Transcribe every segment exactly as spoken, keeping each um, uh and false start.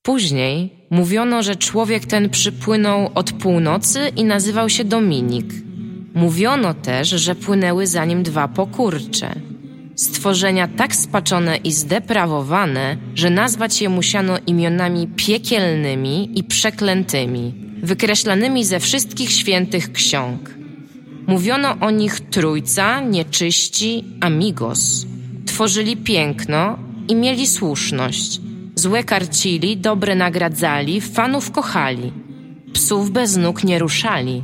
Później mówiono, że człowiek ten przypłynął od północy i nazywał się Dominik. Mówiono też, że płynęły za nim dwa pokurcze. Stworzenia tak spaczone i zdeprawowane, że nazwać je musiano imionami piekielnymi i przeklętymi, wykreślanymi ze wszystkich świętych ksiąg. Mówiono o nich trójca, nieczyści, amigos. Tworzyli piękno i mieli słuszność. Złe karcili, dobre nagradzali, fanów kochali. Psów bez nóg nie ruszali.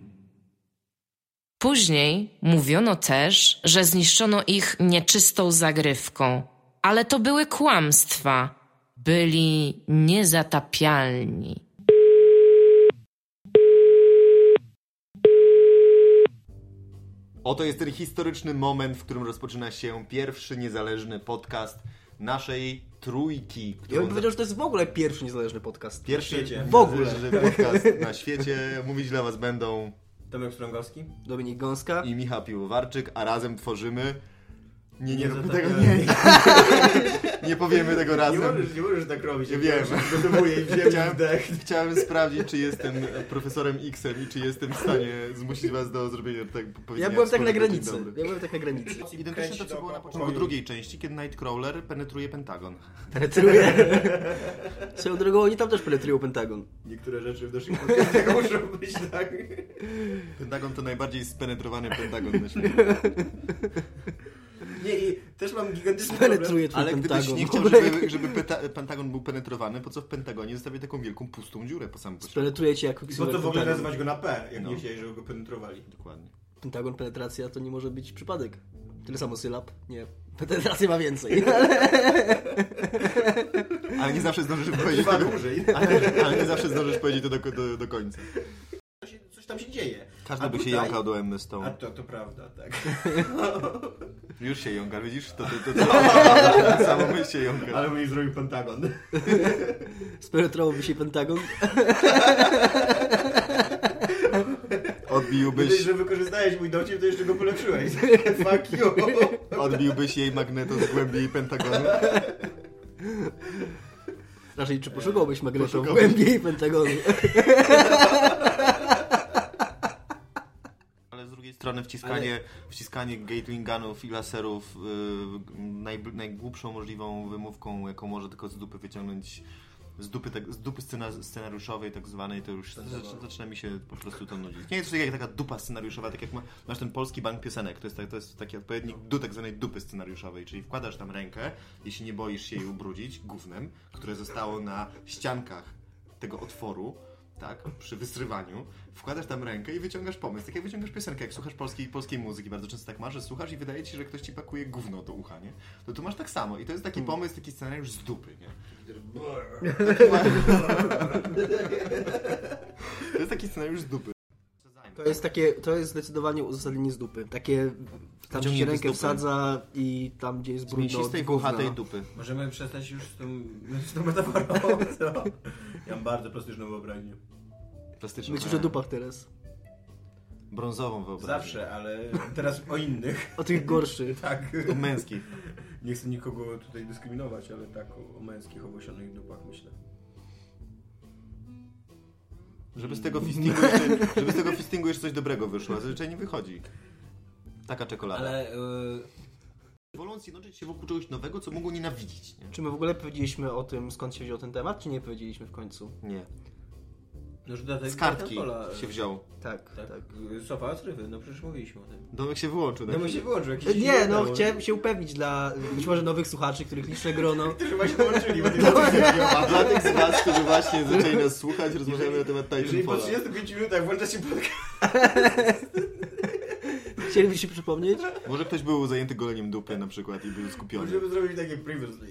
Później mówiono też, że zniszczono ich nieczystą zagrywką. Ale to były kłamstwa. Byli niezatapialni. Oto jest ten historyczny moment, w którym rozpoczyna się pierwszy niezależny podcast naszej trójki. Ja bym powiedział, że to jest w ogóle pierwszy niezależny podcast. Pierwszy na świecie. W ogóle. niezależny podcast na świecie. Mówić dla was będą Tomek Strągowski, Dominik Gąska i Michał Piwowarczyk, a razem tworzymy... Nie, nie, nie róbmy tego, nie. Nie powiemy tego razem. Nie możesz, nie możesz tak robić. Ja wiem. Przygotowuję i wziąłem wdech. Chciałem sprawdzić, czy jestem profesorem X-em i czy jestem w stanie zmusić was do zrobienia tak Ja byłem tak na granicy. Ja byłem tak na granicy. Identyczne to, co było na początku drugiej części, kiedy Nightcrawler penetruje Pentagon. Penetruje. Swoją drogą oni tam też penetrują Pentagon. Niektóre rzeczy w naszym podcastach muszą być tak. Pentagon to najbardziej spenetrowany Pentagon na świecie. Nie, i też mam gigantyczny Penetruje problem. Ale Pentagon. gdybyś nie chciał, żeby, żeby penta- Pentagon był penetrowany, po co w Pentagonie zostawię taką wielką, pustą dziurę po samym początku? Penetruje cię jako I po co w ogóle Pentagon. nazywać go na P, jak No. nie chcieli, żeby go penetrowali. Dokładnie. Pentagon, penetracja to nie może być przypadek. Tyle samo sylab. Nie. Penetracja ma więcej. Ale nie zawsze zdążysz powiedzieć Dwa tego, dłużej. ale, ale nie zawsze zdążysz powiedzieć to do, do, do końca. Coś, coś tam się dzieje. Każdy A by się tutaj- jąkał do Emmy Stone. A to, to prawda, tak. Już się jąka, widzisz? To, to, to, to, to samo my się jąka. Ale mi zrobił Pentagon. Spenetrowałby się Pentagon. Odbiłbyś, Myślę, że wykorzystałeś mój dowcip, to jeszcze go polepszyłeś. Fuck you. odbiłbyś jej magneto z głębi Pentagonu. Raczej, czy poszukałbyś magnetu Poszukałbyś. głębiej Pentagonu? Ale z drugiej strony wciskanie, Ale... wciskanie gatling gunów i laserów yy, najb- najgłupszą możliwą wymówką, jaką może tylko z dupy wyciągnąć, z dupy, tak, z dupy scena- scenariuszowej tak zwanej, to już zaczyna, zaczyna mi się po prostu to nudzić. Nie jest to jak taka dupa scenariuszowa, tak jak ma, masz ten polski bank piosenek, to jest, tak, to jest taki odpowiednik do tak zwanej dupy scenariuszowej, czyli wkładasz tam rękę, jeśli nie boisz się jej ubrudzić gównem, które zostało na ściankach tego otworu, tak, przy wysrywaniu, wkładasz tam rękę i wyciągasz pomysł. Tak jak wyciągasz piosenkę, jak słuchasz polskiej, polskiej muzyki, bardzo często tak masz, że słuchasz i wydaje ci się, że ktoś ci pakuje gówno do ucha, nie? To tu masz tak samo i to jest taki pomysł, taki scenariusz z dupy, nie? To jest taki scenariusz z dupy. To jest takie, to jest zdecydowanie uzasadnienie z dupy. Takie, tam gdzie się rękę dupy. wsadza i tam gdzie jest Z brudno mięsistej, od gówna. włochatej dupy. Możemy przestać już z tą, z tą metaforą, co? Ja mam bardzo plastyczną wyobraźnię. Plastyczną. Myślisz o dupach teraz. Brązową wyobraźnię. Zawsze, ale teraz o innych. O tych gorszych. Tak. O męskich. Nie chcę nikogo tutaj dyskryminować, ale tak o, o męskich, obosionych dupach myślę. Żeby z tego fistingu jeszcze, żeby z tego fistingu jeszcze coś dobrego wyszło, a zazwyczaj nie wychodzi. Taka czekolada. Ale... Yy... Wolą zjednoczyć się wokół czegoś nowego, co mogą nienawidzić, nie? Czy my w ogóle powiedzieliśmy o tym, skąd się wziął ten temat, czy nie powiedzieliśmy w końcu? Nie. No, że dlatego Z kartki Pola, się wziął. Tak, tak. tak. Sofa z rywy, no przecież mówiliśmy o tym. Domek się wyłączył. No my się wyłączył jakiś... Nie, no chciałem się upewnić dla być może nowych słuchaczy, których liczne grono. Którzy właśnie dołączyli, bo A dla tych z was, którzy właśnie zaczęli nas słuchać, rozmawiamy na temat jeżeli po Titanfalla. trzydziestu pięciu minutach włącza się podcast... Chcieliby się przypomnieć? Może ktoś był zajęty goleniem dupy na przykład i był skupiony. Możemy zrobić tak jak previously.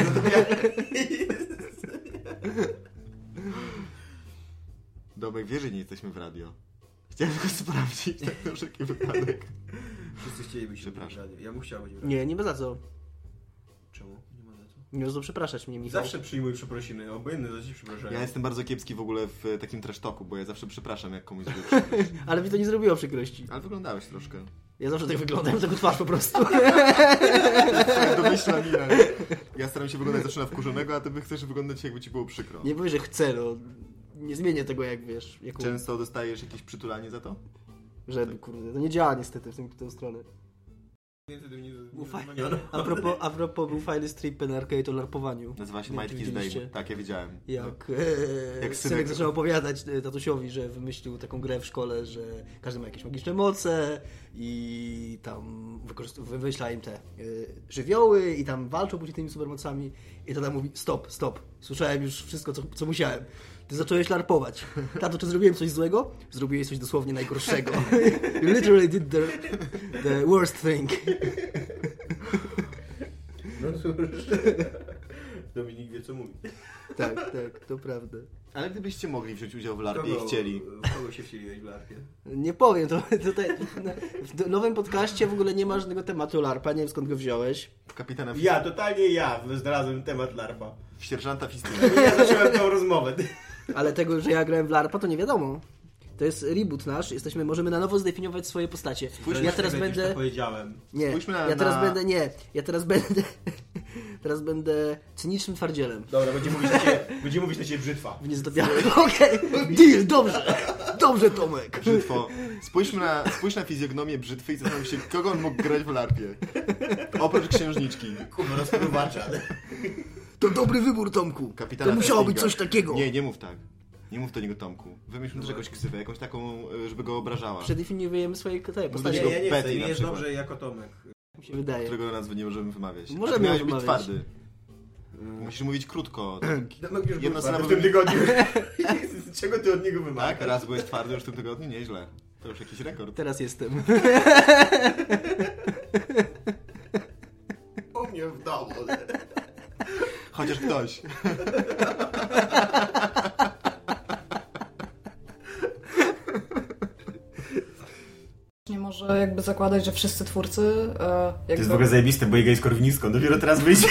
Domek wie, że nie jesteśmy w radio. Chciałem tylko sprawdzić, tak na wszelki wypadek. Wszyscy chcieliby się Przepraszam. w radiu. Ja bym chciał być w radiu. Nie, nie ma za co. Czemu? Nie ma za co. Nie ma za co przepraszać mnie, Michał. Zawsze przyjmuj przeprosiny, obojętne za ci przepraszają. Ja jestem bardzo kiepski w ogóle w takim trash talku, bo ja zawsze przepraszam, jak komuś zrobię przykrość. Ale mi to nie zrobiło przykrości. Ale wyglądałeś troszkę. Ja zawsze tak wyglądam, taką twarz po prostu. Domyślna mina. Ja staram się wyglądać zawsze na wkurzonego, a ty by chcesz wyglądać jakby ci było przykro. Nie powiedz, że chcę, no. Nie zmienię tego, jak wiesz. Jaką... Często dostajesz jakieś przytulanie za to? Żeby, kurde. To nie działa niestety w tę, w tę stronę. Był fajny, a, propos, a propos, był fajny strip na Arcade o larpowaniu. Nazywa się Nie, Might czy Kiss widzieliście? Dame. Tak, ja widziałem. Jak, No. e, Jak synek, synek zaczął opowiadać e, tatusiowi, że wymyślił taką grę w szkole, że każdy ma jakieś magiczne moce i tam wykorzyst- wymyśla im te e, żywioły i tam walczą później tymi supermocami i tata mówi stop, stop, słyszałem już wszystko, co, co musiałem. Ty zacząłeś larpować. Tato, czy zrobiłem coś złego? Zrobiłeś coś dosłownie najgorszego. You literally did the, the worst thing. No cóż. Dominik wie, co mówi. Tak, tak, to prawda. Ale gdybyście mogli wziąć udział w larpie Kogo, i chcieli. w kogo się wcieliłeś w larpie? Nie powiem, to tutaj w nowym podcaście w ogóle nie ma żadnego tematu larpa, nie wiem skąd go wziąłeś. W kapitana Ja, totalnie ja znalazłem temat larpa. w sierżanta Fistyna. Ja zacząłem tą rozmowę. Ale tego, że ja grałem w larpa, to nie wiadomo. To jest reboot nasz, jesteśmy, możemy na nowo zdefiniować swoje postacie. Ja teraz Już będę... to powiedziałem. Nie, Spójrzmy na- ja teraz na- będę, nie, ja teraz będę, teraz będę cynicznym twardzielem. Dobra, będzie mówić na ciebie, będzie mówić na ciebie brzytwa. W niezdobiałym. Okej, deal, dobrze, dobrze Tomek. Brzytwo. Spójrzmy na, spójrz na fizjognomię brzytwy i zastanów się, kogo on mógł grać w larpie. Oprócz księżniczki. Kurwa, rozpływacza. To dobry wybór, Tomku. Kapitana To musiało być Festinga. coś takiego. Nie, nie mów tak. Nie mów do niego Tomku. Wymyśl mu też jakąś ksywę, jakąś taką, y, żeby go obrażała. Przedefiniujemy swoje te Nie, postacie, Niego ja nie Betty chcę, na nie jest przykład. dobrze jako Tomek. mi się wydaje. Którego nazwy nie możemy wymawiać. Możemy A ty miałeś ją być wymawiać. twardy. Musisz mówić krótko. Tomek już Jedno był słowo w tym wy- tygodniu. Czego ty od niego wymagasz? Tak, raz byłeś twardy już w tym tygodniu? Nieźle. To już jakiś rekord. Teraz jestem. U mnie w domu. Chociaż ktoś. Nie może jakby zakładać, że wszyscy twórcy e, jakby... To jest w ogóle zajebiste, bo Iga jest korwinistką. Dopiero teraz wyjdzie.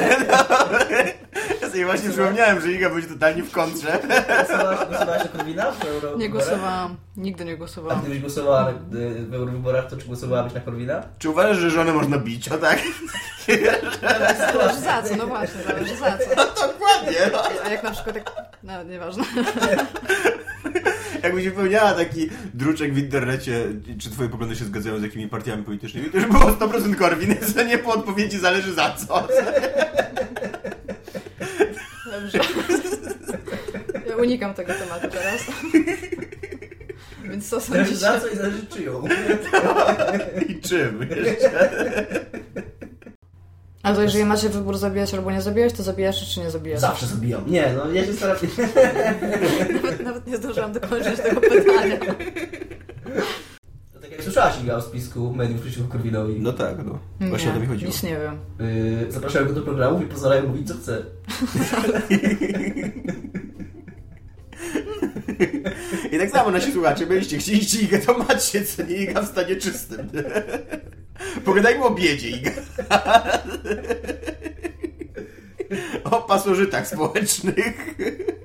Ja sobie właśnie przypomniałem, że Iga będzie totalnie w kontrze. Głosowałaś na Korwina? w Euro- Nie głosowałam. Nigdy nie A głosowałam. gdybyś głosowała y, w eurowyborach, to czy głosowałabyś na Korwina? Czy uważasz, że żonę można bić? O tak? Zależy za co, no właśnie, zależy za co. Dokładnie. A jak na przykład jak... No, nieważne. Jakbyś wypełniała taki druczek w internecie, czy twoje poglądy się zgadzają z jakimi partiami politycznymi, to już było sto procent Korwin, co nie po odpowiedzi zależy za co. Dobrze. Ja unikam tego tematu teraz. Więc co Zależy za sądzicie? co i zależy czyją. I czym? A to jeżeli macie wybór zabijać albo nie zabijać, to zabijasz czy nie zabijasz? Zawsze zabijam. Nie, no ja się staram... Nawet, nawet nie zdążyłam dokończyć tego pytania. No, tak jak słyszałaś, Iga, o spisku mediów przeciwko Korwinowi. No tak, no. Właśnie o to mi chodziło. Nic nie wiem. Yy, zapraszają go do programów i pozwalają mówić co chce. I tak samo nasi słuchacze, byliście chcieliście Igę, to macie, co nie Iga w stanie czystym. Pogadajmy o biedzie, Iga. O pasożytach społecznych.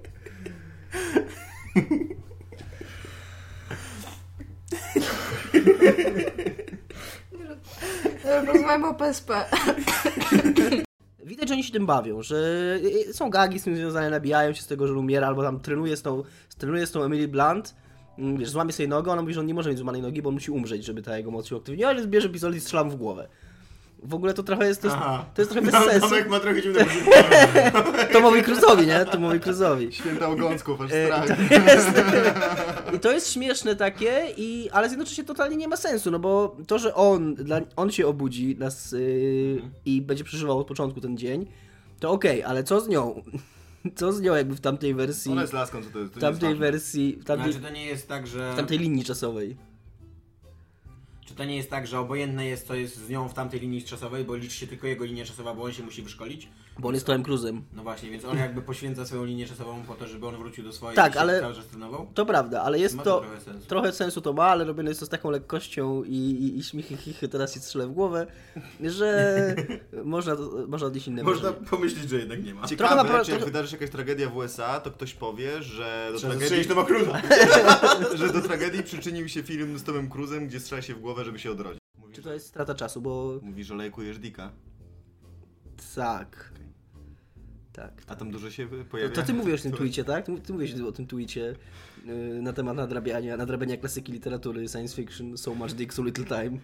Rozmawiamy o P S P. Widać, że oni się tym bawią, że są gagi z tym związane, nabijają się z tego, że on umiera, albo tam trenuje z tą, trenuje z tą Emily Blunt, wiesz, złamie sobie nogę, ona mówi, że on nie może mieć złamanej nogi, bo on musi umrzeć, żeby ta jego moc się uaktywniła, ale bierze pistolet i strzela mu w głowę. W ogóle to trochę jest, to jest, to jest trochę bez sensu. Tomek ma trochę dziwnego Tomowi Cruise'owi, nie? Tomowi Cruise'owi. Święta ogąsków, aż E, strach. to jest, I to jest śmieszne takie, i, ale jednocześnie totalnie nie ma sensu, no bo to, że on, dla, on się obudzi nas yy, i będzie przeżywał od początku ten dzień, to okej, okay, ale co z nią? Co z nią jakby w tamtej wersji, Ona jest laską, co to jest? To w nie jest tamtej ważne. wersji, w tamtej, Znaczy to nie jest tak, że... w tamtej linii czasowej. Czy to nie jest tak, że obojętne jest, co jest z nią w tamtej linii czasowej, bo liczy się tylko jego linia czasowa, bo on się musi wyszkolić? Bo on jest Tomem Cruise'em. No właśnie, więc on jakby poświęca swoją linię czasową po to, żeby on wrócił do swojej Tak, i się ale- cały czas trenował? To prawda, ale jest Ma to... to trochę sensu. Trochę sensu to ma, ale robione jest to z taką lekkością i, i, i śmichy, chichy, teraz się strzelę w głowę, że można, można odnieść inne Można wrażenie. pomyśleć, że jednak nie ma. Ciekawe, Trochę napra- czy jak trochę- wydarzy się jakaś tragedia w U S A, to ktoś powie, że do, Trzeba tragedii, zastrzelić Toma Cruise'a. że do tragedii przyczynił się film z Tomem Cruise'em, gdzie strzela się w głowę, żeby się odrodzić. Czy to jest strata czasu, bo... Mówisz, że lajkujesz Dicka. Tak. Tak. A tam dużo się pojawia? To, to ty mówisz o tym tweetie, tak? Ty, ty mówisz o tym tweetie yy, na temat nadrabiania, nadrabiania klasyki literatury, science fiction, so much dick, so little time.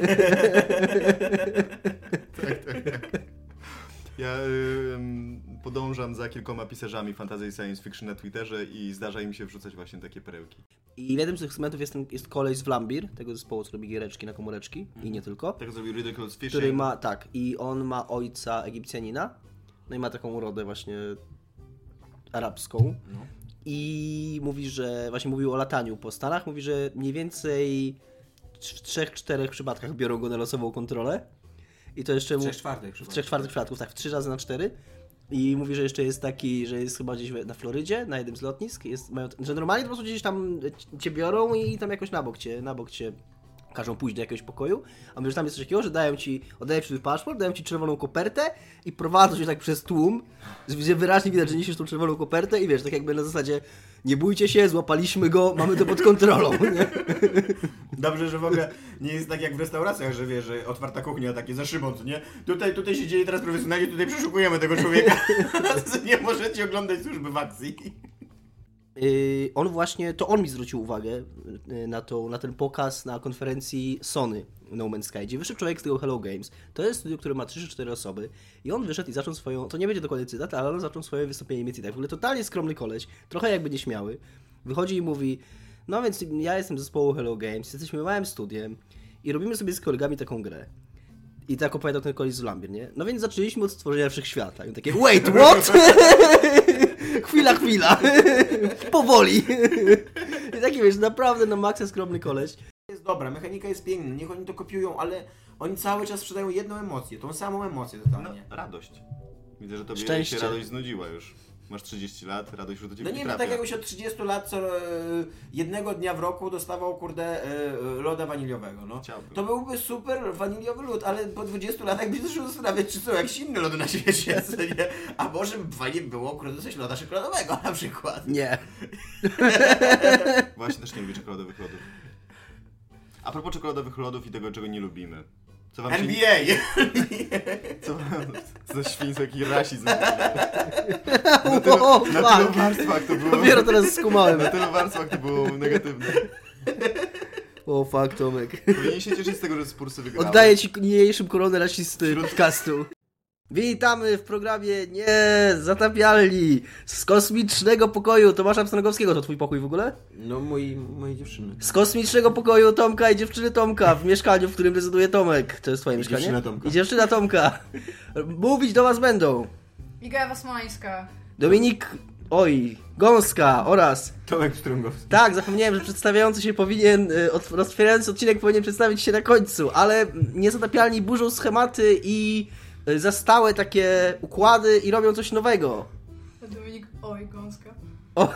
tak, tak, tak. Ja y, podążam za kilkoma pisarzami fantasy i science fiction na Twitterze i zdarza im się wrzucać właśnie takie perełki. I w jednym z tych segmentów jest, ten, jest koleś z Vlambir, tego zespołu, co robi giereczki na komóreczki mm. i nie tylko. Tak zrobił Ridiculous Fishing. Który ma, tak, i on ma ojca Egipcjanina, no i ma taką urodę właśnie arabską. No. I mówi, że właśnie mówił o lataniu po Stanach, mówi, że mniej więcej w trzech, czterech przypadkach biorą go na losową kontrolę. I to jeszcze w trzech czwartych w trzech czwartych przypadków, tak, w trzy razy na cztery. I mówi, że jeszcze jest taki, że jest chyba gdzieś na Florydzie, na jednym z lotnisk, jest, mają, że normalnie to po prostu gdzieś tam cię biorą i tam jakoś na bok cię, na bok cię każą pójść do jakiegoś pokoju, a my, że tam jest coś takiego, że dają ci, oddają ci twój paszport, dają ci czerwoną kopertę i prowadzą cię tak przez tłum, gdzie wyraźnie widać, że niesiesz tą czerwoną kopertę i wiesz, tak jakby na zasadzie nie bójcie się, złapaliśmy go, mamy to pod kontrolą. Nie? Dobrze, że w ogóle nie jest tak jak w restauracjach, że wiesz, że otwarta kuchnia, takie za szybą, nie? Tutaj, tutaj się dzieje teraz profesjonalnie, tutaj przeszukujemy tego człowieka. Nie możecie oglądać służby w akcji. Yy, on właśnie, to on mi zwrócił uwagę yy, na, to, na ten pokaz na konferencji Sony No Man's Sky, gdzie wyszedł człowiek z tego Hello Games. To jest studio, które ma trzy czy cztery osoby i on wyszedł i zaczął swoją, to nie będzie dokładnie cytat, ale on zaczął swoje wystąpienie mieć tak. W ogóle totalnie skromny koleś, trochę jakby nieśmiały. Wychodzi i mówi, no więc ja jestem z zespołu Hello Games, jesteśmy małym studiem i robimy sobie z kolegami taką grę. I tak opowiadał ten koleś z Vlambir, nie? No więc zaczęliśmy od stworzenia wszechświata. I takie, wait, what? chwila, chwila. Powoli. I taki, wiesz, naprawdę na maksa skromny koleś. Jest dobra, mechanika jest piękna, niech oni to kopiują, ale oni cały czas sprzedają jedną emocję, tą samą emocję totalnie. No, radość. Widzę, że tobie Szczęście. się radość znudziła już. Masz trzydzieści lat, radość już do ciebie No nie, trafia. no tak jakbyś od trzydziestu lat co e, jednego dnia w roku dostawał, kurde, e, loda waniliowego, no. Chciałbym. To byłby super waniliowy lód, ale po dwudziestu latach będziesz się zastanawiać, czy są jakieś inne lody na świecie, co nie? A może fajnie było, kurde, coś loda czekoladowego na przykład. Nie. Właśnie też nie lubię czekoladowych lodów. A propos czekoladowych lodów i tego, czego nie lubimy. Co wam N B się... A! Co wam... Co za świństwo, jaki rasizm. Na O, tylu, o, na fuck. tylu warstwach to było... Dopiero teraz skumałem. Na tylu warstwach to było negatywne. O, fuck, Tomek. Powinien się cieszyć z tego, że Spursy wygrały. Oddaję ci niniejszym koronę rasisty podcastu. Witamy w programie Nie Zatapialni z kosmicznego pokoju Tomasza Pstrągowskiego. To twój pokój w ogóle? No, moi, mojej dziewczyny. Z kosmicznego pokoju Tomka i dziewczyny Tomka w mieszkaniu, w którym rezyduje Tomek. To jest twoje I mieszkanie? dziewczyna Tomka. I dziewczyna Tomka. Mówić do was będą Iga Wasmańska. Dominik, oj, Gąska oraz... Tomek Pstrągowski. Tak, zapomniałem, że przedstawiający się powinien, y, od- rozpoczynający odcinek powinien przedstawić się na końcu, ale Niezatapialni burzą schematy i y, zastałe takie układy i robią coś nowego. Dominik, oj, gąska. O.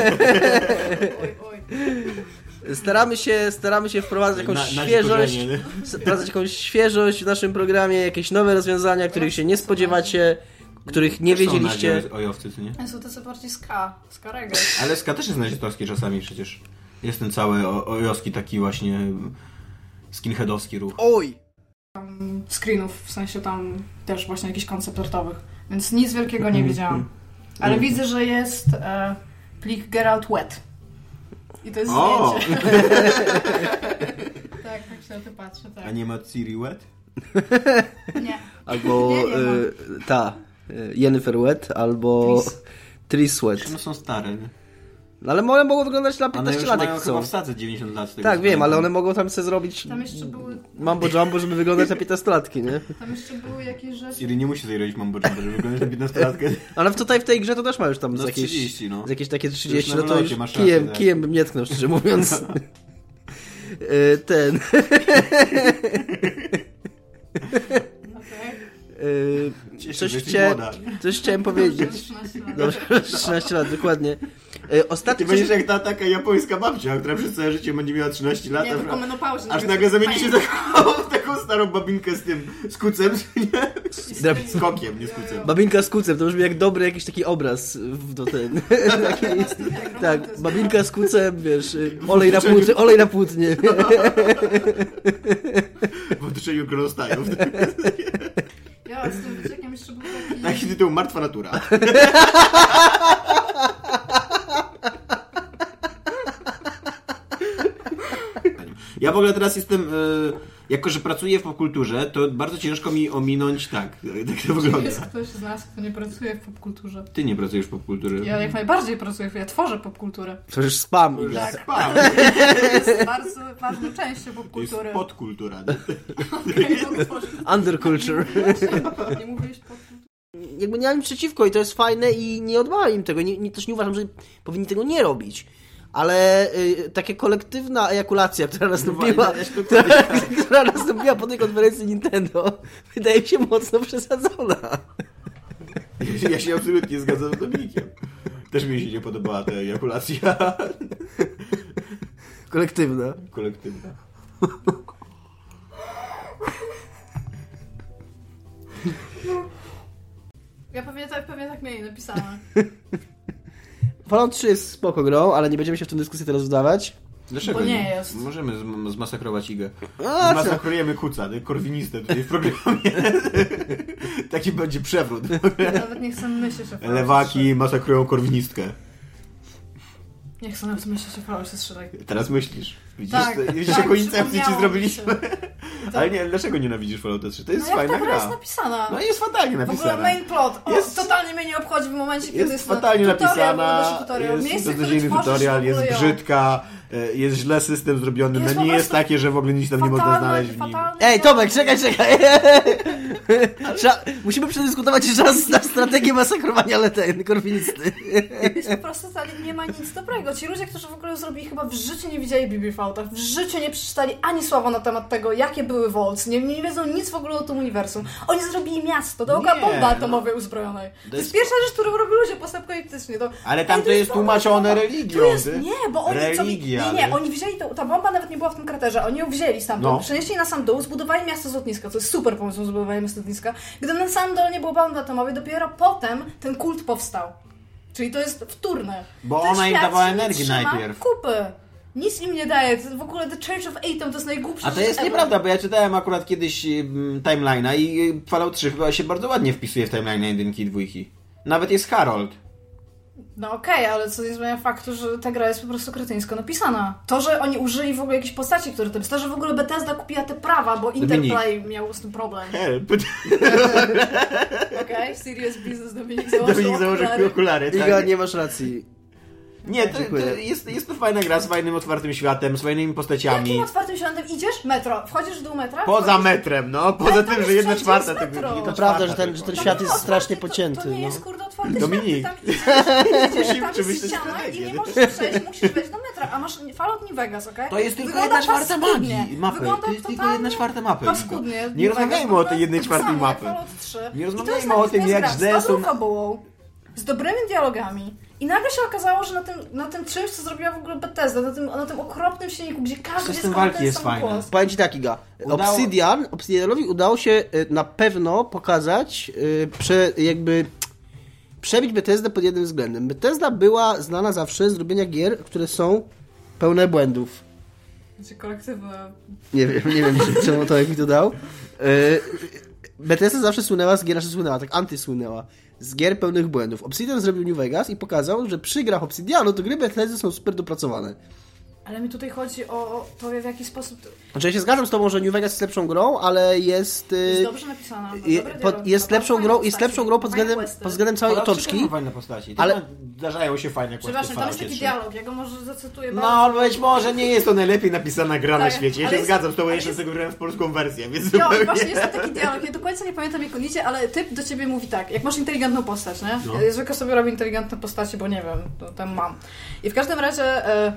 Oj, oj. Staramy się, staramy się wprowadzać jakąś Na- nasi świeżość, korzenie, wprowadzać jakąś świeżość w naszym programie, jakieś nowe rozwiązania, których się nie spodziewacie, których nie wiedzieliście. Ojowcy, co nie? Są to co bardziej ska, ska reggae. Ale ska też jest nazistowski czasami przecież. Jest ten cały o- ojowski taki właśnie skinheadowski ruch. Oj! Screenów, w sensie tam też właśnie jakichś koncept artowych. Więc nic wielkiego nie wiedziałam. Ale widzę, że jest e, plik Geralt Wet. I to jest O! zdjęcie. Tak, tak się na to patrzę, tak. A nie ma Ciri Wet? Nie. Albo Nie, nie ma. y, ta, y, Jennifer Wet, albo Tris. Tris Wet. No są stare, nie? No ale one mogą wyglądać na One piętnaście już lat, mają jak chyba chcą. w sadze dziewięćdziesiąt lat. z tego Tak, co wiem, ale pamiętam. one mogą tam sobie zrobić Tam jeszcze były, mambo jumbo, żeby wyglądać na piętnastolatki, nie? tam jeszcze były jakieś rzeczy. Ciri nie musi sobie robić mambo jumbo, żeby wyglądać na piętnastolatkę. Ale tutaj w tej grze to też ma już tam No z jakieś, trzydzieści, no. z jakieś takie trzydzieści, na no to wylocie, już masz rację, kijem, tak. kijem bym nie tknął, szczerze mówiąc. Y, Ten... Okej. y, Cieszę się, Coś że jesteś chciałem, młoda. coś chciałem Dobrze, powiedzieć. trzynaście lat. Dobrze, trzynaście lat, dokładnie. E, Ostatnio Ty będziesz jak ta taka japońska babcia, która przez całe życie będzie miała trzynaście lat, Nie, aż, tylko menopauzy. aż nagle zamieni się w taką, w taką starą babinkę z tym, z kucem, nie? Z kokiem, nie z kucem. Babinka z kucem, to brzmi jak dobry jakiś taki obraz w- do ten. Taki, tak, babinka z kucem, wiesz, y, olej na płótnie, olej na płótnie. W otoczeniu kronostajów. Ja z tym wyciekiem jeszcze był taki... Taki tytuł Martwa Natura. Ja w ogóle teraz jestem, y, jako że pracuję w popkulturze, to bardzo ciężko mi ominąć tak, tak to wygląda. Jest ktoś z nas, kto nie pracuje w popkulturze. Ty nie pracujesz w popkulturze. Ja jak najbardziej pracuję, ja tworzę popkulturę. To już spam. Iga. Tak. Spam. To jest bardzo ważną częścią To jest popkultury. podkultura. Nie mogę tworzyć. Underculture. Nie mówisz popkultury. Jakby nie mam nic przeciwko i to jest fajne i nie odmawiam im tego. Nie, nie, też nie uważam, że powinni tego nie robić. Ale y, taka kolektywna ejakulacja, która nastąpiła, która, która nastąpiła po tej konferencji Nintendo, wydaje mi się mocno przesadzona. Ja się absolutnie zgadzam z Dominikiem. Też mi się nie podobała ta ejakulacja Kolektywna. kolektywna. Ja pewnie tak, pewnie tak mieli napisane. Fallout trzy jest spoko grą, ale nie będziemy się w tę dyskusję teraz wdawać. Dlaczego Bo nie jest. Możemy zm- zmasakrować Igę. A, Zmasakrujemy kuca, ty, korwinistę tutaj w programie. Taki będzie przewrót. Ja nawet nie chcę myśleć o Falloutie Lewaki masakrują korwinistkę. trzy. Nie chcę nawet myśleć o Falloutie trzy. Tak. Teraz myślisz. Widzisz, Tak, widzisz tak, jaką incepcję ci przypomniało zrobiliśmy? mi się. Ale nie, dlaczego nienawidzisz Fallouta trzy? To jest No jak fajna ta gra gra. jest napisana? No jest fatalnie W ogóle napisana. main plot. O, Jest- totalnie mnie nie obchodzi w momencie, kiedy Jest jest fatalnie tutorial, napisana, tutorial. jest Miejsce, które beznadziejny tworzysz, tutorial, w jest ogóle ją. brzydka, e, jest źle system zrobiony, Jest menu po jest prostu takie, że w ogóle nic tam nie można Fatalny- znaleźć w nim. fatalny Ej, plot. Tomek, czekaj, czekaj! Trzeba, musimy przedyskutować jeszcze raz na strategię masakrowania leten, korwinisty. Jest po prostu wcale nie ma nic dobrego. Ci ludzie, którzy w ogóle zrobili, chyba w życiu nie widzieli B B V-ach, w życiu nie przeczytali ani słowa na temat tego, jakie były Vaults, nie, nie wiedzą nic w ogóle o tym uniwersum. Oni zrobili miasto, dookoła Nie, bomby no. atomowej uzbrojonej. To, To jest jest- pierwsza rzecz, którą robią ludzie postapokaliptycznie. To, Ale tam Ej, to jest bomba, tłumaczone bomba. religią, Tu jest, ty. nie, bo oni Religia, sobie, nie, nie, ty. oni wzięli to, ta bomba nawet nie była w tym kraterze, oni ją wzięli stamtąd, No. przenieśli na sam dół, zbudowali miasto z lotniska, co jest super pomysł, zbudowanie miasta z lotniska. Gdy na samym dole nie było bomby atomowej, dopiero potem ten kult powstał. Czyli to jest wtórne. Bo Ten ona im świat dawała się nie energii trzyma najpierw. kupy. Nic im nie daje. W ogóle The Church of Atom to jest najgłupsze A to jest ever. nieprawda, bo ja czytałem akurat kiedyś mm, timeline'a i y, Fallout trzy chyba się bardzo ładnie wpisuje w timeline'a jedynki i dwójki. Nawet jest Harold. No okej, ale co nie zmienia faktu, że ta gra jest po prostu kretyńsko napisana. To, że oni użyli w ogóle jakiejś postaci, które to jest, to, że w ogóle Bethesda kupiła te prawa, bo Interplay miał z tym problem. Help. Okej, okay, serious business, Dominik założył Dominik założył okulary. okulary. Iga, Tak? nie masz racji. Nie, to, to Dziękuję. jest, jest to fajna gra z fajnym, otwartym światem, z fajnymi postaciami. Jakim otwartym światem idziesz? Metro. Wchodzisz w dół metra? Poza wchodzisz... metrem, no. Poza Ale tym, tam że jest jedna wszędzie czwarta jest tego. metro. jedna To prawda, czwarta że ten, tylko. że ten To świat nie jest otwarty, strasznie to- pocięty. To nie no. jest kurde otwarty Dominik. świat. Tam idziesz, Musimy tam przemyśleć jest ściana strategię, i nie nie? możesz przejść, musisz wejść do metra, a masz Fallout New Vegas, okej? To jest tylko Wygląda jedna czwarta paskudnie. magii, mapy. Wygląda To jest tylko totalnie jedna czwarta mapy. paskudnie. Nie New Vegas rozmawiajmy o tej jednej tak czwartej samo jak mapy. Fallout trzy. Nie I to rozmawiajmy jest o nawet- tym, to jest jak gra z źle dobrą są- fabułą, z dobrymi dialogami. I nagle się okazało, że na tym, na tym czymś, co zrobiła w ogóle Bethesda, na tym, na tym okropnym silniku, gdzie każdy System jest walki ten jest sam fajny. głos. Powiem ci tak, Iga. Udało- Obsidian, Obsidianowi udało się y, na pewno pokazać, y, prze, jakby przebić Bethesdę pod jednym względem. Bethesda była znana zawsze z robienia gier, które są pełne błędów. Znaczy kolektywne... Nie wiem, nie wiem, czemu to jak mi to dał. Y, Bethesda zawsze słynęła z gier, znaczy słynęła, tak antysłynęła, z gier pełnych błędów. Obsidian zrobił New Vegas i pokazał, że przy grach Obsidianu to gry Bethesdy są super dopracowane. Ale mi tutaj chodzi o, o to, w jaki sposób... Znaczy ja się zgadzam z tobą, że New Vegas jest lepszą grą, ale jest... y, Jest dobrze napisana. ma je- dobre pod- dialogi, jest ma lepszą fajne grą, jest postaci, lepszą grą pod fajne względem, questy. pod względem całej Fallout trzy otoczki. ma fajne postaci. Ale- Ale zdarzają się fajne questy Przepraszam, w tam jest Falloutie taki trzy. dialog, ja go może zacytuję No, bardzo. być może nie jest to najlepiej napisana gra na Tak, świecie. Ja ale się jest- zgadzam z tobą, ale jeszcze jest- z tego grałem w polską wersję, więc Jo, zupełnie... właśnie jest to taki dialog, ja do końca nie pamiętam jak on idzie, ale typ do ciebie mówi tak, jak masz inteligentną postać, nie? No. Ja zwykle sobie robię inteligentne postaci, bo nie wiem, to tam mam. I w każdym razie e,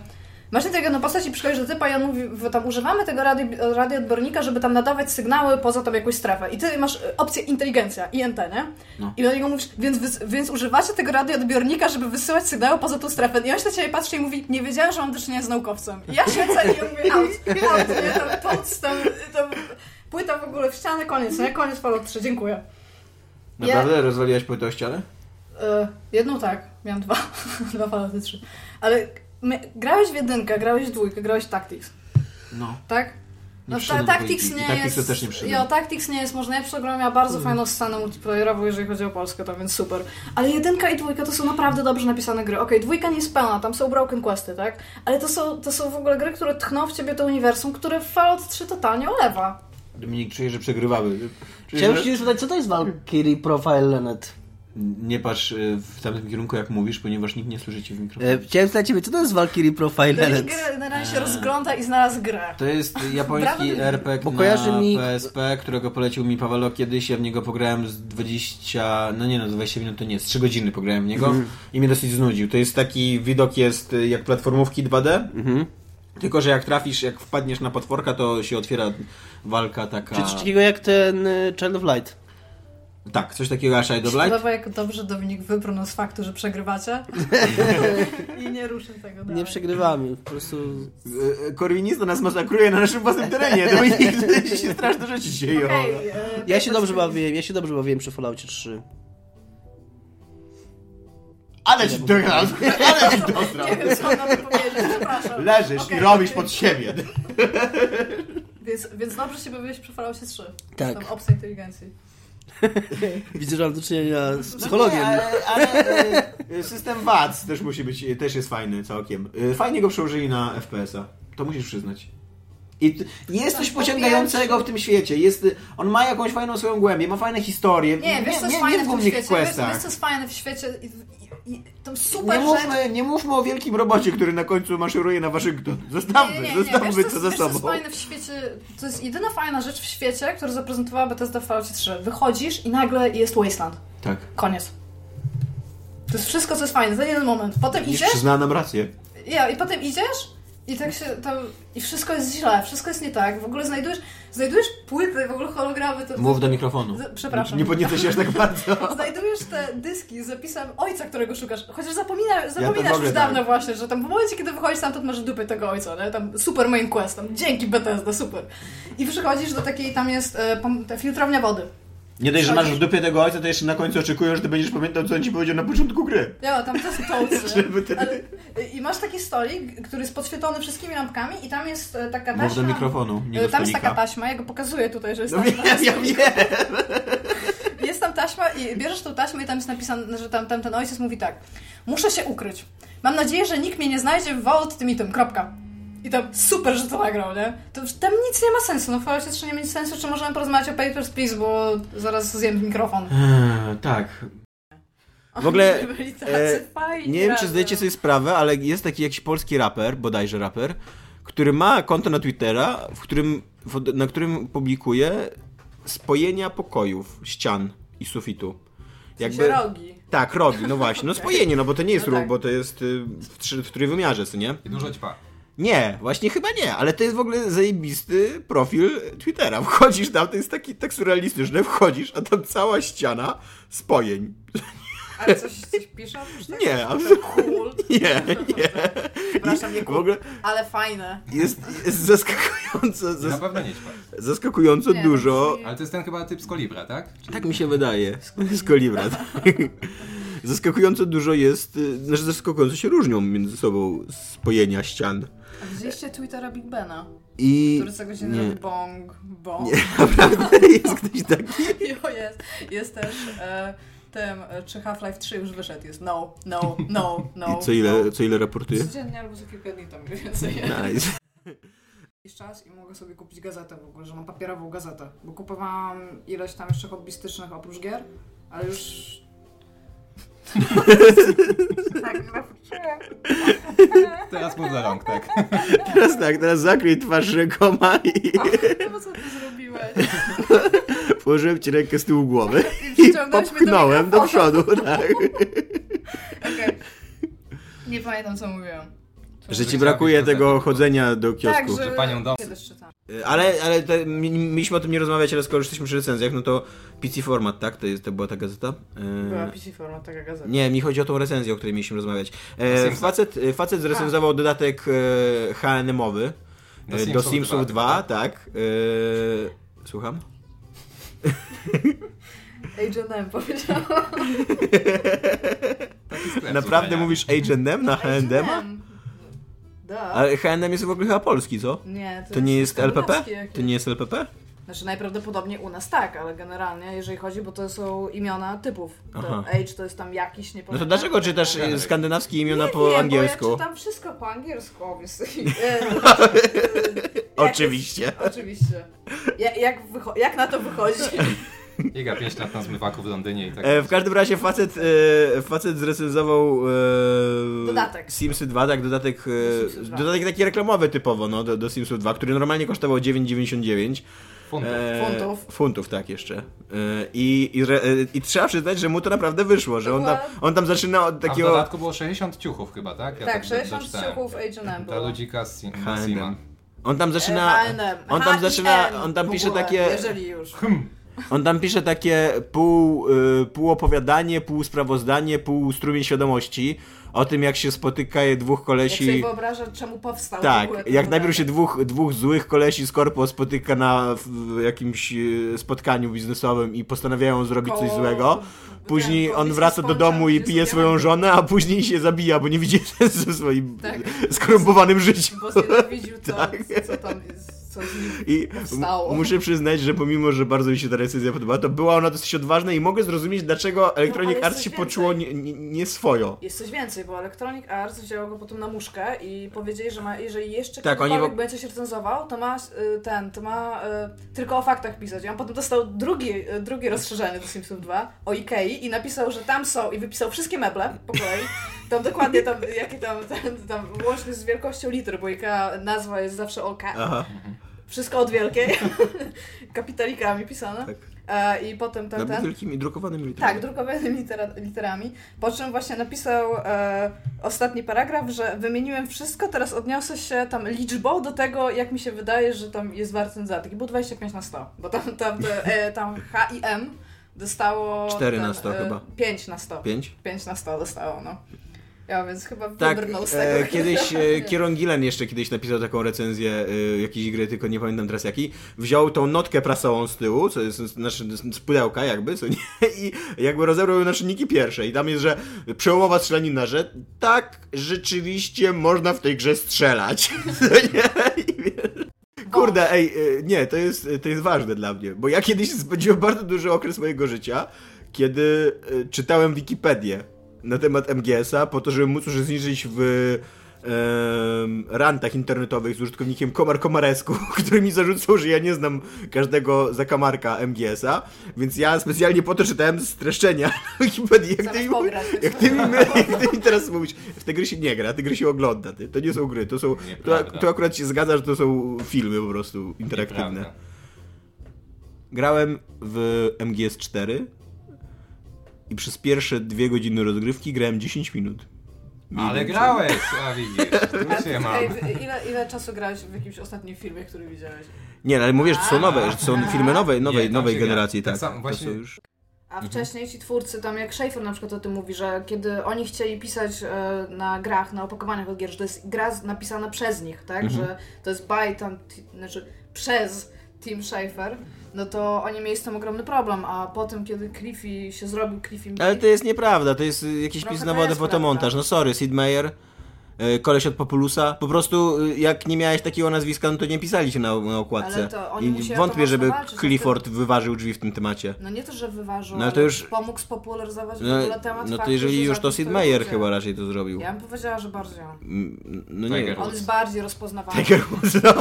Masz tego jedną postać i przychodzisz do typa i on mówi, tam używamy tego radi- radioodbiornika, żeby tam nadawać sygnały poza tą jakąś strefę. I ty masz opcję inteligencja, I N T, nie? No. I do niego mówisz, więc, wys- więc używacie tego radioodbiornika, żeby wysyłać sygnały poza tą strefę. I on się na ciebie patrzy i mówi, nie wiedziałem, że mam do czynienia z naukowcem. I ja siedzę i on mówi, out, out, nie? Tam, poc, tam, tam, płyta w ogóle w ścianę, koniec, nie? Koniec Fallout trzy, dziękuję. Naprawdę? Ja... Rozwaliłaś płytę o ścianę? Y, jedną tak, miałam dwa, dwa Fallouty trzy. Ale my, grałeś w jedynkę, grałeś w dwójkę, grałeś w Tactics. No. Tak? No, Nie ta, Tactics i, nie i Tactics jest... też nie przyszedłem. Jo, Tactics nie jest może najlepszy program, miała bardzo fajną scenę multiplayerową, jeżeli chodzi o Polskę, to więc super. Ale jedynka i dwójka to są naprawdę dobrze napisane gry. Okej, okay, dwójka nie jest pełna, tam są broken questy, tak? Ale to są, to są w ogóle gry, które tchną w ciebie to uniwersum, które w Fallout trzy totalnie olewa. Dominik, czuję, że przegrywały. Czuję, Chciałem że... się zapytać, co to jest Valkyrie Profile Lenet? Nie patrz w tamtym kierunku, jak mówisz, ponieważ nikt nie słyszy cię w mikrofonie. E, chciałem zapytać ciebie, co to jest Valkyrie Profile Lenet? Na razie się rozgląda i znalazł grę. To jest japoński er pe gie Bo na kojarzy mi- P S P, którego polecił mi Pawelo kiedyś. Ja w niego pograłem z dwadzieścia, no nie no, dwadzieścia minut to nie, z trzy godziny pograłem w niego Mhm. i mnie dosyć znudził. To jest taki, widok jest jak platformówki dwa D, Mhm. tylko że jak trafisz, jak wpadniesz na potworka, to się otwiera walka taka... Czy coś takiego jak ten y, Child of Light? Tak, coś takiego jak Shadow Mi się Light. podoba, jak dobrze Dominik wybrnął z faktu, że przegrywacie i nie ruszy tego dalej. Nie przegrywamy, po prostu... Korwinista nas masakruje na naszym własnym terenie. Dominik, się straszne rzeczy się dzieją. Okej, e, Ja się dobrze powiedz- bawiłem, ja się dobrze bawiłem przy Falloutie trzy. Ale ci dograł, ale ci dograł. Nie wiem, co mam na to powiedzieć, przepraszam. Leżysz Okej, i robisz okej. pod siebie. Więc, więc dobrze się bawiłeś przy Falloutie trzy. Tak. Tam opcja inteligencji. Widzę, że mam do czynienia z psychologiem. No nie, ale, ale e, system W A C też musi być, też jest fajny całkiem. E, Fajnie go przełożyli na F P S a. To musisz przyznać. I t- jest coś Tak, pociągającego w tym świecie. Jest, on ma jakąś fajną swoją głębię, ma fajne historie. Nie, wiesz co jest nie, fajne nie w w tym głównych świecie? Wiesz, questach. wiesz co jest fajne w świecie? I, i, i tą super Nie rzecz... mówmy, nie mówmy o wielkim robocie, który na końcu maszeruje na Waszyngton. Zostawmy, Nie, nie, nie, nie. zostawmy Wiesz, to co, za wiesz, co jest sobą. fajne w świecie? To jest jedyna fajna rzecz w świecie, którą zaprezentowała Bethesda w Falloutie trzy. Wychodzisz i nagle jest Wasteland. Tak. Koniec. To jest wszystko, co jest fajne. Za jeden moment. Potem Idziesz? idziesz... Przyznała nam rację. Ja, i potem idziesz i tak się tam... I wszystko jest źle, wszystko jest nie tak. W ogóle znajdujesz, znajdujesz płyty, w ogóle hologramy. To, Mów do mikrofonu. Z- przepraszam. Nie podniecę się aż tak bardzo. Znajdujesz te dyski z zapisem ojca, którego szukasz. Chociaż zapomina, to zapominasz w ogóle już dawno tak. właśnie, że tam w momencie, kiedy wychodzisz tam, to masz dupy tego ojca, nie? Tam super main quest, tam dzięki Bethesda, super. I przychodzisz do takiej, tam jest e, pom- ta filtrownia wody. Nie dość, że masz w dupie tego ojca, to jeszcze na końcu oczekujesz, że ty będziesz pamiętał, co on ci powiedział na początku gry. Ja, tam to jest toast, Żeby ten- Ale, I masz taki stolik, który jest podświetlony wszystkimi lampkami i tam jest e, taka Mów do taśma... mikrofonu, nie do e, Tam jest stolika. taka taśma, ja go pokazuję tutaj, że jest No taśma. wiem, ja wiem. Jest tam taśma i bierzesz tą taśmę i tam jest napisane, że tam, tam ten ojciec mówi tak: muszę się ukryć. Mam nadzieję, że nikt mnie nie znajdzie w Vault tym i tym, kropka. I tam super, że to nagrał, nie? To tam nic nie ma sensu, no w Falloutie trzy nie ma nic sensu, czy możemy porozmawiać o Papers, Please, bo zaraz zjem mikrofon. Eee, tak. W ogóle, Oni byli tacy e, fajni nie wiem, czy razem. zdajecie sobie sprawę, ale jest taki jakiś polski raper, bodajże raper, który ma konto na Twittera, w którym, w- na którym publikuje spojenia pokojów, ścian i sufitu. Jakby... rogi. Tak, rogi, no właśnie. No spojenie, no bo to nie jest No róg, tak. bo to jest y, w, trzy, w trójwymiarze, co nie? I dużo ćpa. Nie, właśnie chyba nie, ale to jest w ogóle zajebisty profil Twittera. Wchodzisz tam, to jest taki tak surrealistyczny, wchodzisz, a tam cała ściana spojeń. Ale coś, coś piszą? Tak? Nie, ale Cool. nie, nie. Przepraszam, nie W cool. ogóle Ale fajne. jest, jest zaskakująco, Na zas, pewno nie ćpa. zaskakująco Nie, dużo. Ale to jest ten chyba typ z Kolibra, tak? Tak mi się wydaje. Z Kolibra. Zaskakująco dużo jest, y, znaczy zaskakująco się różnią między sobą spojenia ścian. A widzieliście Twittera Big Bena? I Który co godzinę nie. robi bong, bong. Nie, naprawdę jest ktoś taki. Jo, jest. Jest też e, tym, e, czy Half-Life trzy już wyszedł. Jest no, no, no, no. I co ile, no. co ile raportuje? Codziennie albo za kilka dni tam mniej więcej. Nice. Jakiś czas i mogę sobie kupić gazetę w ogóle, że mam papierową gazetę. Bo kupowałam ileś tam jeszcze hobbystycznych oprócz gier, ale już... tak, Teraz mów za rąk, tak? Teraz tak, teraz zakryj twarz rękoma i no co ty zrobiłeś? położyłem ci rękę z tyłu głowy I i wciągnąłeś mnie do popchnąłem do mikrofonu. przodu, tak. Okej. Nie pamiętam co mówiłam. Że ci brakuje tego chodzenia do kiosku. Tak, że... Że panią dom... Kiedyś czytam. Ale, ale te, mi- mieliśmy o tym nie rozmawiać, ale skoro już jesteśmy przy recenzjach, no to P C Format, tak? To, jest, to była ta gazeta? E, Była P C Format, taka gazeta. Nie, mi chodzi o tą recenzję, o której mieliśmy rozmawiać. E, Simsa. facet, facet zrecenzował dodatek e, H and M-owy Do e, do Simsów Simsów dwa, dwa, tak. E, słucham? H and M powiedziałam. Taki sklep Naprawdę z mówisz H and M na H and M? H and M. Da. Ale H and M jest w ogóle chyba polski, co? Nie, to, To nie jest L P P? skandynawskie jakieś. To nie jest L P P? Znaczy najprawdopodobniej u nas tak, ale generalnie jeżeli chodzi, bo to są imiona typów. To Aha. H to jest tam jakiś, nie No pamiętam. to dlaczego czytasz e, skandynawskie imiona nie po wiem, angielsku? Bo ja czytam wszystko po angielsku, obviously. Oczywiście. Oczywiście. Ja, jak, wycho- jak na to wychodzi? Iga pięć lat na zmywaku w Londynie i tak. E, w każdym razie facet, e, facet zrecenzował e, Dodatek. Simsy dwa, tak, dodatek, Do Simsy e, dwa. dodatek taki reklamowy typowo, no, do, do Simsów dwa, który normalnie kosztował dziewięć dziewięćdziesiąt dziewięć. Funtów. E, Funtów. Funtów, tak, jeszcze. E, I, i, re, e, I trzeba przyznać, że mu to naprawdę wyszło, że on tam, on tam zaczyna od A w takiego... dodatku było sześćdziesiąt ciuchów chyba, tak? Ja Tak, do- sześćdziesiąt doczytałem. ciuchów H and M Dla było. ludzika z Sim- H and M. Sima. On tam zaczyna... H and M. On tam H i zaczyna... M On tam w pisze ogóle, takie... Jeżeli już. On tam pisze takie pół, y, pół opowiadanie, pół sprawozdanie, pół strumień świadomości o tym, jak się spotyka je dwóch Jak sobie kolesi. wyobraża, czemu powstał w Tak, ogóle ten jak dodatek. najpierw się dwóch, dwóch złych kolesi z korpo spotyka na w jakimś y, spotkaniu biznesowym i postanawiają zrobić coś Koło- złego. Później ten, on koło wraca do domu i Wisconsin, pije gdzie są swoją diamenty. żonę, a później się zabija, bo nie widzi sensu w swoim Tak. skorumpowanym życiu. Bo znienawidził to, Tak. co tam jest, co z nim I powstało. m- muszę przyznać, że pomimo, że bardzo mi się ta recenzja podobała, to była ona dosyć odważna i mogę zrozumieć, dlaczego Electronic No, ale Arts jest się coś poczuło więcej. nie, nie, nie swojo. Jest coś więcej, bo Electronic Arts wzięło go potem na muszkę i powiedzieli, że ma, jeżeli jeszcze Tak, oni ktokolwiek wo- będzie coś recenzował, to ma y, ten, to ma y, tylko o faktach pisać. I on potem dostał drugi, y, drugie rozszerzenie do Simsów dwa o Ikei i napisał, że tam są i wypisał wszystkie meble po kolei. Tam dokładnie tam, jakie tam, ten, tam łącznie z wielkością liter, bo Ikea nazwa jest zawsze O K. Aha, Wszystko od wielkiej. Kapitalikami pisane. tak. E, I potem ten, Nad ten. wielkimi drukowanymi literami. Tak, drukowanymi litera, literami. Po czym właśnie napisał e, ostatni paragraf, że wymieniłem wszystko, teraz odniosę się tam liczbą do tego, jak mi się wydaje, że tam jest wart ten dodatek. I było dwadzieścia pięć na sto, bo tam, tam, te, e, tam H i M dostało... cztery ten, na sto e, chyba. pięć na sto. Pięć? pięć na sto dostało, no. Ja więc chyba Tak, wybrnął z tego. e, kiedyś e, Kieron Gillen jeszcze kiedyś napisał taką recenzję e, jakiejś gry, tylko nie pamiętam teraz jaki. Wziął tą notkę prasową z tyłu, co jest znaczy, z pudełka jakby, co nie? I jakby rozebrał ją na czynniki pierwsze. I tam jest, że przełomowa strzelanina, że tak, rzeczywiście można w tej grze strzelać. Co nie? I wiesz, kurde, ej, e, nie, to jest, to jest ważne dla mnie, bo ja kiedyś spędziłem bardzo duży okres mojego życia, kiedy e, czytałem Wikipedię na temat M G S-a, po to, żeby móc już zniżyć w em, rantach internetowych z użytkownikiem Komar Komaresku, który mi zarzucał, że ja nie znam każdego zakamarka M G S-a, więc ja specjalnie po to czytałem streszczenia na Wikipedii. Jak ty, Zamiast mi, pograć, jak, ty mi, jak ty mi teraz mówisz, w te gry się nie gra, te gry się ogląda, ty. To nie są gry, to są, to, Nieprawda. to akurat się zgadza, że to są filmy po prostu interaktywne. Nieprawda. Grałem w M G S cztery i przez pierwsze dwie godziny rozgrywki grałem dziesięć minut. Mniej Ale więcej. grałeś, a widzisz, A tu się mam. ej, ile, ile czasu grałeś w jakimś ostatnim filmie, który widziałeś? Nie, ale mówię, że to są nowe, że to są filmy nowej, nowej, Nie, tam nowej się generacji, gra. tak. Tak samo, To właśnie- są już... A wcześniej ci twórcy, tam jak Schafer na przykład o tym mówi, że kiedy oni chcieli pisać e, na grach, na opakowaniach od gier, że to jest gra z- napisana przez nich, tak? Mhm. Że to jest by tam, t- znaczy przez Tim Schafer, no to oni mieli z tym ogromny problem, a potem kiedy Cliffy się zrobił Cliffy... Ale to jest nieprawda, to jest y, jakiś Trochę pis to na wodę jest fotomontaż. prawda. No sorry, Sid Meier, y, koleś od Populusa. Po prostu y, jak nie miałeś takiego nazwiska, no to nie pisali się na, na okładce. Ale to oni I musieli o to wątpię, mocno żeby walczyć, Clifford wyważył drzwi w tym temacie. No nie to, że wyważył, No, ale to już- pomógł spopularyzować w No, ogóle temat no to faktu, jeżeli że już za to tym Sid stoi Meier ludzie. chyba raczej to zrobił. Ja bym powiedziała, że bardziej on. Mm, No nie. Tiger On jest bardziej rozpoznawalny. Tiger Woods, no.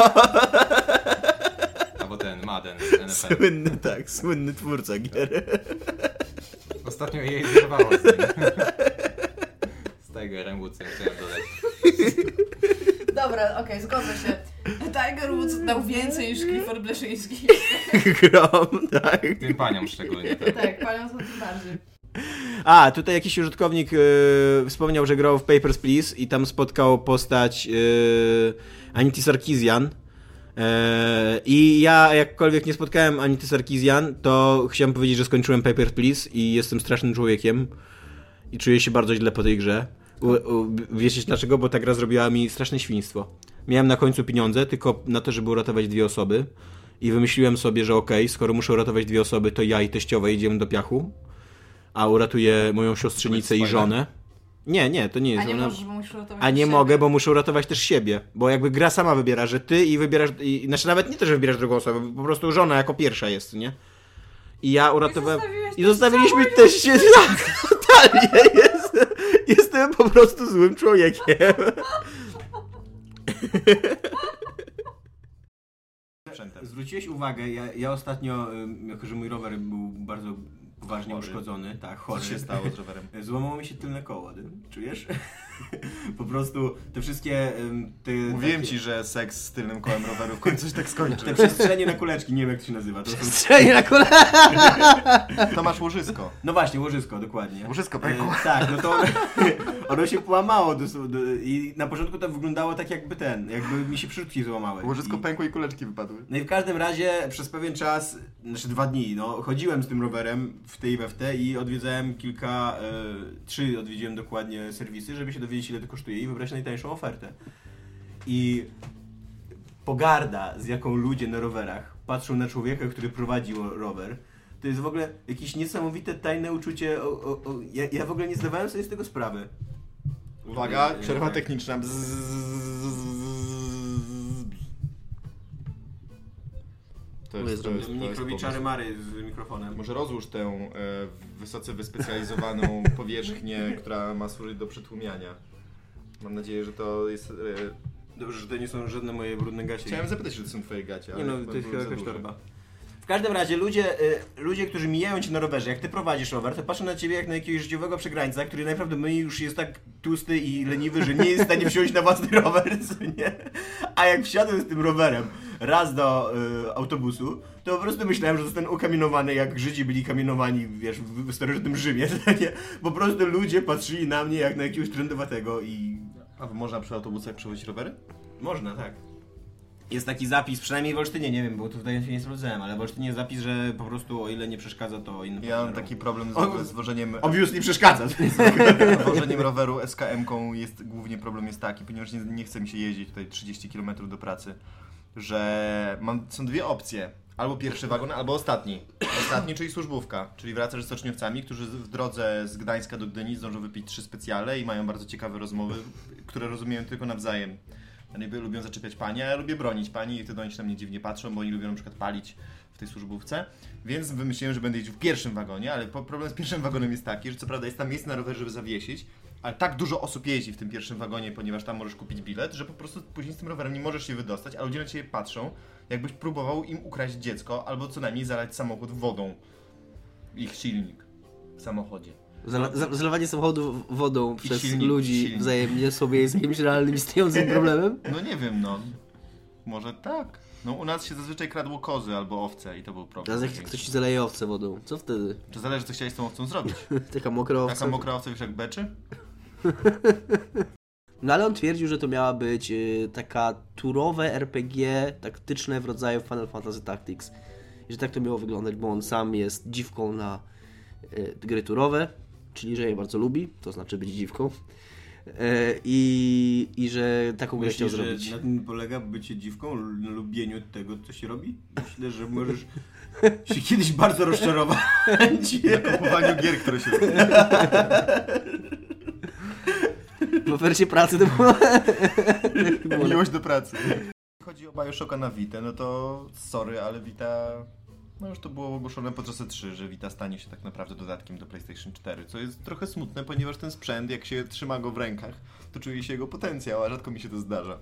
Albo ten, Madden z N F L. Słynny, tak, słynny twórca gier. Ostatnio jej zerwało z nim. Z Tigerem Woodsem chciałem dodać. Dobra, okej, zgodzę się. Tiger Woods dał więcej niż Clifford Bleszyński. Grom, tak. Tym paniom szczególnie. Tak. Tak, panią to tym bardziej. A, tutaj jakiś użytkownik yy, wspomniał, że grał w Papers, Please i tam spotkał postać yy, Anity Sarkeesian. Yy, I ja jakkolwiek nie spotkałem Anity Sarkeesian, to chciałem powiedzieć, że skończyłem Papers, Please i jestem strasznym człowiekiem i czuję się bardzo źle po tej grze. U, u, wiecie dlaczego? Bo ta gra zrobiła mi straszne świństwo. Miałem na końcu pieniądze tylko na to, żeby uratować dwie osoby i wymyśliłem sobie, że okej, okay, skoro muszę uratować dwie osoby, to ja i teściowa idziemy do piachu, a uratuję moją siostrzenicę i żonę. Nie, nie, to nie jest. A nie ona... możesz, bo musisz uratować A nie siebie. mogę, bo muszę uratować też siebie. Bo jakby gra sama wybiera, że ty i wybierasz. I, znaczy nawet nie to, że wybierasz drugą osobę, po prostu żona jako pierwsza jest, nie? I ja uratowałem. I zostawiliśmy też się. Tak, totalnie. Jest, jestem po prostu złym człowiekiem. Zwróciłeś uwagę, ja, ja ostatnio, jako że mój rower był bardzo poważnie chory. uszkodzony, tak, chory. Co się stało z rowerem? Złamało mi się tylne koło, czujesz? Po prostu te wszystkie... Te, Mówiłem takie... ci, że seks z tylnym kołem roweru w końcu się tak skończy. Te przestrzenie na kuleczki, nie wiem jak to się nazywa. To przestrzenie są... na kuleczki! To masz łożysko. No właśnie, łożysko, dokładnie. Łożysko pękło. E, tak, no to ono, ono się połamało do, do, i na początku to wyglądało tak jakby ten, jakby mi się przyszutki złamały. Łożysko I... pękło i kuleczki wypadły. No i w każdym razie przez pewien czas, znaczy dwa dni, no chodziłem z tym rowerem w tej i we w te i odwiedzałem kilka, e, trzy odwiedziłem dokładnie serwisy, żeby się dowiedzieć ile to kosztuje i wybrać najtańszą ofertę. I pogarda, z jaką ludzie na rowerach patrzą na człowieka, który prowadził rower, to jest w ogóle jakieś niesamowite, tajne uczucie. O, o, o, ja, ja w ogóle nie zdawałem sobie z tego sprawy. Uwaga, przerwa techniczna. To jest, to jest, to Nikt jest robi pomysł. czary-mary z mikrofonem. Może rozłóż tę e, wysoce wyspecjalizowaną powierzchnię, która ma służyć do przytłumiania. Mam nadzieję, że to jest... E... Dobrze, że to nie są żadne moje brudne gacie. Chciałem zapytać, czy to są twoje gacie, ale nie no, to jest chyba za jakaś duże. torba. W każdym razie ludzie, y, ludzie, którzy mijają cię na rowerze, jak ty prowadzisz rower, to patrzą na ciebie jak na jakiegoś życiowego przegrańca, który najprawdopodobniej już jest tak tłusty i leniwy, że nie jest w stanie wsiąść na własny rower, co nie? A jak wsiadłem z tym rowerem raz do y, autobusu, to po prostu myślałem, że zostanę ukamienowany, jak Żydzi byli kamienowani, wiesz, w, w starożytnym Rzymie, co nie? Po prostu ludzie patrzyli na mnie jak na jakiegoś trendowatego i... A można przy autobusach przewozić rowery? Można, tak. Jest taki zapis, przynajmniej w Olsztynie, nie wiem, bo tutaj się nie sprawdzałem, ale w Olsztynie jest zapis, że po prostu o ile nie przeszkadza, to inny. Ja mam taki problem z, O, z wożeniem... Obviously przeszkadza. Z wożeniem roweru S K M-ką jest, głównie problem jest taki, ponieważ nie, nie chce mi się jeździć tutaj trzydzieści kilometrów do pracy, że mam, są dwie opcje. Albo pierwszy wagon, albo ostatni. Ostatni, czyli służbówka, czyli wracasz z stoczniowcami, którzy w drodze z Gdańska do Gdyni zdążą wypić trzy specjale i mają bardzo ciekawe rozmowy, które rozumieją tylko nawzajem. Oni lubią zaczepiać pani, a ja lubię bronić pani i wtedy oni się na mnie dziwnie patrzą, bo oni lubią na przykład palić w tej służbówce. Więc wymyśliłem, że będę jeździł w pierwszym wagonie, ale problem z pierwszym wagonem jest taki, że co prawda jest tam miejsce na rowerze, żeby zawiesić, ale tak dużo osób jeździ w tym pierwszym wagonie, ponieważ tam możesz kupić bilet, że po prostu później z tym rowerem nie możesz się wydostać, a ludzie na ciebie patrzą, jakbyś próbował im ukraść dziecko, albo co najmniej zalać samochód wodą. Ich silnik w samochodzie. Zala- za- zalewanie samochodu wodą przez silnik, ludzi silnik. wzajemnie sobie jest jakimś realnym istniejącym problemem? No nie wiem, no. Może tak. No u nas się zazwyczaj kradło kozy albo owce i to był problem. Teraz jak ktoś ci zaleje owce wodą, co wtedy? To zależy, co chciałeś z tą owcą zrobić. Taka mokra owca? Taka mokra owca, wiesz jak beczy? No ale on twierdził, że to miała być y, taka turowe R P G taktyczne w rodzaju Final Fantasy Tactics. I że tak to miało wyglądać, bo on sam jest dziwką na y, gry turowe, czyli że je bardzo lubi, to znaczy być dziwką. Y, i, I że taką grę chciał Myślisz, że zrobić. na tym polega bycie dziwką, na lubieniu tego, co się robi? Myślę, że możesz się kiedyś bardzo rozczarować. Na kupowaniu gier, które się robi. W ofercie pracy to było... Miłość do pracy. Jeśli chodzi o Bioshocka na Vitę, no to sorry, ale Vita... No już to było ogłoszone podczas E trzy, że Vita stanie się tak naprawdę dodatkiem do PlayStation cztery, co jest trochę smutne, ponieważ ten sprzęt, jak się trzyma go w rękach, to czuje się jego potencjał, a rzadko mi się to zdarza.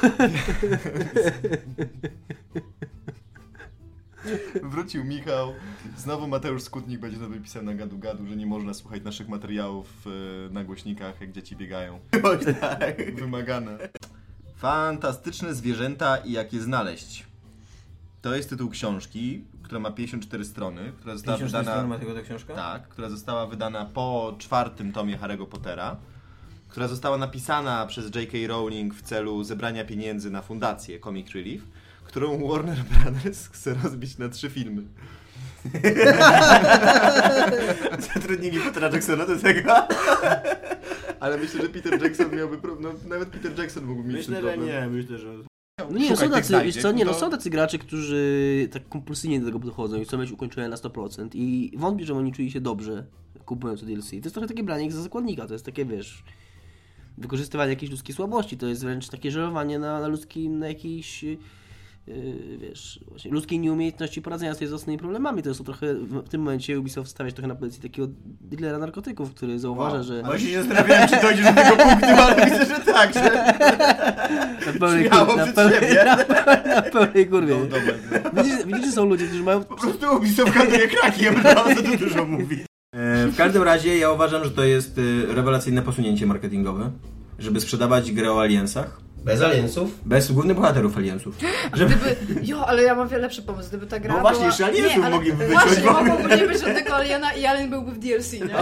Wrócił Michał, znowu Mateusz Skutnik będzie sobie pisał na gadu gadu, że nie można słuchać naszych materiałów na głośnikach, jak dzieci biegają. Oj tak, wymagane. Fantastyczne zwierzęta i jak je znaleźć. To jest tytuł książki, która ma pięćdziesiąt cztery strony, która została pięćdziesiąt cztery wydana... strony ma tylko ta książka? Tak, która została wydana po czwartym tomie Harry'ego Pottera, która została napisana przez J K. Rowling w celu zebrania pieniędzy na fundację Comic Relief, którą Warner Brothers chce rozbić na trzy filmy. Zatrudnili Petera Jacksona do tego. Ale myślę, że Peter Jackson miałby problem. No, nawet Peter Jackson mógł mieć Myślę, ten że problem. nie, myślę, że... No nie, Szukać są tych tacy, znajdziek, wiesz co, nie, no to- są tacy gracze, którzy tak kompulsywnie do tego podchodzą i chcą mieć ukończone na sto procent i wątpię, że oni czuli się dobrze kupując to D L C. To jest trochę takie branie jak za zakładnika, to jest takie, wiesz, wykorzystywanie jakiejś ludzkiej słabości, to jest wręcz takie żerowanie na, na ludzkim, na jakiejś, yy, wiesz, właśnie ludzkiej nieumiejętności poradzenia sobie z własnymi problemami. To jest to trochę, w tym momencie Ubisoft stawiać trochę na pozycji takiego dealera narkotyków, który zauważa, Wow. że... Właśnie się zastanawiałem, czy dojdziesz do tego punktu, ale widzę, że tak, że Na pełnej, śmiało kur- na przed pełnej, siebie. na, pełnej, na pełnej kurwie. No, dobra. Widzisz, widzisz, że są ludzie, którzy mają... po prostu Ubisoft handluje krakiem, no co tu dużo mówi. E, w każdym razie ja uważam, że to jest e, rewelacyjne posunięcie marketingowe, żeby sprzedawać grę o aliensach Bez aliensów. bez głównych bohaterów aliensów. Żeby... Gdyby, jo, ale ja mam wiele lepszy pomysł. Gdyby ta gra No właśnie, była... jeszcze aliensów Nie, ale mogliby wyciąć Właśnie, w ogóle. mogłoby nie być żadnego aliena i alien byłby w D L C, nie?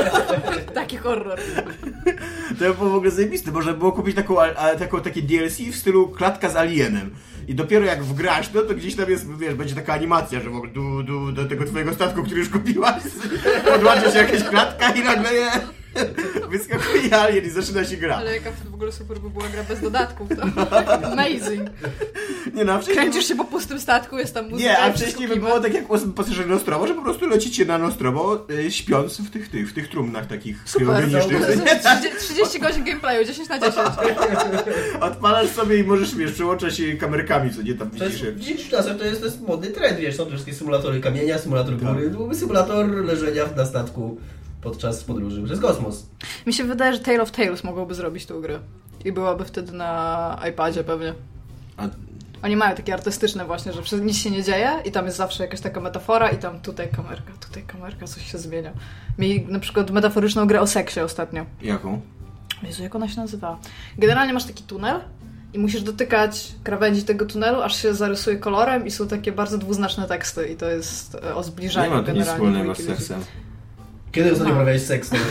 Taki horror. To by było w ogóle zajebiste, można było kupić taką, a, a, taką, takie D L C w stylu klatka z alienem. I dopiero jak wgrasz to, to gdzieś tam jest, wiesz, będzie taka animacja, że w ogóle du, du, do tego twojego statku, który już kupiłaś, podłącza się jakaś klatka i nagle je, wyskakuje alien i zaczyna się gra. Ale jaka w ogóle super by była gra bez dodatków, to amazing. Nie no, a wcześniej... Kręcisz się po pustym statku, jest tam muzyka. Nie, a i wcześniej by wszystko było kiwa. tak jak u pasażerzy Nostromo, że po prostu lecicie na Nostromo, y, śpiąc w tych, tych, w tych trumnach takich Super, kryogenicznych. trzydzieści, trzydzieści godzin gameplayu, dziesięć na dziesięć. Odpalasz sobie i możesz, wiesz, przełączać się kamerkami, co nie tam To jest, widzisz. w dzisiejszych czasach to jest, to jest modny trend, wiesz, są te wszystkie symulatory kamienia, symulator góry, byłby symulator leżenia na statku podczas podróży przez kosmos. Mi się wydaje, że Tale of Tales mogłoby zrobić tą grę. I byłaby wtedy na iPadzie pewnie. A... Oni mają takie artystyczne właśnie, że przez nic się nie dzieje i tam jest zawsze jakaś taka metafora i tam tutaj kamerka, tutaj kamerka, coś się zmienia. Mieli na przykład metaforyczną grę o seksie ostatnio. Jaką? Jezu, jak ona się nazywa? Generalnie masz taki tunel i musisz dotykać krawędzi tego tunelu, aż się zarysuje kolorem i są takie bardzo dwuznaczne teksty i to jest e, o Nie zbliżaniu ma to nic generalnie wspólnego dwójki z ludzi. seksem. Kiedy ostatnio uprawiałeś seks? No?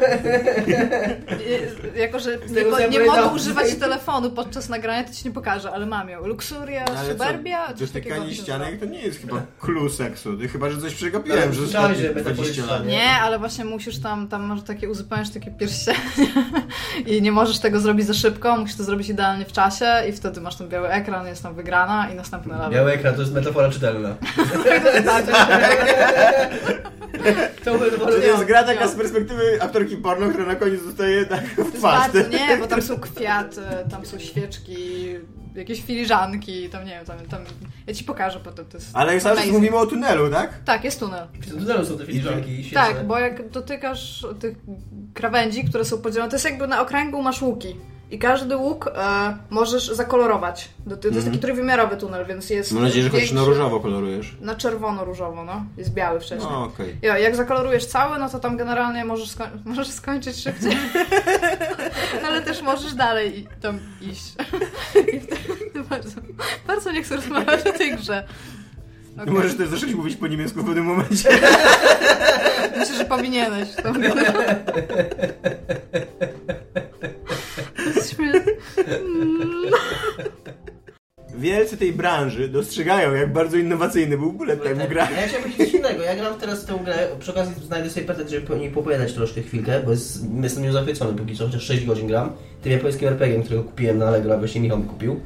I- Jako, że nie, tego po, co ja nie pamiętam. mogę używać telefonu podczas nagrania, to ci nie pokażę, ale mam ją. Luxuria, Ale co, Suburbia, coś takiego. dotykanie się ścianek to nie jest chyba clue seksu. Ty chyba, że coś przegapiłem, Ale że słyszałeś, ostatnie że dwadzieścia lat. metaforycznie- Nie, ale właśnie musisz tam, tam masz takie, uzupełniasz takie pierścienie i nie możesz tego zrobić za szybko, musisz to zrobić idealnie w czasie i wtedy masz ten biały ekran, jest tam wygrana i następny level. Biały ekran to jest metafora czytelna. To metafora To jest gra taka Jo. z perspektywy aktorki porno, która na koniec zostaje tak w To jest twarz. bardzo, nie, bo tam są kwiaty, tam są świeczki, jakieś filiżanki, tam nie wiem, tam, tam ja ci pokażę potem, to jest Ale cały czas amazing. mówimy o tunelu, tak? Tak, jest tunel. W tym tunelu są te filiżanki i świece. Tak, bo jak dotykasz tych krawędzi, które są podzielone, to jest jakby na okręgu masz łuki. I każdy łuk e, możesz zakolorować. To, to jest taki trójwymiarowy tunel, więc jest. Mam nadzieję, że chociaż większy- na różowo kolorujesz. Na czerwono-różowo, no. Jest biały wcześniej. No okej. Jo, jak zakolorujesz cały, no to tam generalnie możesz, skoń- możesz skończyć szybciej. Ale też możesz dalej i- tam iść. I wtedy bardzo, bardzo nie chcę rozmawiać o tej grze. Okay. Możesz też zacząć mówić po niemiecku w pewnym momencie. Myślę, że powinieneś. To jest śmieszne. Wielcy tej branży dostrzegają, jak bardzo innowacyjny był bullet time w grach. Ja chciałem powiedzieć coś innego. Ja gram teraz w tę grę, przy okazji znajdę sobie patent, żeby po niej popowiadać troszkę chwilkę, bo jest, jestem nią zachwycony póki co, chociaż sześć godzin gram. Tym japońskim er pe gie em, którego kupiłem na Allegro, a właśnie Michał mi kupił.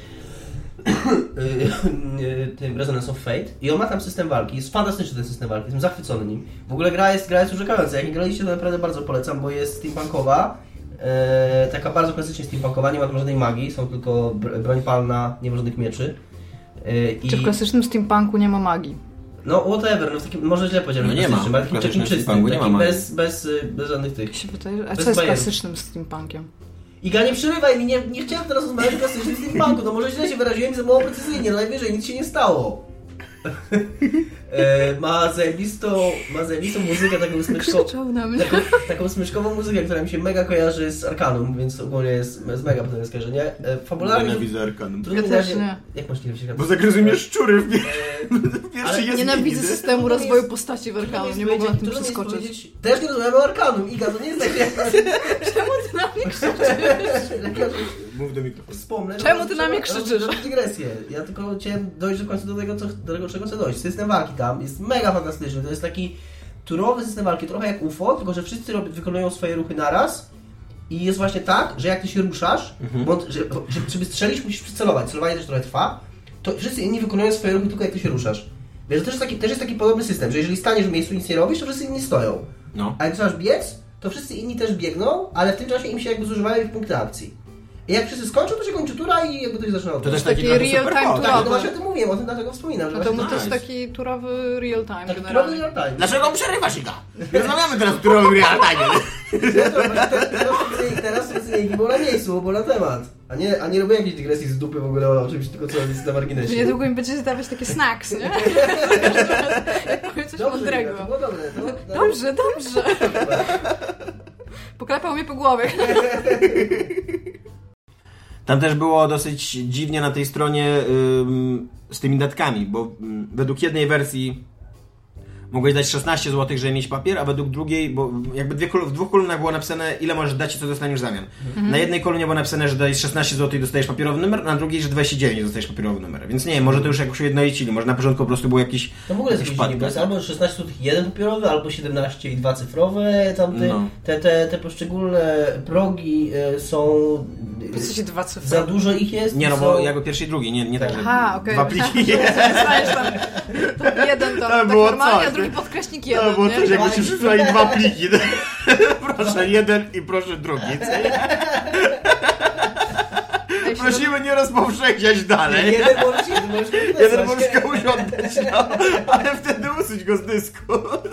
Tym Resonance of Fate. I on ma tam system walki, jest fantastyczny ten system walki, jestem zachwycony nim. W ogóle gra jest, gra jest urzekająca, jak nie graliście, to naprawdę bardzo polecam, bo jest steampunkowa. E, taka bardzo klasycznie steampunkowa, nie ma tam żadnej magii, są tylko br- broń palna, nie ma żadnych mieczy. E, i... Czy w klasycznym steampunku nie ma magii? No whatever, no w takim, może źle powiedziałem, No nie ma. klasycznym, ale W takim, takim klasycznym czystym, steampunku nie ma takim magii. bez, bez, y, bez żadnych tych. Mi się wydaje, a Bez co jest bajerów. klasycznym steampunkiem? Iga, nie przerywaj mi, nie, nie chciałem teraz rozmawiać o klasycznym steampunku, no może źle się wyraziłem i za mało precyzyjnie, no najwyżej nic się nie stało. E, ma zajebistą, ma zajebistą muzykę, taką smyczkową, Krzyczał na mnie. taką, taką smyczkową muzykę, która mi się mega kojarzy z Arkanum, więc ogólnie jest, jest mega potem skojarzenie. E, fabularnie... Nienawidzę Arkanum. Trudno Ja mi na też razie- nie. Jak masz nie lubić Arkanum? Bo zagryzły mnie szczury w E, pierwszy ale jest Nienawidzę nigdy. systemu Trudno mi rozwoju jest- postaci w trudno mi Arkanum, jest nie mogę na tym powiedzieć- trudno mi jest przeskoczyć. powiedzieć- Też nie rozmawiamy o Arkanum, Iga, to nie jest tak jak... Czemu ty na mnie krzyczysz? Mów do mikrofonu. Wspomnę, Czemu że- ty na mnie że- krzyczysz? że- dygresję. Ja tylko chciałem dojść do końca do tego, co, do tego, czego chcę dojść. System walki tam jest mega fantastyczny. To jest taki turowy system walki, trochę jak U F O, tylko że wszyscy rob, wykonują swoje ruchy naraz. I jest właśnie tak, że jak ty się ruszasz, Mhm. bo że, że, żeby strzelić, musisz przycelować. Celowanie też trochę trwa. To wszyscy inni wykonują swoje ruchy tylko jak ty się ruszasz. Wiesz, to też jest taki, też jest taki podobny system, że jeżeli staniesz w miejscu i nic nie robisz, to wszyscy inni stoją. No. A jak zaczynasz biec, to wszyscy inni też biegną, ale w tym czasie im się jakby zużywają ich punkty akcji. I jak wszyscy skończą, to się kończy tura i jakby ktoś zaczyna od To też taki taki trochę real super time hot. Tak, no turowy. właśnie o tym mówiłem, o tym dlatego wspominam, że No to, właśnie to jest nice. taki turowy real time taki turowy generalnie. real time. Dlaczego przerywasz, Iga? Rozmawiamy teraz o turowym real time. Teraz nie było na miejscu, było na temat. A nie, a nie robię jakiejś dygresji z dupy w ogóle o czymś, tylko co jest na Że marginesie. niedługo mi będziecie dawać takie snacks, nie? Jak powiem coś Dobrze, mądrego. to było dobre. To, to... Dobrze, dobrze. Poklepał mnie po głowie. Tam też było dosyć dziwnie na tej stronie ym, z tymi datkami, bo ym, według jednej wersji mogłeś dać szesnaście złotych, żeby mieć papier, a według drugiej, bo jakby dwie, kol- w dwóch kolumnach było napisane, ile możesz dać i co dostaniesz w zamian. Mhm. Na jednej kolumnie było napisane, że dajesz szesnaście złotych i dostajesz papierowy numer, na drugiej, że dwadzieścia dziewięć i dostajesz papierowy numer. Więc nie wiem, może to już jakoś ujednolicili, może na początku po prostu był jakiś To w ogóle jest jakiś jakiś dziwny, bo jest albo szesnaście złotych jeden papierowy, albo siedemnaście i dwa cyfrowe. Tam te, No. te, te, te poszczególne progi e, są... W sensie dwa cyfry. Za dużo ich jest. Nie, no i bo są... jakby pierwszy i drugi, nie, nie tak, że Aha, okej. dwa pliki. Dostajesz tam to jeden to tak było normalnie, coś. a drugi podkreśnik To jeden, było nie? coś, jakby ci przysłali dwa pliki. Proszę jeden i proszę drugi. Ej, Prosimy nie rozpowszechniać dalej. Jeden możesz, jeden możesz Jeden możesz komuś oddać, no, ale wtedy usuć go z dysku.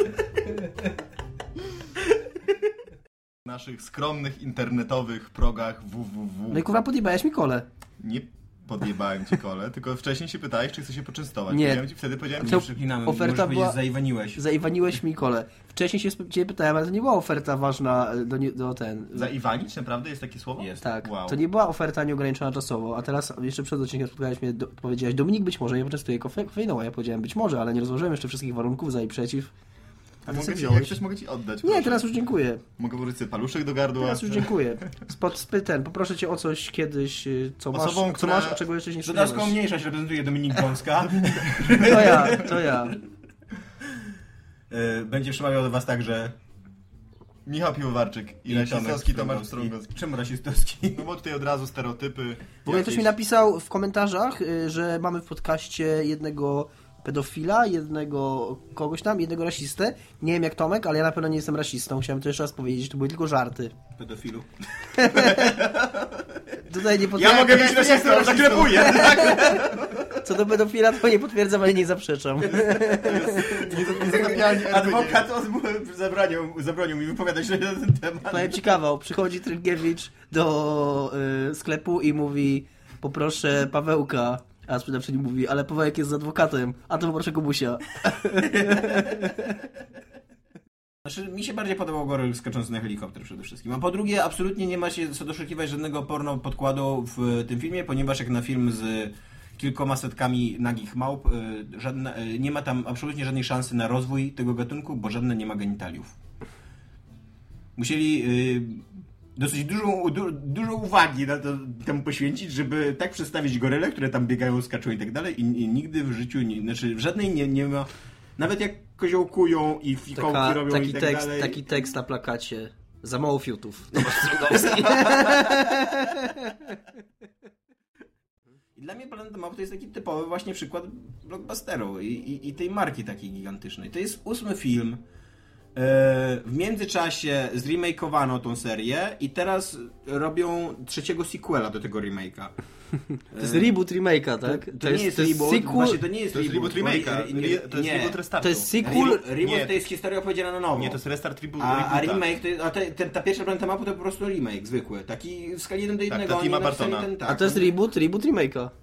W naszych skromnych internetowych progach www. No i kurwa podjebałeś mi kole. Nie podjebałem ci kole, tylko wcześniej się pytałeś, czy chcesz się poczęstować. Nie. Powiedziałem ci, wtedy powiedziałem, To- że Przeklinamy, Oferta możesz powiedzieć, była- zaiwaniłeś. Zaiwaniłeś mi kole. Wcześniej się sp- ciebie pytałem, ale to nie była oferta ważna do, nie- do ten... zaiwanić naprawdę jest takie słowo? Jest. Tak, Wow. to nie była oferta nieograniczona czasowo, a teraz jeszcze przed odcinkiem spotkałeś mnie, do, powiedziałeś, Dominik, być może nie poczęstuje kofe- kofeiną, a ja powiedziałem, być może, ale nie rozłożyłem jeszcze wszystkich warunków za i przeciw. A ty Mogę sobie ci, jak wziąłeś. chcesz, mogę ci oddać. Nie, proszę. teraz już dziękuję. Mogę włożyć sobie paluszek do gardła. Teraz już dziękuję. Spod, spy, ten, poproszę cię o coś kiedyś, y, co masz, Osobą, co która- masz, a czego jeszcze nie Żydowską spodziewasz. mniejszość reprezentuje Dominik Gąska. To ja, to ja. Y, Będzie przemawiał do was tak, że... Michał Piwowarczyk i I rasistowski Tomek Tomasz Strągowski. Czemu rasistowski? No bo tutaj od razu stereotypy. W ogóle ktoś mi napisał w komentarzach, y, że mamy w podcaście jednego pedofila, jednego kogoś tam, jednego rasistę. Nie wiem jak Tomek, ale ja na pewno nie jestem rasistą. Chciałem to jeszcze raz powiedzieć, to były tylko żarty. Pedofilu. Tutaj nie Ja potwierdzam. mogę być rasistą, zaklepuję. Co do pedofila, to nie potwierdzam, ale nie zaprzeczam. Adwokat zabronił, zabronił mi wypowiadać się na ten temat. Powiem ci kawał. Przychodzi Trynkiewicz do y, sklepu i mówi, poproszę Pawełka. A sprzedawczyni mówi, ale Pawełek jest z adwokatem, a to poproszę Kubusia. Znaczy, mi się bardziej podobał goryl skaczący na helikopter przede wszystkim. A po drugie, absolutnie nie ma się co doszukiwać żadnego porno podkładu w tym filmie, ponieważ jak na film z kilkoma setkami nagich małp, y, żadna, y, nie ma tam absolutnie żadnej szansy na rozwój tego gatunku, bo żadne nie ma genitaliów. Musieli y, dosyć dużą, du, dużo uwagi na to, temu poświęcić, żeby tak przedstawić goryle, które tam biegają, skaczą i tak dalej, i, i nigdy w życiu, nie, znaczy w żadnej nie, nie ma, nawet jak koziołkują i fikołki Taka, robią taki, i tak tekst, dalej. taki tekst na plakacie. Za mało fiutów. Tomasz Strągowski. I dla mnie Planeta Małp to jest taki typowy właśnie przykład blockbusteru i, i, i tej marki takiej gigantycznej. To jest ósmy film. W międzyczasie zremakeowano tą serię i teraz robią trzeciego sequela do tego remake'a. To jest reboot remake'a, tak? To, to nie jest reboot, sequel, właśnie to nie jest To jest reboot. reboot remake'a. Re- re- To jest nie. reboot restartu. to jest sequel. Reboot, reboot Nie. to jest historia opowiedziana na nowo. Nie, to jest restart reboot. A, a reboota. remake, to jest, a te, te, ta pierwsza Planeta Małp to po prostu remake zwykły. Taki w skali jeden do jednego. ta oni Tima napisali Bartona. ten, tak, A to jest oni- reboot, reboot remake'a.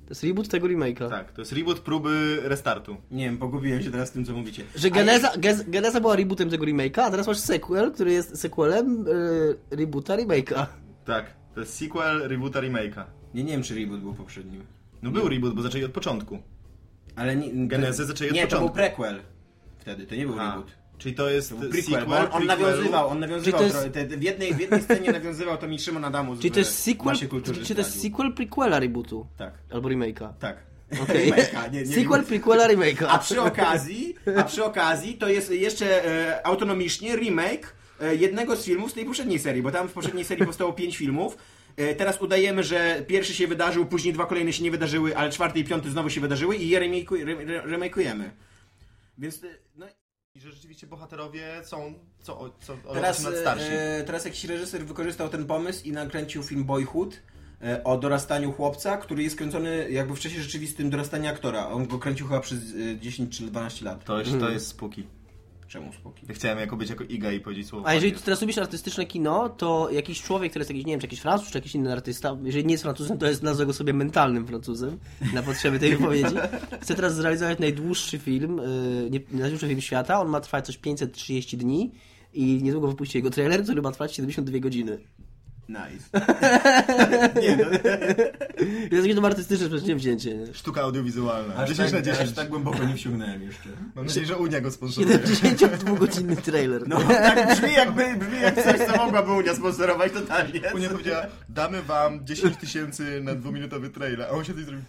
To jest reboot tego remake'a. Tak, to jest reboot próby restartu. Nie wiem, pogubiłem się teraz w tym, co mówicie. Że Geneza, Gez, Geneza była rebootem tego remake'a, a teraz masz sequel, który jest sequelem yy, reboota remake'a. Tak, to jest sequel reboota remake'a. Nie, nie wiem, czy reboot był poprzednim. No był reboot, bo zaczęli od początku. Ale nie... Genezę zaczęli od Nie, początku. to był prequel. Wtedy, to nie był A, reboot. czyli to jest To był sequel, prequel, bo on, on prequelu. nawiązywał, on nawiązywał, Czyli to trochę- te, w, jednej, w jednej scenie nawiązywał to mi Szymon Adamus. Czyli to jest w sequel, Masie Kultury czy to jest zdradził. sequel prequela rebootu? Tak, Albo remake'a. tak. Okej. Remake'a, nie, nie Sequel reboot. prequela remake'a. A przy okazji, a przy okazji to jest jeszcze e, autonomicznie remake e, jednego z filmów z tej poprzedniej serii, bo tam w poprzedniej serii powstało pięć filmów. E, teraz udajemy, że pierwszy się wydarzył, później dwa kolejne się nie wydarzyły, ale czwarty i piąty znowu się wydarzyły i je remake'uj- re, re, remake'ujemy. Więc e, no, I że rzeczywiście bohaterowie są co, o- co o teraz, osiem lat starsi. e, teraz jakiś reżyser wykorzystał ten pomysł i nakręcił film Boyhood e, o dorastaniu chłopca, który jest kręcony jakby w czasie rzeczywistym dorastania aktora. On go kręcił chyba przez e, dziesięć czy dwanaście lat. To jest, to jest spooky. Czemu spokój? Ja chciałem jako być jako Iga i powiedzieć słowo. A jeżeli ty teraz lubisz artystyczne kino, to jakiś człowiek, który jest jakiś, nie wiem, czy jakiś Francuz, czy jakiś inny artysta, jeżeli nie jest Francuzem, to jest, nazwę go sobie mentalnym Francuzem, na potrzeby tej wypowiedzi, chce teraz zrealizować najdłuższy film, yy, nie, najdłuższy film świata, on ma trwać coś pięćset trzydzieści dni i niedługo wypuści jego trailer, który ma trwać siedemdziesiąt dwie godziny. Nice. nie, no. To jest jakieś tam artystyczne przedsięwzięcie. Nie? Sztuka audiowizualna. Aż dziesięć tak, na dziesięć. aż tak głęboko nie wsiągnąłem jeszcze. Mam nadzieję, że Unia go sponsoruje. siedemdziesięciodwugodzinny trailer. No tak brzmi jakby, brzmi jak coś, co mogłaby Unia sponsorować totalnie. Unia powiedziała, damy wam dziesięć tysięcy na dwuminutowy trailer, a on się coś zrobił.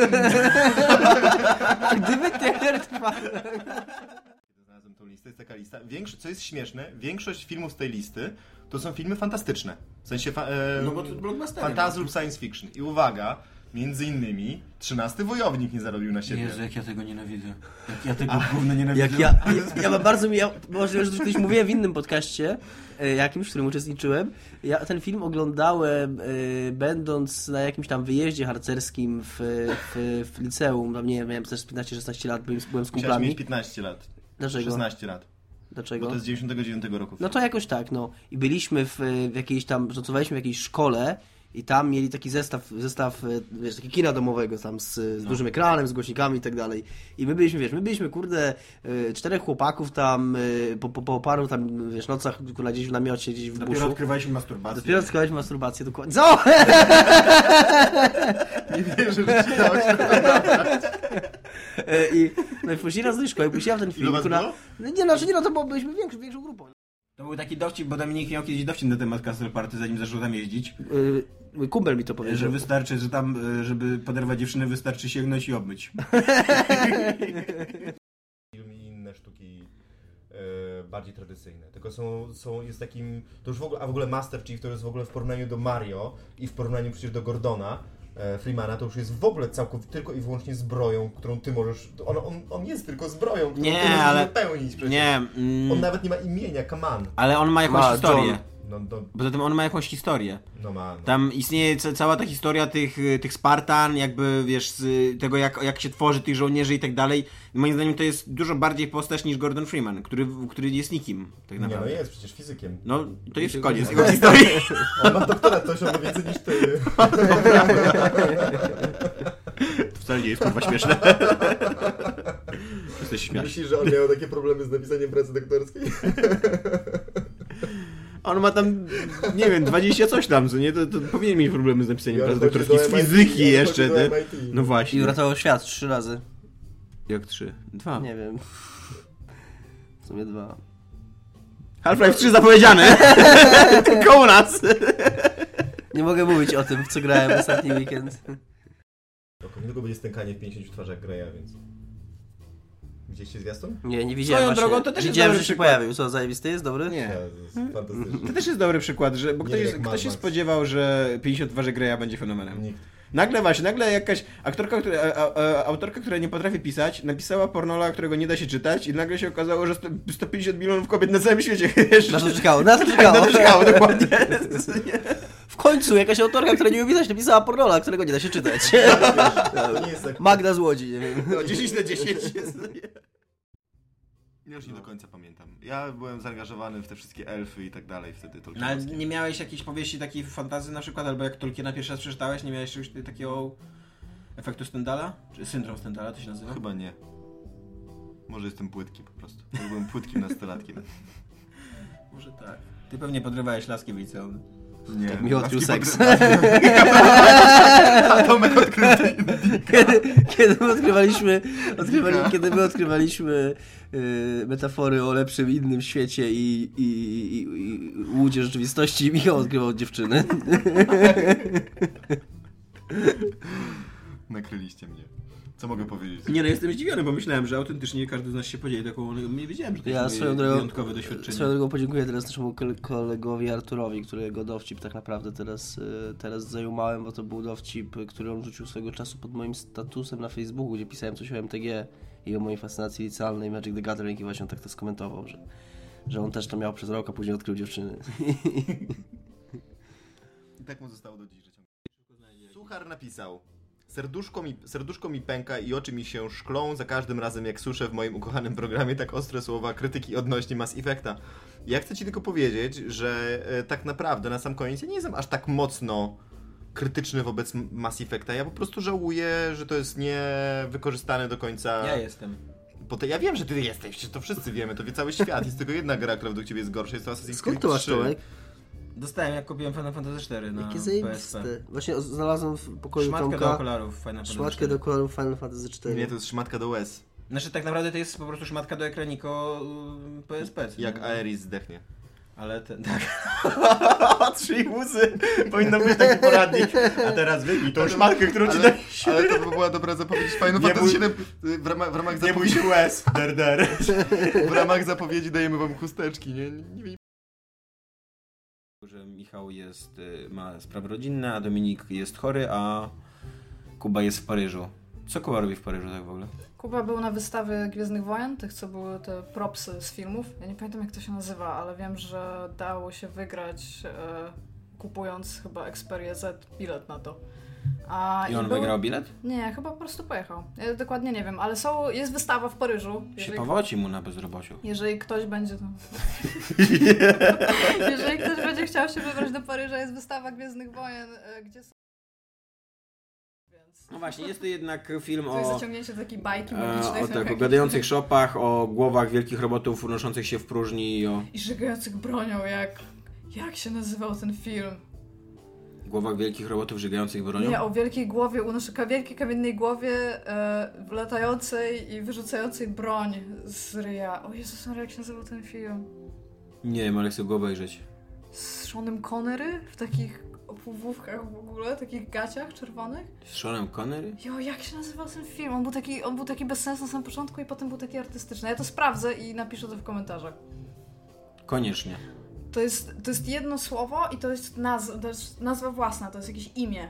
A gdyby trailer trwał... Znalazłem tą listę, jest taka lista. Większo- co jest śmieszne, większość filmów z tej listy to są filmy fantastyczne. W sensie fa- e, No bo to blockbustery. fantasy lub science fiction. I uwaga, między innymi trzynasty Wojownik nie zarobił na siebie. Jezu, jak ja tego nienawidzę. Jak ja tego gówno nienawidzę. Jak ja, ja mam bardzo mi, ja, może że kiedyś mówiłem w innym podcaście, e, jakimś, w którym uczestniczyłem. Ja ten film oglądałem e, będąc na jakimś tam wyjeździe harcerskim w, w, w liceum. Tam nie wiem, miałem też piętnaście szesnaście lat, byłem, byłem z Musiałeś kumplami. mieć piętnaście lat. Dlaczego? szesnaście lat. Dlaczego? Bo to jest z dziewięćdziesiątego dziewiątego roku. No to jakoś tak, no. I byliśmy w, w jakiejś tam, nocowaliśmy w jakiejś szkole i tam mieli taki zestaw, zestaw, wiesz, taki kina domowego tam z, z No. dużym ekranem, z głośnikami i tak dalej. I my byliśmy, wiesz, my byliśmy, kurde, y, czterech chłopaków tam, y, po, po, po paru tam, wiesz, nocach, kurde, gdzieś w namiocie, gdzieś w Dopiero buszu. odkrywaliśmy masturbację. Dopiero odkrywaliśmy masturbację, dokładnie. Co? Nie wierzę, że ci dało się I no i wpuścili nas do szkoły, puściłam ten film, was która... było? No nie, znaczy nie, no to było, byliśmy większą, większą grupą. To był taki dowcip, bo Dominik miał kiedyś dowcip na temat Castle Party, zanim zaczął tam jeździć. Y, mój kumpel mi to Że powiedział. wystarczy, że tam, y, żeby poderwać dziewczynę, wystarczy sięgnąć i obmyć. Film i inne sztuki e, bardziej tradycyjne. Tylko są, są, jest takim, to już w ogóle, a w ogóle Master Chief to jest w ogóle w porównaniu do Mario i w porównaniu przecież do Gordona e, Freemana, to już jest w ogóle całkowicie tylko i wyłącznie zbroją, którą ty możesz, on, on, on jest tylko zbroją, którą Nie, ty możesz ale- wypełnić przecież. Nie, mm, On nawet nie ma imienia, come on. ale on ma jakąś Ma, historię. John. No, no, Poza tym on ma jakąś historię. no ma. No. Tam istnieje ca- cała ta historia tych, y, tych Spartan, jakby wiesz, z y, tego jak, jak się tworzy tych żołnierzy i tak dalej. Moim zdaniem to jest dużo bardziej postać niż Gordon Freeman, który, który jest nikim, tak Nie, no naprawdę. jest przecież fizykiem. No, to jest koniec jego historii. On ma doktorat, to osiągnął więcej niż ty. To wcale nie jest kurwa śmieszne. Jesteś śmieszny. Myślisz, że on miał takie problemy z napisaniem pracy doktorskiej? On ma tam, nie wiem, dwadzieścia coś tam, co nie? To, to powinien mieć problemy z napisaniem I on pracy chodzi doktorskiej, do z M I T, fizyki i on jeszcze. chodzi do ty. M I T. No I właśnie. uratował świat trzy razy. Jak trzy? Dwa. Nie wiem. W sumie dwa. Half-Life trzy zapowiedziane! Tylko u nas! Nie mogę mówić o tym, w co grałem w ostatni weekend. Niedługo będzie stękanie w pięćdziesięciu twarzach Greya, więc... Widzieliście zwiastun? Nie, nie widziałem Swoją właśnie. drogą, to też jest Widziałem, dobry że się przykład. pojawił. Co, zajebisty jest? Dobry? Nie. To jest fantastyczne. To też jest dobry przykład, że, bo Nie ktoś, jak jest, Mad ktoś się Max. spodziewał, że pięćdziesiąt twarzy Greya będzie fenomenem. Nikt. Nagle właśnie, nagle jakaś aktorka, która, a, a, a, autorka, która nie potrafi pisać, napisała pornola, którego nie da się czytać i nagle się okazało, że sto, sto pięćdziesiąt milionów kobiet na całym świecie Na to czekało, na to czekało. Na to czekało, dokładnie. W końcu jakaś autorka, która nie umie pisać, napisała pornola, którego nie da się czytać. To nie jest tak... Magda z Łodzi, nie wiem. No, dziesięć na dziesięć jest. Ja już nie do końca pamiętam. Ja byłem zaangażowany w te wszystkie elfy i tak dalej wtedy. No, ale tolkienowskie. nie miałeś jakiejś powieści takiej fantazy na przykład, albo jak Tolkiena pierwszy raz przeczytałeś, nie miałeś czegoś takiego Efektu Stendala? Czy syndrom Stendala to się nazywa? Chyba nie. Może jestem płytki po prostu. Ja byłem płytkim nastolatkiem. Może tak. Ty pewnie podrywałeś laski w liceum. Nie. Tak mi odkrył laski seks. A Tomek odkrył Kiedy, kiedy my odkrywaliśmy, odkrywali, kiedy my odkrywaliśmy y, metafory o lepszym innym świecie i, i, i, i łudzie rzeczywistości, Michał odkrywał dziewczyny. Nakryliście mnie. Co mogę powiedzieć? Nie no, jestem zdziwiony, bo myślałem, że autentycznie każdy z nas się podzieli taką... Nie wiedziałem, że to Ja jest swoją moje drogą, wyjątkowe doświadczenie. swoją drogą podziękuję teraz naszemu kole- kolegowi Arturowi, którego dowcip tak naprawdę teraz, y, teraz zajumałem, bo to był dowcip, który on rzucił swego czasu pod moim statusem na Facebooku, gdzie pisałem coś o M T G i o mojej fascynacji licealnej Magic the Gathering i właśnie on tak to skomentował, że, że on też to miał przez rok, a później odkrył dziewczyny. I tak mu zostało do dziś życia. Suchar napisał: Serduszko mi, serduszko mi pęka i oczy mi się szklą za każdym razem, jak słyszę w moim ukochanym programie tak ostre słowa krytyki odnośnie Mass Effecta. Ja chcę ci tylko powiedzieć, że e, tak naprawdę na sam koniec ja nie jestem aż tak mocno krytyczny wobec Mass Effecta. Ja po prostu żałuję, że to jest niewykorzystane do końca. Ja jestem. Bo to, ja wiem, że ty jesteś, to wszyscy wiemy, to wie cały świat. Jest tylko jedna gra, która według ciebie jest gorsza, jest to Assassin's Skąd Creed to masz, trzy. Tomek? Dostałem, jak kupiłem Final Fantasy cztery na Jakie P S zajebiste. P. Właśnie znalazłem w pokoju Szmatkę do Tomka okularów Final Fantasy szmatkę cztery. do okularów Final Fantasy cztery. Nie, to jest szmatka do łez. Znaczy tak naprawdę to jest po prostu szmatka do ekraniko y, P S P. Jak Aeris zdechnie. Ale ten, tak. Trzy łzy. Powinno być taki poradnik. A teraz wypij tą szmatkę, którą ci daj. Ale to by była dobra zapowiedź Final Nie Fantasy bój- siedem. W ramach, w ramach Nie bój zapowiedzi... się łez, der der. W ramach zapowiedzi dajemy wam chusteczki, nie? Nie wiem. Że Michał jest, y, ma sprawy rodzinne, a Dominik jest chory, a Kuba jest w Paryżu. Co Kuba robi w Paryżu tak w ogóle? Kuba był na wystawie Gwiezdnych Wojen, tych co były te propsy z filmów. Ja nie pamiętam jak to się nazywa, ale wiem, że dało się wygrać e, kupując chyba Xperia Z bilet na to. A, I on był- wygrał bilet? Nie, chyba po prostu pojechał. Ja dokładnie nie wiem, ale są, jest wystawa w Paryżu. Się Jeżeli, powoci mu na bezrobociu. jeżeli ktoś będzie to... jeżeli ktoś będzie chciał się wybrać do Paryża, jest wystawa Gwiezdnych Wojen, e, gdzie są... Więc... No właśnie, jest to jednak film To jest o, zaciągnięcie do takiej bajki e, magicznej. o tam tak, o jakiejś- gadających szopach, o głowach wielkich robotów unoszących się w próżni i o I żygających bronią, jak... Jak się nazywał ten film? głowach wielkich robotów żygających bronią. Nie, o wielkiej głowie, unoszę, wielkiej kamiennej głowie e, latającej i wyrzucającej broń z ryja. O Jezus Maria, jak się nazywał ten film? Nie wiem, ale chcę go obejrzeć. Z Seanem Connery? W takich opuwówkach w ogóle, takich gaciach czerwonych? Z Seanem Connery? Jo, jak się nazywał ten film? On był taki, on był taki bez sensu na samym początku i potem był taki artystyczny. Ja to sprawdzę i napiszę to w komentarzach. Koniecznie. To jest, to jest jedno słowo i to jest, naz- to jest nazwa własna, to jest jakieś imię.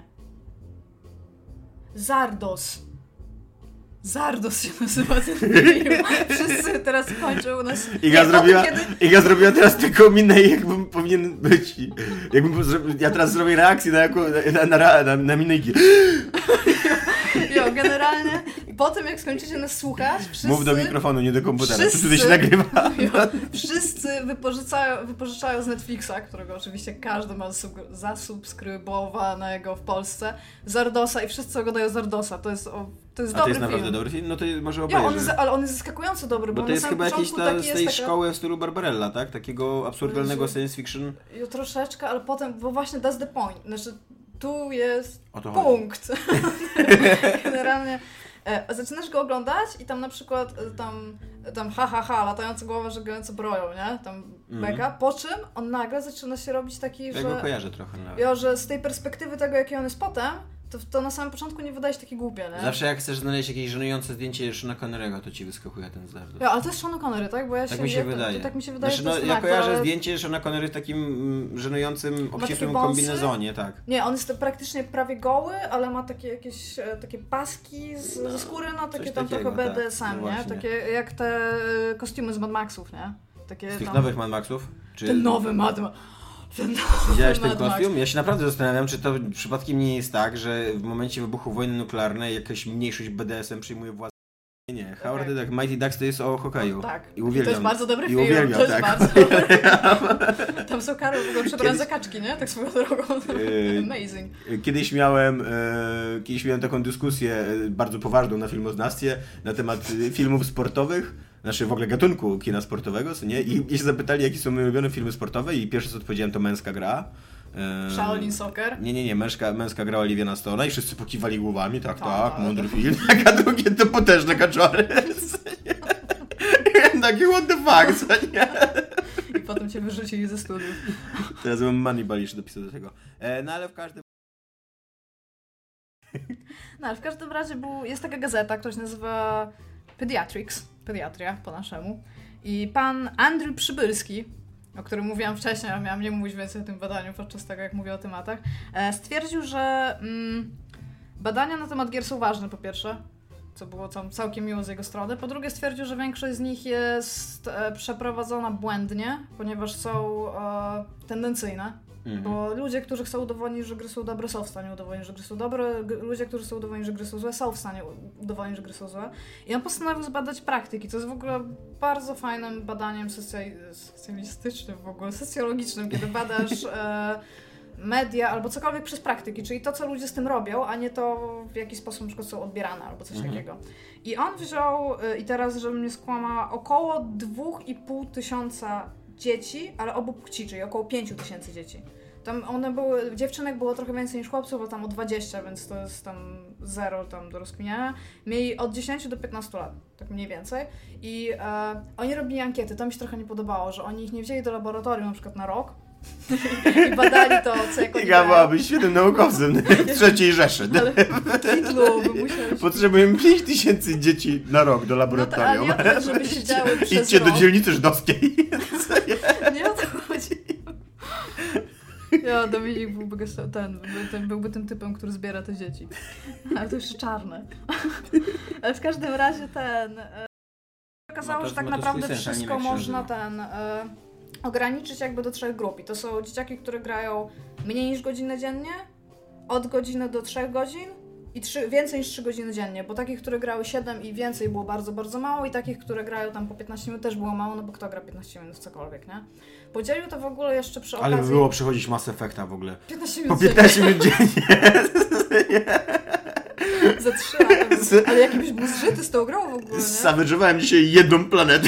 Zardos. Zardos się nazywa ten film. Wszyscy teraz kończą u nas... Iga Nie, zrobiła, potem, kiedy... Iga zrobiła teraz taką minę, jakbym powinien być. Jakbym, zro- ja teraz zrobię reakcję na, jaką, na, na, na, na minę Igi. Jo, generalnie po tym jak skończycie nas słuchać, wszyscy... Mów do mikrofonu, nie do komputera. Co Wszyscy- tutaj się nagrywa? Jo, wszyscy wypożyczają, wypożyczają z Netflixa, którego oczywiście każdy ma zasub- zasubskrybowanego w Polsce, Zardosa i wszyscy oglądają Zardosa. To jest, o, to jest A to dobry jest naprawdę film. dobry film? No to może Jo, obejrzę. on jest, ale on jest zaskakująco dobry, bo, Bo to na jest samym chyba jakiś początku ta, taki z jest tej taka... szkoły w stylu Barbarella, tak? Takiego absurdalnego Jezu. science fiction. Jo, troszeczkę, ale potem, bo właśnie that's the point. Znaczy, tu jest O to chodzi. punkt. Generalnie e, zaczynasz go oglądać i tam na przykład e, tam, tam ha ha ha, latająca głowa, żegające broją, nie? Tam beka. Po czym on nagle zaczyna się robić taki, Ja że... go kojarzę trochę nawet. Jo, że z tej perspektywy tego, jaki on jest potem, to, to na samym początku nie wydaje się takie głupie, nie? Zawsze jak chcesz znaleźć jakieś żenujące zdjęcie Seana Connery'ego, to ci wyskakuje ten Zardos. Jo, ale to jest Sean Connery, tak? Bo ja Tak się, mi się ja, wydaje. To, tak mi się wydaje, Znaczy, że to no, jest ja ten kojarzę aktor, ale- zdjęcie Seana Connery w takim mm, żenującym, obcisłym wąsy? kombinezonie, tak. Nie, on jest praktycznie prawie goły, ale ma takie jakieś e, takie paski z, ze skóry, no takie coś tam takiego, trochę tak. B D S M, No nie? właśnie. Takie jak te e, kostiumy z Mad Maxów, nie? Takie Z tych tam... nowych Mad Maxów? Czy... Ten nowy Mad Max. Ten nowy Widziałeś ten Mad Max. kostium? Ja się naprawdę zastanawiam, czy to przypadkiem nie jest tak, że w momencie wybuchu wojny nuklearnej jakaś mniejszość B D S M przyjmuje władzę Nie, nie. Howard okay. the Duck. Mighty Ducks to jest o hokeju. No, tak. I uwielbiam. To jest bardzo dobry I film. uwielbiam, to jest tak. bardzo dobry. Tam są Karol w ogóle przebrane za kaczki, nie? Tak swoją drogą. Amazing. Kiedyś miałem, e, kiedyś miałem taką dyskusję bardzo poważną na Filmoznawstwie na temat filmów sportowych, znaczy w ogóle gatunku kina sportowego, co nie? I się zapytali, jakie są moje ulubione filmy sportowe i pierwsze co odpowiedziałem to Męska gra. Shaolin Soccer? Nie, nie, nie, męska, męska gra Oliwiana Stone'a i wszyscy pokiwali głowami, tak, tak, tak, tak. mądry film, a drugie to potężne kaczory. Takie what the fuck, co nie? I potem cię wyrzucili ze studiów. Teraz mam Moneyball jeszcze dopisał do tego. E, no ale w każdym... No ale w każdym razie był, jest taka gazeta, która się nazywa Pediatrics, Pediatria po naszemu. I pan Andrew Przybylski, o którym mówiłam wcześniej, ale miałam nie mówić więcej o tym badaniu podczas tego, jak mówię o tematach, stwierdził, że mm, badania na temat gier są ważne, po pierwsze, co było tam całkiem miło z jego strony. Po drugie stwierdził, że większość z nich jest e, przeprowadzona błędnie, ponieważ są e, tendencyjne. Mhm. Bo ludzie, którzy chcą udowodnić, że gry są dobre, są w stanie udowodnić, że gry są dobre. G- ludzie, którzy chcą udowodnić, że gry są złe, są w stanie udowodnić, że gry są złe. I on postanowił zbadać praktyki, co jest w ogóle bardzo fajnym badaniem socjal- socjalistycznym, w ogóle socjologicznym, kiedy badasz e, media albo cokolwiek przez praktyki, czyli to, co ludzie z tym robią, a nie to, w jaki sposób na przykład są odbierane albo coś mhm. takiego. I on wziął, y, i teraz, żebym nie skłamała, około dwa i pół tysiąca dzieci, ale obu płci, czyli około pięć tysięcy dzieci. Tam one były, dziewczynek było trochę więcej niż chłopców, bo tam o dwadzieścia, więc to jest tam zero tam do rozkminiania. Mieli od dziesięciu do piętnastu lat, tak mniej więcej. I e, oni robili ankiety, to mi się trochę nie podobało, że oni ich nie wzięli do laboratorium na przykład na rok i badali to, co jak oni Ja byłabyś świetnym naukowcem w trzeciej Rzeszy. Ale Hitlu by musiał... Potrzebujemy pięć tysięcy dzieci na rok do laboratorium. No to, ale ja żeby siedziały przez Idźcie rok. do dzielnicy żydowskiej. Nie o to chodzi. Ja, Dominik byłby ten, ten, byłby tym typem, który zbiera te dzieci. Ale to jeszcze czarne. Ale w każdym razie ten... E, okazało, to, że tak to naprawdę sens, wszystko można ten... E, ograniczyć jakby do trzech grup. I to są dzieciaki, które grają mniej niż godzinę dziennie, od godziny do trzech godzin i trzy, więcej niż trzy godziny dziennie, bo takich, które grały siedem i więcej było bardzo, bardzo mało i takich, które grają tam po piętnaście minut też było mało, no bo kto gra piętnaście minut w cokolwiek, nie? Podzielił to w ogóle jeszcze przy okazji... Ale by było przechodzić Mass Effecta w ogóle. piętnaście minut po piętnaście minut dziennie. Za trzy lata. Ale jaki byś był zżyty z tą grą w ogóle, nie? Savage'owałem dzisiaj jedną planetę.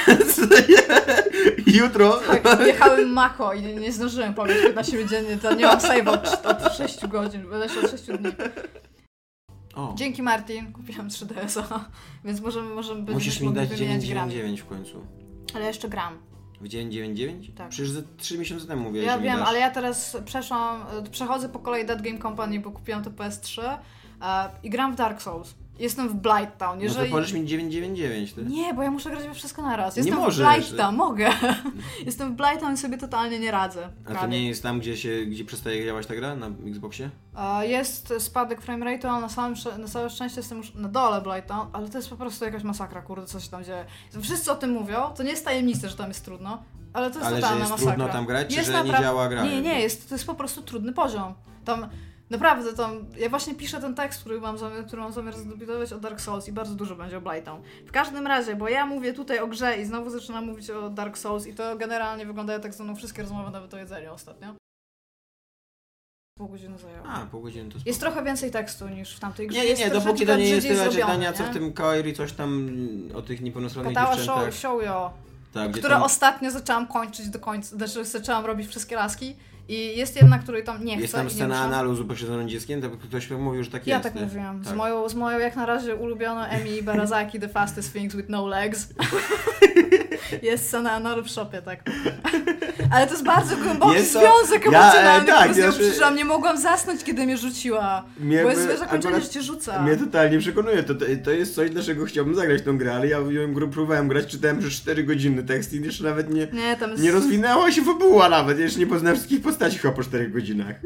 Jutro... Tak, jechałem Mako i nie, nie zdążyłem powiedzieć piętnaście minut dziennie, to nie mam save od, od sześciu godzin, wreszcie od sześciu dni. O. Dzięki Martin, kupiłam trzy D S a, więc możemy, możemy Musisz mi dać dziewięć dziewięć dziewięć w końcu. Ale ja jeszcze gram. W dziewięć dziewięć dziewięć? Tak. Przecież ze trzy miesiące temu mówiłeś, Ja że wiem, mi dasz. ale ja teraz przeszłam, przechodzę po kolei Dead Game Company, bo kupiłam to P S trzy e, i gram w Dark Souls. Jestem w Blighttown. Jeżeli... No to pożycz mi dziewięć dziewięć dziewięć. Ty. Nie, bo ja muszę grać we wszystko naraz. Nie Jestem możesz. w Blighttown, mogę. Jestem w Blighttown i sobie totalnie nie radzę. A to nie jest tam, gdzie się, gdzie przestaje działać ta gra? Na Xboxie? E, jest spadek framerate'u, ale na, samym, na całe szczęście jestem już na dole Blighttown, ale to jest po prostu jakaś masakra, kurde, co się tam dzieje. Wszyscy o tym mówią, to nie jest tajemnice, że tam jest trudno, ale to jest ale totalna że jest masakra. trudno tam grać, czy jest że napra- nie działa gra? Nie, nie, jest, to jest po prostu trudny poziom. Tam naprawdę, tam, ja właśnie piszę ten tekst, który mam zamiar, który mam zamiar zdebiutować o Dark Souls i bardzo dużo będzie o Blighttown. W każdym razie, bo ja mówię tutaj o grze i znowu zaczynam mówić o Dark Souls i to generalnie wygląda tak ze mną wszystkie rozmowy nawet o jedzeniu ostatnio. Pół godziny zajęło. A, pół godziny to spoko. Jest trochę więcej tekstu niż w tamtej grze. Nie, nie, nie, jest dopóki to nie jest tyle zrobione, czytania, co nie? w tym Kairi coś tam o tych niepełnosprawnych Katała dziewczętach. show, shoujo, Tak, gdzie które tam ostatnio zaczęłam kończyć do końca, znaczy zaczęłam robić wszystkie laski i jest jedna, której tam nie chcę. jest tam i nie scena muszę. analu z upośledzonym dzieckiem, to ktoś mówił, że tak Ja jest. tak nie? mówiłam. Tak. Z, moją, z moją jak na razie ulubioną Emi Barazaki, The Fastest Things with No Legs. Jest scena analu w shopie, tak. Ale to jest bardzo głęboki Jest to- związek ja, emocjonalny, e, tak, który z nią ja- przeżyłam. Nie mogłam zasnąć, kiedy mnie rzuciła. Mnie bo jest by- wiesz, zakończenie, akurat że cię rzuca. Mnie totalnie przekonuje, to, to, to jest coś, dlaczego chciałbym zagrać tą grę, ale ja ją grę próbowałem grać, czytałem przez cztery godziny tekst i jeszcze nawet nie, Nie, tam jest... nie rozwinęła się fabuła nawet, jeszcze nie poznałem wszystkich postaci chyba po czterech godzinach.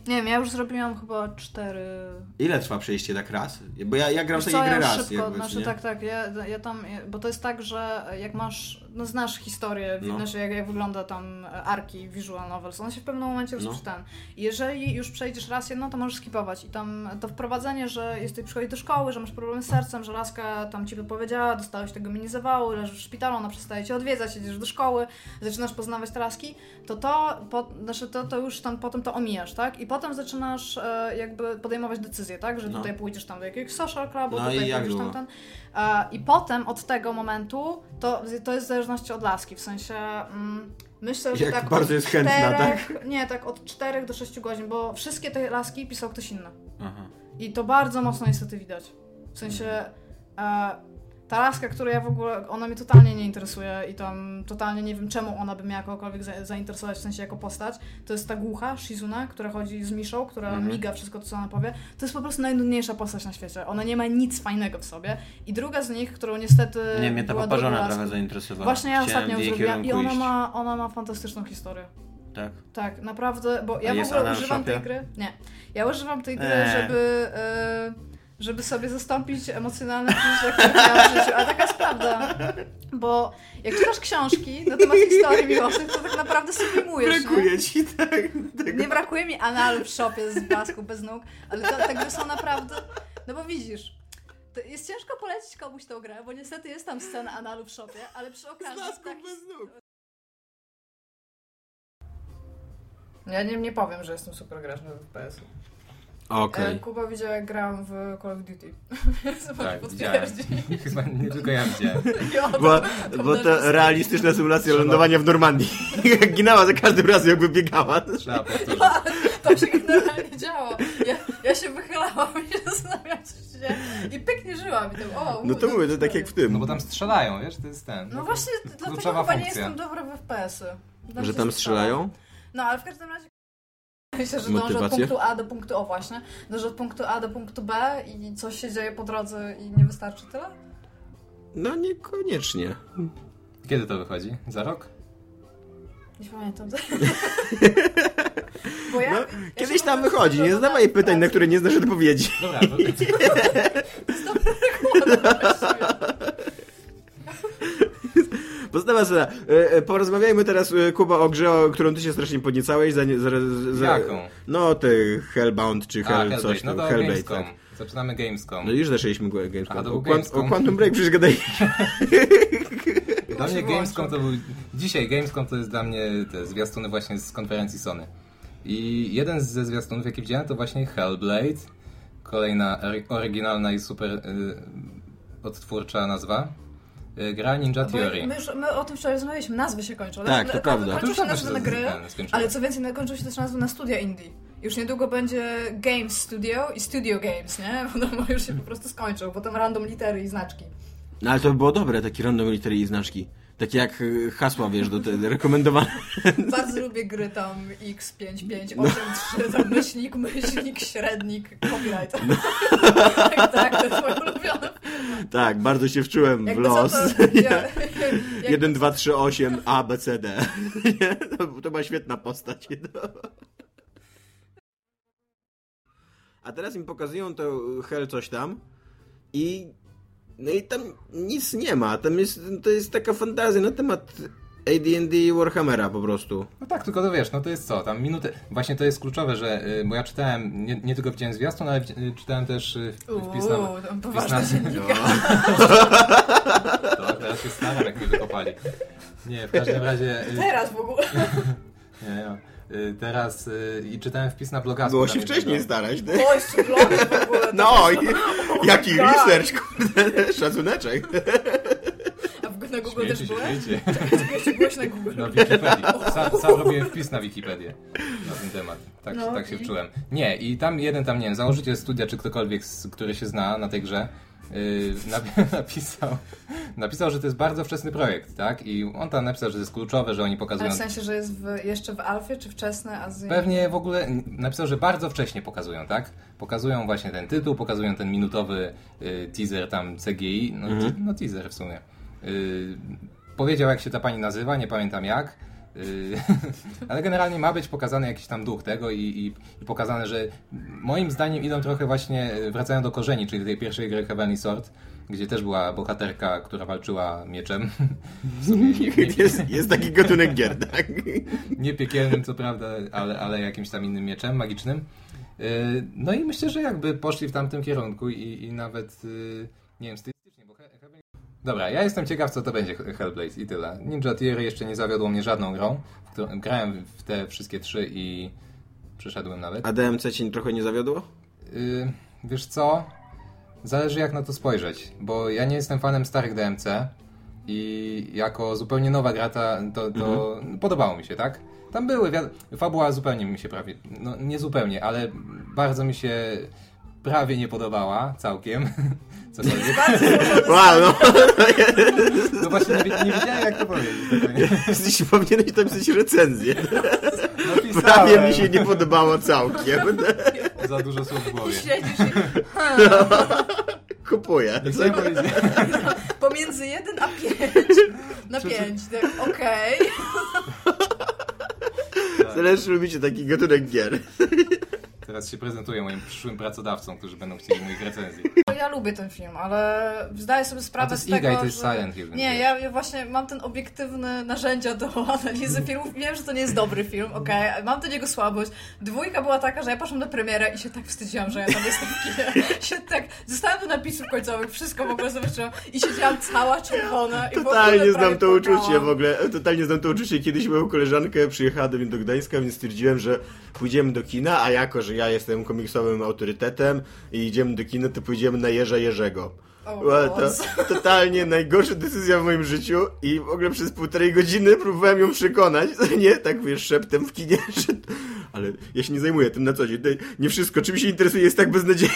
Nie wiem, ja już zrobiłam chyba cztery... Ile trwa przejście tak raz? Bo ja, ja gram w Co, takie ja gry już raz. szybko, Jakby, znaczy nie? tak, tak, ja, ja tam, bo to jest tak, że jak masz, no znasz historię, No. znaczy jak, jak wygląda tam arki visual novels, one się w pewnym momencie już No. przeczytają. I jeżeli już przejdziesz raz jedno, to możesz skipować i tam to wprowadzenie, że jesteś przychodzi do szkoły, że masz problem z sercem, że laska tam ci wypowiedziała, dostałeś tego mini zawału, leżysz w szpitalu, ona przestaje cię odwiedzać, jedziesz do szkoły, zaczynasz poznawać te laski, to to, po, znaczy to, to już tam potem to omijasz, tak? I potem zaczynasz e, jakby podejmować decyzje, tak? Że No. tutaj pójdziesz tam do jakiegoś social clubu, No i tutaj jak pójdziesz długo? tam ten. E, I potem od tego momentu to, to jest w zależności od laski, w sensie mm, myślę, że Jak tak bardzo od jest chętna, czterech, nie, tak od czterech do sześciu godzin, bo wszystkie te laski pisał ktoś inny. Aha. I to bardzo mocno niestety widać. W sensie e, ta laska, która ja w ogóle, ona mnie totalnie nie interesuje i tam totalnie nie wiem, czemu ona by miała kogokolwiek za, zainteresować, w sensie jako postać. To jest ta głucha, Shizune, która chodzi z Mishą, która Mhm. miga wszystko, co ona powie. To jest po prostu najnudniejsza postać na świecie. Ona nie ma nic fajnego w sobie. I druga z nich, którą niestety Nie, mnie ta była paparzona drugą trochę laską. zainteresowała. Właśnie ja Chciałem ostatnio w jej zrobiłam i kierunku ona iść. ma, ona ma fantastyczną historię. Tak. Tak, naprawdę, bo A ja w jest ogóle Anna w używam tej shopie? gry. Nie. Ja używam tej gry, Eee. żeby. E, żeby sobie zastąpić emocjonalne przeżycia, które miałam w życiu. A taka jest prawda. Bo jak czytasz książki na temat historii miłosnych, to tak naprawdę sublimujesz. Brakuje nie? ci tak. Tego. Nie brakuje mi analu w shopie z blasku bez nóg, ale te, te gry są naprawdę... No bo widzisz, to jest ciężko polecić komuś tą grę, bo niestety jest tam scena analu w shopie, ale przy okazji... Tak... Ja nie, nie powiem, że jestem super graczem w F P S. Okej. E, Kuba widział, jak grałam w Call of Duty. Tak, widziałem. Chyba nie tylko ja widziałem. Bo, bo to realistyczna symulacja lądowania w Normandii. Jak ginęła za każdym razem, jakby biegała. Trzeba powtórzyć. To się generalnie działo. Ja, ja się wychylałam i się zastanawiałam, co się dzieje. I pyknie żyłam. I tam, o, No to mówię, to tak jak w tym. No bo tam strzelają, wiesz, to jest ten. No właśnie, dlatego kluczowa chyba nie funkcja. jestem dobra w F P S-y. Że tam strzelają? No, ale w każdym razie myślę, że dążę od Motywację? punktu A do punktu O właśnie. Dążę od punktu A do punktu B i coś się dzieje po drodze i nie wystarczy tyle? No niekoniecznie. Kiedy to wychodzi? Za rok? Nie pamiętam. Bo ja, No, ja kiedyś się tam po prostu wychodzi. Nie zadawaj zadowolona pytań, na pracą. które nie znasz odpowiedzi. Dobra, to... Postawa sobie. Porozmawiajmy teraz, e, Kuba, o grze, o którą ty się strasznie podniecałeś. Za, za, za, Jaką? No, ty Hellbound czy A, Hell Hellblade, coś no tam. to Hellblade, Gamescom. tak. Zaczynamy Gamescom. No już zaczęliśmy go- Gamescom. A, to o, był Quan- Gamescom. o Quantum Break przecież gadaliśmy. Dla mnie się Gamescom to był... Dzisiaj Gamescom to jest dla mnie te zwiastuny właśnie z konferencji Sony. I jeden ze zwiastunów, jaki widziałem, to właśnie Hellblade. Kolejna ory- oryginalna i super y, odtwórcza nazwa. Y, gra Ninja Bo Theory. my, już, my o tym wczoraj rozmawialiśmy, nazwy się kończą. Tak, to prawda. Kończą To się już nazwy na dawno gry, się ten skończyło. ale co więcej, kończą się też nazwy na studia indie. Już niedługo będzie Games Studio i Studio Games, nie? Bo już się po prostu skończą, potem random litery i znaczki. No ale to by było dobre, takie random litery i znaczki. Takie jak e, hasła, wiesz, do te rekomendowane. Bardzo lubię gry tam X pięć pięć osiem trzy, tam myślnik, myślnik, średnik, copyright. tak, tak, to jest moje ulubione. Tak, bardzo się wczułem w Jakby co, los. to- ja- jak- jeden, dwa, trzy, osiem, A, B, C, D. Nie? To, to była świetna postać. No. A teraz mi pokazują to Hell coś tam i no i tam nic nie ma. Tam jest, to jest taka fantazja na temat A D and D Warhammera po prostu. No tak, tylko to wiesz, no to jest co, tam minuty... Właśnie to jest kluczowe, że... y, Bo ja czytałem, nie, nie tylko widziałem zwiastun, ale widzi- y, czytałem też y, wpis na... Uuu, tam wpis poważna na- dziennika. To teraz się staram, jak mnie wykopali. Nie, w każdym razie... y, Teraz w ogóle. Nie, nie. Y, Teraz y, i czytałem wpis na blogasku. Było tam się jednego. wcześniej starać. Nie? Oj, sublony w ogóle. to No, jest- i, jaki tak. research, kurde, szacuneczek. A w- na Google Śmiejecie też się, byłeś? śmiejecie. Czekaj, jeszcze byłeś na Google. Na Wikipedii. Sam, sam robiłem wpis na Wikipedię na ten temat. Tak, No tak się i? wczułem. Nie, i tam jeden tam, nie wiem, założyciel studia, czy ktokolwiek, z- który się zna na tej grze, yy, napi- napisał, napisał, że to jest bardzo wczesny projekt, tak? I on tam napisał, że to jest kluczowe, że oni Ale pokazują... w sensie, że jest w, jeszcze w alfie, czy wczesne, a z... Pewnie w ogóle napisał, że bardzo wcześnie pokazują, tak? Pokazują właśnie ten tytuł, pokazują ten minutowy y, teaser tam C G I, no, Mhm. te, no teaser w sumie. Y, powiedział, jak się ta pani nazywa, nie pamiętam jak. Yy, ale generalnie ma być pokazany jakiś tam duch tego i, i, i pokazane, że moim zdaniem idą trochę właśnie, wracają do korzeni, czyli tej pierwszej gry Heavenly Sword, gdzie też była bohaterka, która walczyła mieczem. Nie, jest, jest taki gatunek gier, tak? Nie piekielnym, co prawda, ale, ale jakimś tam innym mieczem magicznym. No i myślę, że jakby poszli w tamtym kierunku i, i nawet, nie wiem, stylistycznie, bo Hellblade... Dobra, ja jestem ciekaw, co to będzie Hellblade i tyle. Ninja Theory jeszcze nie zawiodło mnie żadną grą. W którą, grałem w te wszystkie trzy i przeszedłem nawet. A D M C cię trochę nie zawiodło? Yy, wiesz co? Zależy jak na to spojrzeć, bo ja nie jestem fanem starych D M C i jako zupełnie nowa gra ta, to, to mhm. podobało mi się, tak? Tam były, wiad- fabuła zupełnie mi się prawie, no nie zupełnie, ale bardzo mi się prawie nie podobała, całkiem. Cokolwiek. Wow, no. No właśnie nie, nie wiedziałem jak to powiedzieć. Jesteś, powinieneś napisać recenzję. Napisałem. Prawie mi się nie podobało całkiem. Za dużo słów w głowie. Siedzisz i... No. Kupuję. Co powiedzieć? Pomiędzy jeden a pięć. Na pięć. Tak, okej. Okay. Zależy, czy lubicie taki gatunek gier. Teraz się prezentuję moim przyszłym pracodawcom, którzy będą chcieli moich recenzji. Ja lubię ten film, ale zdaję sobie sprawę to jest z tego, Iga i to jest że... Silent Hill. Nie, ja, ja właśnie mam ten obiektywne narzędzia do analizy filmów. Wiem, że to nie jest dobry film, okej, okay? Mam do niego słabość. Dwójka była taka, że ja poszłam na premierę i się tak wstydziłam, że ja tam jestem w kinie. Się tak... Zostałam do napisów końcowych, wszystko w ogóle zobaczyłam i siedziałam cała czerwona. I totalnie znam to płakałam. uczucie w ogóle. Totalnie znam to uczucie. Kiedyś moją koleżankę przyjechała do mnie do Gdańska, więc stwierdziłem, że pójdziemy do kina, a jako, że ja jestem komiksowym autorytetem i idziemy do kina, to pójdziemy na Jerza Jerzego. Oh, to totalnie najgorsza decyzja w moim życiu i w ogóle przez półtorej godziny próbowałem ją przekonać, nie, tak wiesz, szeptem w kinie, że... ale ja się nie zajmuję tym na co dzień. Nie wszystko, czym się interesuje, jest tak beznadziejne.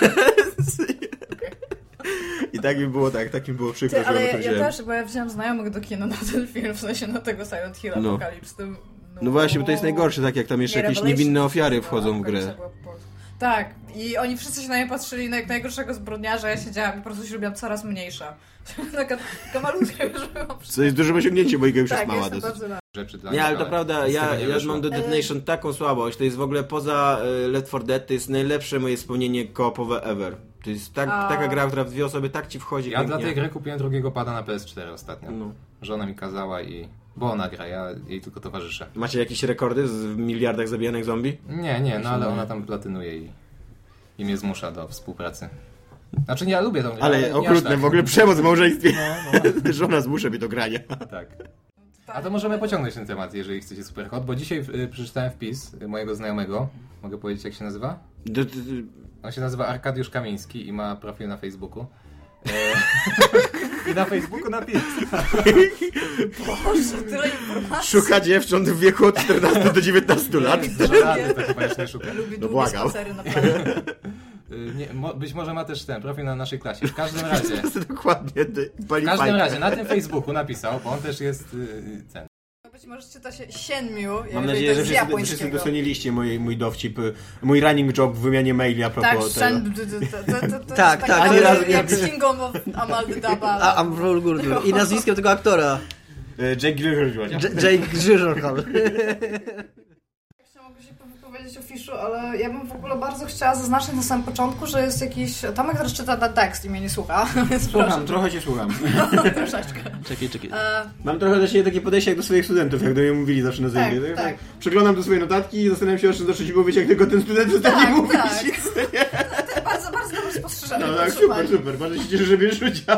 I tak mi było, tak, tak mi było przykro, Ty, ale że ja, to ja też, bo ja wziąłem znajomych do kina na ten film, w sensie na tego Silent Hill no. Apocalypse. No, no właśnie, bo to jest najgorsze, tak jak tam jeszcze nie, jakieś niewinne ofiary wchodzą w grę. Tak, i oni wszyscy się na mnie patrzyli na jak najgorszego zbrodniarza, ja siedziałam i po prostu się robiłam coraz mniejsza. taka, taka malutka już byłam. Co jest dużym osiągnięciem, bo Iga już tak, jest mała dosyć. Rzeczy dla nie, ale to ale prawda, ja, ja mam do Dead Nation taką słabość, to jest w ogóle poza uh, Left four Dead, to jest najlepsze moje wspomnienie koopowe ever. To jest tak, A... taka gra, która w dwie osoby tak ci wchodzi. Ja pięknie. Dla tej gry kupiłem drugiego pada na P S cztery ostatnio. No. Żona mi kazała i... Bo ona gra, ja jej tylko towarzyszę. Macie jakieś rekordy w miliardach zabijanych zombie? Nie, nie, no ale ona tam platynuje i, i mnie zmusza do współpracy. Znaczy ja lubię tą grę. Ale, ale okrutne, tak. W ogóle przemoc w małżeństwie. No, no. Żona zmusza mnie do grania. Tak. A to możemy pociągnąć ten temat, jeżeli chcecie Superhot, bo dzisiaj y, przeczytałem wpis mojego znajomego. Mogę powiedzieć, jak się nazywa? D- d- On się nazywa Arkadiusz Kamiński i ma profil na Facebooku. I na Facebooku napisał. Boże, tyle informacji. Szuka dziewcząt w wieku od czternastu do dziewiętnastu lat. Żadnych, to chyba jeszcze nie szuka. Lubi no długie spacery na plaży. Nie, mo, być może ma też ten profil na naszej klasie. W każdym razie. Dokładnie. W każdym razie na tym Facebooku napisał, bo on też jest yy, ten. Być może czyta się Sienmiu. Mam nadzieję, że wszyscy, wszyscy doceniliście mój, mój dowcip, mój running joke w wymianie maili a propos tak, tego. Tak, tak. Ani razu jak z Kingą of Amalgdaba. A Amrul Gurdur. I nazwiskiem tego aktora. Jake Gyllenhaal. Jake Gyllenhaal. Mogę się powiedzieć o Fiszu, ale ja bym w ogóle bardzo chciała zaznaczyć na samym początku, że jest jakiś... Tomek też czyta ten tekst i mnie nie słucha. Słucham, trochę cię słucham. Troszeczkę. Czekaj, czekaj. E... Mam trochę do siebie takie podejście jak do swoich studentów, jak do mnie mówili zawsze na zajęciach. Tak, tak. Przeglądam do swojej notatki i zastanawiam się, o czym zacząć mówić, jak tylko ten student przestanie tak, mówić. Tak, to jest bardzo, bardzo dobre spostrzeżenie. No tak, super, super. Bardzo się cieszę, że bierzesz udział.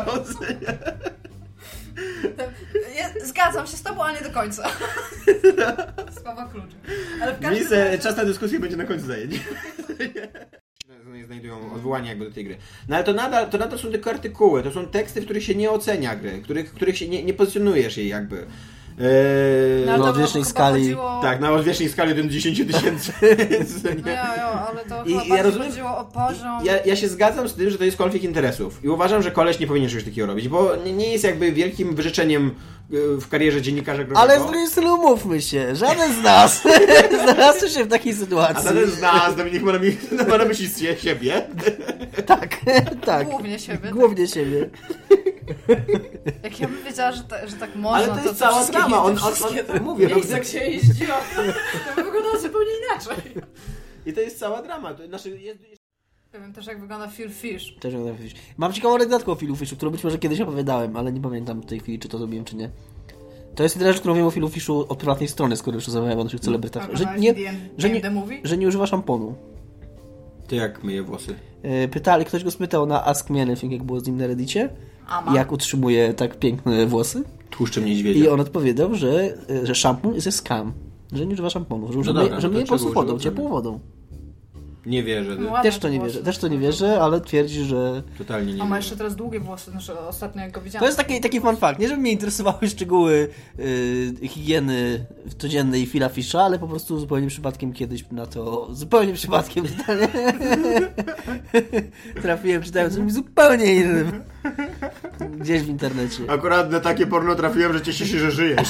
Ja zgadzam się z tobą, ale nie do końca. Słowa klucz. Ale w każdym Miejsce, razie... czas na dyskusję będzie na końcu zajęć. Znajdują odwołanie jakby do tej gry. No ale to nadal, to nadal są tylko artykuły, to są teksty, w których się nie ocenia gry, których, których się nie, nie pozycjonujesz jej jakby. Eee, no, na odwiecznej skali. Chodziło... Tak, na odwiecznej skali do dziesięć tysięcy. No ja, ja, ale to I, chyba ja rozumiem, chodziło o poziom. Ja, ja się zgadzam z tym, że to jest konflikt interesów. I uważam, że koleś nie powinien czegoś takiego robić, bo nie, nie jest jakby wielkim wyrzeczeniem w karierze dziennikarza growego. Ale z drugiej strony umówmy się, żaden z nas znalazł się w takiej sytuacji. A żaden z nas, Dominik ma na myśli, ma na myśli siebie. Tak, tak. Głównie siebie. Głównie siebie. Jak ja bym wiedziała, że, ta, że tak można, Ale to jest to cała wszystkie drama, on, hity, on, wszystkie on, mówię, no, jak się jeździła, to by wyglądało zupełnie inaczej. i to jest cała drama. To, znaczy, jest, Ja wiem też, jak wygląda Phil Fish. Też jak Fish. Mam ciekawą anegdotkę o Philu Fishu, którą być może kiedyś opowiadałem, ale nie pamiętam w tej chwili, czy to zrobiłem, czy nie. To jest jedyna rzecz, którą wiem o Philu Fishu od prywatnej strony, skoro już rozmawiałem o naszych celebrytach. Że nie, że, nie, że nie używa szamponu. Ty jak myje włosy? Pytali, ktoś go spytał na Ask Me Anything, jak było z nim na Reddicie, Ama. jak utrzymuje tak piękne włosy. Tłuszczem niedźwiedzia. I on odpowiedział, że, że szampon jest a scam. Że nie używa szamponu, że, No że, dobra, myje, no że to myje po prostu czego wodą, używa? ciepłą wodą. Nie wierzę. No, No, ładne Też to nie włosy. wierzę, też to nie wierzę, ale twierdzi, że... totalnie nie A ma wierzę. jeszcze teraz długie włosy, znaczy ostatnio jak go widziałam. To jest taki, taki fun fact, nie żeby mnie interesowały szczegóły yy, higieny codziennej Phila Fisha, ale po prostu zupełnie przypadkiem kiedyś na to, zupełnie przypadkiem trafiłem czytając o czymś zupełnie innym gdzieś w internecie. akurat na takie porno trafiłem, że cieszę się, że żyjesz.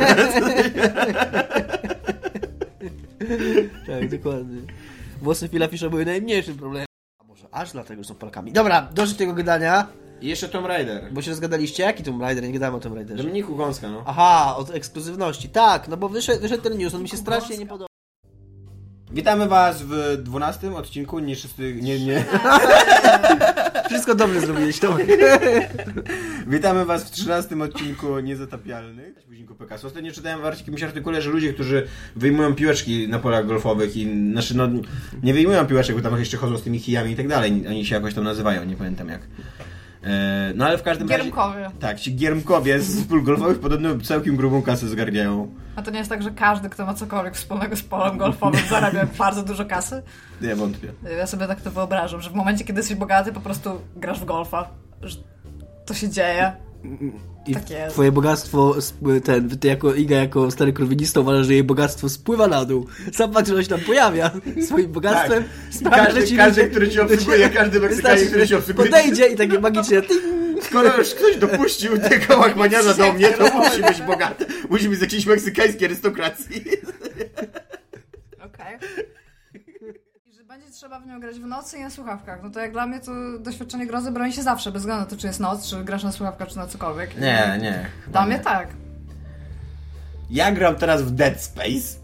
Tak, dokładnie. Włosy Phila Fisha były najmniejszym problemem. A może aż dlatego, że są Polakami. Dobra, dosyć tego gadania, I jeszcze Tomb Raider. bo się rozgadaliście. Jaki Tomb Raider? Nie gadałem o Tomb Raiderze. Dominiku Gąska, no. Aha, od ekskluzywności. Tak, no bo wyszedł, wyszedł ten news, on mi się strasznie nie podoba. Witamy was w dwunastym odcinku, nie szósty, nie, nie. Wszystko dobrze zrobiłeś, Tomek. Witamy was w trzynastym odcinku Niezatapialnych. W odcinku P K S. Ostatnio czytałem w jakimś artykule, że ludzie, którzy wyjmują piłeczki na polach golfowych i, znaczy no, nie wyjmują piłeczek, bo tam jeszcze chodzą z tymi kijami i tak dalej, oni się jakoś tam nazywają, nie pamiętam jak. E, no ale w każdym razie... Giermkowie. Tak, ci giermkowie z pól golfowych podobno całkiem grubą kasę zgarniają. A to nie jest tak, że każdy, kto ma cokolwiek wspólnego z polem golfowym, zarabia bardzo dużo kasy? Nie wątpię. Ja sobie tak to wyobrażam, że w momencie, kiedy jesteś bogaty, po prostu grasz w golfa. Że to się dzieje. I Tak jest. twoje bogactwo, sp- ten, ty jako Iga, jako stary krowinista uważasz, że jej bogactwo spływa na dół. Sam fakt, że on się tam pojawia swoim bogactwem sprawia, Każdy, że ci każdy ludzie- który ci obsługuje, każdy Meksykanin, który ci obsługuje. podejdzie i takie magicznie ty, Skoro już ktoś dopuścił tego łachmaniarza do mnie, to musi być bogaty. Musi być z jakiejś meksykańskiej arystokracji. Okej. I że będzie trzeba w nią grać w nocy i na słuchawkach. No to jak dla mnie to doświadczenie grozy broni się zawsze, bez względu na to, czy jest noc, czy grasz na słuchawkach, czy na cokolwiek. Nie, nie. Dla mnie tak. Ja gram teraz w Dead Space.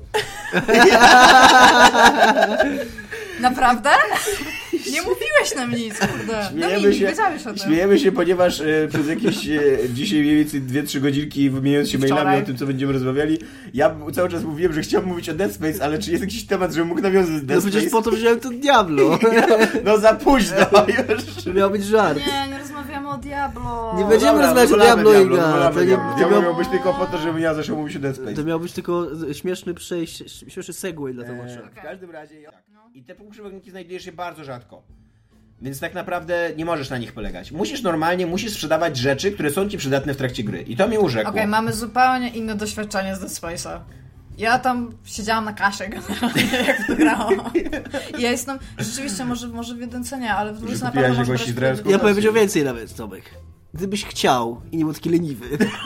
Naprawdę? Nie mówiłeś nam nic, kurde. No Śmiejemy mi, się, wiedziałeś o tym. śmiejemy się, ponieważ e, przez jakieś e, dzisiaj mniej więcej dwie trzy godzinki wymieniając się Wczoraj. mailami o tym, co będziemy rozmawiali, ja cały czas mówiłem, że chciałem mówić o Dead Space, ale czy jest jakiś temat, żebym mógł nawiązać do Dead no Space? przecież po to wziąłem to Diablo. No za późno już. To miał być żart. Nie, nie rozmawiamy o Diablo. Nie będziemy Dobra, rozmawiać o wolamy Diablo, Diablo, Iga. wolamy To, nie, Diablo. to, Diablo miał, miał być tylko po to, żebym ja zaczął mówić o Dead Space. to miał być tylko śmieszny przejść, śmieszny segway dla Tomasza. E, w każdym razie, ja... I te półkrzywowniki znajdujesz się bardzo rzadko. Więc tak naprawdę nie możesz na nich polegać. Musisz normalnie, musisz sprzedawać rzeczy, które są ci przydatne w trakcie gry. I to mnie urzekło. Okej, mamy zupełnie inne doświadczenie z Dead Space'a. Ja tam siedziałam na kasie generalnie, jak to grałam. I ja jestem, rzeczywiście, może, może w jedynce nie, ale w dwójce na kupiłaś pewno jakąś masz izraelską- Ja powiem powiedział więcej nawet, Tomek. Gdybyś chciał i nie był taki leniwy.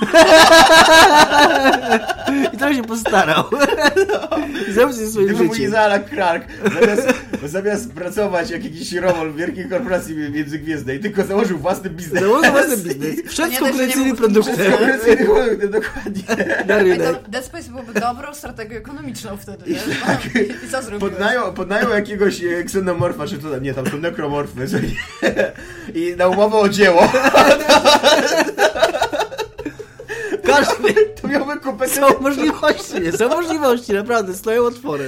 I trochę się postarał. I zrobił coś ze swoim Gdyby mój życiem. Isaac Clarke zamiast, zamiast pracować jak jakiś Romol w wielkiej korporacji międzygwiezdnej, tylko założył własny biznes. Założył własny biznes. Wszedł Nie z dość, że nie konkurencyjnym mógł produktem Konkurencyjny produkt, dokładnie. na Ej, rynek. to Dead Space byłoby dobrą strategią ekonomiczną wtedy, nie? No, I co zrobiłeś? Podnają, podnają jakiegoś e, ksenomorfa, czy to tam, nie, tam są nekromorfy, co nie? I na umowę o dzieło. Każdy. To miałby kompetencje. Są możliwości, nie? Są możliwości, naprawdę, stoją otworem.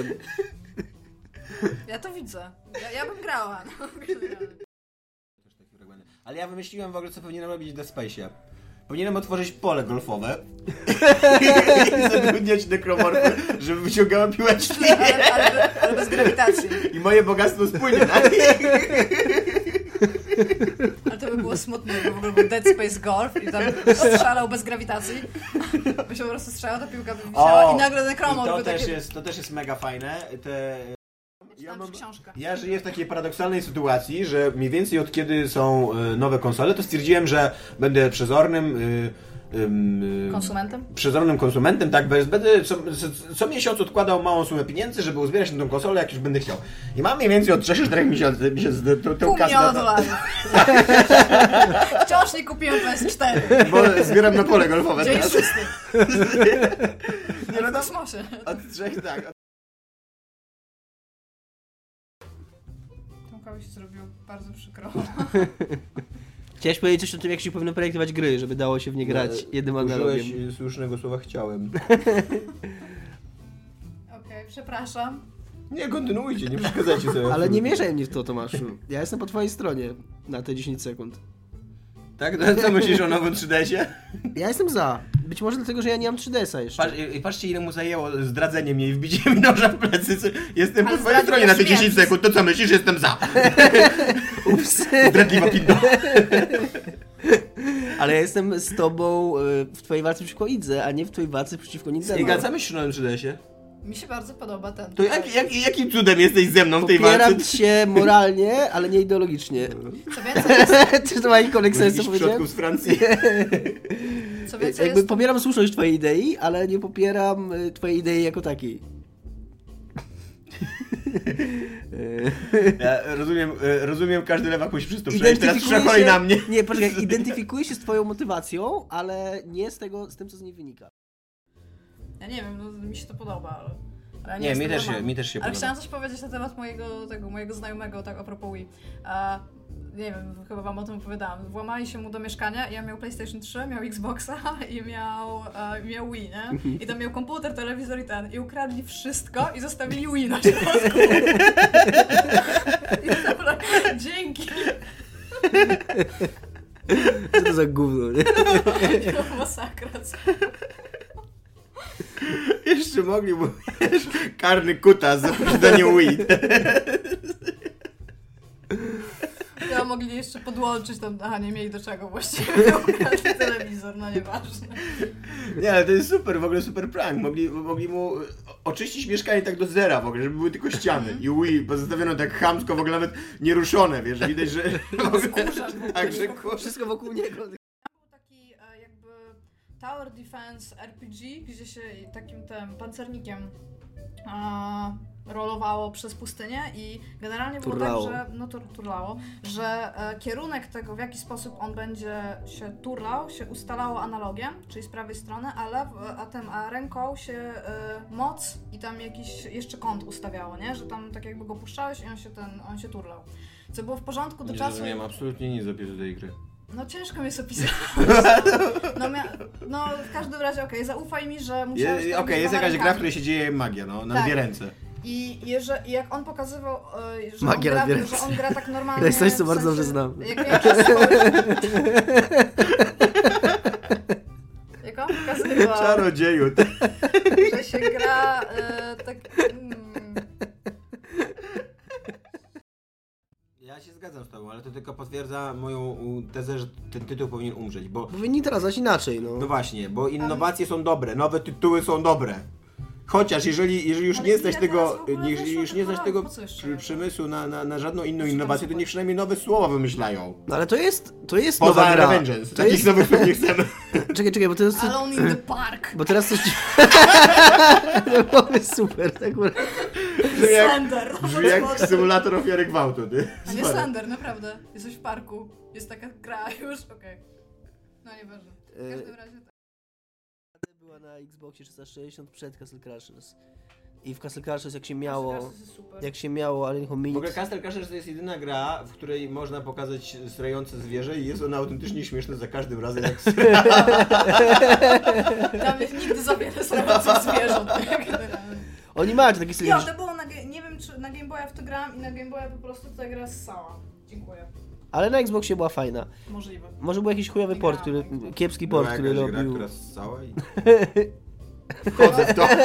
Ja to widzę. Ja, ja bym grała. No. Ale ja wymyśliłem w ogóle, co powinienem robić w Dead Space'ie. Powinienem otworzyć pole golfowe i zatrudniać nekromorfy, żeby wyciągały piłeczki. Ale, ale, ale bez grawitacji. I moje bogactwo spłynie na nich. Ale to by było smutne, jakby w ogóle był Dead Space Golf i tam strzelał bez grawitacji. By się po prostu strzelał, ta piłka by wisiała O, i nagle nekromor I to by też takie... jest, to też jest mega fajne. Te... Ja mam książkę. Ja żyję w takiej paradoksalnej sytuacji, że mniej więcej od kiedy są y, nowe konsole, to stwierdziłem, że będę przezornym, y, ym, Konsumentem? przezornym konsumentem, tak, bez, będę co, co, co miesiąc odkładał małą sumę pieniędzy, żeby uzbierać na tą konsolę, jak już będę chciał. I mam mniej więcej od trzech czterech miesięcy, miesięcy tę Pół kasę miliona na to. dolarów. Wciąż nie kupiłem P S cztery. Bo zbieram na pole golfowe Dzień teraz. szósty. Nie no, W tam, kosmosie. od trzech, tak. Tomkowi się zrobiło bardzo przykro. Chciałeś powiedzieć coś o tym, jak się powinno projektować gry, żeby dało się w nie grać jednym analogiem. Użyłeś słusznego słowa chciałem. Okej, przepraszam. Nie, kontynuujcie, nie przeszkadzajcie sobie. Ale nie mieszaj mnie w to, Tomaszu. Ja jestem po twojej stronie na te dziesięć sekund. Tak? No, co myślisz o nowym trzy D sie? Ja jestem za. Być może dlatego, że ja nie mam trzy D S a jeszcze. Patrz, i patrzcie, ile mu zajęło zdradzenie mnie i wbicie mi noża w plecy. Co- Jestem Ale po twojej stronie na te zdradziłeś dziesięć mnie. sekund, to co myślisz? Jestem za. Ups. Zdradliwa pinda. Ale ja jestem z tobą y, w twojej walce przeciwko Idze, a nie w twojej walce przeciwko Nintendo. Iga, co myślisz o nowym trzy D sie? Mi się bardzo podoba ten. To jak, jak, jakim cudem jesteś ze mną w tej Popieram walce? cię moralnie, ale nie ideologicznie. Co więcej jest, Czy to ma jakikolwiek sens, co Jakiś powiedziałem? przodków z Francji. co więcej Jakby jest, popieram słuszność twojej idei, ale nie popieram y, twojej idei jako takiej. Ja rozumiem, e, rozumiem, każdy lewak musi przez to przejść. Teraz przechodzi na mnie. Nie, poczekaj, identyfikuję się z twoją motywacją, ale nie z tego, z tym, co z niej wynika. ja nie wiem, no, mi się to podoba, ale... ale ja Nie, jestem mi też, się, normalna. mi też się Ale podoba. chciałam coś powiedzieć na temat mojego, tego, mojego znajomego, tak a propos Wii. A, nie wiem, chyba wam o tym opowiadałam. Włamali się mu do mieszkania i ja miał PlayStation trzy, miał Xboxa i miał, e, miał Wii, nie? I tam miał komputer, telewizor i ten. I ukradli wszystko i zostawili Wii na środku. I dobra, dzięki. Co to za gówno, nie? To masakra. Jeszcze mogli mu wiesz, karny kutas za posiadanie Wii. Ja mogli jeszcze podłączyć tam, aha, nie mieli do czego właściwie, ukradli telewizor, no nieważne. Nie, ale to jest super, w ogóle super prank. Mogli, mogli mu oczyścić mieszkanie tak do zera w ogóle, żeby były tylko ściany. I Wii pozostawiono tak chamsko, w ogóle nawet nieruszone, wiesz, widać, że... Skórzasz w ogóle. Tak, że kur... Wszystko wokół niego. Był taki e, jakby Tower Defense R P G, gdzie się takim tym pancernikiem e, rolowało przez pustynię i generalnie było Turlało. tak, że no to turlało, że e, kierunek tego, w jaki sposób on będzie się turlał, się ustalało analogiem, czyli z prawej strony, ale w, a, tym, a ręką się e, moc i tam jakiś jeszcze kąt ustawiało, nie? Że tam tak jakby go puszczałeś i on się ten, on się turlał. Co było w porządku do Nie czasu. rozumiem absolutnie nic z opisu tej gry. No ciężko mi jest opisać. No, mia- no w każdym razie okej, zaufaj mi, że musiałeś Je- to Okej, robić jest dwoma jakaś gra, w rękami. której się dzieje magia, no, na Tak. dwie ręce. I jeżeli, jak on pokazywał, e, że, Magia on na gra, dwie że on gra tak normalnie. To jest coś, co w bardzo dobrze sensie, znam. Jak miał czas Jak on pokazywał, Czarodzieju. że się gra e, tak... Mm, Ja się zgadzam z tobą, ale to tylko potwierdza moją u, tezę, że ten tytuł powinien umrzeć, bo... Powinni teraz zaś inaczej, no. No właśnie, bo innowacje są dobre, nowe tytuły są dobre. Chociaż jeżeli, jeżeli już Ale nie stać ile tego, teraz w ogóle jeżeli wyszło już nie tych stać kolorów? tego Po co jeszcze przy, jedno? przemysłu na, na, na żadną inną Jeszcze innowację, tam to niech przynajmniej nowe słowa wymyślają. No ale to jest, to jest Poza nowa gra. Revengeance, To takich jest... nowych słów nie chcemy. Czekaj, czekaj, bo to jest... Alone in the park. Bo teraz coś... To byłoby super, tak akurat. Brzmi jak, Slender. brzmi jak symulator ofiary gwałtu, ty. A nie Sorry. Slender, naprawdę. Jesteś w parku. Jest taka gra już, okej. No nieważne. W każdym razie tak. Była na Xboxie trzysta sześćdziesiąt przed Castle Crashers. I w Castle Crashers jak się miało... Castle jest super. Jak się miało Alien W ogóle Hominid... Castle Crashers to jest jedyna gra, w której można pokazać srające zwierzę i jest ona autentycznie śmieszna za każdym razem, jak sra. Tam jest nigdy za wiele srających zwierząt. tak, generalnie. Oni mają taki styl... Jo, to było na, ge- nie wiem czy na Game Boya w to grałam i na Game Boya po prostu ta gra ssała. Dziękuję. Ale na Xboxie była fajna. Możliwe. Może był jakiś chujowy Nie port, grałem który... na Xboxie. Kiepski port, który Była jakaś gra, robił... która ssała i... Wchodzę w to.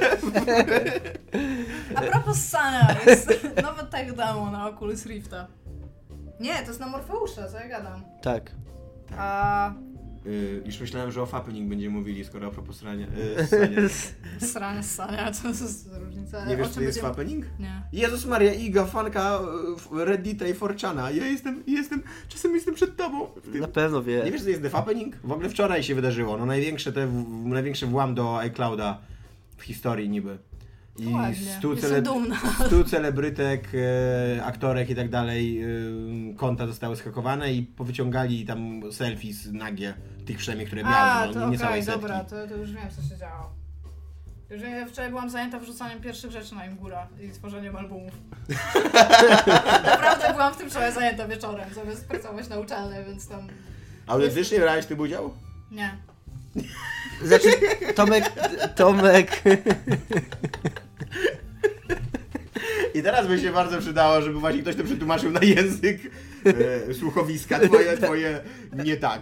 A propos ssania, jest nowe tech demo na Oculus Rifta. Nie, to jest na Morfeusza, co ja gadam. Tak. A Yy, już myślałem, że o Fappening będziemy mówili, skoro a propos srania. Yy, Sranie, srania, to jest różnica. Nie wiesz, O co czym jest będziemy- Fappening? Nie. Jezus Maria, Iga, fanka y, Reddita i four chana. Ja jestem, jestem, czasem jestem przed tobą. Na pewno wie. Nie wiesz, co jest The Fappening? W ogóle wczoraj się wydarzyło. No największe te, w, największy włam do iClouda w historii niby. I Ładnie. stu, Jestem cele, dumna. stu celebrytek, e, aktorek i tak dalej e, konta zostały skakowane i powyciągali tam selfies nagie, tych przynajmniej, które miały, A, no, to nie okej, całej setki. dobra, to, to już wiem, co się działo. Już wiem, ja wczoraj byłam zajęta wrzucaniem pierwszych rzeczy na Imgura i tworzeniem albumów. Naprawdę byłam w tym wczoraj zajęta wieczorem, zamiast pracować na uczelni, więc tam... Autentycznie brałeś w tym udział? Nie. Znaczy, Tomek, Tomek... I teraz by się bardzo przydało, żeby właśnie ktoś to przetłumaczył na język e, słuchowiska, twoje, twoje nie tak.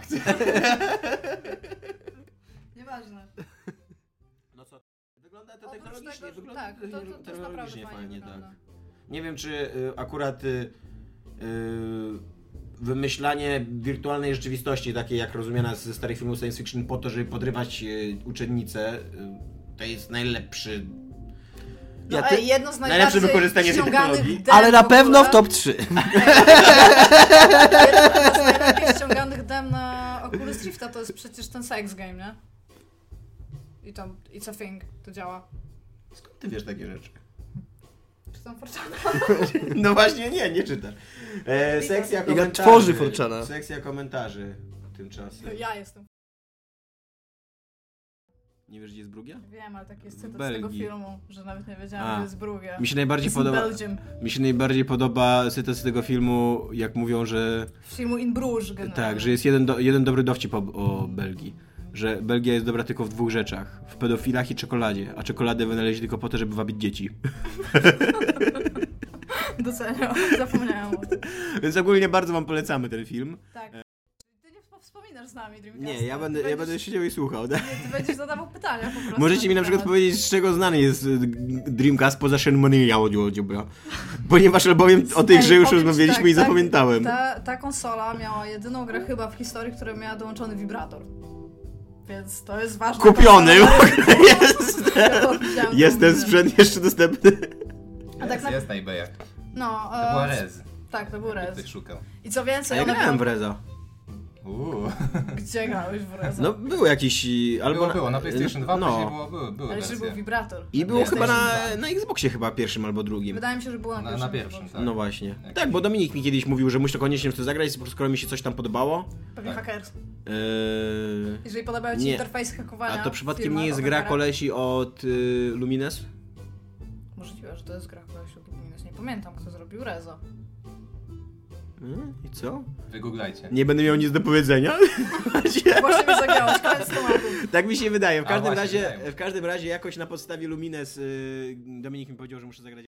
Nieważne. No co? Wygląda to Oprócz technologicznie, tego, że- wygląda tak, to- to- to jest naprawdę technologicznie fajnie fajnie, tak. wygląda. Nie wiem, czy y, akurat y, y, wymyślanie wirtualnej rzeczywistości, takiej jak rozumiana ze starych filmów science fiction, po to, żeby podrywać y, uczennice, y, to jest najlepszy. No, Ja ty- ej, jedno z najlepsze najbardziej wykorzystanie tej ściąganych technologii. dem Ale na w ogóle. pewno w top trzy. Jedno z najlepiej ściąganych dem na Oculus Rifta to jest przecież ten sex game, nie? I tam It's a Thing, to działa. Skąd ty wiesz takie rzeczy? Czytam Forczana. No właśnie nie, nie czytasz. E, sekcja Iga komentarzy. tworzy Forczana. Sekcja komentarzy tymczasem. Ja jestem. Nie wiesz, gdzie jest Brugia? Wiem, ale taki jest W cytat z tego Belgii. filmu, że nawet nie wiedziałam, A. że jest Brugia. Mi się najbardziej Jest in podoba. Belgium. Mi się najbardziej podoba cytat z tego filmu, jak mówią, że W filmu In Bruges generalnie. tak, że jest jeden, do, jeden dobry dowcip o, o Belgii. Że Belgia jest dobra tylko w dwóch rzeczach. W pedofilach i czekoladzie. A czekoladę wynaleźli tylko po to, żeby wabić dzieci. Doceniam, zapomniałam o tym. Więc ogólnie bardzo wam polecamy ten film. Tak. Ty nie wspominasz z nami Dreamcasta. Nie, ja będę, ty ja będziesz, będę siedział i słuchał. Ty będziesz zadawał pytania po prostu. Możecie mi na przykład temat. powiedzieć, z czego znany jest y, Dreamcast poza Shenmue Audio, dobra. Ponieważ albowiem o tej grze już Powiem ci rozmawialiśmy tak, i zapamiętałem. Ta, ta konsola miała jedyną grę chyba w historii, która miała dołączony wibrator. Więc to jest ważne. Kupiony konsola. jest. Ja widziałam Jest tą ten grę. sprzęt jeszcze dostępny. A tak Jest, na... jest na eBayach. No, To e, była Rez. Tak, to był Jakby Rez. ktoś szukał. I co A więcej, ja ona grałem w była... Reza. Uuu. Gdzie grałeś w Reza? No był jakiś... Albo Było, było, na PlayStation dwa no. później było, były, były Ale że wersje. był wibrator. I było Nie, chyba na, PlayStation na Xboxie chyba pierwszym albo drugim. Wydaje mi się, że było na Na, pierwszym. na pierwszym, tak. No właśnie. Jak- Tak, bo Dominik mi kiedyś mówił, że muszę koniecznie w to zagrać, skoro mi się coś tam podobało. Pewnie Tak. hackers. Eee, Jeżeli podobają ci Nie. interfejsy hakowania. a to przypadkiem w filmach nie jest o gra hakerach? kolesi od y, Lumines? Możliwe, że to jest gra kolesi od Luminous. Nie pamiętam, kto zrobił Reza. Mm, I co? Wygooglajcie. Nie będę miał nic do powiedzenia? Właśnie mnie zagiąłeś, koniec tematu. Tak mi się wydaje. W A, każdym, właśnie, razie, wydaje mi w każdym razie jakoś na podstawie Lumines y, Dominik mi powiedział, że muszę zagrać.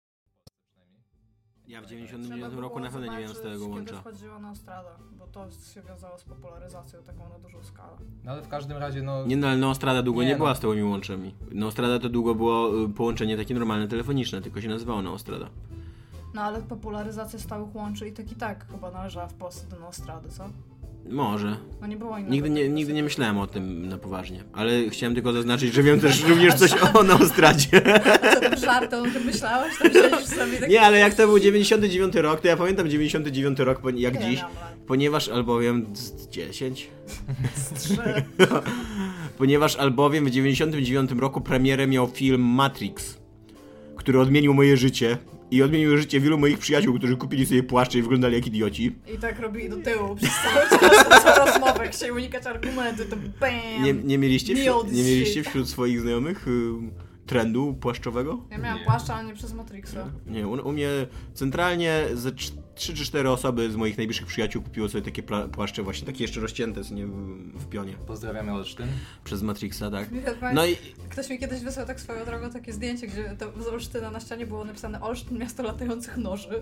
Ja w dziewięćdziesiątym dziewiątym roku na pewno nie miałem stałego łącza. Kiedy wchodziło na Ostrada, bo to się wiązało z popularyzacją taką na dużą skalę. No ale w każdym razie, no... Nie no, ale Neostrada długo nie, Nie, no. była stałymi łączami. Neostrada to długo było y, połączenie takie normalne telefoniczne, tylko się nazywało Neostrada. No ale popularyzacja stałych łączy i tak i tak chyba należała w Polsce do Neostrady, co? Może. No nie było innego. Nigdy nie, takiego nigdy nie sobie. myślałem o tym na poważnie, ale chciałem tylko zaznaczyć, że wiem też również coś o Neostradzie. Co tam żartem o tym myślałeś? Tam siedzisz sobie tak... Nie, ale jak to był dziewięćdziesiąty dziewiąty rok, to ja pamiętam dziewięćdziesiąty dziewiąty rok poni- jak Ile dziś, miałam lat? ponieważ albowiem z dziesięć, Z trzy. ponieważ albowiem w dziewięćdziesiątym dziewiątym roku premierę miał film Matrix, który odmienił moje życie i odmienił życie wielu moich przyjaciół, którzy kupili sobie płaszcze i wyglądali jak idioci. I tak robili do tyłu przez cały czas co rozmowę, chcieli unikać argumentu, to bam! Nie, nie, mieliście, Me all wśród, this nie mieliście shit. wśród swoich znajomych y, trendu płaszczowego? Ja miałam Nie. płaszcza, ale nie przez Matrixa. Nie, u, u mnie centralnie ze trzy czy cztery osoby z moich najbliższych przyjaciół kupiło sobie takie pla- płaszcze właśnie, takie jeszcze rozcięte, co nie, w, w pionie. Pozdrawiamy Olsztyn. Przez Matrixa, tak. No No i Ktoś mi kiedyś wysłał tak swoją drogą takie zdjęcie, gdzie to z Olsztyna na ścianie było napisane Olsztyn, miasto latających noży.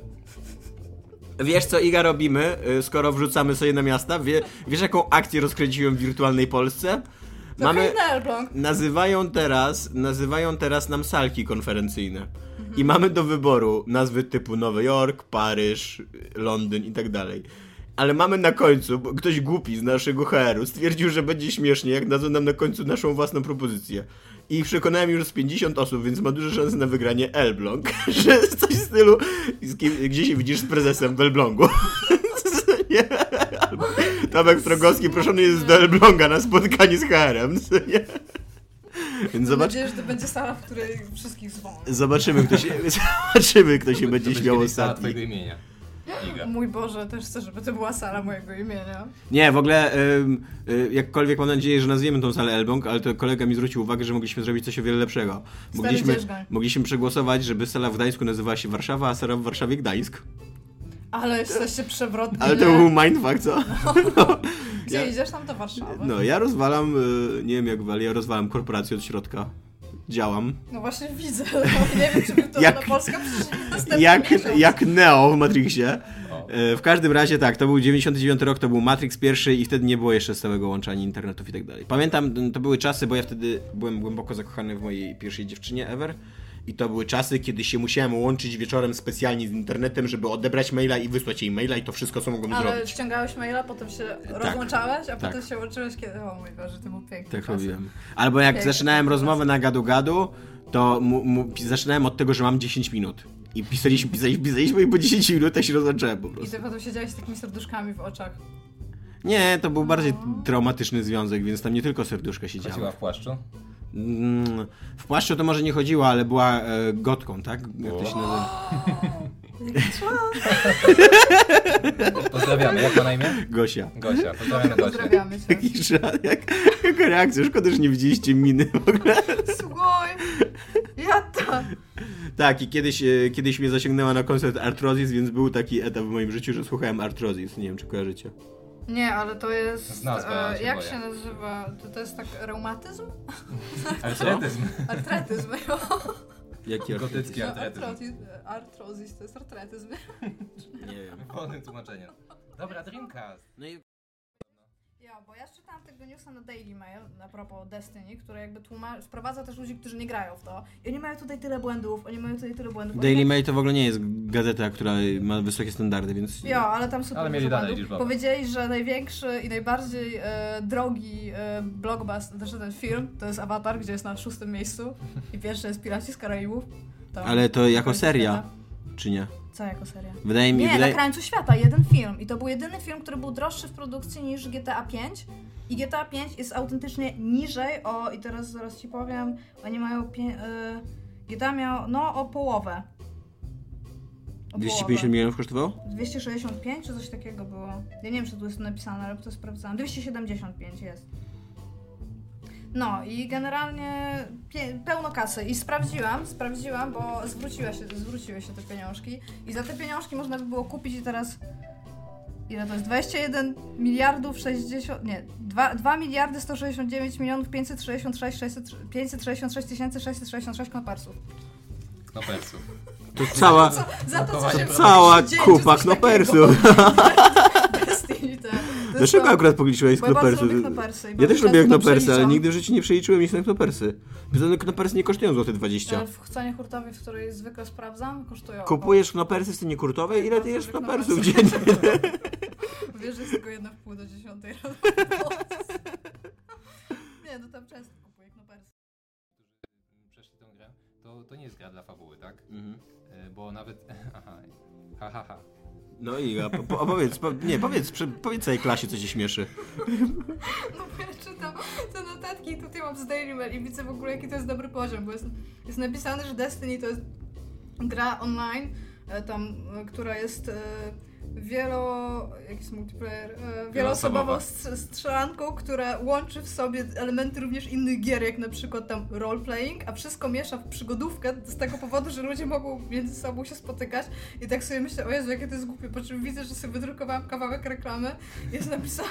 wiesz co, Iga, robimy, y, skoro wrzucamy sobie na miasta? Wie, wiesz jaką akcję rozkręciłem w wirtualnej Polsce? To Mamy, Mamy... Elbląg. nazywają teraz, nazywają teraz nam salki konferencyjne. I mamy do wyboru nazwy typu Nowy Jork, Paryż, Londyn i tak dalej. Ale mamy na końcu, bo ktoś głupi z naszego H R-u stwierdził, że będzie śmiesznie, jak dadzą nam na końcu naszą własną propozycję. I przekonałem już z pięćdziesiąt osób, więc ma duże szanse na wygranie Elbląg. Że coś w stylu, z kim, gdzie się widzisz z prezesem w Elblągu. Nie? Tomek Strogowski proszony jest do Elbląga na spotkanie z H R-em. Nie? Więc Mam zobacz... nadzieję, że to będzie sala, w której wszystkich zwą. Zobaczymy, kto się, zobaczymy, kto się To będzie będzie śmiał kiedyś sala ostatni. twojego imienia. Iga. Mój Boże, też chcę, żeby to była sala mojego imienia. Nie, w ogóle ym, y, jakkolwiek mam nadzieję, że nazwiemy tą salę Elbląg, ale to kolega mi zwrócił uwagę, że mogliśmy zrobić coś o wiele lepszego. Mogliśmy, dzierżgań. mogliśmy przegłosować, żeby sala w Gdańsku nazywała się Warszawa, a sala w Warszawie Gdańsk. Ale jesteście przewrotni. Ale to był mindfuck, co? No. Gdzie Ja, idziesz? Tam do Warszawy. no, ja rozwalam, y, nie wiem jak wy, ale ja rozwalam korporację od środka. Działam. No właśnie widzę, no, nie wiem, czy by to Jak- na Polskę przyszedł następny Jak, miesiąc. jak Neo w Matrixie. O. E, W każdym razie tak, to był dziewięćdziesiąty dziewiąty rok, to był Matrix pierwszy i wtedy nie było jeszcze stałego łączenia internetów i tak dalej. Pamiętam, to były czasy, bo ja wtedy byłem głęboko zakochany w mojej pierwszej dziewczynie ever i to były czasy, kiedy się musiałem łączyć wieczorem specjalnie z internetem, żeby odebrać maila i wysłać jej maila i to wszystko, co mogłem Ale zrobić. ściągałeś maila, potem się rozłączałeś, a tak. potem się łączyłeś kiedy... O mój Boże, to był piękny Tak czas. robiłem. Albo jak Piękny zaczynałem czas. rozmowę na gadu-gadu, to mu, mu, pi- zaczynałem od tego, że mam dziesięć minut. I pisaliśmy, pisaliśmy, pisaliśmy i po dziesięć minutach się rozłączałem po I prostu. ty potem siedziałeś z takimi serduszkami w oczach. Nie, to był bardziej traumatyczny związek, więc tam nie tylko serduszka się Chodziła działo. w płaszczu? Mm, W płaszczu to może nie chodziła, ale była e, gotką, tak? Jak to się nazywa? Pozdrawiamy. Jak ma na imię? Gosia. Gosia. Pozdrawiamy Gosię. Pozdrawiamy cię. Taki żart, jak, jaka reakcja, szkoda, że nie widzieliście miny w ogóle. Słuchaj, ja to... Tak, i kiedyś, e, kiedyś mnie zasięgnęła na koncert Arthrosis, więc był taki etap w moim życiu, że słuchałem Arthrosis. Nie wiem, czy kojarzycie. Nie, ale to jest... Z nazwy, ale e, się jak boję. się nazywa? To, to jest tak reumatyzm? Artretyzm. Artretyzm. Jaki Gotycki artyzm? artretyzm. Artrotyzm. Artrozis to jest artretyzm. Nie wiem. Wolnym tłumaczeniem. Dobra, Dreamcast. No i Ja, bo ja czytałam tego newsa na Daily Mail a propos Destiny, które jakby tłuma- wprowadza też ludzi, którzy nie grają w to. I oni mają tutaj tyle błędów, oni mają tutaj tyle błędów. Oni Daily tak- Mail to w ogóle nie jest gazeta, która ma wysokie standardy, więc... Jo, ale tam super Ale mieli dużo dane błędów. liczbowe. Powiedzieli, że największy i najbardziej e, drogi e, blockbuster, znaczy ten film, to jest Avatar, gdzie jest na szóstym miejscu i pierwszy jest Piraci z Karaibów. Tam Ale to jako końcu seria, świata. czy nie? Co jako seria? Wydaje mi Nie, wydaje... na krańcu świata, jeden film. I to był jedyny film, który był droższy w produkcji niż G T A pięć. I G T A pięć jest autentycznie niżej o, i teraz zaraz ci powiem, oni mają, pie, y, G T A miał, no o połowę. O dwieście połowę. pięćdziesiąt milionów kosztowało? dwieście sześćdziesiąt pięć czy coś takiego było? Ja nie wiem, czy tu jest napisane, ale to sprawdzałam. dwieście siedemdziesiąt pięć jest. No i generalnie pie- pełno kasy. I sprawdziłam, sprawdziłam, bo zwróciła się, zwróciły się te pieniążki. I za te pieniążki można by było kupić i teraz... Ile to jest? dwadzieścia jeden miliardów sześćdziesiąt... Nie, dwa miliardy sto sześćdziesiąt dziewięć milionów pięćset sześćdziesiąt sześć tysięcy sześćset sześćdziesiąt sześć knopersów. Knopersów. To cała, Co, za to, co się cała dzieje, kupa czy coś knopersów. takiego. Destiny, te- to jest Dlaczego to- akurat policzyłeś Bo ja bardzo knopersy? lubię knopersy i Ja bardzo też lubię często to knopersy, ale przeliczam. nigdy w życiu nie przeliczyłem nic na knopersy. Żadne knopersy nie kosztują złote dwadzieścia. Ale w cenie hurtowej, w której zwykle sprawdzam, kosztują. Kupujesz knopersy w cenie kurtowej? Ile ty jesz Lubię knopersów knopersy. dziennie? Wiesz, że jest tylko jedna w pół do dziesiątej rano. Nie, no tam często kupuję knopersy. Przeszli tę grę. To, to nie jest gra dla fabuły, tak? Mhm. E, Bo nawet... Aha. Ha, ha, ha. No i ja, po, po, opowiedz, po, nie, powiedz, przy, powiedz całej klasie, co cię śmieszy. No bo ja czytam te notatki i tutaj mam z Daily Mail i widzę w ogóle, jaki to jest dobry poziom, bo jest, jest napisane, że Destiny to jest gra online, e, tam, e, która jest e, wielo... jaki jest multiplayer? E, wieloosobową st- strzelanką, która łączy w sobie elementy również innych gier, jak na przykład tam roleplaying, a wszystko miesza w przygodówkę z tego powodu, że ludzie mogą między sobą się spotykać i tak sobie myślę, o Jezu, jakie to jest głupie, po czym widzę, że sobie wydrukowałam kawałek reklamy, jest napisane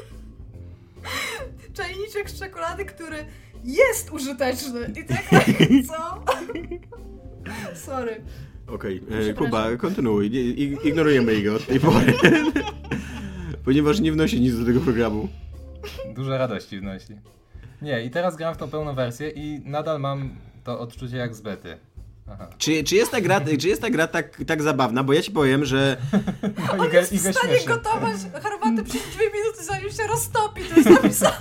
czajniczek z czekolady, który jest użyteczny i tak, co? Sorry. Okej, e, Przepraszam. Kuba, kontynuuj. Nie, ig- ignorujemy jego od tej pory. Ponieważ nie wnosi nic do tego programu. Dużo radości wnosi. Nie, i teraz gram w tą pełną wersję i nadal mam to odczucie jak z bety. Czy, czy jest ta gra, czy jest ta gra tak, tak zabawna? Bo ja ci powiem, że... No, On Iga, jest w Iga stanie śmieszy. gotować herbatę przez dwie minuty, zanim się roztopi. To jest napisane.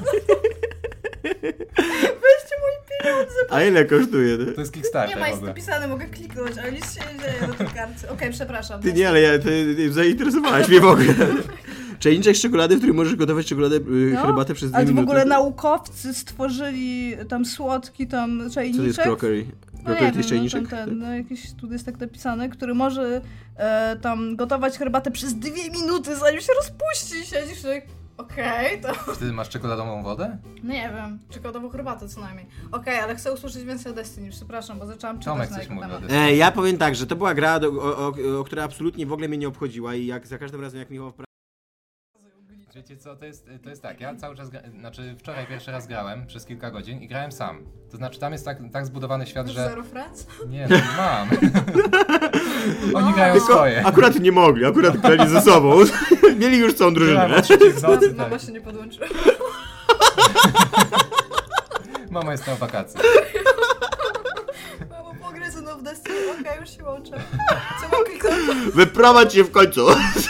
Weźcie moje pieniądze. A ile kosztuje? To jest Kickstarter Nie ma, w jest ogóle. napisane, mogę kliknąć, ale nic się nie dzieje na tej kartce. Okej, okay, przepraszam. Ty nie, ale ja, ty zainteresowałaś mnie w ogóle. Czajniczek z czekolady, w którym możesz gotować czekoladę, y, No, herbatę przez dwie ale to w minuty. ogóle naukowcy stworzyli tam słodki tam czajniczek. Co to jest crockery? No Crockery nie to jest wiem, no, czajniczek? tam ten, no jakiś tu jest tak napisane, który może e, tam gotować herbatę przez dwie minuty, zanim się rozpuści i siedzisz tak, okej, okay, to... Wtedy masz czekoladową wodę? No nie wiem, czekoladową herbatę co najmniej. Okej, okay, ale chcę usłyszeć więcej o Destiny, przepraszam, bo zaczęłam czytać Tomek na coś jego mówi o temat. Destiny. E, ja powiem tak, że to była gra, do, o, o, o której absolutnie w ogóle mnie nie obchodziła i jak za każdym razem jak Michał wpra- Wiecie co, to jest, to jest tak, ja cały czas, gra, znaczy wczoraj pierwszy raz grałem przez kilka godzin i grałem sam. To znaczy tam jest tak, tak zbudowany świat, że... Zero Friends? Nie, no, mam. Oni grają swoje. Akurat nie mogli, akurat grali ze sobą. Mieli już całą drużynę. Grałem o trzeciej w nocy, Mama tak. się nie podłączyła. Mama jest na wakacji. Mamo, pograj ze mną w Destiny, okej, okay, już się łączę. Co mam kliknąć? Wyprowadź się w końcu.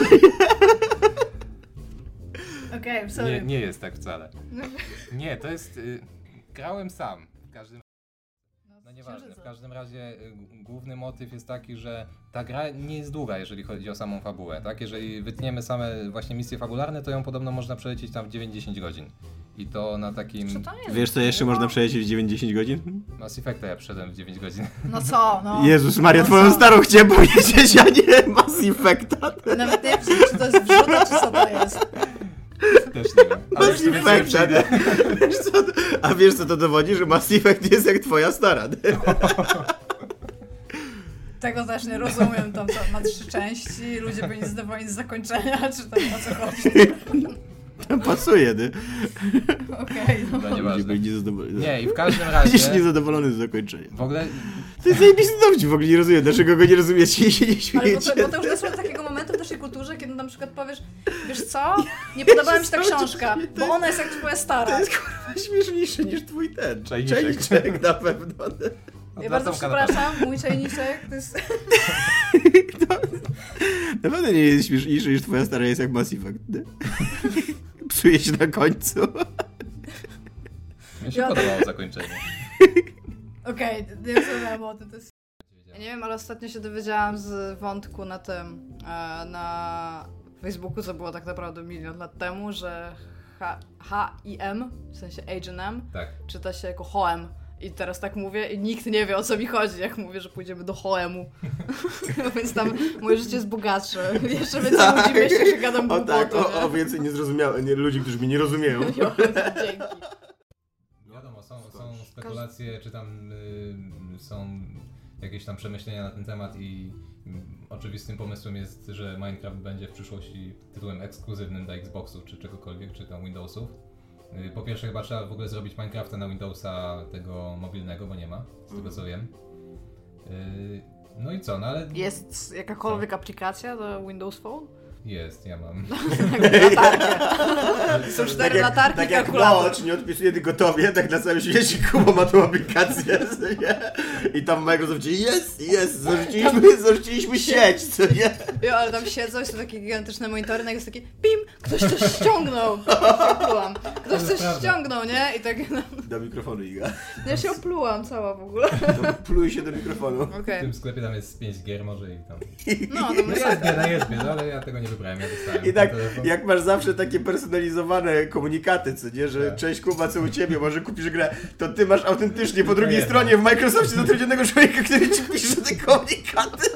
Okej, okay, sorry. Nie, nie jest tak wcale. Nie, to jest... Y, grałem sam. W każdym... No nieważne, w każdym razie y, główny motyw jest taki, że ta gra nie jest długa, jeżeli chodzi o samą fabułę, tak? Jeżeli wytniemy same właśnie misje fabularne, to ją podobno można przelecieć tam w dziewięć do dziesięciu godzin. I to na takim... Co to jest? Wiesz co jeszcze można przejść w dziewięć do dziesięciu godzin? Mass Effecta ja przeszedłem w dziewięć godzin. No co, no. Jezus Maria, No twoją co? starą chciałem powiedzieć, a nie Mass Effecta. Nawet nie wiem, czy to jest wrzuta, czy co to jest. Też nie wiem. Ale Mass już tu więcej Effecta. przyjdę. Wiesz co, to- a wiesz co to dowodzi? Że Mass Effect jest jak twoja stara. Tego też nie rozumiem, tam co, ma trzy części, ludzie byli zadowoleni z zakończenia, czy tam o co chodzi. Tam pasuje, nie? Okej, no. To Ludzie nieważne. byli niezadowoleni. Nie, i w każdym Jesteś razie... niezadowolony z zakończenia. W ogóle... To jest zajebisty dowcip, w ogóle nie rozumiem, dlaczego go nie rozumiecie i się nie Ale bo śmiejecie. to, bo to już doszło do takiego momentu w naszej kulturze, kiedy na przykład powiesz, wiesz co, nie podobała mi się ta książka, bo ona jest jak twoja To stara. jest kurwa śmieszniejsze niż twój ten. Czajniczek. Czajniczek na pewno. Ja bardzo Odwracam kanapę. przepraszam, mój czajniczek to jest... Na pewno nie jest śmieszniejsze niż twoja stara jest jak Mass Effect. nie? Psuje się na końcu. Mi się Ja- podobało zakończenie. Okej, nie rozmawiam o tym, to jest... Ja nie wiem, ale ostatnio się dowiedziałam z wątku na tym, e, na Facebooku, co było tak naprawdę milion lat temu, że H, H I M, w sensie H and M, Tak. czyta się jako Hoem. I teraz tak mówię i nikt nie wie, o co mi chodzi, jak mówię, że pójdziemy do Hoemu. Więc tam moje życie jest bogatsze. Jeszcze więcej ludzi myśli, że gadam O głupotę. tak, o, o więcej niezrozumiałe, nie, ludzi, którzy mnie nie rozumieją. Jo, dzięki. Wiadomo, są, są spekulacje, czy tam y, są jakieś tam przemyślenia na ten temat i y, oczywistym pomysłem jest, że Minecraft będzie w przyszłości tytułem ekskluzywnym dla Xboxu, czy czegokolwiek, czy tam Windowsów. Y, po pierwsze chyba trzeba w ogóle zrobić Minecrafta na Windowsa tego mobilnego, bo nie ma, z tego co wiem. Y, no i co, no ale... Jest jakakolwiek aplikacja do Windows Phone? Jest, ja mam. Latarkę. Są cztery latarki tak i jak kalkulator. Watch nie odpisuje tylko tobie, tak na całym świecie Kuba ma tą aplikację, co nie? I tam w Microsoftie jest, jest, zarzuciliśmy, zarzuciliśmy sieć, co nie? Jo, ale tam siedzą, są takie gigantyczne monitory, no i jest takie pim, ktoś coś ściągnął. Ja się oplułam. Ktoś coś prawda. ściągnął, nie? I tak, no, Do mikrofonu, Iga. ja się oplułam cała w ogóle. To pluj się do mikrofonu. W Okej. tym sklepie tam jest pięć gier może i tam... No, no No myślę, jest bieda, jest bieda, ale ja tego nie wybrałem, ja dostałem I tak, telefon. jak masz zawsze takie personalizowane komunikaty, co nie, że Tak. cześć Kuba, co u ciebie, może kupisz grę, to ty masz autentycznie po drugiej jedno. stronie w Microsoftie zatrudnionego człowieka, który ci pisze te komunikaty.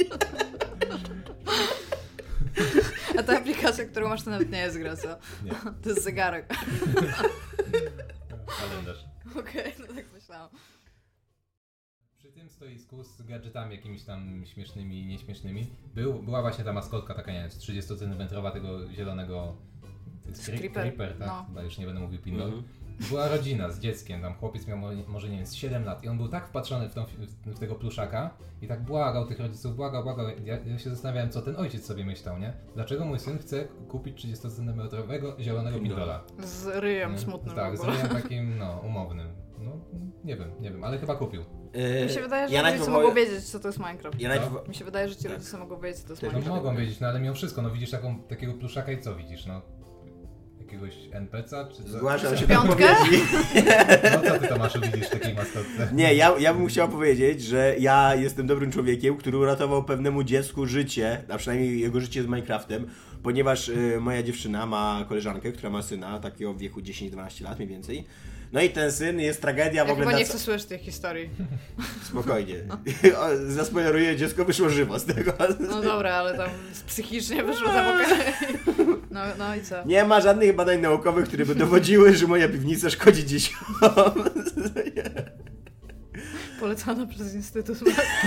a ta aplikacja, którą masz, to nawet nie jest gra, co? Nie. To jest zegarek. Kalendarz. Okej, no tak myślałam. Przy tym stoisku z gadżetami jakimiś tam śmiesznymi i nieśmiesznymi był, była właśnie ta maskotka taka, nie wiem, trzydziestocentymetrowa tego zielonego... To jest Creeper, Creeper, tak? no. Chyba już nie będę mówił pinball. Mhm. była rodzina z dzieckiem, tam chłopiec miał może nie wiem, z siedem lat i on był tak wpatrzony w, tą, w tego pluszaka i tak błagał tych rodziców, błagał, błagał. Ja, ja się zastanawiałem, co ten ojciec sobie myślał, nie? Dlaczego mój syn chce kupić trzydziestocentymetrowego zielonego pindola? Z ryjem smutnym. Tak, z ryjem takim, no, umownym. No, nie wiem, nie wiem, ale chyba kupił. Yy, Mi się wydaje, że ja rodzice najpierw- mogą wiedzieć, co to jest Minecraft. Ja najpierw- Mi się wydaje, że ci rodzice mogą wiedzieć, co to jest Też No Minecraft. mogą wiedzieć, no ale mimo wszystko, no widzisz taką, takiego pluszaka i co widzisz, no? Jakiegoś en pe ce a czy co? Zgłaszam się do Piątkę? odpowiedzi. No co ty Tomaszu widzisz w takiej maskotce? Nie, ja, ja bym chciał powiedzieć, że ja jestem dobrym człowiekiem, który uratował pewnemu dziecku życie, a przynajmniej jego życie z Minecraftem, ponieważ y, moja dziewczyna ma koleżankę, która ma syna, takiego w wieku dziesięć dwanaście lat mniej więcej. No i ten syn jest tragedia w Ja ogóle chyba na nie co- chcę słyszeć tej historii. Spokojnie. O, zaspoileruję, dziecko wyszło żywo z tego. No dobra, ale tam psychicznie wyszło tam okej. No, no i co? Nie ma żadnych badań naukowych, które by dowodziły, że moja piwnica szkodzi dzieciom. Polecana przez Instytut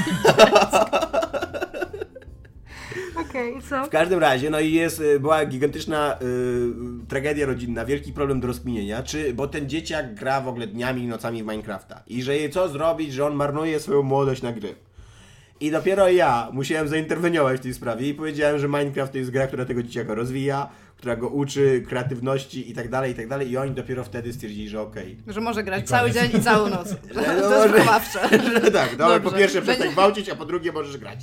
Okej, okay, co? W każdym razie, no i jest, y, była gigantyczna y, tragedia rodzinna, wielki problem do rozkminienia, czy, bo ten dzieciak gra w ogóle dniami i nocami w Minecrafta. I że co zrobić, że on marnuje swoją młodość na gry. I dopiero ja musiałem zainterweniować w tej sprawie i powiedziałem, że Minecraft to jest gra, która tego dzieciaka rozwija, która go uczy kreatywności i tak dalej, i tak dalej. I oni dopiero wtedy stwierdzili, że okej. Że może grać I cały koniec. dzień i całą noc. No To jest może- wychowawcze. Że tak, dobra, po Dobrze. pierwsze przestań Będzie- gwałcić, a po drugie możesz grać.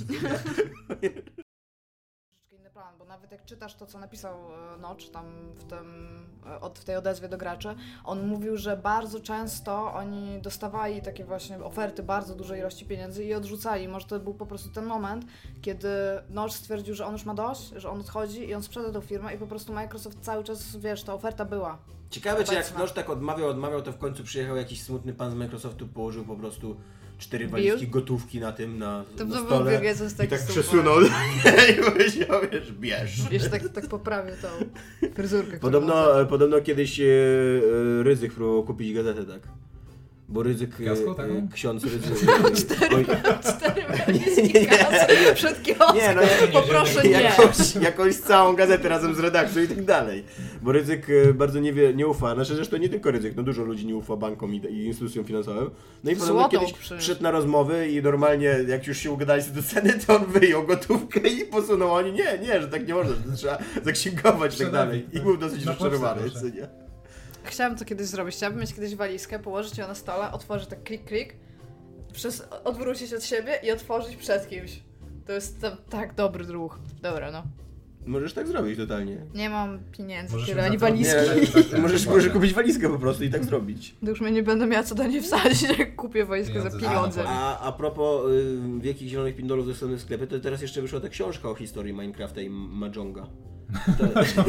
Inny plan, bo nawet jak czytasz to, co napisał e, Notch tam w, tym, e, od, w tej odezwie do graczy, on mówił, że bardzo często oni dostawali takie właśnie oferty bardzo dużej ilości pieniędzy i odrzucali. Może to był po prostu ten moment, kiedy Notch stwierdził, że on już ma dość, że on odchodzi i on sprzeda tą firmę i po prostu Microsoft cały czas, wiesz, ta oferta była. Ciekawe, czy jak Obecna. Noż tak odmawiał, odmawiał, to w końcu przyjechał jakiś smutny pan z Microsoftu, położył po prostu cztery walizki gotówki na tym, na, To na był stole Bill Gates z i taki tak super. przesunął i powiedział, wiesz, bierz. Jeszcze tak, tak poprawił tą fryzurkę. którą Podobno, ma. e, podobno kiedyś e, e, Rydzyk próbował kupić gazetę, tak? Bo Rydzyk, e, Piaską taką? e, ksiądz Rydzyk... Oj, Cztery nie, nie, nie. przed kioskiem. Nie, no ja, Poproszę nie. jakąś, jakąś całą gazetę razem z redakcją i tak dalej. Bo Rydzyk e, bardzo nie, wie, nie ufa, znaczy zresztą nie tylko Rydzyk, no dużo ludzi nie ufa bankom i, i instytucjom finansowym. No i podobno Złotą kiedyś przynieś. przyszedł na rozmowy i normalnie jak już się ugadali co do ceny, to on wyjął gotówkę i posunął. Oni nie, nie, że tak nie można, że to trzeba zaksięgować i tak dalej. I był dosyć Na pocztę, rozczarowany. proszę. co nie? Chciałam to kiedyś zrobić. Chciałabym mieć kiedyś walizkę, położyć ją na stole, otworzyć tak klik, klik, przez, odwrócić od siebie i otworzyć przed kimś. To jest tam, tak dobry ruch. Dobra, no. Możesz tak zrobić totalnie. Nie mam pieniędzy, Możesz tyle, ją ani zatrudnić. walizki. Tak, tak, możesz, tak. możesz kupić walizkę po prostu i tak zrobić. To już mnie nie będę miała co do niej wsadzić, jak kupię walizkę za Pieniądze za pieniądze. napój. A, a propos y, wielkich zielonych pindolów dostępnych w sklepie, to teraz jeszcze wyszła ta książka o historii Minecrafta i Mahjonga. To,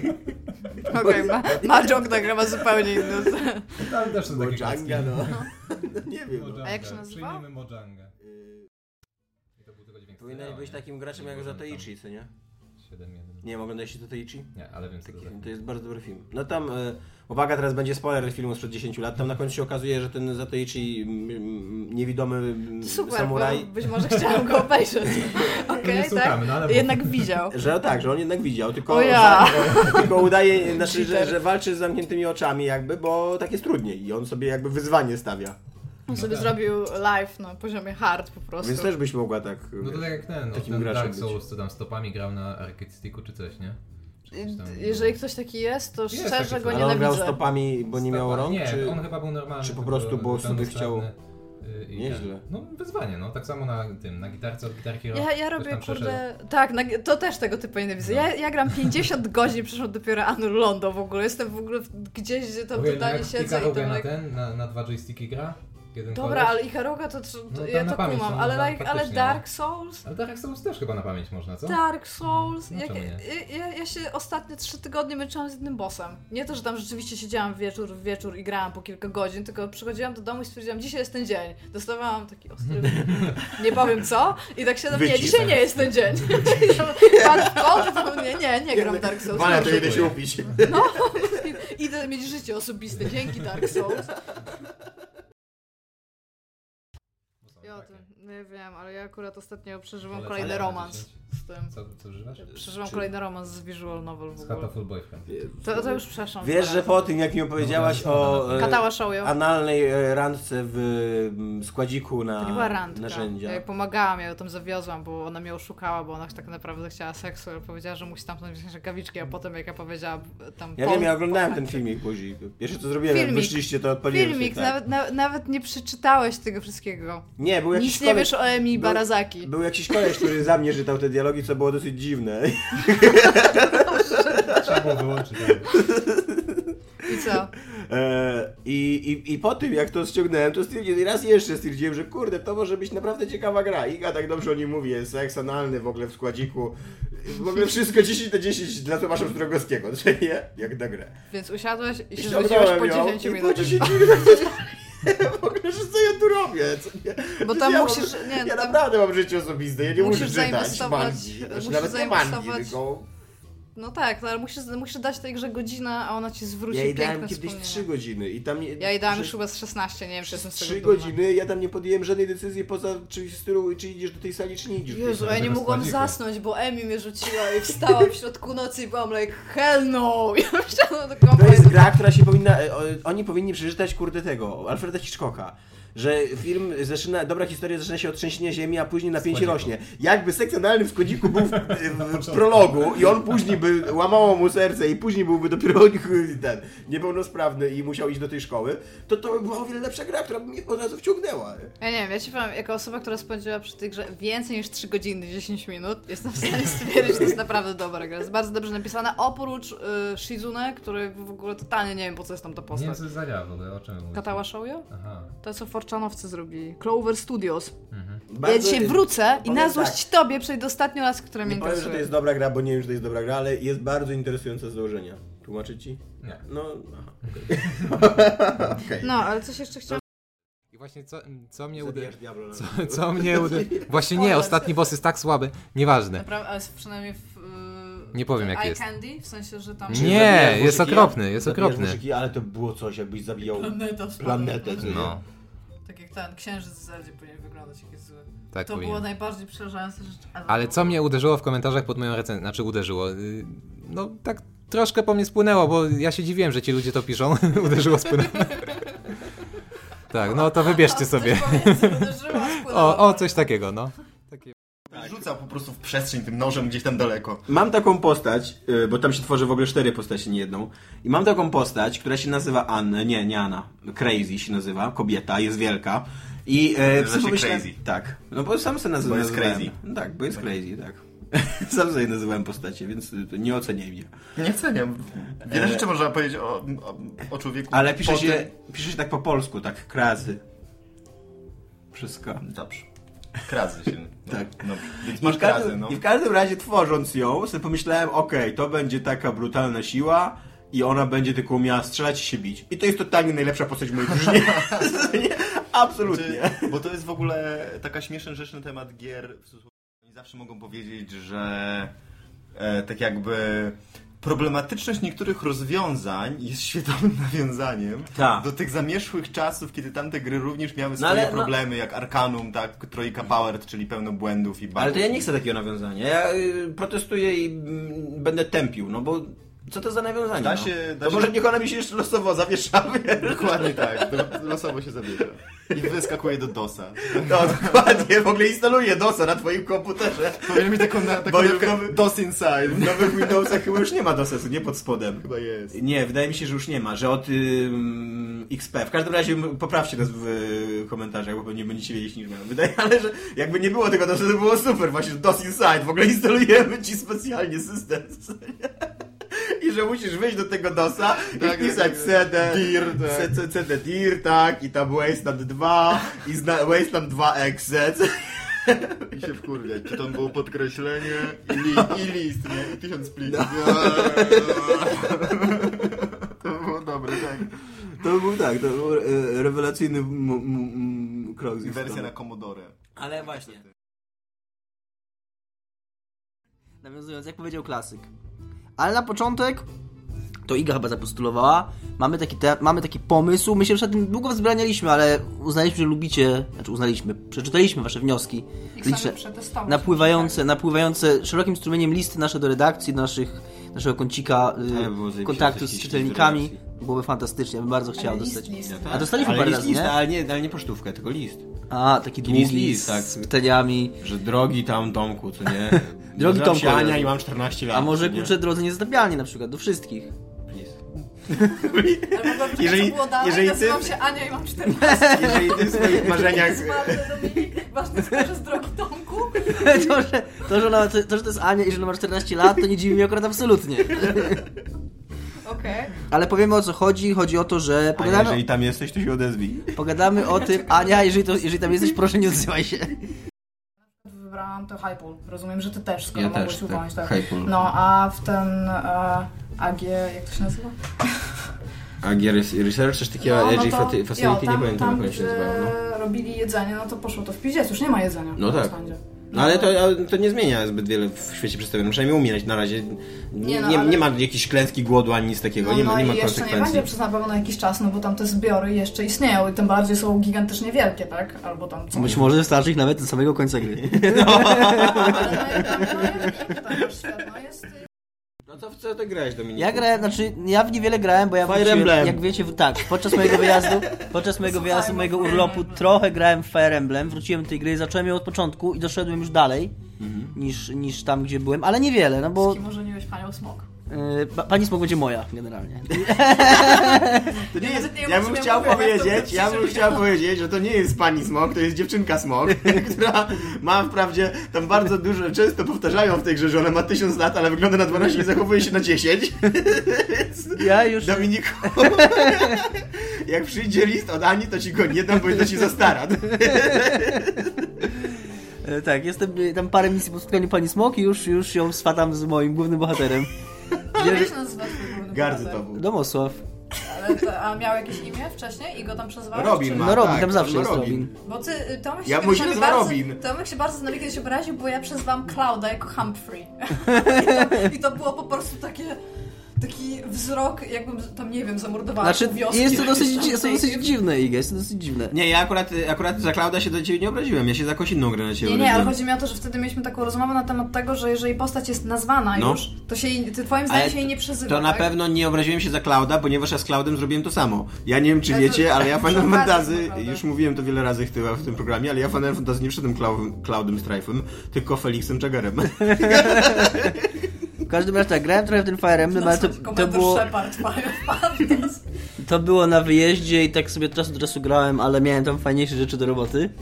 Okej, ma, Mahjong nagrała zupełnie inny. Tam też są takie Mojanga, no. klocki. no. Nie wiem. No. Mojanga. A jak się nazywa? Przyjmijmy Mojanga. Y, I to był tylko dźwięk Powinieneś stereo, być nie? takim graczem Nie jak było tam Zatoichi, co nie? siedem jeden. Nie wiem, oglądaliście Zatoichi? Nie, ale wiem co to za film. To jest bardzo dobry film. No tam, e, uwaga, teraz będzie spoiler filmu sprzed dziesięciu lat. Tam na końcu się okazuje, że ten Zatoichi m, m, niewidomy m, Super, samuraj, bo być może chciałam go obejrzeć. Okej, nie tak? słuchamy, no ale- Jednak widział. że tak, że on jednak widział, tylko, O ja. za, tylko udaje, znaczy, że, Cheater. że walczy z zamkniętymi oczami jakby, bo tak jest trudniej i on sobie jakby wyzwanie stawia. On sobie tak. zrobił live na poziomie hard po prostu. Więc też byś mogła tak... No to tak jak ten, takim ten graczem Dark być. Souls, co tam stopami grał na arcade sticku czy coś, nie? Czy coś tam Jeżeli było. ktoś taki jest, to Jest szczerze taki go Ale on grał nienawidzę. stopami, bo nie miał Stopa- rąk, Nie, czy... on chyba był normalny. czy po tylko prostu, bo sobie pełnosprawny, chciał- y, i Nieźle. ten- No wyzwanie, no tak samo na tym, na gitarce od Guitar Hero. Ja, ja ktoś robię, tam przeszedł. kurde... Tak, na, to też tego typu nienawidzę. No. Ja, ja gram pięćdziesiąt godzin, przeszłam dopiero Anul Londo w ogóle. Jestem w ogóle w- gdzieś, gdzie tam Ojej, no totalnie jak siedzę i Ikarugę tam... na like- ten, na, na dwa joysticki gra? Jeden Dobra, koleś. ale Ikaruga to, to, No, to tam ja na to pamięć kumam, to ale, można like, ale faktycznie, Dark no. Souls... Ale Dark Souls też chyba na pamięć można, co? Dark Souls. No, Jak, czemu nie? ja, ja, ja się ostatnie trzy tygodnie męczyłam z jednym bossem. Nie to, że tam rzeczywiście siedziałam w wieczór w wieczór i grałam po kilka godzin, tylko przychodziłam do domu i stwierdziłam, dzisiaj jest ten dzień. Dostawałam taki ostry, nie powiem co, i tak siadam, nie, Wycisk. dzisiaj nie jest ten dzień. Pan w kąt, to nie, nie, nie gram w Dark Souls. Ale to jedę się upić. No, idę mieć życie osobiste dzięki Dark Souls. Bo są Ja, takie. to Nie wiem, ale ja akurat ostatnio przeżywam Ale kolejny ale romans dziesięć. z tym. Co, co używasz? Przeżywam Czy- kolejny romans z visual novel w Z ogóle. Hatoful Boyfriend. To, to już przeszłam. Wiesz, dwa że razy. po tym, jak mi opowiedziałaś o e, Katała Shoujo. analnej e, randce w mm, składziku na To nie była randka. narzędzia. Ja jej pomagałam, ja ją tam zawiozłam, bo ona mnie oszukała, bo ona tak naprawdę chciała seksu, ale powiedziała, że musi tamtąd wziąć rękawiczki, a potem jak ja powiedziałam tam... Ja pol- wiem, ja oglądałem ten pochęcie. filmik później. Pierwsze co zrobiłem, jak Filmik. wyszliście, to odpaliłem Filmik, sobie, tak. nawet, na, nawet nie przeczytałeś tego wszystkiego. Nie, był jakiś Nic nie koleś- wiesz o Emi był- Barazaki. Był jakiś koleś, który za mnie czytał te dialogi, co było dosyć dziwne. Trzeba było wyłączyć. I co? E, i, i, I po tym, jak to ściągnąłem, to stwierdziłem, raz jeszcze stwierdziłem, że kurde, to może być naprawdę ciekawa gra. Iga tak dobrze o nim mówi, jest seks analny w ogóle w składziku. W ogóle wszystko dziesięć na dziesięć dla Tomasza Strogowskiego, że nie? Jak na grę. Więc usiadłeś i się Ściągnąłem zgodziłeś po ją dziesięciu i po minutach. dziesięciu minutach w ogóle, że co ja tu robię? Co nie? Bo Przecież tam ja musisz- Mam, nie, ja tam- naprawdę mam życie osobiste, ja nie muszę Musisz czytać zainwestować- mangi. Znaczy, musisz nawet nie mangi, zainwestować- tylko... No tak, no ale musisz, musisz dać tej grze godzinę, a ona ci zwróci Ja jej piękne dałem kiedyś wspomnienia. trzy godziny i tam... Nie, Ja jej dałem przez- już chyba z szesnaście, nie wiem, czy jestem z tego trzy dumna. godziny, ja tam nie podjąłem żadnej decyzji poza czymś w stylu, czy idziesz do tej sali, czy nie idziesz do tej Jezu, sali. ja nie Tego mogłam składziku. zasnąć, bo Emi mnie rzuciła i wstałam w środku nocy i byłam like, hell no! Ja myślałam do taką To jest gra, która się powinna... e, o, Oni powinni przeczytać, kurde, tego, Alfreda Hitchcocka. Że film zaczyna, dobra historia zaczyna się od trzęsienia ziemi, a później napięcie Składziku. rośnie. Jakby seks analny w składziku był w, w, w prologu i on później by łamało mu serce i później byłby dopiero ten niepełnosprawny i musiał iść do tej szkoły, to to by była o wiele lepsza gra, która by mnie od razu wciągnęła. Ja nie wiem, ja ci powiem, jako osoba, która spędziła przy tej grze więcej niż trzy godziny, dziesięć minut, jestem w stanie stwierdzić, że to jest naprawdę dobra gra. Jest bardzo dobrze napisana, oprócz y, Shizune, który w ogóle totalnie nie wiem, po co jest tam ta Nie postać. wiem, co to za gra w ogóle, o czym mówisz? Katała Shoujo? Aha. To co Forczanowcy zrobili. Clover Studios. Mhm. Ja Bardzo- dzisiaj wrócę i powiem na złość tobie przejdę ostatni raz, która mnie Nie powiem, że to interesuje. jest dobra gra, bo nie wiem, że to jest dobra gra, ale jest bardzo interesujące z założenia. Tłumaczyć ci? Nie. No, aha, okej. Okej. No, ale coś jeszcze chciałam... I właśnie co, co mnie Zabijasz uderzyło... Diablo na Co, mnie. co mnie uderzyło... Właśnie nie, ostatni boss jest tak słaby. Nieważne. Naprawdę, ale przynajmniej w... Yy, Nie powiem, w jak Eye jest. Candy, w sensie, że tam... Nie, Zabijasz jest muszyki, okropny, jest zabijasz okropny. muszyki, ale to było coś, jakbyś zabijał Planeta spadła. planetę. co nie? No, Tak jak ten księżyc w Zeldzie powinien wyglądać, jak jest zły. tak To było powinien. najbardziej przerażające rzecz. Ale co mnie uderzyło w komentarzach pod moją recenzją, znaczy uderzyło, yy, no tak troszkę po mnie spłynęło, bo ja się dziwiłem, że ci ludzie to piszą. Uderzyło, spłynęło. Tak, no to wybierzcie sobie. O, o, coś takiego, no. Takie... Rzucał po prostu w przestrzeń tym nożem gdzieś tam daleko. Mam taką postać, y, bo tam się tworzy w ogóle cztery postacie, nie jedną. I mam taką postać, która się nazywa Anna, nie, nie Anna, Crazy się nazywa, kobieta, jest wielka. I e, Nazywa się pomyślałem- Crazy. Tak, no bo sam sobie nazywałem. Bo jest crazy. No tak, bo jest crazy, tak. Sam sobie nazywałem postacie, więc y, to nie oceniaj mnie. Nie ceniam. Wiele E, rzeczy można powiedzieć o, o, o człowieku. Ale pisze po się, tym- pisze się tak po polsku, tak, krazy. Wszystko. Dobrze. Krazy się. No, Tak. No, więc I masz w, każdym, krazy, no. I w każdym razie tworząc ją, sobie pomyślałem, okej, to będzie taka brutalna siła i ona będzie tylko umiała strzelać i się bić. I to jest totalnie najlepsza postać w mojej drużynie. Nie, absolutnie. Czy, bo to jest w ogóle taka śmieszna rzecz na temat gier. Oni zawsze mogą powiedzieć, że e, tak jakby problematyczność niektórych rozwiązań jest świetnym nawiązaniem Tak. do tych zamierzchłych czasów, kiedy tamte gry również miały No swoje ale, no- problemy, jak Arcanum, tak, Trójka Powered, czyli pełno błędów i bugów. Ale to ja nie chcę takiego nawiązania. Ja y, protestuję i mm, będę tępił, no bo co to za nawiązanie? Da no? się- da to się- może niech ona mi się jeszcze losowo zawiesza. Dokładnie tak, to losowo się zabierze. I wyskakuje do DOSa. No dokładnie, w ogóle instaluję DOSa na twoim komputerze. Powinien mieć taką, na, taką Bo już nowkę nowy- DOS Inside. W nowych Windowsach chyba już nie ma DOSa, nie pod spodem. Chyba jest. Nie, wydaje mi się, że już nie ma, że od ym, X P. W każdym razie m- poprawcie nas w y, komentarzach, bo pewnie będziecie wiedzieć niż my. Wydaje, ale że jakby nie było tego DOSa, to było super. Właśnie DOS Inside. W ogóle instalujemy ci specjalnie system. I że musisz wyjść do tego DOSa i Tak, wpisać tak, cd, dir, tak. C- C- cd dir, tak, i tam Wasteland dwa i zna- Wasteland dwa exe. I się wkurwiać. Czy tam było podkreślenie i, li, i list, nie? I tysiąc plików. To było dobre, tak. To był tak, to był e, rewelacyjny m- m- m- krok z ich Wersja strony. na Commodore. Ale właśnie. Nawiązując, jak powiedział klasyk. Ale na początek to Iga chyba zapostulowała. Mamy taki, te, mamy taki pomysł, my się już na tym długo wzbranialiśmy, ale uznaliśmy, że lubicie, znaczy uznaliśmy, przeczytaliśmy wasze wnioski. Liczne, napływające, napływające szerokim strumieniem listy nasze do redakcji, do naszych, naszego kącika y, kontaktu z czytelnikami. Byłoby fantastycznie, ja bym bardzo chciał list, dostać. list. Ja tak? A dostaliśmy ale parę list, razy, list, nie? ale nie? Ale nie pocztówkę, tylko list. A, taki długi, list, list, tak. z pytaniami. Że drogi tam Tomku, co nie? Drogi Tomku. Ania i mam czternaście lat. A może kurczę drodzy niezatapialni na przykład, do wszystkich. Jeżeli, Jeżeli- co było dalej, jeżeli ty- nazywam się Ania i mam czternaście. Jeżeli ty w swoich marzeniach... Zmarły Dominik, ważny skojarzy z drogi Tomku. to, że, to, że ona, to, to, że to jest Ania i że ona ma czternaście lat, to nie dziwi mnie akurat absolutnie. Okej. Ale powiemy o co chodzi. Chodzi o to, że A pogadamy, jeżeli tam jesteś, to się odezwij. pogadamy o tym. Ania, jeżeli, to, jeżeli tam jesteś, proszę nie odzywaj się. Wybrałam to Hypool. Rozumiem, że ty też, skoro Ja mogłeś też, tak. uwolnić. Tak. Hypool. No, a w ten e, A G, jak to się nazywa? A Gear Research, coś takiego, No, Edgy no to- Facility, jo, nie tam, pamiętam, tam jak się gdzie nazywało. No. robili jedzenie, no to poszło to w pizdziec, już nie ma jedzenia. No w tak. Islandzie. No ale to, ale to nie zmienia zbyt wiele w świecie przedstawionym. Przynajmniej umierać na razie. Nie, Nie no, nie, ale- nie ma jakiejś klęski głodu ani nic takiego. No, nie ma, no nie ma i jeszcze nie konsekwencji. będzie przez na pewno jakiś czas, no bo tam te zbiory jeszcze istnieją i tym bardziej są gigantycznie wielkie, tak? Albo tam coś. Być może wystarczy ich nawet do samego końca gry. Ale no i tam, no jak tam masz świat, no jest... No to w co ty grałeś, Dominik? Ja grałem, znaczy ja w niewiele grałem, bo ja Fire wróciłem, Emblem. jak wiecie, w- tak, podczas mojego wyjazdu, podczas mojego wyjazdu, mojego urlopu trochę grałem w Fire Emblem, wróciłem do tej gry, zacząłem ją od początku i doszedłem już dalej niż, niż tam, gdzie byłem, ale niewiele, no bo Z kim ożeniłeś panią Smok? yy, pa- pani Smok będzie moja generalnie. To nie jest, nie ja wiem, bym czy chciał miał powiem, powiedzieć, to ja bym przecież- chciał powiedzieć, że to nie jest pani Smok, to jest dziewczynka Smok, która ma wprawdzie tam bardzo dużo, często powtarzają w tej grze, że ona ma tysiąc lat, ale wygląda na dwanaście i zachowuje się na dziesięć. Ja już... Dominiku, jak przyjdzie list od Ani, to ci go nie dam, bo to ci za stara. E, tak, jestem e, tam parę misji po spotkaniu pani Smok i już, już ją swatam z moim głównym bohaterem. Jak się nazywa twój główny Gardzy bohater? to był. Domosław. Ale to, a miał jakieś imię wcześniej i go tam przezwałeś? Robin czy... ma. No Robin, tak, tam zawsze no jest Robin. Robin. Bo ty, y, Tomek się Ja kiedyś mu się na mnie nazywa bardzo, Robin. Tomek się bardzo na mnie kiedyś obraził, bo ja przezwałam Clouda jako Humphrey. I, to, I to było po prostu takie... Taki wzrok, jakbym tam, nie wiem, zamordowała Znaczy, pół wioski. jest to dosyć, jakieś tam jest to tej- dosyć dziwne, Iga, jest to dosyć dziwne. Nie, ja akurat, akurat za Klauda się do ciebie nie obraziłem, ja się za jakąś inną grę na ciebie Nie, nie, ale obraziłem. chodzi mi o to, że wtedy mieliśmy taką rozmowę na temat tego, że jeżeli postać jest nazwana No. już, to się jej, ty, twoim zdaniem Ale się jej nie przezywa, To na tak? pewno nie obraziłem się za Clouda, ponieważ ja z Cloudem zrobiłem to samo. Ja nie wiem, czy Ale to- wiecie, ale ja to Final bardzo Fantasy, naprawdę. już mówiłem to wiele razy chyba w tym programie, ale ja Final Fantasy nie wszedłem Cloud- Cloudem Strife'em, tylko Felixem Jaggerem. W każdym razie tak, grałem trochę w ten Fire Emblem, ale to, to, Komandor było, Shepard, Final Fantasy. to było na wyjeździe i tak sobie od czasu do czasu grałem, ale miałem tam fajniejsze rzeczy do roboty.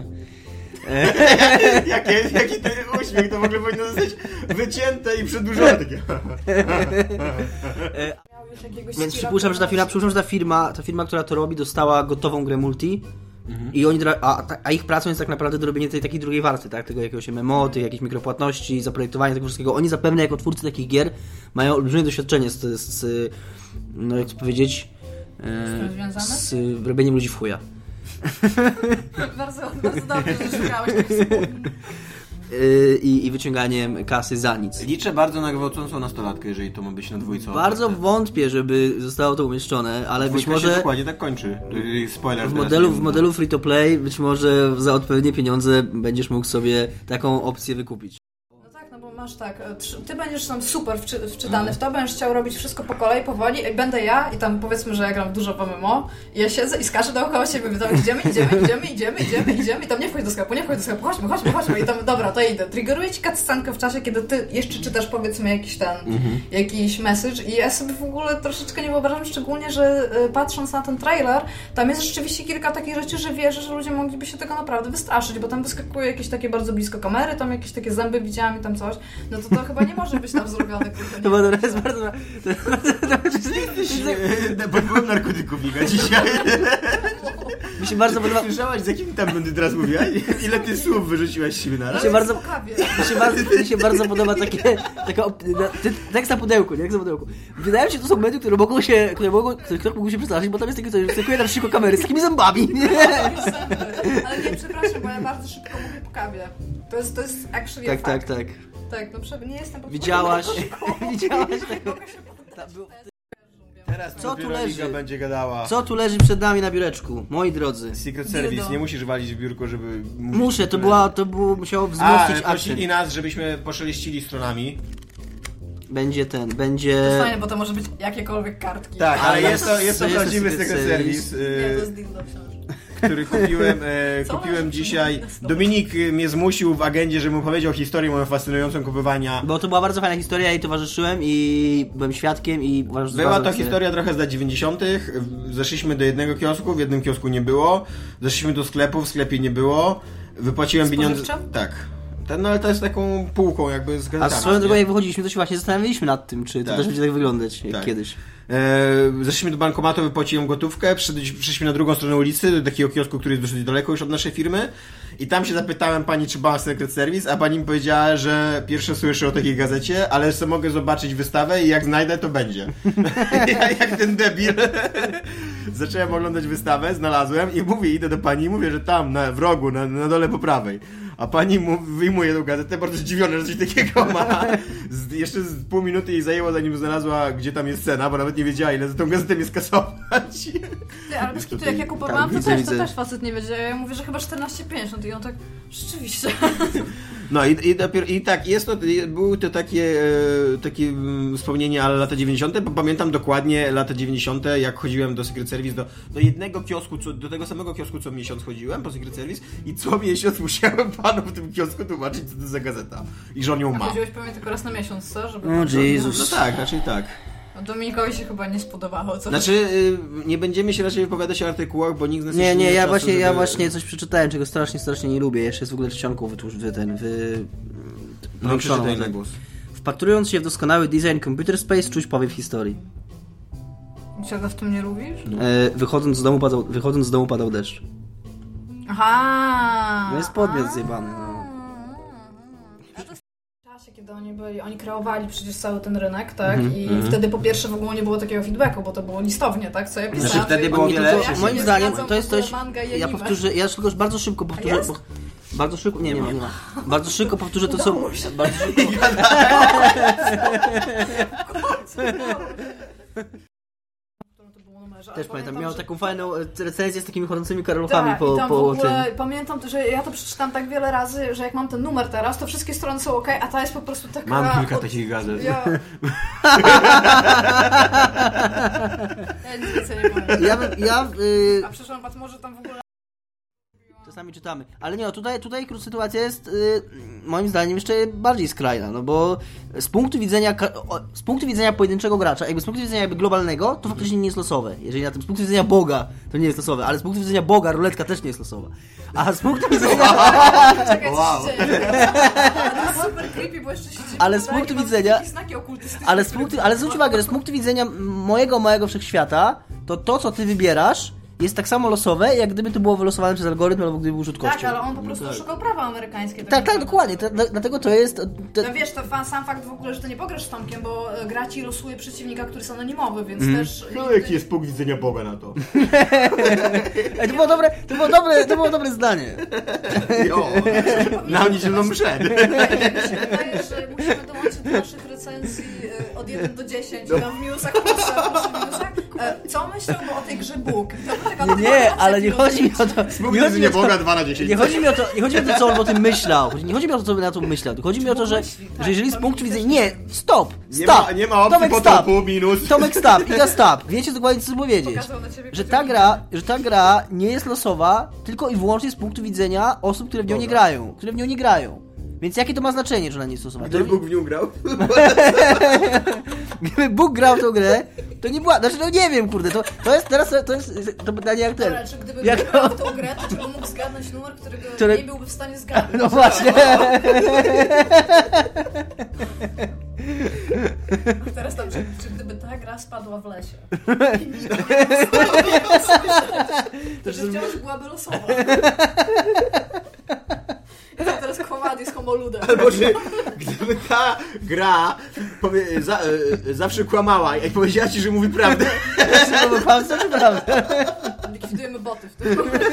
Jakie, jaki ten uśmiech, to w ogóle powinno zostać wycięte i przedłużone. Takie. Miał już jakiegoś Więc Kira przypuszczam, że ta firma, Kobayashi. przypuszczam, że ta firma, ta firma, która to robi, dostała gotową grę multi. I oni, dra- a, a ich pracą jest tak naprawdę do robienia tej takiej drugiej warstwy, tak? Tego jakiegoś M M O, tych jakichś mikropłatności, zaprojektowania tego wszystkiego. Oni zapewne jako twórcy takich gier mają olbrzymie doświadczenie z, z no jak to powiedzieć, Z tym związane? z robieniem ludzi w chuja. Bardzo, bardzo dobrze, że szukałeś tych słów. Yy, I, i wyciąganiem kasy za nic. Liczę bardzo na gwałcącą nastolatkę, jeżeli to ma być na dwójce. Bardzo wątpię, żeby zostało to umieszczone, ale być Dwójka się może dokładnie tak kończy. Yy, Spoiler. w teraz modelu, nie w wiem. modelu free to play być może za odpowiednie pieniądze będziesz mógł sobie taką opcję wykupić. No tak, no bo masz tak, e, trzy- ty będziesz tam super wczy, wczytany w to, będziesz chciał robić wszystko po kolei, powoli, i będę ja i tam powiedzmy, że ja gram dużo w M M O i ja siedzę i skaczę dookoła siebie, mówię, dobra, idziemy, idziemy, idziemy, idziemy, idziemy, idziemy i tam nie wchodź do sklepu, nie wchodź do sklepu, chodźmy, chodźmy, chodźmy i tam, dobra, to idę. Triggeruję ci cutscenkę w czasie, kiedy ty jeszcze czytasz, powiedzmy, jakiś ten, jakiś message i ja sobie w ogóle troszeczkę nie wyobrażam, szczególnie, że y, patrząc na ten trailer, tam jest rzeczywiście kilka takich rzeczy, że wierzę, że ludzie mogliby się tego naprawdę wystraszyć, bo tam wyskakuje jakieś takie bardzo blisko kamery, tam jakieś takie zęby widziałam i tam coś, no to to chyba nie może być tam zrobione, kurde, To było to jest bardzo... Pod wpływem narkotyków Iga dzisiaj. Mi się bardzo podoba... Słyszałaś, z jakim tam będę teraz mówiła? Ile ty słów wyrzuciłaś z siebie na raz? się bardzo- po kawie. Mi się bardzo, mi się bardzo podoba takie, taka op- na- ty- tekst na pudełku, nie? Tekst na pudełku. Wydaje mi się, że to są media, które mogą się, które mogą, które ktoś mógł się przestraszyć, bo tam jest taki coś, że wskakuje tam szybko kamery z takimi zębami. Ale nie, przepraszam, bo ja bardzo szybko mówię po kawie. To jest, to jest actually Tak, a tak, fact. tak. Tak, no prze- nie jestem pod Widziałaś, wpływem widziałaś alkoholu. tego... Mogę się poddać. Ta- był- Teraz Co tu dopiero leży? Liga będzie gadała. Co tu leży przed nami na biureczku, moi drodzy? Secret Service, nie musisz walić w biurko, żeby... Muszę, to była, to było, musiało wzmocnić A, akcent. prosili nas, żebyśmy poszeleścili stronami. Będzie ten, To będzie... jest fajne, bo to może być jakiekolwiek kartki. Tak, ale Ale jest to, jest to to jest prawdziwy Secret Secret Service. Service, Nie, to y, jest dildo książki. który kupiłem, e, Co? kupiłem dzisiaj. Co? Dominik y, mnie zmusił w agendzie, żebym opowiedział historię moją fascynującą kupowania. Bo to była bardzo fajna historia, ja jej towarzyszyłem i byłem świadkiem i uważam, że Była bardzo to historia. historia trochę z lat dziewięćdziesiątych. Zeszliśmy do jednego kiosku, w jednym kiosku nie było. Zeszliśmy do sklepu, w sklepie nie było. Wypłaciłem pieniądze. Spożywczym? Tak. Ten, no ale to jest taką półką jakby z A gazetami. swoją drogą nie? jak wychodziliśmy, to się właśnie zastanawialiśmy nad tym, czy to Tak. też będzie tak wyglądać jak Tak. kiedyś. E, zeszliśmy do bankomatu, wypłaciłem gotówkę, przyszliśmy przyszliśmy na drugą stronę ulicy, do takiego kiosku, który jest dosyć daleko już od naszej firmy i tam się zapytałem pani, czy ma Secret Service, a pani mi powiedziała, że pierwsze słyszę o takiej gazecie, ale że mogę zobaczyć wystawę i jak znajdę, to będzie. Ja jak ten debil zacząłem oglądać wystawę, znalazłem i mówię, idę do pani i mówię, że tam, na, w rogu, na, na dole po prawej. A pani mu wyjmuje tą gazetę, bardzo zdziwiona, że coś takiego ma. Z, jeszcze z pół minuty jej zajęło, zanim znalazła, gdzie tam jest cena, bo nawet nie wiedziała, ile za tą gazetę mi skasować. Ty, ale bez kitu, tutaj- jak ja kupowałam, to widzę, też, widzę. to też facet nie wiedział. Ja mówię, że chyba czternaście pięćdziesiąt i on tak, rzeczywiście. No i, i, dopiero, i tak, jest to, były to takie, e, takie mm, wspomnienia, ale lata dziewięćdziesiąte, bo pamiętam dokładnie lata dziewięćdziesiąte, jak chodziłem do Secret Service, do, do jednego kiosku, co, do tego samego kiosku co miesiąc chodziłem po Secret Service i co miesiąc musiałem panu w tym kiosku tłumaczyć, co to za gazeta i że on ją A ma. chodziłeś pewnie tylko raz na miesiąc, co? Żeby O, Jezus. No tak, raczej tak. No, Dominikowi się chyba nie spodobało, co? Znaczy, y, nie będziemy się raczej wypowiadać o artykułach, bo nikt z nas Nie, jeszcze nie, miał ja czasu, właśnie, ja żeby- właśnie coś przeczytałem, czego strasznie, strasznie nie lubię. Jeszcze jest w ogóle czcionką wytłusz, wy, ten, wy... No, przeczytaj wytłuszoną. na głos. Wpatrując się w doskonały design computer space, czuć powiew historii. Czego w tym nie lubisz? E, wychodząc, z domu padał, wychodząc z domu padał deszcz. Aha. No jest podmiot zjebany, no. W czasie, kiedy oni byli, oni kreowali przecież cały ten rynek, tak? Mhm, I wtedy po pierwsze w ogóle nie było takiego feedbacku, bo to było listownie, tak? Co ja pisałam. Znaczy, wtedy że było oni wiele- to, ja się Moim nie zdaniem zgadzam to jest w ogóle coś... manga i Ja anime. powtórzę, ja tylko bardzo szybko powtórzę... jest? Bo, bardzo szybko... Nie, nie ma, nie ma. Bardzo szybko powtórzę to, co... Bardzo szybko... To było numerze, ale Też pamiętam, miał że- taką fajną e, recenzję z takimi chodzącymi karoluchami Tak, po, i tam po w ogóle tym. pamiętam, że ja to przeczytałam tak wiele razy, że jak mam ten numer teraz, to wszystkie strony są ok, a ta jest po prostu taka... Mam kilka od- takich gazet. Ja... ja nic więcej nie powiem. Ja, bym- ja y, A przepraszam, Pat, może tam w ogóle... czasami czytamy. Ale nie, no tutaj, tutaj sytuacja jest y, moim zdaniem jeszcze bardziej skrajna, no bo z punktu widzenia ka- o, z punktu widzenia pojedynczego gracza, jakby z punktu widzenia jakby globalnego, to faktycznie nie jest losowe. Jeżeli na tym z punktu widzenia Boga, to nie jest losowe, ale z punktu widzenia Boga ruletka też nie jest losowa. A z punktu widzenia... Czekaj, co Wow. się dzieje. Ale to jest super creepy, bo jeszcze się dzieje. Ale z punktu widzenia- Takie znaki okultystyczne, Ale z które- punktu, ale zwróć uwagę, że z punktu widzenia mojego małego wszechświata, to to, co ty wybierasz, jest tak samo losowe, jak gdyby to było wylosowane przez algorytm, albo gdyby był rzutkością. Tak, ale on po prostu szukał prawa amerykańskie. Tak, tak, dokładnie. To, do- dlatego to jest... To, No wiesz, to fan, sam fakt w ogóle, że to nie pograsz z Tomkiem, bo e, gra ci losuje przeciwnika, który jest anonimowy, więc Mhm. też... No jaki jest punkt widzenia Boga na to? Ej, to było dobre, to było dobre, to było dobre zdanie. Jo, na mnie zieloną mszę. Mi się wydaje, że musimy dołączyć do naszych recenzji e, od jeden do dziesięciu, tam w minusach, plusach, plusach, minusach. E, co myślą bo o tej grze Bóg? Nie, nie, ale nie chodzi mi o to... Punkt Nie chodzi mi widzenia o to, Boga dwa na dziesięć. nie chodzi mi o to, nie chodzi mi o to, co on o tym myślał. Nie chodzi mi o to, co on na to myślał. Chodzi mi o to, że, Myśli, tak, że jeżeli z to punktu mi widzenia... też Nie, stop! Nie Stop! ma, nie ma opcji Tomek, potopu, stop! minus. Tomek, stop! Iga, stop! Wiecie dokładnie, co chcę powiedzieć. Pokazał na ciebie Że ta gra, że ta gra nie jest losowa tylko i wyłącznie z punktu widzenia osób, które w nią nie grają. Które w nią nie grają. Więc jakie to ma znaczenie, że ona nie jest losowa? Gdyby Bóg w nią grał? Gdyby Bóg grał w tą grę, to nie była... Znaczy, no nie wiem, kurde, to, to jest teraz to jest to pytanie jak ten. Dobra, czy gdyby Jak- jak... grał w tą grę, to czy on mógł zgadnąć numer, którego Który- nie byłby w stanie zgadnąć? No właśnie. Teraz tam, czy, czy gdyby ta gra spadła w lesie? To że wciąż byłaby losowa. I to teraz Kowadi z Homoludem. Albo że gdyby ta gra powie, za, e, zawsze kłamała i powiedziała ci, że mówi prawdę. Czy to kłamstwo, czy prawda? Likwidujemy boty w tym momencie.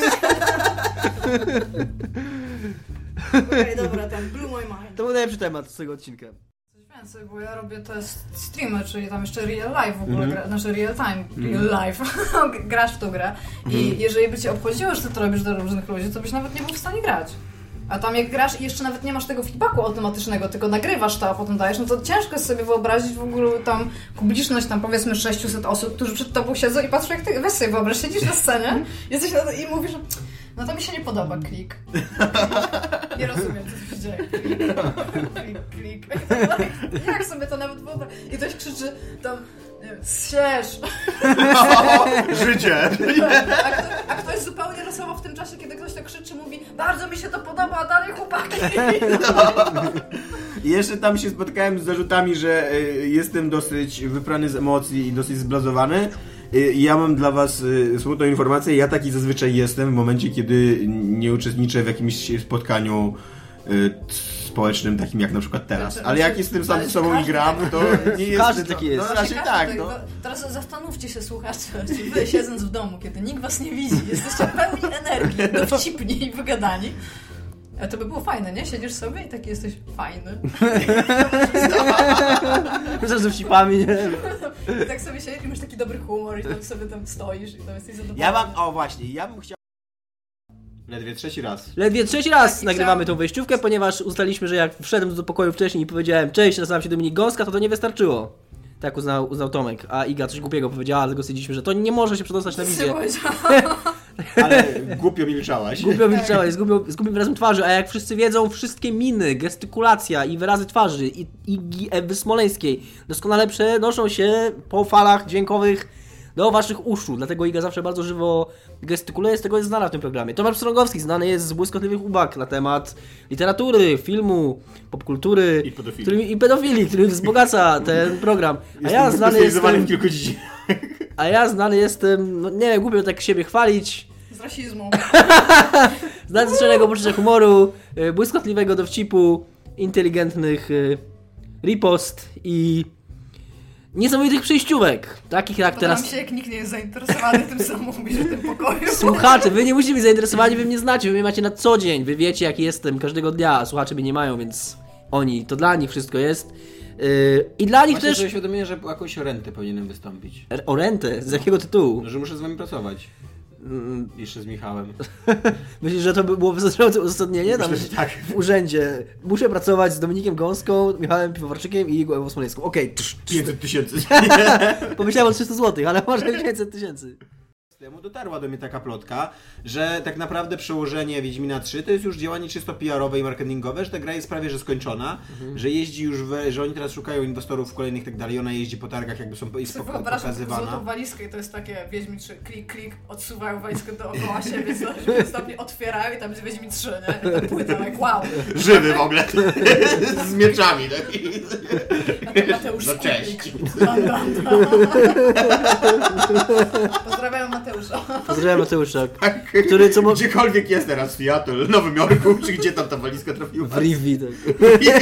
Okej, dobra, ten blew my mind. To był najlepszy temat z tego odcinka. Coś Więcej, bo ja robię te streamy, czyli tam jeszcze real life w ogóle, mm. gra, znaczy real time, real mm. life, grasz w tą grę mm. i jeżeli by cię obchodziło, że ty to robisz dla różnych ludzi, to byś nawet nie był w stanie grać. A tam jak grasz i jeszcze nawet nie masz tego feedbacku automatycznego, tylko nagrywasz to, a potem dajesz, no to ciężko jest sobie wyobrazić w ogóle tam publiczność, tam powiedzmy sześćset osób, którzy przed tobą siedzą i patrzą jak ty, weź sobie wyobraź, siedzisz na scenie jesteś na, i mówisz, no to mi się nie podoba, klik. Nie rozumiem, co się dzieje. Klik, klik, klik. Jak sobie to nawet wyobrazić? I ktoś krzyczy tam, nie wiem, zsiesz. Życie! A, kto, a ktoś zupełnie losowo w tym czasie, kiedy ktoś to krzyczy, mówi, bardzo mi się to podoba, a dalej chłopaki. I jeszcze tam się spotkałem z zarzutami, że y, jestem dosyć wyprany z emocji i dosyć zblazowany. Y, ja mam dla was y, smutną informację, ja taki zazwyczaj jestem w momencie, kiedy nie uczestniczę w jakimś spotkaniu y, społecznym, takim jak na przykład teraz. Znaczy, ale jak jestem sam ze sobą i gram, to nie jest... Każdy taki jest. No raczej tak, no. Teraz zastanówcie się, słuchacze, czy wy siedząc w domu, kiedy nikt was nie widzi, jesteście pełni energii, dowcipni i wygadani. A to by było fajne, nie? Siedzisz sobie i taki jesteś fajny. Myślę, że wcipami, nie? I tak sobie siedzisz i masz taki dobry humor i tam sobie tam stoisz i tam jesteś zadowolony. Ja mam, o właśnie, ja bym chciał... Ledwie trzeci raz. Ledwie trzeci raz Tak, nagrywamy chciałam... tą wejściówkę, ponieważ ustaliliśmy, że jak wszedłem do pokoju wcześniej i powiedziałem cześć, nazywam się Dominik Gąska, to to nie wystarczyło. Tak uznał, uznał Tomek, a Iga coś głupiego powiedziała, dlatego stwierdziliśmy, że to nie może się przedostać na wizję. Ale głupio milczałaś. Głupio milczałaś, z głupim wyrazem twarzy, a jak wszyscy wiedzą, wszystkie miny, gestykulacja i wyrazy twarzy i Igi Ewy Smoleńskiej doskonale przenoszą się po falach dźwiękowych do waszych uszu, dlatego Iga zawsze bardzo żywo gestykuluje, z tego jest znana w tym programie. Tomasz Strągowski znany jest z błyskotliwych uwag na temat literatury, filmu, popkultury i pedofilii, który, i pedofilii, który wzbogaca ten program. A jestem ja znany jestem... w kilku dziedzinach. A ja znany jestem, no nie wiem, głupio tak siebie chwalić. Z rasizmu. Z nadzwyczajnego poczucia humoru, błyskotliwego dowcipu, inteligentnych ripost i niesamowitych przejściówek. Takich jak Podoba teraz... mi się, jak nikt nie jest zainteresowany tym, co mówisz w tym pokoju. Słuchacze, wy nie musicie być zainteresowani, wy mnie znacie, wy mnie macie na co dzień, wy wiecie jaki jestem każdego dnia, a słuchacze mnie nie mają, więc oni, to dla nich wszystko jest. Yy, I dla nich Właśnie też... sobie świadomienie, że jakąś rentę powinienem wystąpić. O rentę? Z jakiego tytułu? No, że muszę z wami pracować. Mm. Jeszcze z Michałem. Myślisz, że to by było wystarczające uzasadnienie? Myślę, Tam że tak. W urzędzie. Muszę pracować z Dominikiem Gąską, Michałem Piwowarczykiem i Igą Ewą Smoleńską. Okej. Okay. pięćset tysięcy. Pomyślałem o trzysta złotych, ale może pięćset tysięcy. Temu dotarła do mnie taka plotka, że tak naprawdę przełożenie Wiedźmina trzy to jest już działanie czysto P R-owe i marketingowe, że ta gra jest prawie że skończona, mhm. że jeździ już, w, że oni teraz szukają inwestorów kolejnych i tak dalej, ona jeździ po targach, jakby są jest pokazywana. Złotą walizkę i to jest takie Wiedźmin trzy, klik, klik, odsuwają walizkę dookoła siebie, co stopnie otwierają i tam jest Wiedźmin trzy, nie? I ta płyta, like wow. Żywy w ogóle, z mieczami. A Mateusz no cześć. Dan, dan, dan. Pozdrawiam Mateusza. Pozdrawiam Mateusza, który co mo... Gdziekolwiek jest teraz, w Seattle, Nowym Jorku, czy gdzie tam ta walizka trafiła? W Rivi, tak.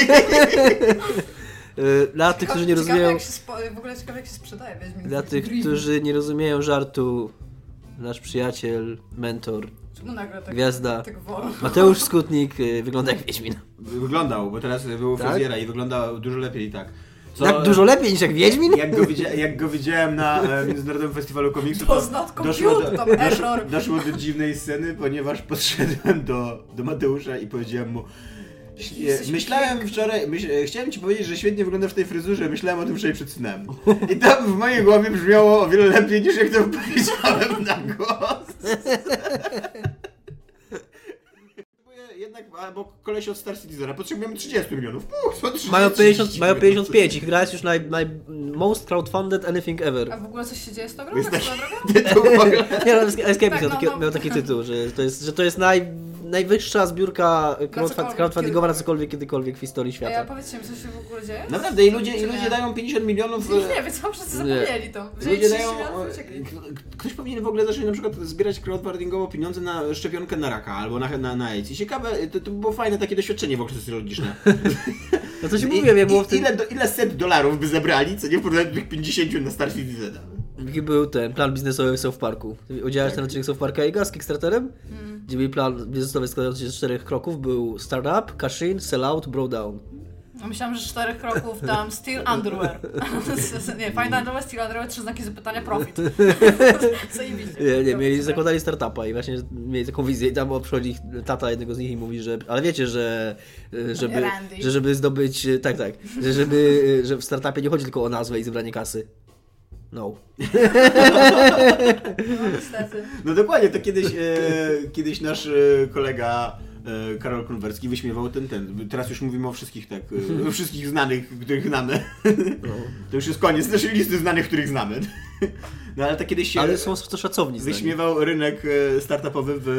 Dla tych, którzy nie rozumieją... Jak się spo... W ogóle ciekawe, jak się sprzedaje Wiedźmin. Dla tych, którzy nie rozumieją żartu, nasz przyjaciel, mentor, tak, gwiazda, tak Mateusz Skutnik wygląda jak Wiedźmin. Wyglądał, bo teraz był tak? fryzjera i wyglądał dużo lepiej, tak. Co, tak dużo lepiej niż jak Wiedźmin? Jak go, widzia, jak go widziałem na e, Międzynarodowym Festiwalu Komiksu, to doszło do, doszło, doszło do dziwnej sceny, ponieważ podszedłem do, do Mateusza i powiedziałem mu e, myślałem wczoraj, myśl, e, chciałem ci powiedzieć, że świetnie wyglądasz w tej fryzurze, myślałem o tym wczoraj przed snem. I to w mojej głowie brzmiało o wiele lepiej niż jak to powiedziałem na głos. Jednak, albo koleś od Star Citizena, potrzebujemy trzydzieści milionów. Puh, trzydzieści mają, pięćdziesiąt, mają pięćdziesiąt pięć i gra jest już naj, naj, most crowdfunded anything ever. A w ogóle coś się dzieje z tą grą? Jest tak, tak, nie, no, Escape tak, miał, no, taki, no. miał taki tytuł, że to jest, że to jest naj, najwyższa zbiórka crowdfund, crowdfundingowa na cokolwiek, kiedykolwiek w historii świata. A ja powiedzcie mi, co się w ogóle dzieje? Naprawdę i ludzie, i ludzie dają pięćdziesiąt milionów... Nie, nie wiem, co wszyscy zapomnieli to. Ludzie dają... Ktoś powinien w ogóle zacząć na przykład zbierać crowdfundingowo pieniądze na szczepionkę na raka albo na, na, na AIDS. I ciekawe, to, to było fajne takie doświadczenie w ogóle socjologiczne. No to ci mówię, jak było w tym... Ile, do, ile set dolarów by zebrali, co nie w porównaniu do tych pięćdziesięciu na Star Citizena? Jaki był ten plan biznesowy w South Parku? Udziałałeś ten odcinek South Parka Iga z Kickstarterem? Hmm. Gdzie był plan biznesowy składający się z czterech kroków. Był startup, cash in, sell out, bro down. No myślałam, że czterech kroków tam Steel Underwear. Nie, Find Underwear, Steel Underwear, trzy znaki zapytania, profit. Zajebiście. Nie, nie, mieli, zakładali startupa i właśnie mieli taką wizję i tam przychodzi ich tata jednego z nich i mówi, że ale wiecie, że żeby, że żeby zdobyć, tak, tak, że żeby, że w startupie nie chodzi tylko o nazwę i zebranie kasy. No. No niestety. No dokładnie, to kiedyś, e, kiedyś nasz e, kolega e, Karol Kulwerski wyśmiewał ten, ten. Teraz już mówimy o wszystkich tak, e, o wszystkich znanych, których znamy. No. To już jest koniec naszej listy znanych, których znamy. No ale to kiedyś się... Ale są to szacowni znani. Wyśmiewał rynek e, startupowy w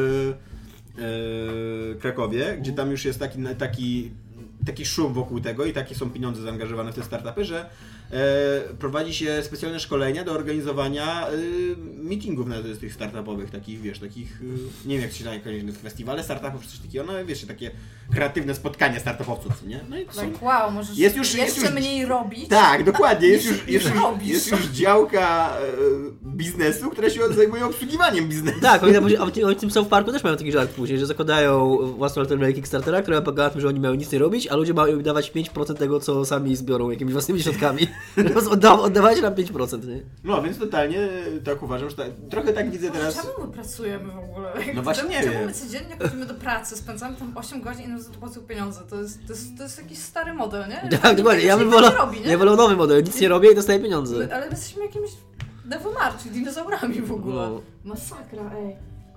e, Krakowie, gdzie tam już jest taki, taki, taki szum wokół tego i takie są pieniądze zaangażowane w te startupy, że e, prowadzi się specjalne szkolenia do organizowania e, meetingów nawet z tych startupowych, takich, wiesz, takich, e, nie wiem jak się nazywa, festiwale startupów czy coś takiego, no wiesz, takie kreatywne spotkania startupowców, nie? No i to są... Tak, wow, możesz jest już, jeszcze jest już... mniej robić. Tak, dokładnie, jest już, jest już, robisz. jest już działka e, biznesu, która się zajmuje obsługiwaniem biznesu. Tak, oni, tam, oni w tym South Parku też mają taki żart później, że zakładają własną alternatywę Kickstartera, która polega na tym, że oni mają nic nie robić, a ludzie mają im dawać pięć procent tego, co sami zbiorą jakimiś własnymi środkami. Odda, oddawajcie nam pięć procent, nie? No, więc totalnie tak uważam, że ta, trochę tak widzę teraz... Czemu my pracujemy w ogóle? No właśnie czemu, nie czemu wiem. my codziennie chodzimy do pracy, spędzamy tam osiem godzin i nam za to płacą pieniądze? To jest, to jest, to jest jakiś stary model, nie? Tak, dokładnie. Ja bym wolał, robi, ja wolał nowy model. Nic nie robię i dostaję pieniądze. Ale my jesteśmy jakimiś dewomarczy, dinozaurami w ogóle. No. Masakra, ej.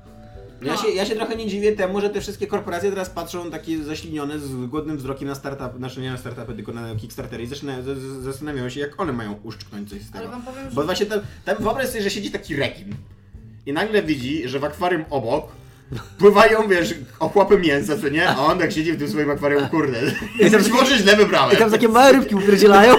Ja się, ja się trochę nie dziwię temu, że te wszystkie korporacje teraz patrzą takie zaślinione z głodnym wzrokiem na startup, znaczy nie na startupy, tylko na Kickstartery i zaczynają, z, z, zastanawiają się, jak one mają uszczknąć coś z tego. Ale wam powiem, że... Bo właśnie tam, tam wyobraź sobie, że siedzi taki rekin i nagle widzi, że w akwarium obok pływają, wiesz, ochłapy mięsa, co nie? A on tak siedzi w tym swoim akwarium, kurde. I tam może źle wybrałem. I tam takie małe rybki upierdzielają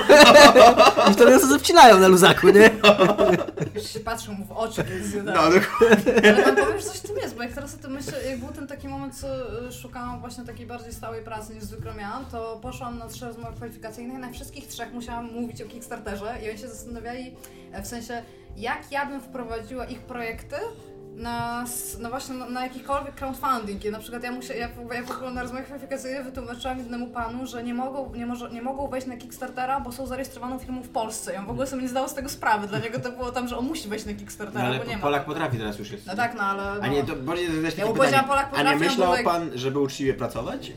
i wtedy sobie wcinają na luzaku, nie? Już się patrzą mu w oczy, więc No, dokładnie. Ale wam powiem, że coś w tym jest, bo jak teraz o tym myślę, jak był ten taki moment, co szukałam właśnie takiej bardziej stałej pracy niż zwykle miałam, to poszłam na trzy rozmowy kwalifikacyjne i na wszystkich trzech musiałam mówić o Kickstarterze i oni się zastanawiali, w sensie, jak ja bym wprowadziła ich projekty na, no właśnie na, na jakikolwiek crowdfunding. I na przykład ja, musia, ja, ja w ogóle na rozmowie kwalifikacyjnej wytłumaczyłam jednemu panu, że nie mogą, nie, może, nie mogą wejść na Kickstartera, bo są zarejestrowaną firmą w Polsce. I on w ogóle sobie nie zdawał z tego sprawy. Dla niego to było tam, że on musi wejść na Kickstartera, No, ale bo nie ma. Polak potrafi teraz już jest. No tak, no ale... No. A nie, to bardziej zadać Ja takie powiedziałam, pytanie. Polak A potrafi, nie myślał Polak- pan, żeby uczciwie pracować?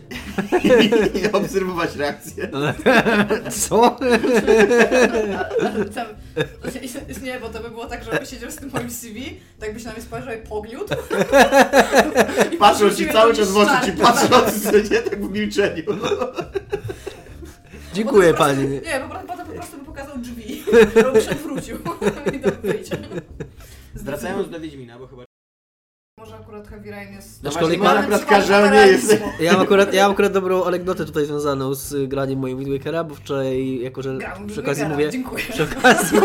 I obserwować reakcję? Co? Tam, nie, bo to by było tak, że jakby siedział z tym moim C V, tak byś na mnie spojrzał i pogniótł. Patrzą ci cały czas w oczy, ci szarpę. patrząc, co nie, tak w milczeniu. Dziękuję Potem po pani. prostu- Nie, po prostu, potem po prostu by pokazał drzwi, żeby się odwrócił i tam wyjdzie. Wracając do Wiedźmina, bo chyba... Może akurat Heavy Rain jest... No właśnie, szkolnik- pan akurat każe, nie jest... Ja mam akurat, ja mam akurat dobrą anegdotę tutaj związaną z graniem moim Wind Wakera, bo wczoraj, jako że Gram w przy okazji Wigera, mówię... dziękuję. Przy okazji...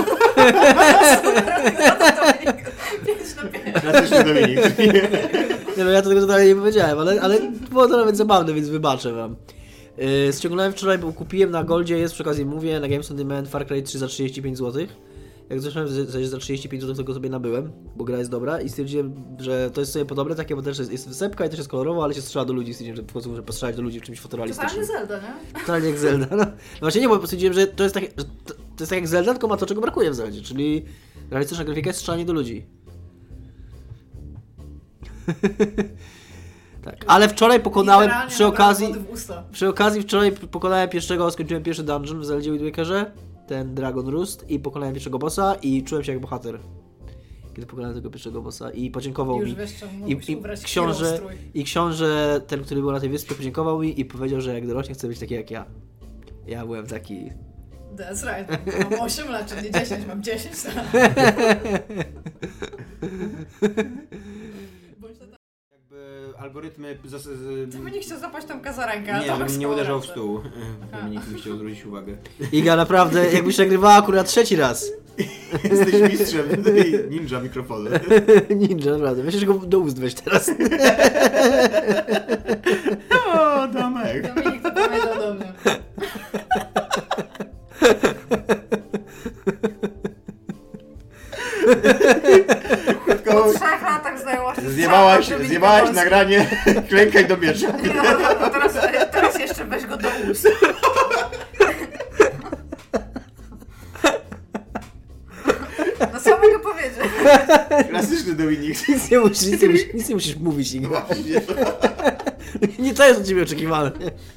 pięć na pięć. Klasyczny Dominik. Nie no, ja tego totalnie nie powiedziałem, ale, ale było to nawet zabawne, więc wybaczę wam. Yy, ściągnąłem wczoraj, bo kupiłem na Goldzie, jest przy okazji mówię, na Games on Demand Far Cry trzy za trzydzieści pięć złotych. Jak zacząłem za, za trzydzieści pięć złotych, to go sobie nabyłem, bo gra jest dobra i stwierdziłem, że to jest sobie podobne takie, bo też jest, jest wysepka i też jest kolorowo, ale się strzela do ludzi, stwierdziłem, że po prostu muszę postrzelać do ludzi w czymś fotorealistycznym. Totalnie Zelda, nie? Totalnie jak Zelda. No, no właśnie nie, bo stwierdziłem, że to jest tak, że to, to jest tak jak Zelda, tylko ma to, czego brakuje w Zeldzie, czyli realistyczna grafika jest strzelanie do ludzi. Tak. Ale wczoraj pokonałem Literalnie przy nabrałam okazji, wody w usta. przy okazji wczoraj pokonałem pierwszego, skończyłem pierwszy dungeon w Zeldzie Wind Wakerze, ten Dragon Roost i pokonałem pierwszego bossa i czułem się jak bohater, kiedy pokonałem tego pierwszego bossa i podziękował Już mi. wiesz, czemu I, mógłbyś i, ubrać książę, hero strój. I książę, ten, który był na tej wyspie, podziękował mi i powiedział, że jak dorośnie chce być taki jak ja. Ja byłem taki... That's right, mam osiem lat, czyli nie dziesięć, mam dziesięć lat. Bądź to tak. Jakby algorytmy... Z, z, Dominik chciał zapaść Tomka za rękę, a nie, Tomek żebym nie schował uderzał w ręce. stół. Dominik mi chciał zwrócić uwagę. Iga, naprawdę, jakbyś nagrywała akurat trzeci raz. Jesteś mistrzem ninja mikrofonu. Ninja, naprawdę. Myślę, że go do ust weź teraz. O, Domek. Dominik to powiedział do mnie. Po trzech latach zajęła się Zjebałaś, strzała, zjebałaś Dominik nagranie, klękaj do miecza. Polski. No, teraz, teraz jeszcze weź go do ust. No co mogę powiedzieć? Klasyczny Dominik. Nic nie musisz, nic nie musisz, nic nie musisz mówić, Iga. Nie to jest od ciebie oczekiwane.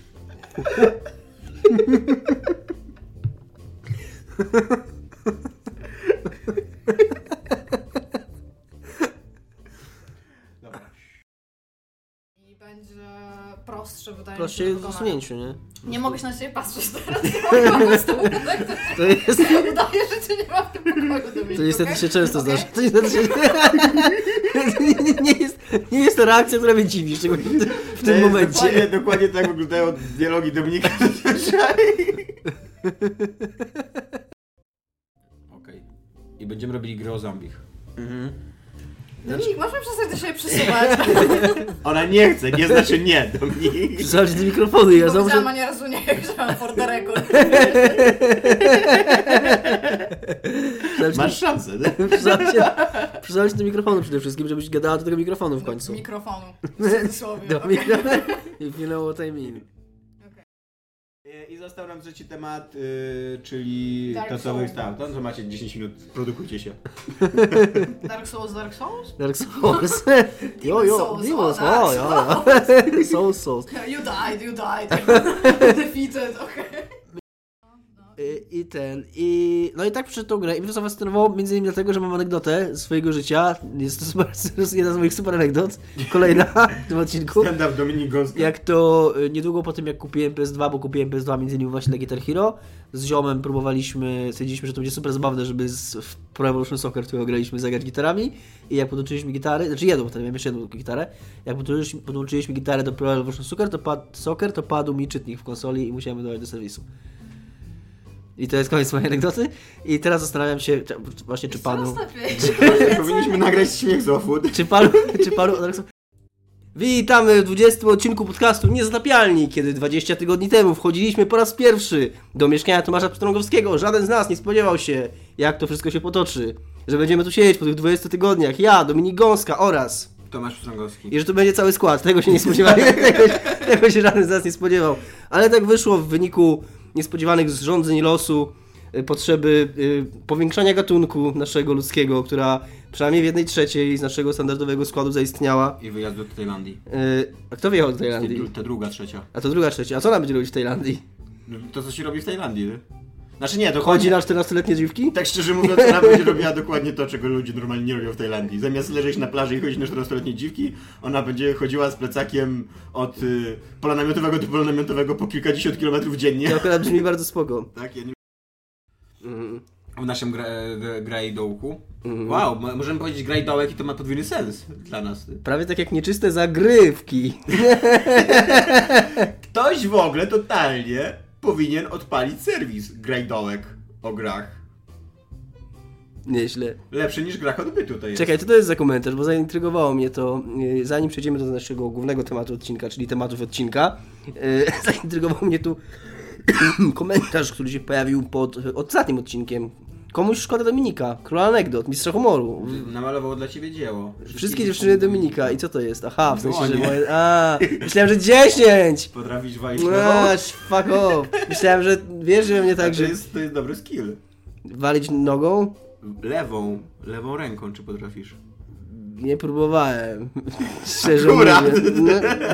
I będzie prostsze, wydaje Proszę mi się, w do wykonania. usunięciu, nie? Nie mogę się na ciebie patrzeć teraz. Nie mogę z tobą tak, To jest... udaje, że cię nie ma w tym pokoju, Dominik. To niestety okay? się często okay? zdarza. To niestety się... nie, nie, nie, jest, nie jest to reakcja, która mnie dziwi, szczególnie w, w tym To jest momencie. Dokładnie, dokładnie tak wyglądają dialogi Dominika zazwyczaj. Okej. I będziemy robili grę o zombich. Dominik, możemy przestać do siebie przesuwać? Ona nie chce, nie znaczy nie, Dominik. Przysłałem te mikrofony, ja znowu... Powiedziałam ani razu nie, jak chciałam for the record. Masz szansę, nie? Przysłałem te mikrofony przede wszystkim, żebyś gadała do tego mikrofonu w końcu. Mikrofonu. W cudzysłowie. Do okay. mikrofonu. If you know what I mean. I został nam trzeci temat, yy, czyli Dark to co Souls. wystał. To, to macie dziesięć minut, produkujcie się. Dark Souls, Dark Souls? Dark Souls. Jo, jo, Souls, Demon o, Souls, Dark o, jo, jo. Souls, Souls. You died, you died. Defeated, okej. Okay. I, I ten, i... No i tak przyszedł tą grę i mnie to zafascynowało między innymi dlatego, że mam anegdotę z swojego życia. Jest to super, jedna z moich super anegdot. Kolejna w tym odcinku. Stand-up Dominik Gąska. Jak to y, niedługo po tym, jak kupiłem P S dwa, bo kupiłem P S dwa między innymi właśnie dla Guitar Hero, z ziomem próbowaliśmy, stwierdziliśmy, że to będzie super zabawne, żeby z, w Pro Evolution Soccer, którego graliśmy, zagrać gitarami. I jak podłączyliśmy gitary, znaczy jedną, potem miałem jeszcze jedną gitarę, jak podłączyliśmy, podłączyliśmy gitarę do Pro Evolution Soccer, to, pad, soccer, to padł mi czytnik w konsoli i musiałem dodać do serwisu. I to jest koniec mojej anegdoty. I teraz zastanawiam się, czy, właśnie czy panu... Powinniśmy nagrać śmiech z Offwood. Czy panu... Czy panu Witamy w dwudziestym odcinku podcastu Niezatapialni, kiedy dwadzieścia tygodni temu wchodziliśmy po raz pierwszy do mieszkania Tomasza Pstrągowskiego. Żaden z nas nie spodziewał się, jak to wszystko się potoczy. Że będziemy tu siedzieć po tych dwudziestu tygodniach. Ja, Dominik Gąska oraz... Tomasz Pstrągowski. I że to będzie cały skład. Tego się nie spodziewałem. tego, tego się żaden z nas nie spodziewał. Ale tak wyszło w wyniku niespodziewanych zrządzeń losu, y, potrzeby y, powiększania gatunku naszego ludzkiego, która przynajmniej w jednej trzeciej z naszego standardowego składu zaistniała. I wyjazd do Tajlandii. Y, a kto wyjechał do Tajlandii? Ta druga, trzecia. A to druga trzecia. A co ona będzie robić w Tajlandii? To co się robi w Tajlandii, nie? Znaczy nie, Chodzi dokładnie... na czternastoletnie dziewki? Tak szczerze mówiąc, ona będzie robiła dokładnie to, czego ludzie normalnie nie robią w Tajlandii. Zamiast leżeć na plaży i chodzić na czternastoletnie dziwki, ona będzie chodziła z plecakiem od y, pola namiotowego do pola namiotowego po kilkadziesiąt kilometrów dziennie. To akurat brzmi bardzo spoko. Tak, ja nie... Mm. W naszym gra, gra, grajdołku. Mhm. Wow, mo- możemy powiedzieć grajdołek i to ma podwójny sens dla nas. Prawie tak jak nieczyste zagrywki. Ktoś w ogóle totalnie powinien odpalić serwis grajdołek o grach. Nieźle. Lepszy niż grach odbytu to jest. Czekaj, co to jest za komentarz, bo zaintrygowało mnie to, yy, zanim przejdziemy do naszego głównego tematu odcinka, czyli tematów odcinka, yy, zaintrygował mnie tu komentarz, który się pojawił pod ostatnim odcinkiem. Komuś szkoda Dominika, króla anegdot, mistrza humoru. Namalował dla ciebie dzieło. Wszystkie dziewczyny Dominika. I co to jest? Aha, w sensie, że Dłonie. moje... A, myślałem, że dziesięć! Potrafisz walić A, lewą? fuck off. Myślałem, że wiesz, że mnie Tak, tak, to, że jest, to jest dobry skill. walić nogą? Lewą, lewą ręką, czy potrafisz? Nie próbowałem. Szczerze Akurat. mówiąc. No.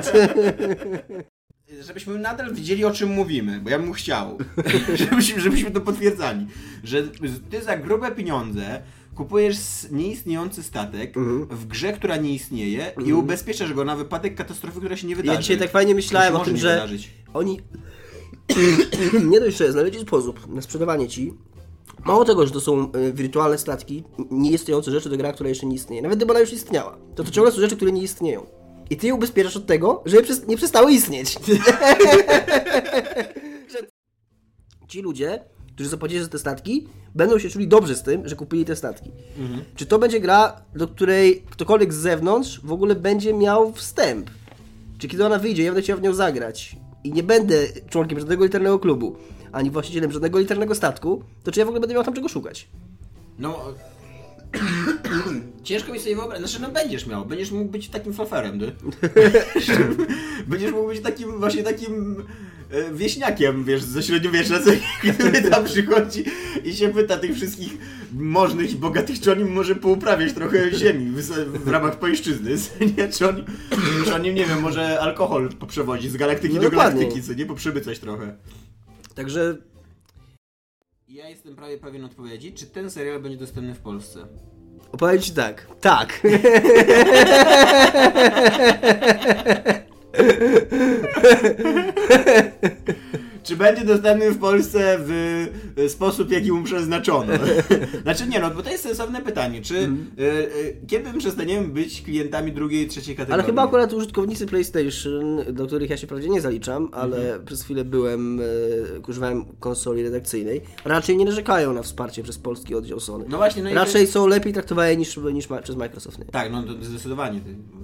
Żebyśmy nadal wiedzieli, o czym mówimy, bo ja bym chciał, żebyśmy, żebyśmy to potwierdzali, że ty za grube pieniądze kupujesz nieistniejący statek Mhm. w grze, która nie istnieje i ubezpieczasz go na wypadek katastrofy, która się nie wydarzy. Ja dzisiaj tak fajnie myślałem To się o tym, może że nie wydarzyć. oni nie dość, że znaleźli sposób na sprzedawanie ci. Mało tego, że to są y, wirtualne statki, nieistniejące rzeczy do gra, która jeszcze nie istnieje. Nawet gdyby ona już istniała, to to ciągle są rzeczy, które nie istnieją. I ty je ubezpieczasz od tego, że nie przestały istnieć. Że ci ludzie, którzy zapłacili za te statki, będą się czuli dobrze z tym, że kupili te statki. Mhm. Czy to będzie gra, do której ktokolwiek z zewnątrz w ogóle będzie miał wstęp? Czy kiedy ona wyjdzie, ja będę chciał w nią zagrać i nie będę członkiem żadnego elitarnego klubu, ani właścicielem żadnego elitarnego statku, to czy ja w ogóle będę miał tam czego szukać? No... Ciężko mi sobie wyobrazić, znaczy no będziesz miał, będziesz mógł być takim flaferem, nie? Będziesz mógł być takim, właśnie takim e, wieśniakiem, wiesz, ze średniowiecza, który tam przychodzi i się pyta tych wszystkich możnych i bogatych, czy on im może pouprawiać trochę ziemi w, w ramach pańszczyzny, nie? Czy on, czy on im, nie wiem, może alkohol poprzewozi z galaktyki No do dokładnie. galaktyki, co nie? Poprzybycać trochę. Także Ja jestem prawie pewien odpowiedzi, czy ten serial będzie dostępny w Polsce? opowiem ci tak. Tak. Czy będzie dostępny w Polsce w sposób, jaki mu przeznaczono? Znaczy nie, no bo to jest sensowne pytanie. Czy mm. y, y, kiedy przestaniemy być klientami drugiej, trzeciej kategorii? Ale chyba akurat użytkownicy PlayStation, do których ja się wprawdzie nie zaliczam, ale mm. przez chwilę byłem, y, używałem konsoli redakcyjnej, raczej nie narzekają na wsparcie przez polski oddział Sony. No właśnie, no i raczej to... są lepiej traktowane niż, niż ma, przez Microsoft. Nie? Tak, no to zdecydowanie.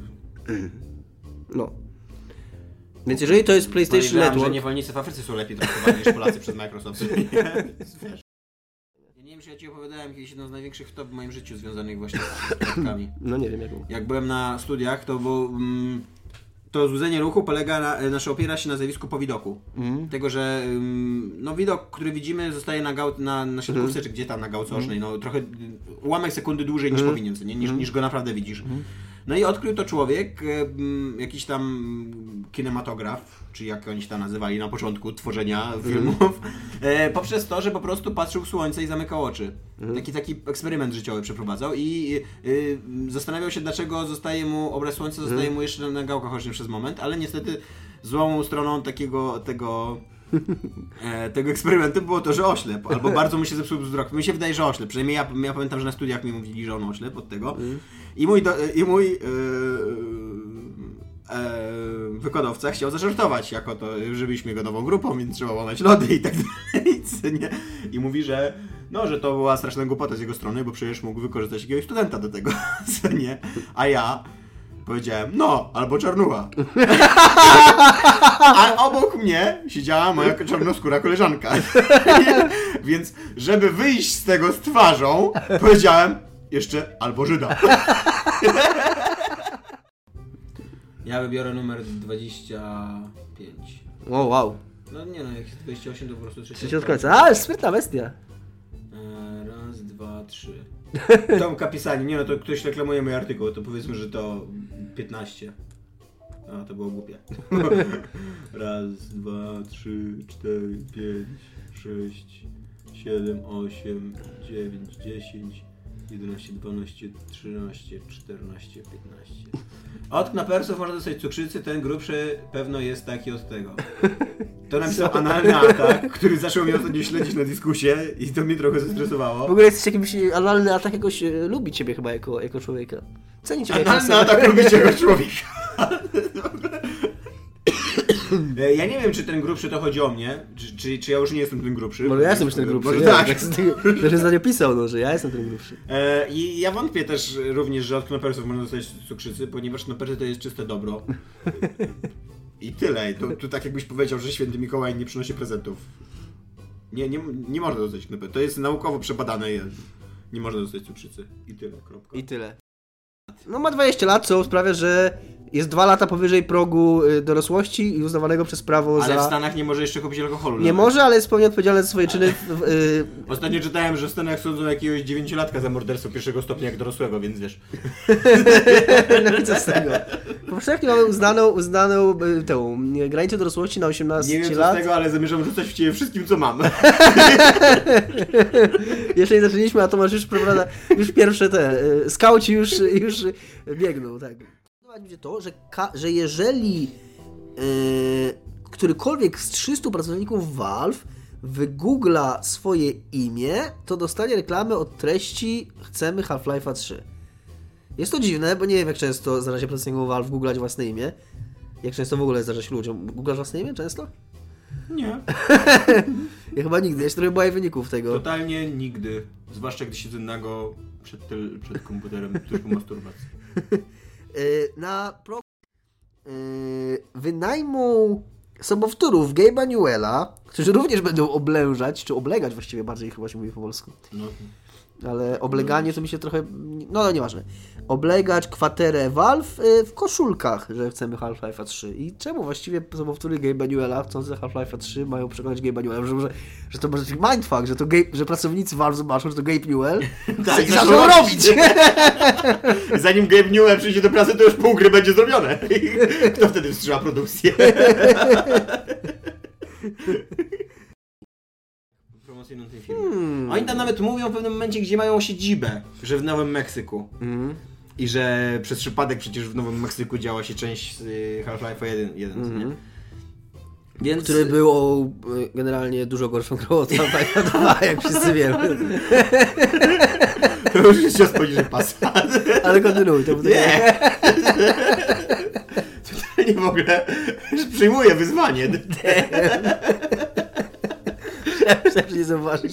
No. Więc jeżeli to jest PlayStation Podejrzewam, Network... że niewolnicy w Afryce są lepiej traktowani niż Polacy przez Microsoft. Wiesz. Ja nie wiem, czy ja Ci opowiadałem kiedyś jedną z największych wtop w moim życiu związanych właśnie z przypadkami. No nie wiem jaką. Jak byłem na studiach, to było... Mm, to złudzenie ruchu polega na, znaczy opiera się na zjawisku powidoku. Mm. Tego, że mm, no widok, który widzimy, zostaje na, gał, na, na siatkówce, mm. czy gdzie tam na gałce ocznej, no trochę ułamek sekundy dłużej niż mm. powinien, co nie? Niż, mm. niż go naprawdę widzisz. Mm. No i odkrył to człowiek, jakiś tam kinematograf, czy jak oni się tam nazywali na początku tworzenia filmów, e, poprzez to, że po prostu patrzył w słońce i zamykał oczy. Mhm. Taki taki eksperyment życiowy przeprowadzał i y, zastanawiał się, dlaczego zostaje mu obraz słońca, zostaje mhm. mu jeszcze na gałkach ocznych przez moment, ale niestety złą stroną takiego tego e, tego eksperymentu było to, że oślep, albo bardzo mu się zepsuł wzrok. Mi się wydaje, że oślep. Przynajmniej ja, ja pamiętam, że na studiach mi mówili, że on oślep od tego. Mhm. I mój, do, i mój yy, yy, wykładowca chciał zażartować jako to, że byliśmy jego nową grupą, więc trzeba łamać lody i tak dalej. Nie? I mówi, że no, że to była straszna głupota z jego strony, bo przecież mógł wykorzystać jakiegoś studenta do tego, co nie? A ja powiedziałem, no, albo czarnucha. A obok mnie siedziała moja czarnoskóra koleżanka. Więc żeby wyjść z tego z twarzą, powiedziałem, jeszcze albo Żyda. Ja wybiorę numer dwadzieścia pięć. O, wow. No nie no, jak jest dwadzieścia osiem, to po prostu trzeci, trzeci od końca. A, sprytna bestia. Eee, raz, dwa, trzy. Tomka pisanie. Nie no, to ktoś reklamuje mój artykuł, to powiedzmy, że to piętnaście. A, to było głupie. Raz, dwa, trzy, cztery, pięć, sześć, siedem, osiem, dziewięć, dziesięć, jedenaście, dwanaście, trzynaście, czternaście, piętnaście. Od knapersów można dostać cukrzycy, ten grubszy pewno jest taki od tego. To napisał analny atak, który zaczął mnie ostatnio śledzić na dyskusie i to mnie trochę zestresowało. W ogóle jesteś jakimś analny atak jakoś e, lubi ciebie chyba jako, jako człowieka. Ceni ciebie analny jako atak lubi ciebie jako człowieka. Ja nie wiem, czy ten grubszy to chodzi o mnie, czy, czy, czy ja już nie jestem ten grubszy. Może ja jestem już ten grubszy. Może nie, tak. Też jest nie pisał, no, że ja jestem ten grubszy. E, I ja wątpię też również, że od knopersów można dostać cukrzycy, ponieważ knopersy to jest czyste dobro. I tyle. To, to tak jakbyś powiedział, że święty Mikołaj nie przynosi prezentów. Nie, nie, nie można dostać knopersów. To jest naukowo przebadane. Nie można dostać cukrzycy. I tyle. Kropka. I tyle. No ma dwadzieścia lat, co sprawia, że jest dwa lata powyżej progu dorosłości i uznawanego przez prawo ale za... w Stanach nie może jeszcze kupić alkoholu. Nie nawet. może, ale jest pełni odpowiedzialny za swoje czyny. W, y... Ostatnio czytałem, że w Stanach sądzą jakiegoś dziewięciolatka za morderstwo pierwszego stopnia jak dorosłego, więc wiesz. No i co z tego? Powszechnie mamy uznaną, uznaną tę granicę dorosłości na osiemnaście lat. Nie wiem co z tego, ale zamierzam rzucać w ciebie wszystkim, co mam. Jeszcze nie zaczęliśmy, a Tomasz już przeprowadza, już pierwsze te, skauci już, już biegną, tak. Będzie to, że, ka- że jeżeli yy, którykolwiek z trzystu pracowników Valve wygoogla swoje imię, to dostanie reklamę od treści chcemy Half-Life'a trzy. Jest to dziwne, bo nie wiem jak często zdarza się pracownikom Valve googlać własne imię. Jak często w ogóle zdarza się ludziom. Googlasz własne imię często? Nie. Ja chyba nigdy, ja się trochę boję wyników tego. Totalnie nigdy. Zwłaszcza gdy siedzę nago przed, tyl, przed komputerem tuż po masturbacji. Na pro... wynajmu sobowtórów Gabe'a Newella, którzy również będą oblężać, czy oblegać właściwie bardziej chyba się mówi po polsku. No. Ale obleganie to mi się trochę... No, no nieważne. oblegać kwaterę Valve w koszulkach, że chcemy Half-Life'a trzy. I czemu właściwie sobowtóry Gabe'a Newella chcący Half-Life'a trzy mają przekonać Gabe'a Newella, że, że, że to może być mindfuck, że, to Gabe, że pracownicy Valve zobaczą, że to Gabe Newell Tak, i zaczną robić. Zanim Gabe Newell przyjdzie do pracy, to już pół gry będzie zrobione. Kto wtedy wstrzyma produkcję? Promocyjną ten film. Hmm. Oni tam nawet mówią w pewnym momencie, gdzie mają siedzibę, że w Nowym Meksyku. Mm. I że przez przypadek przecież w Nowym Meksyku działa się część Half-Life'a jeden, mm. nie? Więc... Który był generalnie dużo gorszą grą od Half-Life'a dwa, jak wszyscy wiemy. To już jest cios poniżej pasa. Ale kontynuuj, to będzie. Nie! Totalnie w ogóle przyjmuję wyzwanie. Myślałem, że nie zauważysz.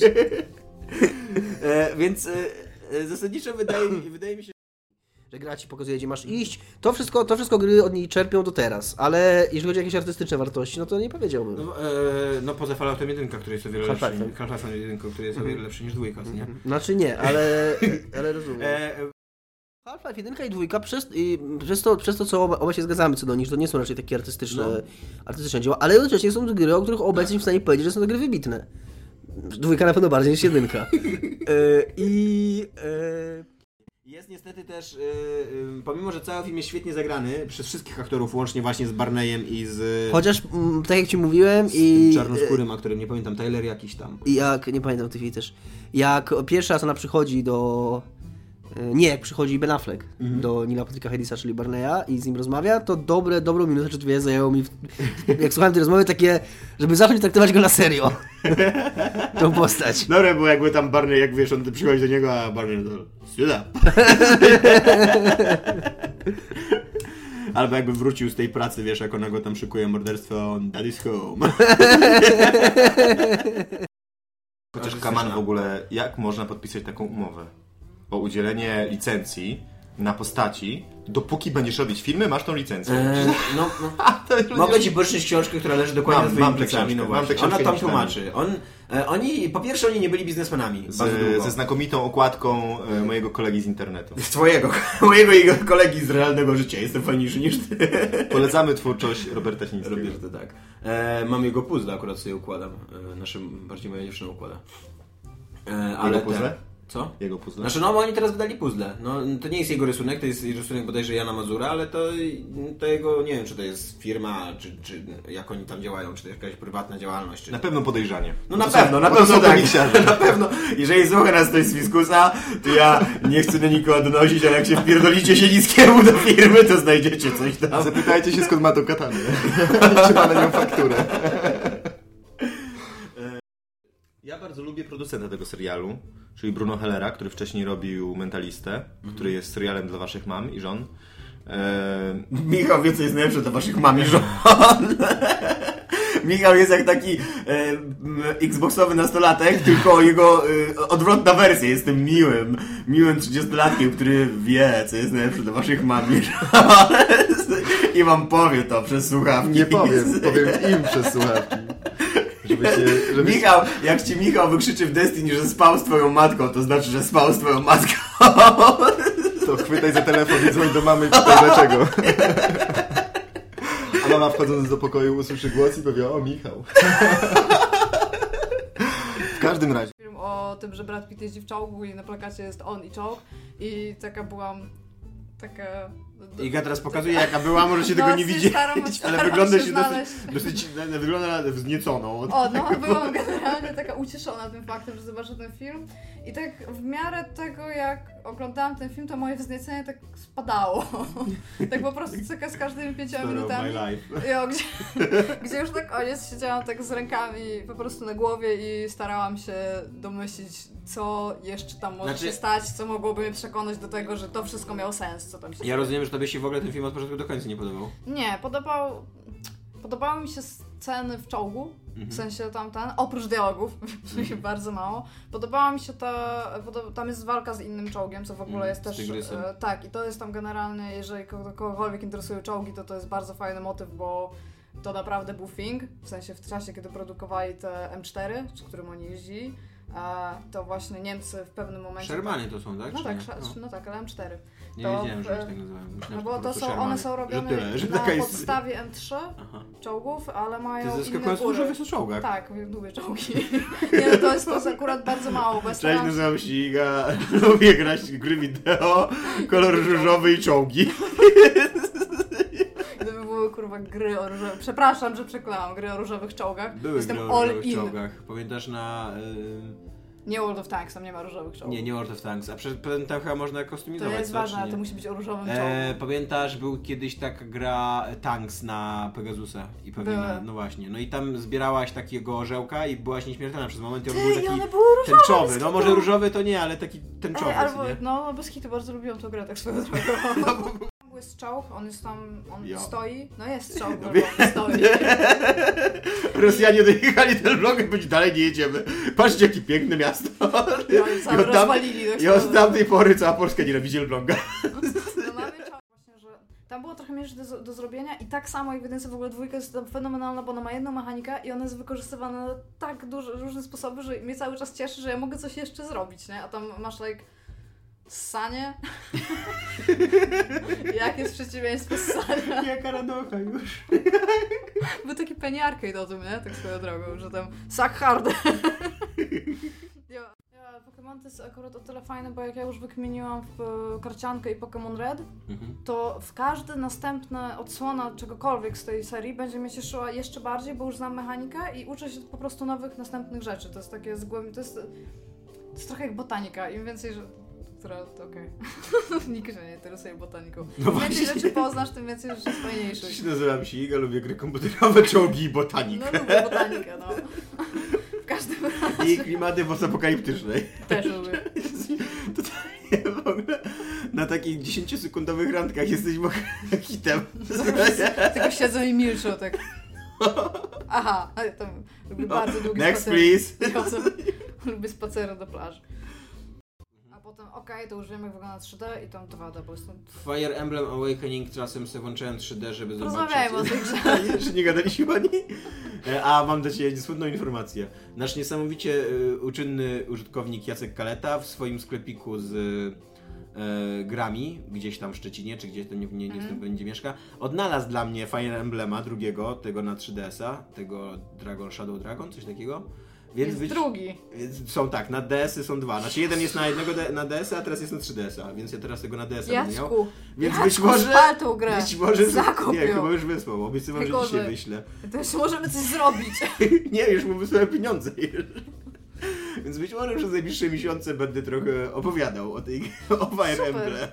E, więc e, zasadniczo wydaje, wydaje mi się, że gra ci pokazuje, gdzie masz iść. To wszystko, to wszystko gry od niej czerpią do teraz, ale jeżeli chodzi o jakieś artystyczne wartości, no to nie powiedziałbym. No, e, no poza Falloutem jeden, który jest o wiele lepszy, Half-Life'em jeden, który jest o wiele lepszy niż dwójka, nie? Znaczy nie, ale, ale rozumiem. E, Half-Life jeden i dwa przez, i przez, to, przez to, co oba, oba się zgadzamy co do nich, że to nie są raczej takie artystyczne, no. artystyczne dzieła, ale jednocześnie są to gry, o których obecnie jesteśmy w stanie powiedzieć, że są to gry wybitne. Dwójka na pewno bardziej niż jedynka. e, I... E... Jest niestety też, yy, yy, pomimo że cały film jest świetnie zagrany przez wszystkich aktorów, łącznie właśnie z Barneyem i z... Chociaż, m, tak jak ci mówiłem z i... tym czarnoskórym aktorem, nie pamiętam, Tyler jakiś tam. I jak, nie pamiętam w tej chwili też, jak pierwszy raz ona przychodzi do... Nie, jak przychodzi Ben Affleck mhm. do Nila Patricka Harrisa, czyli Barneya i z nim rozmawia, to dobre, dobrą minutę czy dwie zajęło mi, w... jak słuchałem tej rozmowy, takie, żeby zacząć traktować go na serio. Tą postać. Dobre było jakby tam Barney, jak wiesz, on przychodzi do niego, a Barney to syda. Albo jakby wrócił z tej pracy, wiesz, jak ona go tam szykuje morderstwo, on daddy's home. Chociaż Kaman w ogóle, jak można podpisać taką umowę? O udzielenie licencji na postaci, dopóki będziesz robić filmy, masz tą licencję. Eee, no, no. Mogę ci pożyczyć książkę, która leży dokładnie mam, na twoimi plecami. No mam Ona tam tłumaczy. On, e, oni, po pierwsze, oni nie byli biznesmenami. Z, ze znakomitą okładką e, mojego kolegi z internetu. Z twojego, mojego i jego kolegi z realnego życia. Jestem fajniejszy niż ty. Polecamy twórczość Roberta Śnickiego. Roberta, tak. E, mam jego puzzle, akurat sobie układam. E, naszym, bardziej moja dziewczyna układa. E, ale jego puzzle? Co? Jego puzzle? Znaczy, no bo oni teraz wydali puzzle. No, to nie jest jego rysunek, to jest rysunek bodajże Jana Mazura, ale to, to jego, nie wiem, czy to jest firma, czy, czy jak oni tam działają, czy to jest jakaś prywatna działalność. Czy... Na pewno podejrzanie. No na pewno, na pewno tak. Na pewno. Jeżeli słucha nas ktoś z Fiskusa, to ja nie chcę do nikogo donosić, ale jak się wpierdolicie Sienickiemu do firmy, to znajdziecie coś tam. Zapytajcie się, skąd ma tą katanę. Czy ma na nią fakturę. Ja bardzo lubię producenta tego serialu, czyli Bruno Hellera, który wcześniej robił Mentalistę, mm-hmm. który jest serialem dla waszych mam i żon. Eee... Michał wie, co jest najlepsze dla waszych mam i żon. Michał jest jak taki e, xboxowy nastolatek, tylko jego e, odwrotna wersja. Jestem miłym, miłym trzydziestolatkiem, który wie, co jest najlepsze dla waszych mam i żon. I wam powie to przez słuchawki. Nie powiem, powiem im przez słuchawki. Żeby się, żeby... Michał, jak ci Michał wykrzyczy w Destiny, że spał z twoją matką, to znaczy, że spał z twoją matką. To chwytaj za telefon i dzwoń do mamy i pytaj dlaczego. A mama wchodząc do pokoju usłyszy głos i powie: o, Michał. W każdym razie. Film o tym, że Brad Pitt jeździ w czołgu i na plakacie jest on i czołg i taka byłam, taka... Iga teraz pokazuje, jaka była, może się no, tego nie widzieć, staram, ale staram wygląda się, się dosyć, dosyć wygląda wznieconą. O, no, byłam generalnie taka ucieszona tym faktem, że zobaczę ten film i tak w miarę tego, jak oglądałam ten film, to moje wzniecenie tak spadało. Tak po prostu taka z każdymi pięcioma minutami. Jo, gdzie, gdzie już na koniec siedziałam tak z rękami po prostu na głowie i starałam się domyślić, co jeszcze tam może znaczy... się stać, co mogłoby mnie przekonać do tego, że to wszystko miało sens, co tam się Ja dzieje. rozumiem, że tobie się w ogóle ten film od początku do końca nie podobał. Nie, podobał... Podobały mi się sceny w czołgu, mhm. w sensie tamten, oprócz dialogów, mhm. bardzo mało. Podobała mi się ta, tam jest walka z innym czołgiem, co w ogóle mhm. jest też, e, tak, i to jest tam generalnie, jeżeli kogokolwiek interesują czołgi, to to jest bardzo fajny motyw, bo to naprawdę był thing, w sensie w czasie, kiedy produkowali te M cztery, z którym oni jeździli, to właśnie Niemcy w pewnym momencie... Shermany to są, tak? No Czy tak, nie? no. no tak, ale M cztery. Nie to wiedziałem, w, że się tak nazywają. Myślałem, no bo po to prostu są, one są Shermany. robione Że tyle, że na taka jest... podstawie M trzy Aha. czołgów, ale mają To jest inne zaskakująco góry. dużo jest o czołgach. Tak, lubię czołgi. Nie, no to jest, to jest akurat bardzo mało. Bo Cześć, staram się... nazywam się Iga, lubię grać gry wideo, kolor różowy i czołgi. Gdyby były kurwa gry o różowych... Przepraszam, że przeklałam gry o różowych czołgach. Były Jestem gry o all różowych in. czołgach. Pamiętasz na... Yy... Nie World of Tanks, tam nie ma różowych czołgów. Nie, nie World of Tanks, a przed potem tam chyba można To kustomizować. jest co, ważne, czy ale nie? to musi być o różowym czołgu. E, pamiętasz, był kiedyś taka gra Tanks na Pegasusa i pewnie Były. na, no właśnie, no i tam zbierałaś takiego orzełka i byłaś nieśmiertelna przez moment i on był Ty, taki i one były różowe, tęczowy, bez no kitu. może różowy to nie, ale taki tęczowy, Ej, albo, nie? no, bez kitu, bardzo lubiłam tę grę, tak swoją drogą. Tam jest czołg, on jest tam, on Ja. stoi, no jest czołg, No no, wie- on stoi. Rosjanie dojechali ten vlog i być dalej nie jedziemy. Patrzcie, jakie piękne miasto. No, i całe od tam- rozwalili. I od tamtej pory cała Polska nienawidzi Elbląga. No mamy czołg właśnie, że tam było trochę mniejsze do, do zrobienia i tak samo jak w jedynce w ogóle dwójka jest tam fenomenalna, bo ona ma jedną mechanikę i ona jest wykorzystywana na tak duże, różne sposoby, że mnie cały czas cieszy, że ja mogę coś jeszcze zrobić, nie? A tam masz like ssanie. Jakie jest przeciwieństwo ssania? Jaka radocha już. Był taki penny arcade o tym, nie? Tak swoją drogą, że tam suck hard. Ja, ja, Pokémon to jest akurat o tyle fajne, bo jak ja już wykminiłam w karciankę i Pokémon Red, to w każdy następna odsłona czegokolwiek z tej serii będzie mnie cieszyła jeszcze bardziej, bo już znam mechanikę i uczę się po prostu nowych, następnych rzeczy. To jest takie zgłębienie, to jest, to jest trochę jak botanika. Im więcej, że... Która, to okej. Okay. Nikt się nie interesuje botaniką. No Im więcej rzeczy poznasz, tym więcej rzeczy jest fajniejszych. Cześć, nazywam się Iga, lubię gry komputerowe, czołgi i botanikę. No lubię botanikę, no. W każdym razie I klimaty postapokaliptycznej. też lubię. Totalnie w ogóle na takich dziesięciosekundowych randkach jesteś w ogóle hitem. Tylko siedzą i milczą tak. Aha, ale to lubię bardzo długi Next, spacer. please. Chodzą. Lubię spacery do plaży. A potem, okej, okay, to już wiem jak wygląda trzy D i tam dwa D, bo jestem... Fire Emblem Awakening czasem sobie włączyłem trzy D, żeby zobaczyć. Rozmawiajmy o tej grze. Jeszcze nie gadaliśmy pani? A mam do Ciebie smutną informację. Nasz niesamowicie y, uczynny użytkownik Jacek Kaleta w swoim sklepiku z y, grami, gdzieś tam w Szczecinie, czy gdzieś tam nie, nie, nie mm. będzie mieszka, odnalazł dla mnie Fire Emblema drugiego, tego na trzy D S a, tego Dragon Shadow Dragon, coś takiego. Więc Jest być, drugi. Są tak, na D S y są dwa. Znaczy jeden jest na jednego D- na D S a, a teraz jest na trzy D S a, więc ja teraz tego na D S a będę miał. Jacku, Więc Jacku, być może... spal tą grę. Być może... Zakup Nie, ją. chyba już wysłał. Obiecywam, że Tylko, dzisiaj że- wyślę. To jeszcze możemy coś zrobić. Nie, już mu wysłałem pieniądze. Więc być może przez najbliższe miesiące będę trochę opowiadał o tej o Fire Super. Emblem.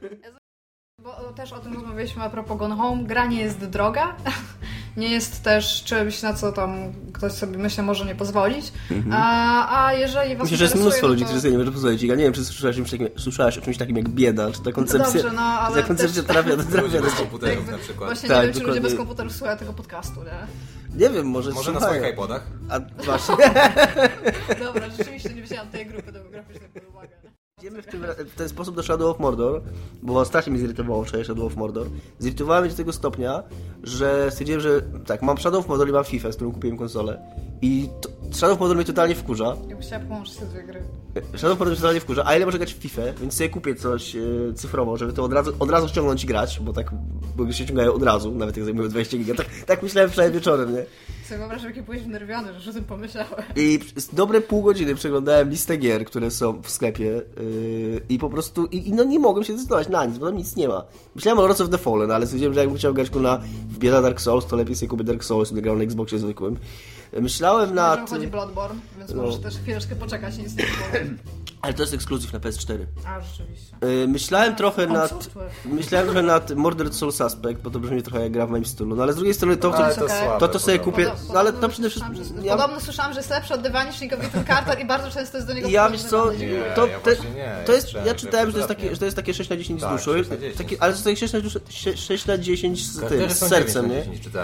Bo też o tym rozmawialiśmy a propos Gone Home. Gra nie jest droga. Nie jest też czymś, na co tam ktoś sobie myślę może nie pozwolić. A, a jeżeli was Myślę, że jest interesuje, mnóstwo no ludzi, to... którzy sobie nie może pozwolić. Ja nie wiem, czy słyszałaś, o czymś takim, słyszałaś o czymś takim jak bieda, czy ta koncepcja, Dobrze, no, ale ta koncepcja też- trafia, Ludzie trafia do... bez komputerów Jakby- na przykład. Właśnie Tak, nie wiem, czy ludzie dokładnie. bez komputerów słuchają tego podcastu, nie? Nie wiem, może Może na słuchają. swoich iPodach? A właśnie, Dobra, rzeczywiście nie wzięłam tej grupy demograficznej pod uwagę. idziemy w, tym, w ten sposób do Shadow of Mordor, bo strasznie mnie zirytowało wczoraj Shadow of Mordor. Zirytowałem mnie do tego stopnia, że stwierdziłem, że tak, mam Shadow of Mordor i mam FIFA, z którą kupiłem konsolę. I to, Shadow of Mordor mnie totalnie wkurza. Ja bym chciała połączyć te dwie gry. Shadow of Mordor mnie totalnie wkurza, a ile może grać w FIFA, więc sobie kupię coś e, cyfrowo, żeby to od razu, od razu ściągnąć i grać, bo tak, bo się ściągają od razu, nawet jak zajmują dwadzieścia giga. Tak, tak myślałem wczoraj wieczorem, nie? Sobie wyobrażam, jakie byłeś wnerwiony, że już o tym pomyślałem. I przez dobre pół godziny przeglądałem listę gier, które są w sklepie yy, i po prostu, i, i no nie mogłem się zdecydować na nic, bo tam nic nie ma. Myślałem o Lords of the Fallen, ale stwierdziłem, że jakbym chciał grać na wbiera Dark Souls, to lepiej sobie kupię Dark Souls, będę grał na Xboxie zwykłym. Myślałem Na... nad... chodzi Bloodborne, więc No. możesz też chwileczkę poczekać, nic nie powiem. Ale to jest ekskluzyw na P S cztery. A, rzeczywiście. Yy, myślałem trochę From nad... Software. Myślałem trochę nad Murdered Soul Suspect, bo to brzmi trochę jak gra w moim stylu, no ale z drugiej strony to... Ale jest to okej. słabe. To to sobie podobno. kupię, Podobno no ale to przede słyszałam, wszystkim... że, ja- Podobno słyszałam, że jest lepszy od The Vanishing of Ethan Carter i bardzo często jest do niego Ja wiesz co, porównywany. Nie, to, ja te, właśnie nie. to jest, Słyszałem, ja czytałem, że to jest przydatnie. takie, że to jest takie sześć na dziesięć z Tak, duszy, sześć na dziesięć. takie, ale to jest takie sześć na dziesięć, sześć na dziesięć z tym, Kartery z są sercem, dziewięć na nie? dziesięć czytałem.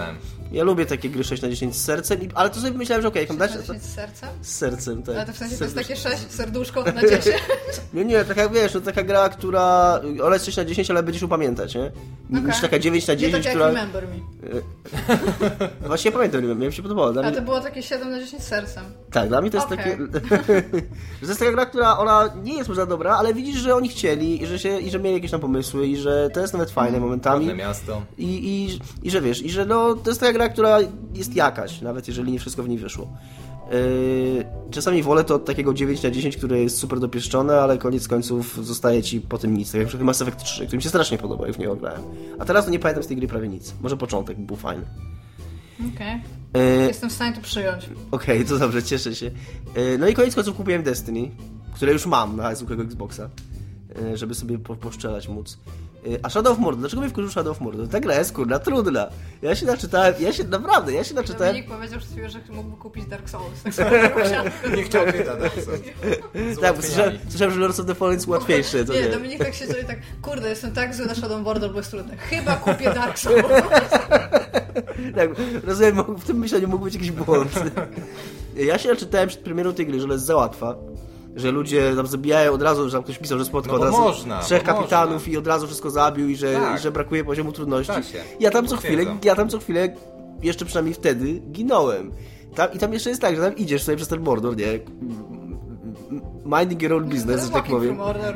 Ja lubię takie gry sześć na dziesięć z sercem, i, ale to sobie myślałem, że okej, okay, sześć na dziesięć z sercem? Z sercem, tak. Ale to w sensie to jest takie sześć serduszko na dziesięć? Nie, nie, taka wiesz, to taka gra, która... Ona jest sześć na dziesięć, ale będziesz upamiętać, nie? Okay. Niż taka dziewięć na dziesięć, nie tak która... jak Remember Me. Właśnie pamiętam, nie wiem, mi się podobało. Dla A mnie... to było takie siedem na dziesięć z sercem. Tak, dla mnie to jest okay. takie... że to jest taka gra, która ona nie jest może za dobra, ale widzisz, że oni chcieli i że, się, i że mieli jakieś tam pomysły i że to jest nawet fajne momentami. Ładne miasto. I, i, I że wiesz, i że no, to jest taka gra, która jest jakaś, nawet jeżeli nie wszystko w niej wyszło. Yy, czasami wolę to od takiego dziewięć na dziesięć, które jest super dopieszczone, ale koniec końców zostaje ci po tym nic. Tak jak w Mass Effect trzy, który mi się strasznie podoba i w niego grałem. A teraz to nie pamiętam z tej gry prawie nic. Może początek był fajny. Okej. Okay. Yy, Jestem w stanie to przyjąć. Okej, okay, to dobrze, cieszę się. Yy, no i koniec końców kupiłem Destiny, które już mam na zwykłego Xboxa, yy, żeby sobie po, poszczelać móc. A Shadow of Mordor, dlaczego mnie wkurzył Shadow of Mordor? Ta gra jest kurna trudna. Ja się naczytałem, ja się naprawdę, ja się naczytałem... Dominik powiedział przed chwilą, że mógłby kupić Dark Souls. Tak nie chciał kryta Dark Souls. Tak, bo słyszałem, słyszałem, że Lords of the Fallen jest łatwiejsze. To nie, nie, Dominik tak się czuje tak, kurde, jestem tak zły na Shadow of Mordor, bo jest trudne. Chyba kupię Dark Souls. Tak, rozumiem, w tym myśleniu mógł być jakiś błąd. Ja się naczytałem przed premierą tej gry, że ona jest za łatwa. Że ludzie tam zabijają od razu, że tam ktoś pisał, że spotkał no od razu można, trzech kapitanów można. I od razu wszystko zabił i że, tak. i że brakuje poziomu trudności. Tak się. Ja tam co chwilę, ja tam co chwilę, jeszcze przynajmniej wtedy, ginąłem. Tam, I tam jeszcze jest tak, że tam idziesz sobie przez ten Mordor, nie? Minding your own business, że tak powiem. Mordor,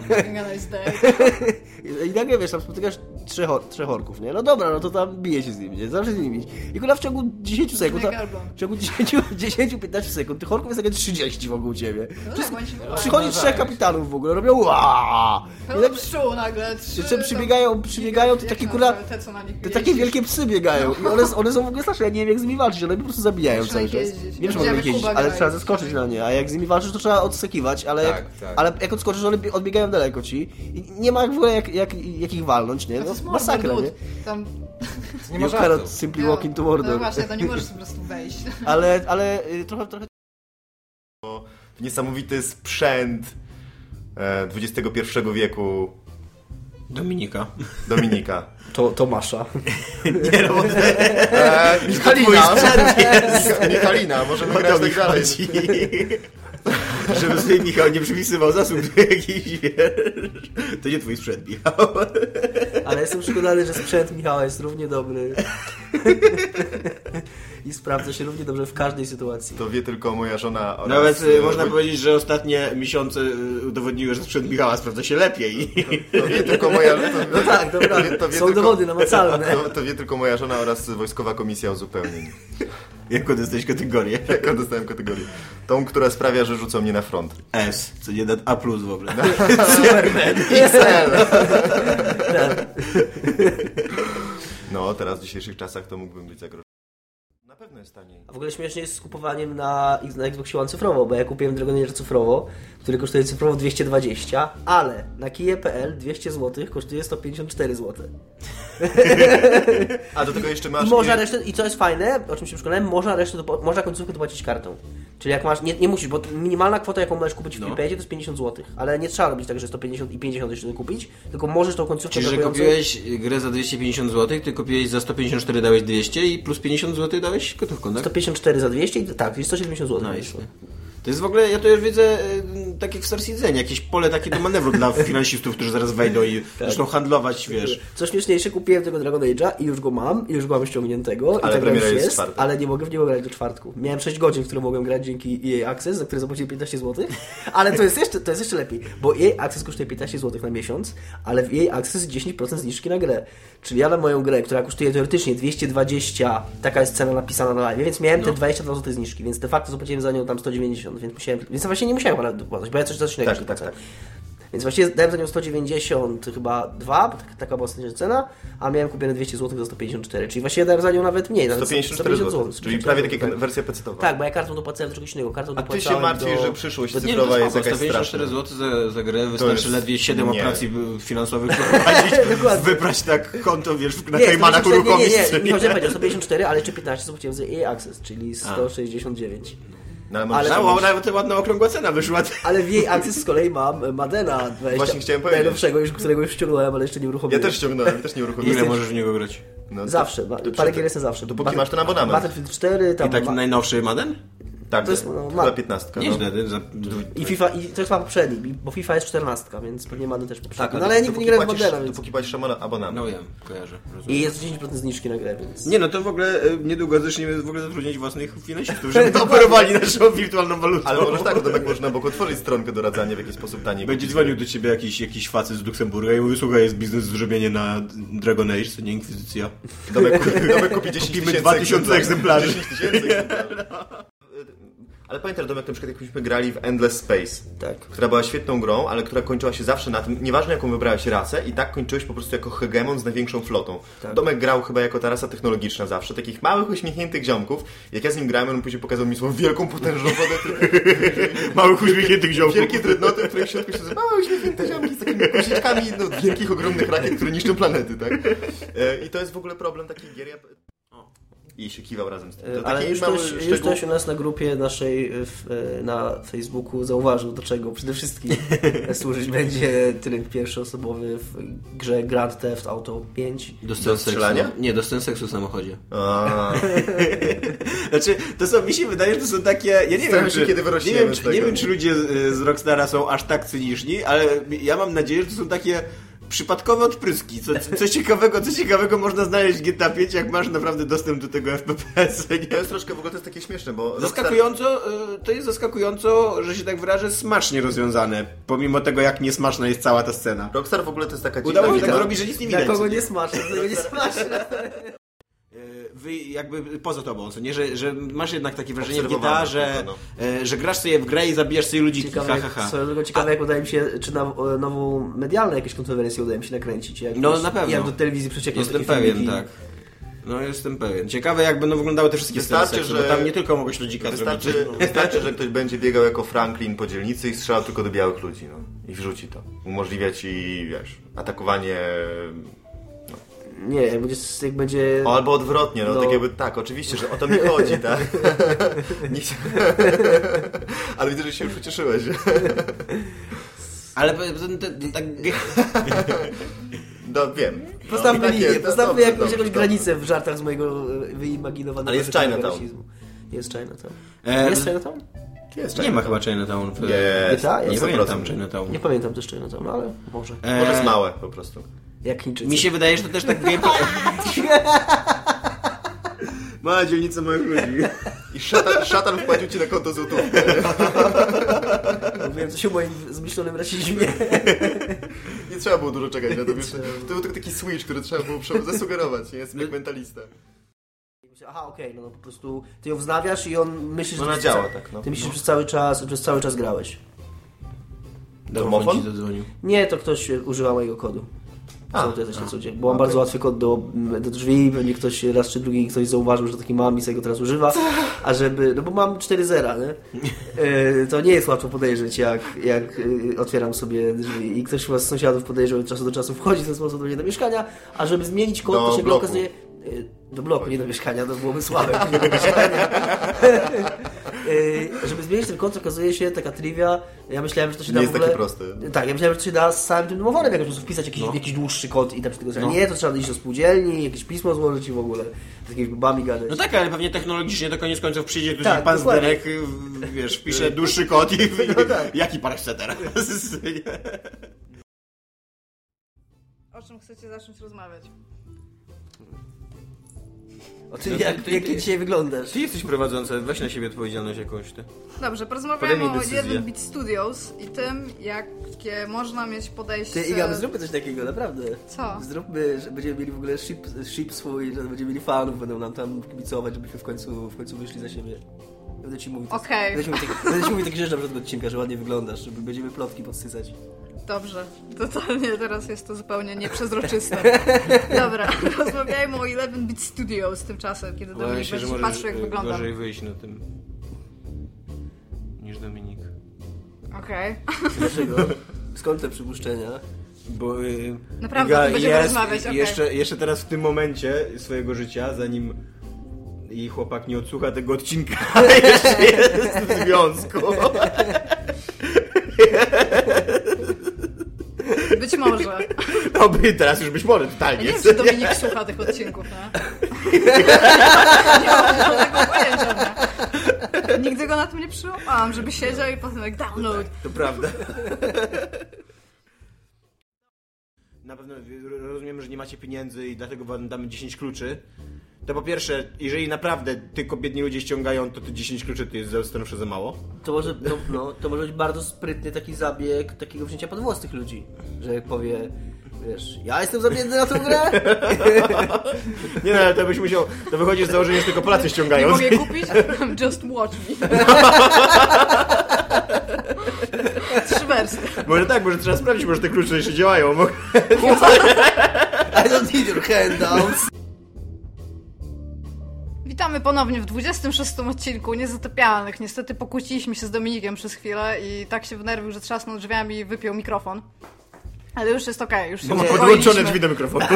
I nagle wiesz, tam spotykasz trzech, trzech orków, nie? No dobra, no to tam bije się z nimi, nie? Zawsze z nimi. I kurwa w ciągu dziesięć sekund, ta, w ciągu dziesięć do piętnastu sekund tych orków jest takie trzydzieści wokół ciebie. No Wszyscy, tak, przychodzi trzech kapitanów w ogóle, robią aaaa! Pełno pszczół nagle, trzy... Jeszcze przybiegają, przybiegają te takie kurwa, te, co na nich te takie wielkie psy biegają i one, one są w ogóle straszne, ja nie wiem jak z nimi walczyć, one po prostu zabijają cały czas. Nie wiem, czy mogą jeździć, ale trzeba zeskoczyć na nie, a jak z nimi walczysz, to trzeba odsekiwać, ale jak, tak. Ale jak odskoczysz, one odbiegają daleko ci i nie ma w ogóle jak, jak, jak ich walnąć, nie? No, masakra, nie? Tam... Nie ma you cannot simply no, walk into Mordor. No właśnie, to nie możesz po prostu wejść. Ale, ale trochę, trochę... Niesamowity sprzęt dwudziestego pierwszego wieku Dominika. Dominika. To Tomasza. Nie, no bo eee, Michalina. Michalina, możemy grać tak dalej. Żeby sobie Michał nie przypisywał zasług do jakichś, wiesz, to nie twój sprzęt, Michał. Ale jestem przekonany, że sprzęt Michała jest równie dobry. I sprawdza się równie dobrze w każdej sytuacji. To wie tylko moja żona oraz... Nawet y, można powiedzieć, że ostatnie miesiące udowodniły, że sprzęt Michała sprawdza się lepiej. To, to wie tylko moja... To, no tak, dobra. To wie Są tylko, dowody namacalne. To, to wie tylko moja żona oraz Wojskowa Komisja Uzupełnień. Jaką dostałeś kategorię? Jaką dostałem kategorię? Tą, która sprawia, że rzucą mnie na front. S, co nie da A plus w ogóle. Superman. X L. No, teraz w dzisiejszych czasach to mógłbym być zagrożony. Na pewno jest taniej. A w ogóle śmiesznie jest z kupowaniem na, na Xboxie One cyfrowo, bo ja kupiłem Dragon Age cyfrowo, który kosztuje cyfrowo dwieście dwadzieścia, ale na kije kropka pe el dwieście złotych kosztuje sto pięćdziesiąt cztery złote. A do tego jeszcze masz... Można resztę, i co jest fajne, o czym się przekonałem, można resztę, dopo, można końcówkę dopłacić kartą. Czyli jak masz, nie, nie musisz, bo minimalna kwota, jaką możesz kupić w no. Prepadzie, to jest pięćdziesiąt złotych. Ale nie trzeba robić tak, że sto pięćdziesiąt i pięćdziesiąt jeszcze kupić, tylko możesz tą końcówkę... Czyli, że kupiłeś grę za dwieście pięćdziesiąt złotych, ty kupiłeś za sto pięćdziesiąt cztery, dałeś dwieście i plus pięćdziesiąt złotych dałeś gotówką, tak? sto pięćdziesiąt cztery za dwieście i tak, jest sto siedemdziesiąt złotych. No, to jest w ogóle, ja to już widzę, tak jak w Star Citizen, jakieś pole takie do manewru dla finansistów, którzy zaraz wejdą i tak. zaczną handlować, wiesz. Co śmieszniejsze, kupiłem tego Dragon Age'a i już go mam, i już go mam ściągniętego. Ale i tak premiera jest, jest, ale nie mogę w niego grać do czwartku. Miałem sześć godzin, w które mogłem grać dzięki E A Access, za które zapłaciłem piętnaście złotych, ale to jest jeszcze, to jest jeszcze lepiej, bo E A Access kosztuje piętnaście złotych na miesiąc, ale w E A Access dziesięć procent zniżki na grę. Czyli ja na moją grę, która kosztuje teoretycznie dwieście dwadzieścia, taka jest cena napisana na live, więc miałem no. te dwadzieścia dwa złote zniżki, więc de facto zapłaciłem za nią tam sto dziewięćdziesiąt, więc musiałem, więc właśnie nie musiałem nawet dopłacać, bo ja coś coś innego tak, tak, tak. Więc właściwie dałem za nią sto dziewięćdziesiąt chyba dwa, bo taka, taka była cena, a miałem kupione dwieście złotych za sto pięćdziesiąt cztery, czyli właściwie dałem za nią nawet mniej. Nawet sto pięćdziesiąt cztery złotych, czyli prawie tak jak wersja pecetowa. Tak, bo ja kartą dopłacałem do czegoś innego. Kartą a ty się martwisz, do... że przyszłość cyfrowa jest jakaś sto pięćdziesiąt cztery złotych za, za grę, wystarczy jest... ledwie siedem nie. operacji finansowych prowadzić, wybrać tak konto, wiesz, na Kajmanach uruchomić. Nie, nie, nie, nie, nie, nie, sto pięćdziesiąt cztery, ale jeszcze piętnaście zapłaciłem za E A Access, czyli sto sześćdziesiąt dziewięć. No, ale ale no, nawet ładna okrągła cena wyszła. Ale w jej akcji z kolei mam Madena dwadzieścia, właśnie chciałem powiedzieć. Najnowszego, już, którego już ściągnąłem, ale jeszcze nie uruchomiłem. Ja też ściągnąłem, też nie uruchomiłem. Ile możesz w niego grać? No, zawsze, to, ba- to, parę to, gier jest na zawsze. Dopóki Battle- masz ten abonament. Battlefield cztery, tam I taki ma- najnowszy Madden? Tak, to jest, no, chyba ma- piętnastka. No. Nieźle, ty, za... I FIFA, i to jest chyba poprzedni, bo FIFA jest czternastka, więc pewnie Madden też poprzedni. Tak, no ale ale ja nigdy nie grałem w płacisz, Maddena, więc... dopóki płacisz abonament. No wiem, kojarzę. Rozumiem. I jest dziesięć procent zniżki na grę, więc... Nie no, to w ogóle e, niedługo zaczniemy w ogóle zatrudniać własnych finansistów, żeby operowali naszą wirtualną walutą. Ale możesz tak, Domek, można bok otworzyć stronkę doradzania, w jaki sposób taniej. Będzie kupić. dzwonił do ciebie jakiś, jakiś facet z Luksemburga i mówi, słuchaj, jest biznes zrobienie na Dragon Age, to nie Inkwizycja. Domek, Domek kupi dziesięć Kupimy tysięcy dwa tysiące egzemplarzy. dziesięć tysięcy egzemplarzy. Ale pamiętasz, Domek, na przykład jak myśmy grali w Endless Space, Tak. która była świetną grą, ale która kończyła się zawsze na tym, nieważne jaką wybrałeś rasę, i tak kończyłeś po prostu jako hegemon z największą flotą. Tak. Domek grał chyba jako ta rasa technologiczna zawsze, takich małych, uśmiechniętych ziomków. Jak ja z nim grałem, on później pokazał mi swoją wielką, potężną flotę. Małych uśmiechniętych ziomków. Wielkie dreadnoty, w których w środku siedzą małe, uśmiechnięte ziomki z takimi guziczkami no, wielkich, ogromnych rakiet, które niszczą planety, tak? E, I to jest w ogóle problem takich gier. Ja... I się kiwał razem z tym. To Ale taki już mały ktoś, już szczegół. ktoś u nas na grupie naszej w, na Facebooku zauważył, do czego przede wszystkim służyć będzie tryb pierwszoosobowy w grze Grand Theft Auto pięć. Do scen Do seksu. strzelania? Nie, do scen seksu w samochodzie. A, Znaczy, to są, mi się wydaje, że to są takie... Ja nie Zastanawiam wiem, się, czy, kiedy nie, wyrośniemy wiem, z czy, tego. nie wiem, czy ludzie z, z Rockstara są aż tak cyniczni, ale ja mam nadzieję, że to są takie przypadkowe odpryski. Co, co ciekawego, co ciekawego można znaleźć w G T A pięć, jak masz naprawdę dostęp do tego F P P S. Nie? to jest troszkę, w ogóle to jest takie śmieszne, bo... Zaskakująco, y, to jest zaskakująco, że się tak wyrażę, smacznie rozwiązane. Pomimo tego, jak niesmaczna jest cała ta scena. Rockstar w ogóle to jest taka dziwna Udało mi się firma. tak zrobić, że nic nie Dla widać. kogo nie smaczne, dla kogo nie smaczne. Wy jakby poza tobą, co nie? Że, że masz jednak takie wrażenie w G T A, Obserwowane że, tylko, e, że grasz sobie w grę i zabijasz sobie ludziki. Ciekawe, Ha, jak, ha, ha. swoją drogą ciekawe jak udaje mi się, czy na o, nową medialną jakieś kontrowersje udaje mi się nakręcić. Jak No, już- na pewno. Jak do telewizji przeciekną Jestem takie pewien, filmiki. tak. No jestem pewien. Ciekawe jak będą wyglądały te wszystkie Wystarczy, sceny seksu, że- bo tam nie tylko mogłeś ludzika Wystarczy, zrobić. wystarczy, że ktoś będzie biegał jako Franklin po dzielnicy i strzelał tylko do białych ludzi, no. I wrzuci to. Umożliwia ci, wiesz, atakowanie... Nie, jak będzie... Jak będzie... O, albo odwrotnie, no, No. tak jakby, tak, oczywiście, że o to mi chodzi, tak? Nie chcia... Ale widzę, że się już ucieszyłeś. Ale ten, ten, tak... No, wiem. Postawmy no, tak linię, jest, no, postawmy dobrze, jakąś, dobrze, jakąś dobrze. granicę w żartach z mojego e, wyimaginowanego Ale jest rzekomego Chinatown. rasizmu. Jest Chinatown. E, Jest Chinatown? Jest nie ma chyba Chinatown w... Jest, G T A? Nie Jest pamiętam Chinatown. Nie pamiętam też Chinatown, ale może. E, Może jest małe po prostu. Jak Chińczycy. Mi się wydaje, że to też tak gameplay... Mała dzielnica małych ludzi. I szatan, szatan wpłacił ci na konto złotówkę. Mówiłem coś o moim zmyślonym rasizmie. Nie trzeba było dużo czekać na to, wiesz. To był tylko taki switch, który trzeba było prze- zasugerować, nie? Jestem jak mentalista. Aha, okej, no, no po prostu ty ją wznawiasz i on myśli, że... Ona przez działa ca- tak, no. Ty myślisz, że przez cały czas, przez cały czas grałeś. Domofon? ci zadzwonił. Nie, to ktoś używa mojego kodu. A, Co to jest na co dzień? Bo mam bardzo łatwy kod do, do drzwi, pewnie ktoś raz czy drugi ktoś zauważył, że taki mam i sobie go teraz używa, a żeby, no bo mam cztery zera, nie? E, to nie jest łatwo podejrzeć, jak, jak e, otwieram sobie drzwi i ktoś z sąsiadów podejrzał od czasu do czasu wchodzi w ten sposób do mnie do mieszkania, a żeby zmienić kod, Do to się go bloku. okazuje... e, Do bloku, nie do mieszkania, to byłoby słabe. Nie do mieszkania. E, żeby zmienić ten kod, okazuje się taka trivia, ja myślałem, że to się Nie da jest w ogóle... takie proste. Tak, ja myślałem, że to się da z samym tym domoworem jakoś po prostu wpisać jakiś, jakiś dłuższy kod i tam się tego no. Nie, to trzeba iść do spółdzielni, jakieś pismo złożyć i w ogóle z jakimiś babami gadać. No tak, ale pewnie technologicznie to koniec końców przyjdzie ktoś Tak, jak pan dokładnie. Zderek, wiesz, wpisze dłuższy kod i No tak. jaki pan chce teraz? O czym chcecie zacząć rozmawiać? O tym, jak, jak ty dzisiaj wyglądasz. Ty jesteś prowadząca, weź na siebie odpowiedzialność jakąś ty. Dobrze, Podejmij porozmawiamy o decyzję. jeden Bit Studios i tym, jakie można mieć podejście... Ty, Iga, my zróbmy coś takiego, naprawdę. Co? Zróbmy, że będziemy mieli w ogóle ship, ship swój, że będziemy mieli fanów, będą nam tam kibicować, żebyśmy w końcu, w końcu wyszli za siebie. Będę ci mówił, Okej. będę ci mówił, tak, będę ci mówił takie rzeczy na przykład odcinka, że ładnie wyglądasz, żeby będziemy plotki podsycać. Dobrze, totalnie teraz jest to zupełnie nieprzezroczyste. Dobra, rozmawiajmy o jeden Bit Studios tymczasem, kiedy Obawiam Dominik się, że będzie możesz patrzył, jak e, wygląda. gorzej wyjść na tym niż Dominik. Okej. Dlaczego? Skąd te przypuszczenia? Bo y, Naprawdę, Iga to będziemy jest, rozmawiać, okej. jeszcze, jeszcze teraz w tym momencie swojego życia, zanim jej chłopak nie odsłucha tego odcinka, jeszcze jest w związku. Być może. może. No by teraz już być może, Ja totalnie. nie wiem, czy Dominik słucha tych odcinków, nie? Nie mam żadnego pojęcia, nie? Nigdy go na tym nie przyłapałam, żeby siedział i potem jak download. To prawda. Na pewno rozumiem, że nie macie pieniędzy i dlatego wam damy dziesięć kluczy. To po pierwsze, jeżeli naprawdę tylko biedni ludzie ściągają, to te dziesięć kluczy to jest stanowczo za mało. To może, to, no, to może być bardzo sprytny taki zabieg takiego wzięcia pod włos tych ludzi. Że jak powie, wiesz, ja jestem za biedny na tę grę. Nie no, ale to byś musiał, to wychodzi z założenia, że tylko Polacy ściągają. Nie mogę kupić? Just watch me. Trzy wersje. Może tak, może trzeba sprawdzić, może te klucze jeszcze działają. I don't need your handouts. Witamy ponownie w dwudziestym szóstym odcinku Niezatopialnych. Niestety pokłóciliśmy się z Dominikiem przez chwilę i tak się wnerwił, że trzasnął drzwiami i wypiął mikrofon. Ale już jest okej, okay, już się Bo ma uspokoiliśmy. podłączone drzwi do mikrofonu.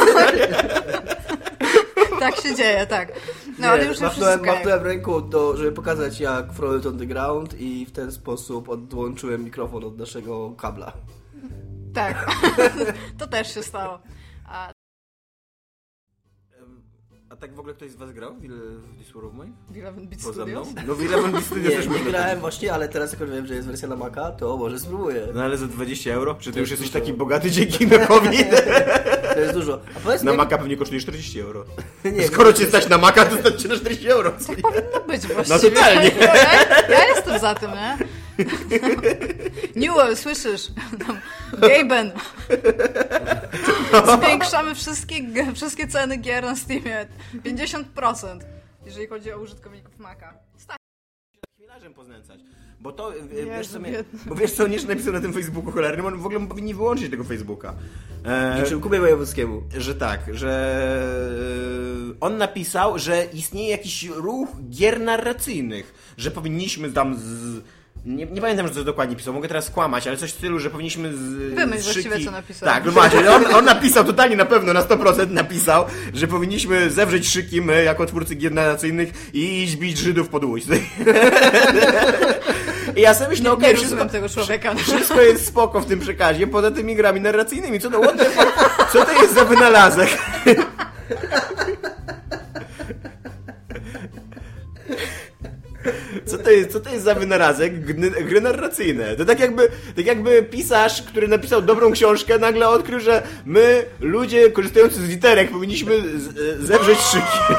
Tak się dzieje, tak. No ale już jest machnąłem, wszystko machnąłem ręką, do, żeby pokazać jak throw it on the ground i w ten sposób odłączyłem mikrofon od naszego kabla. Tak, to też się stało. A A tak w ogóle ktoś z was grał w This War of Mine? w Eleven Beat Poza mną? Studios? No w Eleven Beat Studios Nie, też nie można grałem grać. właśnie, ale teraz jak już wiem, że jest wersja na Maca, to może spróbuję. No ale za dwadzieścia euro? Czy ty To już jest jesteś dużo. taki bogaty dzięki Mekowi? To jest dużo. A powiedz Na mi, Maca pewnie kosztuje czterdzieści euro. Nie, Skoro cię stać na Maca, to stać cię na czterdzieści euro. Tak powinno być właściwie. No totalnie. Ja, ja jestem za tym, nie? Newell, słyszysz? Gaben. Zwiększamy wszystkie, wszystkie ceny gier na Steamie. pięćdziesiąt procent, jeżeli chodzi o użytkowników Maca. Stać. Chwilarzem poznęcać. Bo to, Jezu, wiesz co, mnie, biedny. bo wiesz co on jeszcze napisał na tym Facebooku cholernym, on w ogóle powinni wyłączyć tego Facebooka. E, niczym Kubie Wojewódzkiemu. że tak, że on napisał, że istnieje jakiś ruch gier narracyjnych, że powinniśmy tam z... Nie, nie pamiętam, że to dokładnie pisał, mogę teraz skłamać, ale coś w stylu, że powinniśmy z, Wymyśl z właściwie, szyki... co napisał. Tak, no macie, on, on napisał totalnie na pewno, na sto procent napisał, że powinniśmy zewrzeć szyki my, jako twórcy gier narracyjnych i iść bić Żydów pod łódź. I ja sobie myślę, no okej, Nie wszystko, rozumiem tego człowieka. wszystko jest spoko w tym przekazie, poza tymi grami narracyjnymi. Co to, what the fuck? Co to jest za wynalazek? Co to jest, co to jest za wynalazek? Gry, gry narracyjne. To tak jakby, tak jakby pisarz, który napisał dobrą książkę, nagle odkrył, że my, ludzie korzystający z literek, powinniśmy z, zewrzeć szyki.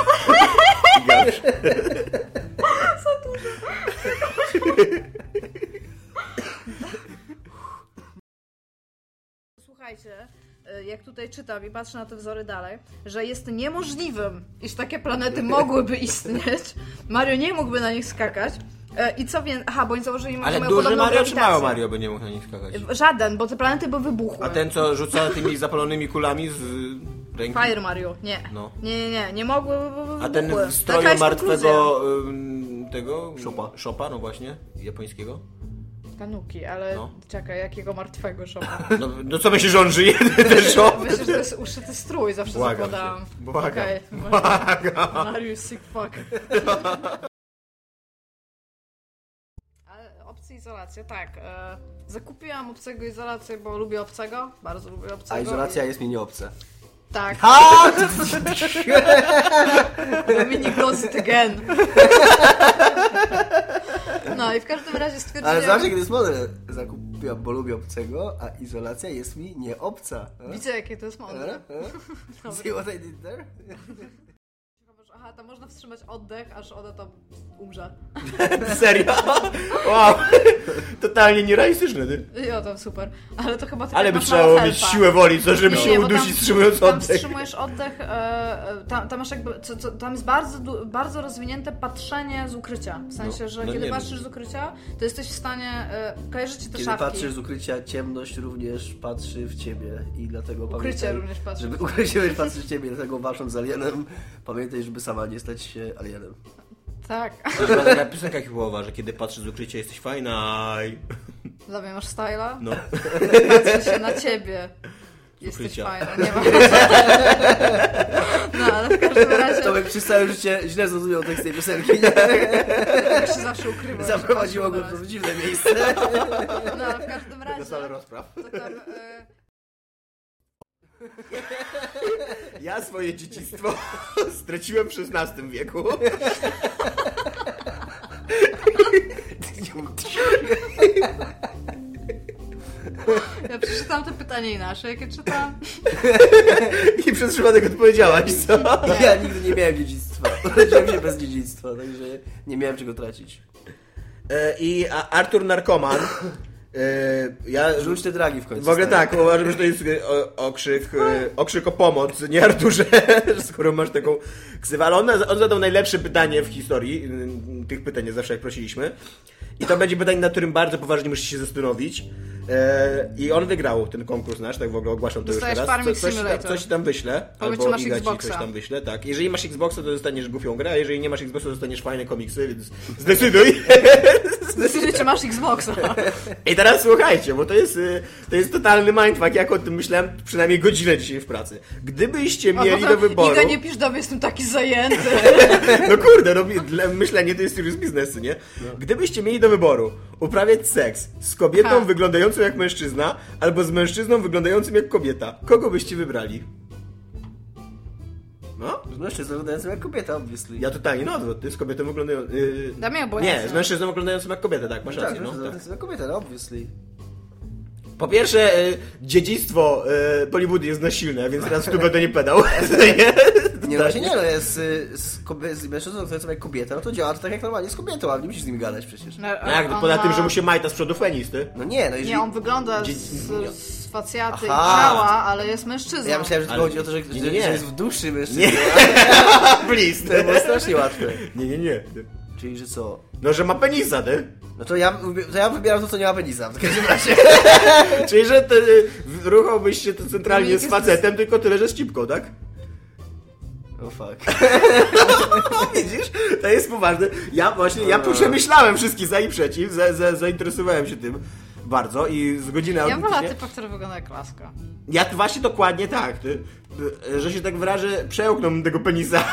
Słuchajcie, jak tutaj czytam i patrzę na te wzory dalej, że jest niemożliwym, iż takie planety mogłyby istnieć. Mario nie mógłby na nich skakać. I co więcej, aha, bo oni założyli Ale mają duży podobną Mario czy grawitację. mały Mario by nie mógł na nich skakać? Żaden, bo te planety by wybuchły. A ten, co rzuca tymi zapalonymi kulami z ręki? Fire Mario, nie. No. Nie, nie, nie, nie mogły wybuchły. A ten w Taka stroju jest martwego ym, tego? Shopa. Shopa, no właśnie, japońskiego. Tanuki, ale No. czekaj, jakiego martwego szopa. No, no co myślisz, że on żyje, ten Shop? Myślę, że to jest uszyty strój, zawsze Błagam zakładałam. cię. Błagam. Okej, Błagam. Mario sick fuck. Ale opcje izolacja, tak. E, zakupiłam obcego izolację, bo lubię obcego. Bardzo lubię obcego. A izolacja jest mi nieobca. Tak. Ha! Dominik does it again. No i w każdym razie stwierdziłem... Ale zawsze, kiedy jest model, zakupiłam, bo lubię obcego, a izolacja jest mi nieobca. Widzę, jakie to jest mądre. See what I did there? Aha, to można wstrzymać oddech, aż ona tam umrze. Serio? Wow. Totalnie nierealistyczne, ty. Jo, to super. Ale to chyba... Ale by masz trzeba mało było mieć helpa. siłę woli, co, żeby Nie, się nie, bo udusić tam- wstrzymując Tam oddech. wstrzymujesz oddech, e, e, tam, tam masz jakby, co, co, tam jest bardzo, du- bardzo rozwinięte patrzenie z ukrycia. W sensie, No, że no kiedy nie patrzysz z ukrycia, to jesteś w stanie, e, kojarzycie te Kiedy szafki? patrzysz z ukrycia, ciemność również patrzy w ciebie i dlatego Ukrycie pamiętaj, również patrzy. żeby ukrycie również patrzy w ciebie, dlatego walcząc z alienem, pamiętaj, żeby sama nie stać się alienem. Tak. To jest taka piosenka hipowa, że kiedy patrzysz z ukrycia jesteś fajna. Dla mnie masz styla? No. Patrzę się na ciebie. Jesteś Ukrycia. fajna, nie ma. No, ale w każdym razie Tomek przez całe życie źle zrozumiał tekst tej piosenki. tak się zawsze ukrywa. Zaprowadziło go w dziwne miejsce. No, ale w każdym razie Na salę rozpraw. to tam... E, Ja swoje dzieciństwo straciłem w szesnastym wieku. Ja przeczytałam to pytanie inaczej, jakie czytam. I przez przypadek odpowiedziałaś, co? Ja nigdy nie miałem dziedzictwa. Urodziłem się bez dziedzictwa, także nie miałem czego tracić. E, I a Artur Narkoman. E, ja Rzuć te dragi w końcu. W ogóle stary. tak, uważam, że to jest o, okrzyk, e, okrzyk o pomoc, nie Arturze, skoro masz taką ksywę. Ale on, on zadał najlepsze pytanie w historii, tych pytań zawsze jak prosiliśmy. I to będzie pytanie, nad którym bardzo poważnie musisz się zastanowić. E, I on wygrał ten konkurs nasz, tak w ogóle ogłaszam to Dostajesz już teraz. Farming coś, Simulator. coś tam wyślę, Powiedz, albo czy masz Iga ci Xboxa. coś tam wyślę, tak. Jeżeli masz Xboxa, to dostaniesz głupią grę, a jeżeli nie masz Xboxa, to dostaniesz fajne komiksy, więc zdecyduj. Zdecyduj, czy masz Xboxa. I teraz słuchajcie, bo to jest, y, to jest totalny mindfuck, jak o tym myślałem przynajmniej godzinę dzisiaj w pracy. Gdybyście mieli do wyboru... Iga, nie pisz do mnie, jestem taki zajęty. No kurde, no, dla- myślenie to jest serious biznesu, nie? Gdybyście mieli do wyboru uprawiać seks z kobietą Ha. wyglądającą jak mężczyzna, albo z mężczyzną wyglądającym jak kobieta, kogo byście wybrali? No? Z mężczyzną wyglądającym jak kobieta, obviously. Ja totalnie na odwrót, ty z kobietą wyglądającą... Yy... Dla mnie Nie, obojętnie. z mężczyzną wyglądającym jak kobieta, tak, masz tak, rację, z no. mężczyzną Tak. wyglądającym jak kobieta, no obviously. Po pierwsze, y, dziedzictwo y, Bollywoodu jest nasilne, więc teraz tu będę nie pedał. nie? Nie, no właśnie nie, no jest y, z, kobie- z mężczyzną wyglądającym jak kobieta, no to działa to tak jak normalnie z kobietą, ale nie musisz z nimi gadać przecież. No, No jak, on poza ma- tym, że mu się majta z przodu fenis, ty? No nie, no jeżeli... Nie, on wygląda Dzie- z, z facjaty i Aha. ciała, ale jest mężczyzną. Ja myślałem, że to Ale- chodzi o to, że, nie, że, nie, nie. że jest w duszy mężczyzna. Nie. Please. To było strasznie łatwe. Nie, nie, nie. Czyli, że co? No, że ma penisa, ty. No to ja, to ja wybieram to, co nie ma penisa, w każdym razie. Czyli, że ty y, ruchałbyś się to centralnie Dominik z jest- facetem, tylko tyle, że z cipką, tak? Oh fuck. No, widzisz? To jest poważne. Ja właśnie, ja przemyślałem wszystkie za i przeciw, za, za, zainteresowałem się tym bardzo i z godziny Ja audycji wolę się- typa, który wygląda jak laska. Ja właśnie dokładnie tak, ty, y, że się tak wyrażę, przełknął tego penisa.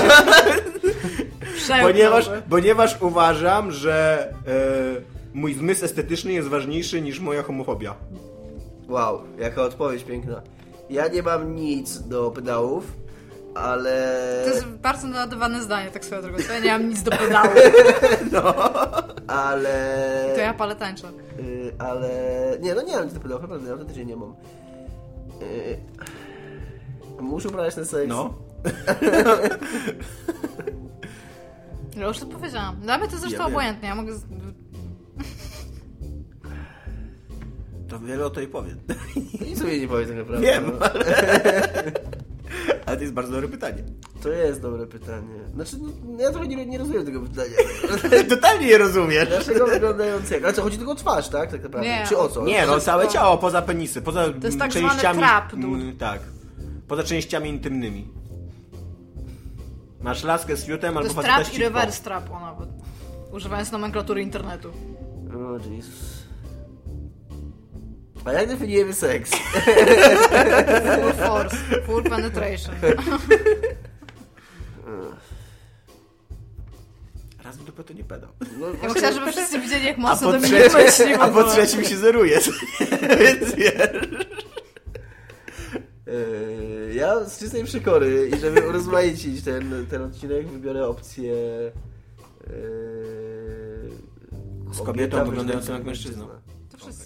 Ponieważ, ponieważ uważam, że e, mój zmysł estetyczny jest ważniejszy niż moja homofobia. Wow, jaka odpowiedź piękna. Ja nie mam nic do pedałów, ale... To jest bardzo nadawane zdanie, tak swoją drogą. To ja nie mam nic do pedału. Ale... To ja palę tańczę. Y, ale... Nie, no nie mam nic do pedałów, naprawdę, autentycznie nie mam. Y, muszę uprawiać ten seks. No. No już to powiedziałam. Dla mnie to zresztą Ja wiem. obojętnie. Ja mogę... Z... To wiele o to i powiem. Nic sobie nie powiem tak naprawdę. Wiem, No. ale to jest bardzo dobre pytanie. To jest dobre pytanie. Znaczy, no, ja trochę nie, nie rozumiem tego pytania. Totalnie nie rozumiesz. Dlaczego wyglądającego? Ale co, chodzi tylko o twarz, tak? Tak naprawdę. Nie, Czy o co? Nie, no jest całe to- ciało, poza penisy, poza To jest tak zwany częściami... trap, dude. mm, tak. Poza częściami intymnymi. Masz laskę z fiutem To albo jest faceta z trap i cipką. reverse trap, o nawet. Używając nomenklatury internetu. O Jezus. A jak definiujemy seks? Full force, full penetration. Raz w dupę to nie pedał. No, Ja bym chciała, żeby wszyscy widzieli, jak A mocno po, do mnie trzecim, myśli. a po trzecim się zeruje. Więc wiesz. Yy, ja z czystej przekory i żeby urozmaicić ten, ten odcinek wybiorę opcję yy, Z kobieta kobietą wyglądającą jak mężczyzną. To wszyscy.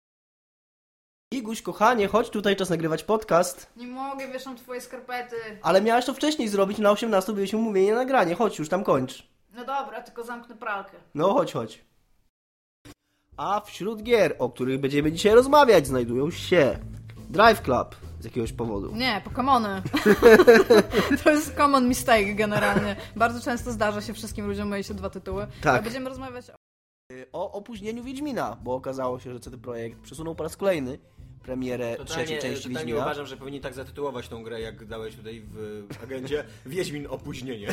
Iguś, kochanie, chodź tutaj, czas nagrywać podcast. Nie mogę, wieszam twoje skarpety. Ale miałaś to wcześniej zrobić, na osiemnastej byliśmy umówieni na nagranie. Chodź już, tam kończ. No dobra, tylko zamknę pralkę. No, chodź, chodź. A wśród gier, o których będziemy dzisiaj rozmawiać, znajdują się Drive Club z jakiegoś powodu. Nie, Pokemony. To jest common mistake generalnie. Bardzo często zdarza się wszystkim ludziom myli się dwa tytuły. Tak. A będziemy rozmawiać o... O opóźnieniu Wiedźmina, bo okazało się, że C D Projekt przesunął po raz kolejny premierę trzeciej części Wiedźmina. uważam, że powinni tak zatytułować tą grę, jak dałeś tutaj w agendzie. Wiedźmin opóźnienie.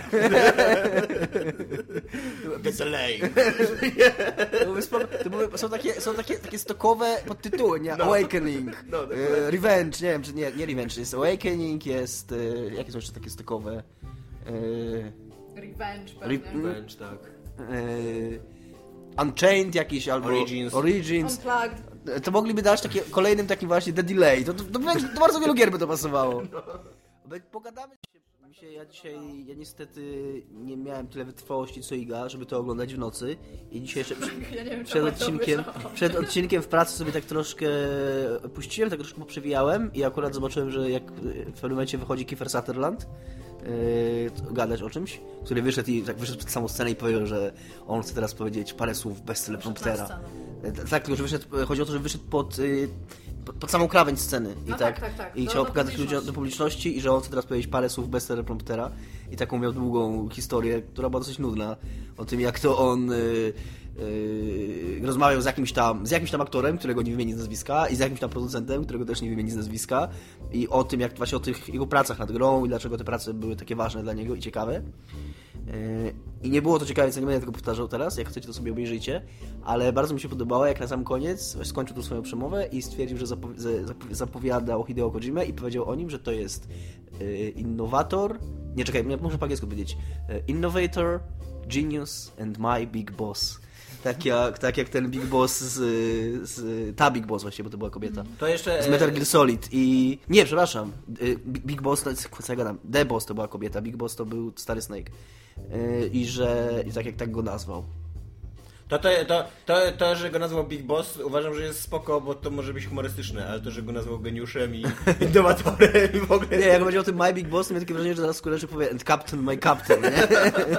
The delay. To, były spoko- to były, są takie, są takie, takie stokowe podtytuły, nie? No. Awakening, No, e, dokładnie. Revenge, nie wiem, czy nie, nie Revenge, jest Awakening, jest, e, jakie są jeszcze takie stokowe? E, Revenge Re- pewnie. Wręcz tak. e, Unchained jakiś, albo Origins. Origins. Unplugged. To mogliby dać takie, kolejnym takim właśnie The Delay. To, to, to, to bardzo wielu gier by to pasowało. Pogadamy dzisiaj. Ja dzisiaj, ja niestety nie miałem tyle wytrwałości co Iga, żeby to oglądać w nocy. I dzisiaj jeszcze przed, ja wiem, przed, odcinkiem, przed odcinkiem w pracy sobie tak troszkę puściłem, tak troszkę poprzewijałem i akurat zobaczyłem, że jak w pewnym momencie wychodzi Kiefer Sutherland Yy, gadać o czymś, który wyszedł i tak wyszedł przed samą scenę i powiedział, że on chce teraz powiedzieć parę słów bez telepromptera. Tak, tylko że wyszedł, chodzi o to, że wyszedł pod, yy, pod, pod samą krawędź sceny i no tak, tak, tak, tak. i do, chciał do pokazać ludziom do publiczności i że on chce teraz powiedzieć parę słów bez telepromptera i taką miał długą historię, która była dosyć nudna o tym, jak to on yy, Yy, rozmawiał z jakimś tam z jakimś tam aktorem, którego nie wymieni z nazwiska i z jakimś tam producentem, którego też nie wymieni z nazwiska i o tym, jak właśnie o tych jego pracach nad grą i dlaczego te prace były takie ważne dla niego i ciekawe. Yy, I nie było to ciekawe, co nie będę tego powtarzał teraz, jak chcecie to sobie obejrzyjcie, ale bardzo mi się podobało, jak na sam koniec skończył tu swoją przemowę i stwierdził, że zapowi- zapowiadał Hideo Kojimę i powiedział o nim, że to jest yy, innowator, nie czekaj, muszę po angielsku powiedzieć, yy, innovator, genius and my big boss. Tak jak, tak jak ten Big Boss z, z... Ta Big Boss właśnie, bo to była kobieta. To jeszcze... Z Metal Gear Solid i... Nie, przepraszam. Big Boss, to jest... Co ja gadam? The Boss to była kobieta, Big Boss to był stary Snake. I że... I tak jak tak go nazwał. To, to, to, to, to, że go nazwał Big Boss, uważam, że jest spoko, bo to może być humorystyczne, ale to, że go nazwał geniuszem i innowatorem i w ogóle... Nie, jak będzie o tym My Big Boss, to miałem takie wrażenie, że zaraz Skóreczek powie and Captain, my Captain, nie?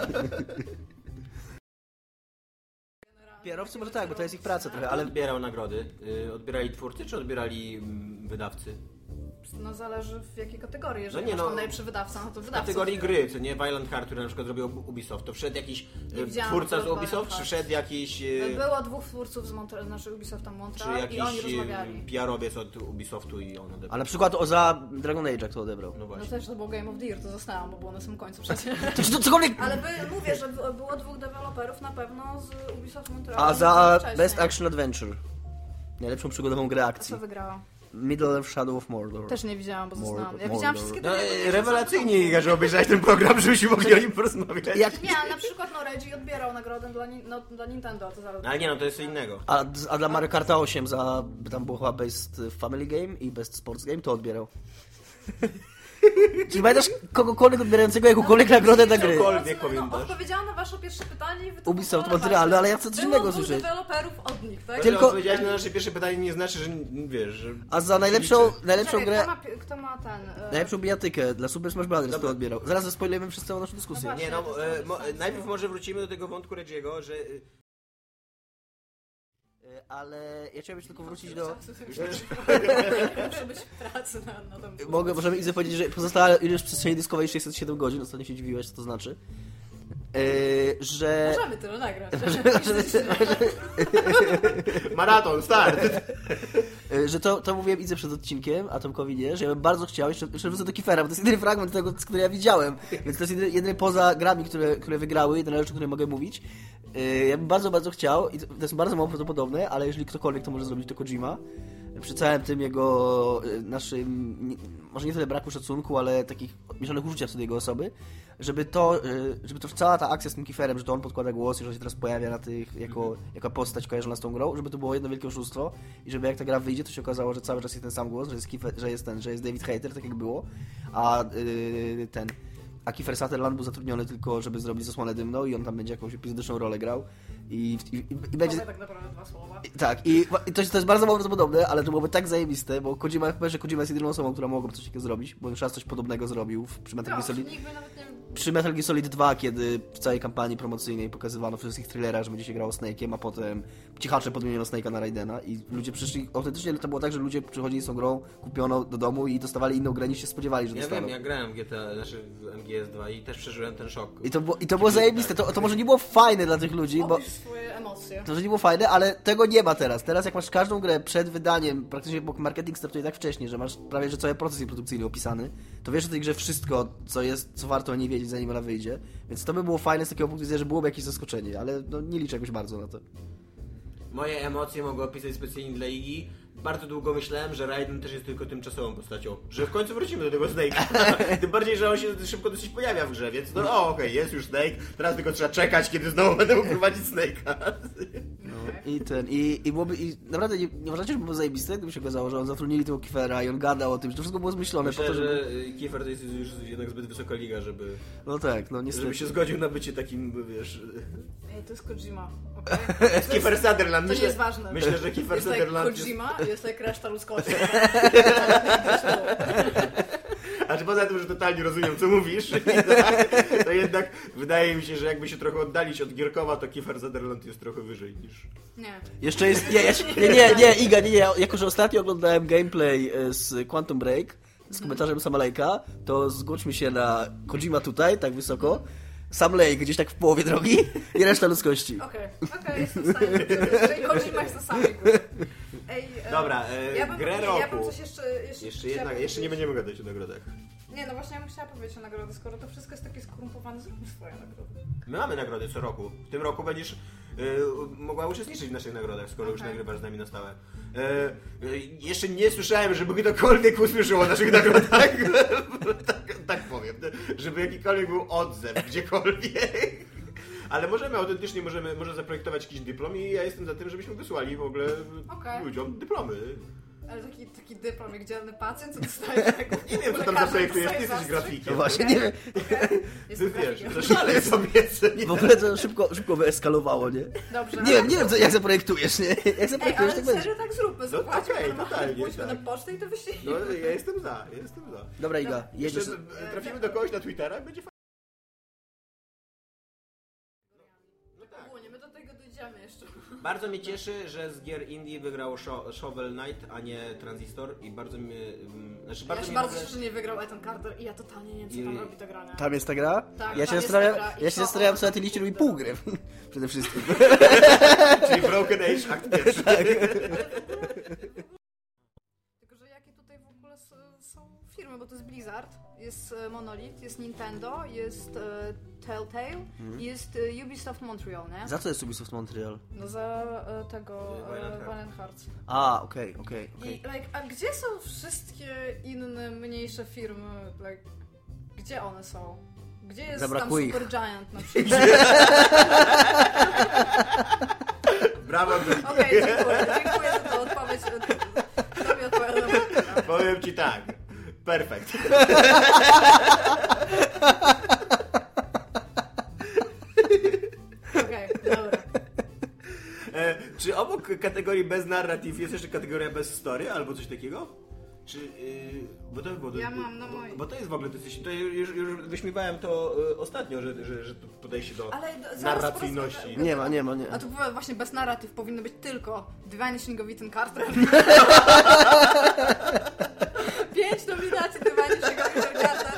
Kierowcy może tak, bo to jest ich praca trochę, ale... Odbierał nagrody. Yy, odbierali twórcy, czy odbierali mm, wydawcy? No zależy w jakiej kategorii. Jeżeli no nie, masz tam no, najlepszy wydawca, no to w wydawca. W kategorii gry, co nie? Violent Heart, który na przykład zrobił Ubisoft, to wszedł jakiś yy, twórca z Ubisoft, czy wszedł jakiś... Yy, Było dwóch twórców z Montre- znaczy Ubisofta Montreal i oni rozmawiali. P R-owiec od Ubisoftu i on odebrał. A na przykład o, za Dragon Age kto odebrał? No właśnie. No też to było Game of the Year, to zostałam, bo było na samym końcu przecież. To czy to cokolwiek... Ale by, mówię, że było dwóch deweloperów na pewno z Ubisoft Montreal. A za Best Action Adventure. Najlepszą przygodową grę A akcji. co wygrała? Middle of Shadow of Mordor. Też nie widziałam, bo Mordor, zostałam. Ja Mordor. widziałam wszystkie te... No, rewelacyjnie, że obejrzałeś ten program, żebyśmy mogli o nim porozmawiać. Jak... Nie, ale na przykład no Reggie odbierał nagrodę dla, no, dla Nintendo, to zaraz... Ale nie, no to jest co innego. A, a dla Mario Karta osiem za... Tam było chyba Best Family Game i Best Sports Game, to odbierał. Czy pamiętasz kogokolwiek odbierającego jakąkolwiek nagrodę na gry? Cokolwiek No, pamiętasz. odpowiedziałam na wasze pierwsze pytanie i wy to Ubisoft pozwolę Montreal, patrzeć. ale ja chcę coś Było innego dwóch słyszeć. deweloperów od nich, tak? Tylko- Tylko odpowiedziałeś na nasze pierwsze pytanie, nie znaczy, że wiesz, że... A za najlepszą, najlepszą Czekaj, grę... Kto ma, kto ma ten... e, Najlepszą bijatykę dla Super Smash Bros. Kto odbierał. Zaraz zaspoilujemy przez całą naszą dyskusję. No Nie, no, e, mo, najpierw może wrócimy do tego wątku Reggie'ego, że... Ale ja chciałbym tylko wrócić do... Muszę być w pracy na, na tym... Mogę, możemy Izę powiedzieć, że pozostała ilość przestrzeni dyskowej sześćset siedem godzin, ostatnio się dziwiłeś, co to znaczy. Yy, że... Możemy tyle nagrać. Maraton, start! Yy, że to, to mówiłem Idze przed odcinkiem, a Tomkowi nie, że ja bym bardzo chciał, jeszcze, jeszcze wrócę do Kiefera, bo to jest jedyny fragment tego, który ja widziałem, więc to jest jedyny, jedyny poza grami, które, które wygrały, jedyne rzeczy, o których mogę mówić. Yy, ja bym bardzo, bardzo chciał, i to, to jest bardzo mało prawdopodobne, ale jeżeli ktokolwiek to może zrobić, to Kojima. Przy całym tym jego y, naszym, nie, może nie tyle braku szacunku, ale takich mieszanych uczucia co do jego osoby, żeby to, y, żeby to cała ta akcja z tym Kieferem, że to on podkłada głos i że on się teraz pojawia na tych, jako, jako postać kojarzona z tą grą, żeby to było jedno wielkie oszustwo i żeby jak ta gra wyjdzie, to się okazało, że cały czas jest ten sam głos, że jest, Kiefer, że jest ten, że jest David Hayter, tak jak było, a y, ten... A Kiefer Sutherland był zatrudniony tylko, żeby zrobić zasłonę dymną i on tam będzie jakąś epizodyczną rolę grał. I, i, i, i będzie... tak naprawdę dwa słowa. I, tak, i, i to, to jest bardzo mało prawdopodobne, ale to byłoby tak zajebiste, bo Kojima, chyba, że Kojima jest jedyną osobą, która mogłaby coś takiego zrobić, bo już raz coś podobnego zrobił w, przy Metal Gear Solid. Nikt by nawet nie... Przy Metal Gear Solid dwa, kiedy w całej kampanii promocyjnej pokazywano w wszystkich thrillerach, że będzie się grało Snake'iem, a potem cichacze podmieniono Snake'a na Raidena i ludzie przyszli, autentycznie to było tak, że ludzie przychodzili z tą grą, kupiono do domu i dostawali inną grę niż się spodziewali, że Ja dostaną. wiem, ja grałem w G T A, znaczy w M G S dwa i też przeżyłem ten szok. I to było, i to było zajebiste, to, to może nie było fajne dla tych ludzi, bo... Opisz swoje emocje. To, że nie było fajne, ale tego nie ma teraz. Teraz jak masz każdą grę przed wydaniem, praktycznie bo marketing startuje tak wcześnie, że masz prawie że cały proces produkcyjny opisany, to wiesz o tej grze wszystko, co jest, co warto o niej wiedzieć, zanim ona wyjdzie. Więc to by było fajne z takiego punktu widzenia, że byłoby jakieś zaskoczenie, ale no, nie liczę jakoś bardzo na to. Moje emocje mogę opisać specjalnie dla Igi. bardzo długo myślałem, że Raiden też jest tylko tymczasową postacią. Że w końcu wrócimy do tego Snake'a. Tym bardziej, że on się szybko dosyć pojawia w grze, więc no o, okej, okay, jest już Snake, teraz tylko trzeba czekać, kiedy znowu będę mógł prowadzić Snake'a. No, i ten, i, i byłoby, i naprawdę nie, nie uważacie, że było zajebiste, gdyby się okazało, że on zatrudnili tego Kiefera i on gadał o tym, że to wszystko było zmyślone. Myślę, po to, żeby... że Kiefer to jest już jednak zbyt wysoka liga, żeby... No tak, no niestety. Żeby się zgodził na bycie takim, wiesz... Ej, to jest Kojima, okej? Okay? Kiefer Sutherland. To myślę, nie jest ważne. Myślę, że Kiefer jest like Sutherland Kojima, jest... jest jak reszta ludzkości. A czy poza tym, że totalnie rozumiem, co mówisz, to jednak wydaje mi się, że jakby się trochę oddalić od Gierkowa, to Kiefer Sutherland jest trochę wyżej niż... Nie. Jeszcze jest... Nie, nie, nie, nie, Iga, nie, nie. Jako, że ostatnio oglądałem gameplay z Quantum Break z komentarzem Sama Lake'a, to zgłodźmy się na Kojima tutaj, tak wysoko, Sam Lake gdzieś tak w połowie drogi i reszta ludzkości. Okej, okay, okej, okay, jestem w stanie. Jeżeli Kojima jest na samej górze. Ej, Dobra, e, ja bym, grę nie, roku. Ja bym coś jeszcze... Jeszcze, jeszcze, jedna, jeszcze nie będziemy gadać o nagrodach. Nie, no właśnie ja bym chciała powiedzieć o nagrody, skoro to wszystko jest takie skorumpowane, zróbmy swoje nagrody. My mamy nagrody co roku. W tym roku będziesz y, mogła uczestniczyć w naszych nagrodach, skoro okay. już nagrywasz z nami na stałe. Y, y, jeszcze nie słyszałem, żeby ktokolwiek usłyszał o naszych nagrodach. tak, tak powiem. Żeby jakikolwiek był odzew gdziekolwiek. Ale możemy autentycznie, możemy może zaprojektować jakiś dyplom i ja jestem za tym, żebyśmy wysłali w ogóle okay. ludziom dyplomy. Ale taki, taki dyplom, jak dzielny pacjent, co dostaje tego. Nie wiem, co tam zaprojektujesz, ty jesteś grafikiem. No właśnie, nie wiem. Okay. Ty wiesz, to szale sobie. W ogóle to szybko, szybko wyeskalowało, nie? Dobrze. Nie wiem, nie wiem, co, jak zaprojektujesz, nie? Jak zaprojektujesz, Ej, tak ale serio tak zróbmy, no, zobaczmy, okay, no, totalnie, pójdźmy tak. na pocztę i to wyślijmy. No, ja jestem za, ja jestem za. Dobra, Iga, jedziesz. Jeszcze trafimy do kogoś na Twittera, będzie fajnie. Ogólnie, my do tego dojdziemy jeszcze. Bardzo mnie cieszy, że z gier indie wygrał Sho- Shovel Knight, a nie Transistor i bardzo mnie... Um, znaczy bardzo ja się mnie bardzo ogóle... cieszę, że nie wygrał Ethan Carter i ja totalnie nie wiem, co tam I... robi ta gra, nie? Tam jest ta gra? Tak, ja tam się jest zastanawiam, ta gra i ja się co zastanawiam, on- co na tej liście robi pół gry. Przede wszystkim. Czyli Broken Age Act pierwszy. Tylko, że jakie tutaj w ogóle s- są firmy, bo to jest Blizzard, jest e, Monolith, jest Nintendo, jest e, Telltale Mhm. i jest e, Ubisoft Montreal, nie? Za co jest Ubisoft Montreal? No za e, tego Valiant e, Hearts. Valiant Hearts. A, okej, okej, I okej. like, a gdzie są wszystkie inne, mniejsze firmy? Like, gdzie one są? Gdzie jest Zabrakło tam ich. Supergiant na przykład? Brawo, Okej, dziękuję. Dziękuję za tę odpowiedź. Kto mi odpowiada na moje pytanie? powiem ci tak. Perfekt. Okej, dobra. E, czy obok kategorii bez narrative jest jeszcze kategoria bez story albo coś takiego? Czy, yy, bo to by było... Ja bo, mam na bo, mojej. bo to jest w ogóle dosyć... To już, już wyśmiewałem to y, ostatnio, że, że, że to podejście do Ale do- zaraz narracyjności. po prostu- Nie ma, nie ma, nie. A tu powiem, właśnie bez narratyw powinno być tylko The Vanishing of Ethan Carter. Pięć nominacji The Vanishing of Ethan Carter.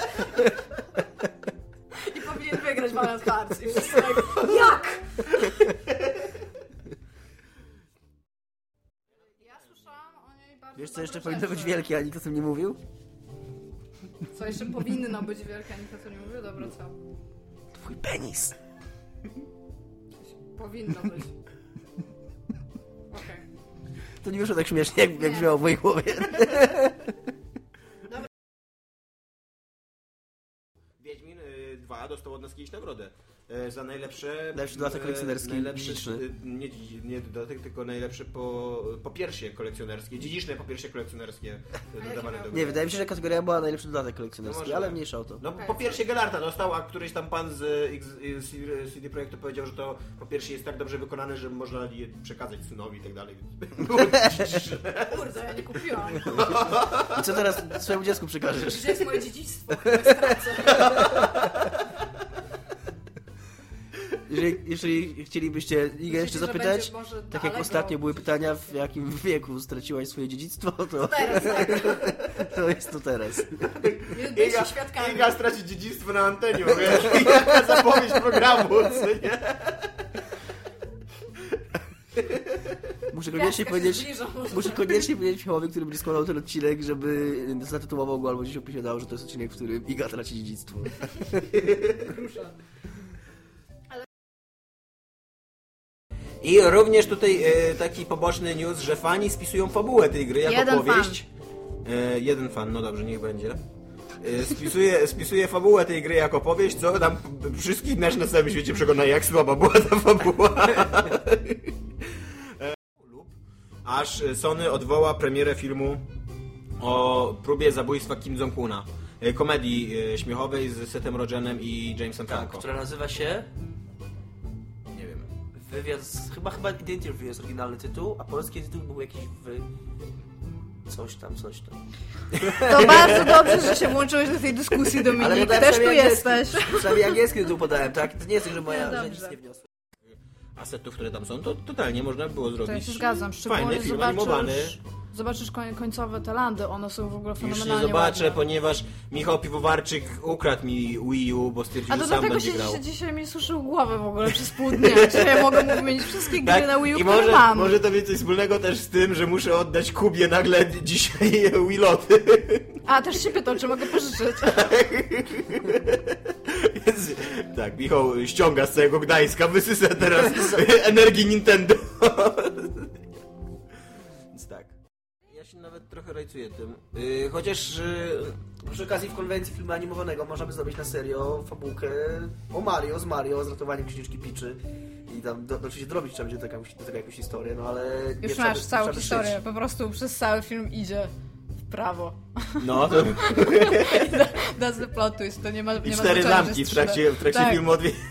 I powinien wygrać Valiant Hearts. I wszyscy tak, jak? Ja słyszałam o niej bardzo Wiesz, co dobre jeszcze powinno rzeczy. być wielkie, a nikt o tym nie mówił? Co jeszcze powinno być wielkie, a nikt o tym nie mówił? Dobra, co? Twój penis. Powinno być. Okej. To nie wyszło tak śmiesznie, jak, jak Nie. brzmiało w mojej głowie. Wiedźmin y, dwa dostał od nas kiedyś nagrodę. Y, za najlepsze... Najlepszy dodatek y, kolekcjonerski, najlepszy, dziedziczny. y, nie, dziedzic- nie dodatek, tylko najlepsze po, popiersie kolekcjonerskie. Dziedziczne popiersie kolekcjonerskie y, jakie dodawane miał? do Nie, gry. wydaje mi się, że kategoria była najlepszy dodatek No kolekcjonerski, może ale tak. mniejsza o to. No Okej. po pierwsze Gelarta dostał, a któryś tam pan z X, z C D Projektu powiedział, że to po pierwsze jest tak dobrze wykonane, że można je przekazać synowi i tak dalej. Kurde, ja nie kupiłam. I co teraz swojemu dziecku przekażesz? Gdzie jest moje dziedzictwo, które stracę? Jeżeli, jeżeli chcielibyście Igę jeszcze Myślicie, że zapytać, będzie może tak jak daleko? ostatnio były pytania, w jakim wieku straciłaś swoje dziedzictwo, to, Teraz, tak. to jest to teraz. Byliście Iga, świadkami. Iga straci dziedzictwo na antenie, wiesz? Jaka zapowiedź programu, co nie? Muszę koniecznie Gwiazdka się powiedzieć, zbliża, może. muszę koniecznie powiedzieć Michałowi, który będzie składał ten odcinek, żeby zatytułował go albo gdzieś opisie dał, że to jest odcinek, w którym Iga traci dziedzictwo. I również tutaj e, taki poboczny news, że fani spisują fabułę tej gry jako Jeden powieść. E, jeden fan, no dobrze, niech będzie. E, spisuje, spisuje fabułę tej gry jako powieść, co tam wszystkich nas na całym świecie przekona, jak słaba była ta fabuła. e, aż Sony odwoła premierę filmu o próbie zabójstwa Kim Jong-una. E, komedii e, śmiechowej z Sethem Rogenem i Jamesem Tak, Franco. która nazywa się... Nie wiem. Wywiad z... Chyba, chyba The Interview jest oryginalny tytuł, a polski tytuł był jakiś w... Coś tam, coś tam. To bardzo dobrze, że się włączyłeś do tej dyskusji, Dominik. Też tu jesteś. Przynajmniej angielski tytuł podałem, tak? To nie jest tak, że moja, No że dobrze. nic nie wniosła. Asetów, które tam są, to totalnie można by było To zrobić. ja się zgadzam, szczególnie fajny film animowany. zobaczysz, zobaczysz koń, końcowe te landy, one są w ogóle Już fenomenalnie nie zobaczę, ładne. ponieważ Michał Piwowarczyk ukradł mi Wii U, bo stwierdził, A że to sam dlatego będzie się, grał. się dzisiaj mi suszył głowę w ogóle przez pół dnia. Czy ja mogę mu wymienić wszystkie gry na Wii U, I które może, mam. może to mieć coś wspólnego też z tym, że muszę oddać Kubie nagle dzisiaj Wiloty. A, też się pytał, czy mogę pożyczyć. Więc tak, Michał ściąga z całego Gdańska, wysysa teraz energii Nintendo. Więc tak. Ja się nawet trochę rajcuję tym. Yy, chociaż... Yy, Przy okazji w konwencji filmu animowanego można by zrobić na serio fabułkę o Mario, z Mario, z ratowaniem księżniczki Peachy. I tam do, oczywiście dorobić trzeba będzie do tego, do tego jakąś historię, no ale... nie Już trzeba masz by- całą trzeba by historię, szyć. po prostu przez cały film idzie w prawo. no to... That's the plot twist, to nie ma, nie I ma cztery znaczenia, zamki że w trakcie, w trakcie tak. filmu odwie...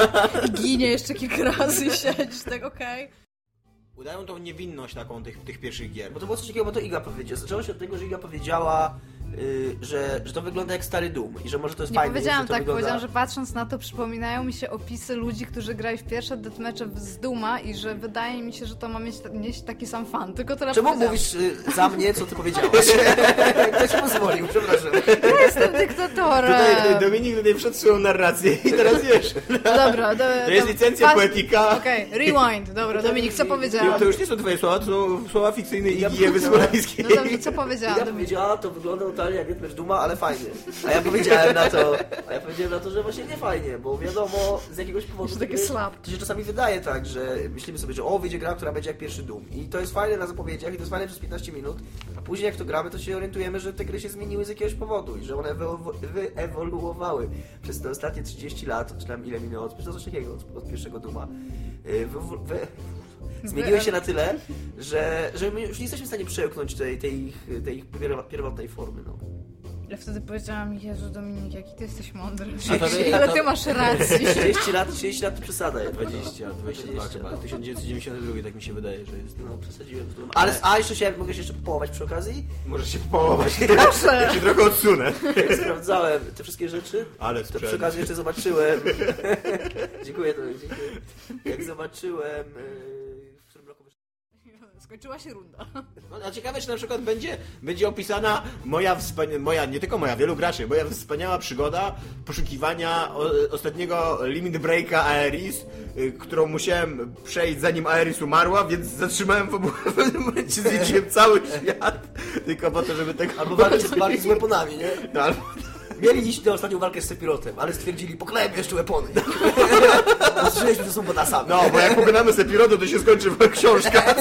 I ginie jeszcze kilka razy i siedzisz, tak okej. Udają tą niewinność taką tych, tych pierwszych gier. Bo to było coś takiego, bo to Iga powiedziała. Zaczęło się od tego, że Iga powiedziała, yy, że, że to wygląda jak stary Doom i że może to jest Nie fajne. powiedziałam że to tak, wygląda... powiedziałam, że patrząc na to przypominają mi się opisy ludzi, którzy grali w pierwsze deathmatche z Duma i że wydaje mi się, że to ma mieć, mieć taki sam fan, tylko tyle Czemu powiedziałam. mówisz y, za mnie, co ty powiedziałaś? Kto ci pozwolił, przepraszam. Ja jestem dyktatorem. Tutaj Dominik tutaj przed swoją narrację i teraz wiesz. Dobra, do, To jest do- licencja pas- poetyka. Okej, rewind. Dobra, Dominik, co powiedziałam? To już nie są twoje słowa, to są słowa fikcyjne Igi Ewy Smoleńskiej. No dobrze, co powiedziałam? Iga powiedziała, to wygląda totalnie jak deathmatch Duma, ale fajnie. A ja powiedziałem na to, a ja powiedziałem na to, że właśnie nie fajnie, bo wiadomo, z jakiegoś powodu... Że takie wiesz, slap. To się czasami wydaje tak, że myślimy sobie, że o, wyjdzie gra, która będzie jak pierwszy Doom. I to jest fajne na zapowiedziach i to jest fajne przez piętnaście minut, a później jak to gramy, to się orientujemy, że te gry się zmieniły z jakiegoś powodu i że one wyewo- wyewoluowały przez te ostatnie trzydzieści lat, czy tam ile minęło, czy to coś takiego od, od pierwszego Duma. Yy, wy, wy, zmieniły się na tyle, że, że my już nie jesteśmy w stanie przełknąć tej, tej, ich, tej ich pierw- pierwotnej formy. No. Ja wtedy powiedziałam, Jezu Dominik, jaki ty jesteś mądry. A to- Ile ty masz racji. trzydzieści lat, trzydzieści lat to przesada. jest. dwadzieścia, dwadzieścia dwa chyba. tysiąc dziewięćset dziewięćdziesiąty drugi, tak mi się wydaje, że jest. No, przesadziłem z tym. Ale, a jeszcze się, mogę się jeszcze popołować przy okazji? Możesz się połować. Proszę. Ja się trochę odsunę. Sprawdzałem te wszystkie rzeczy. Ale To przy sprzęt. okazji jeszcze zobaczyłem. dziękuję, to dziękuję. Jak zobaczyłem. Yy, w którym roku wyszło? Skończyła się runda. No, a ciekawe, czy na przykład będzie, będzie opisana moja, wspania- moja, nie tylko moja, wielu graczy, moja wspaniała przygoda poszukiwania o, ostatniego limit breaka Aeris, y, którą musiałem przejść zanim Aeris umarła, więc zatrzymałem fabułę w pewnym momencie, zwiedziłem cały świat, tylko po to, żeby tego... Albo walki, walki z weaponami, nie? No, albo... Mieli iść na ostatnią walkę z Sepirotem, ale stwierdzili, poklejmy jeszcze weapony. Ostrzyliśmy, że są bodasami. No, bo jak pokonamy Sephiroth, to się skończy książka.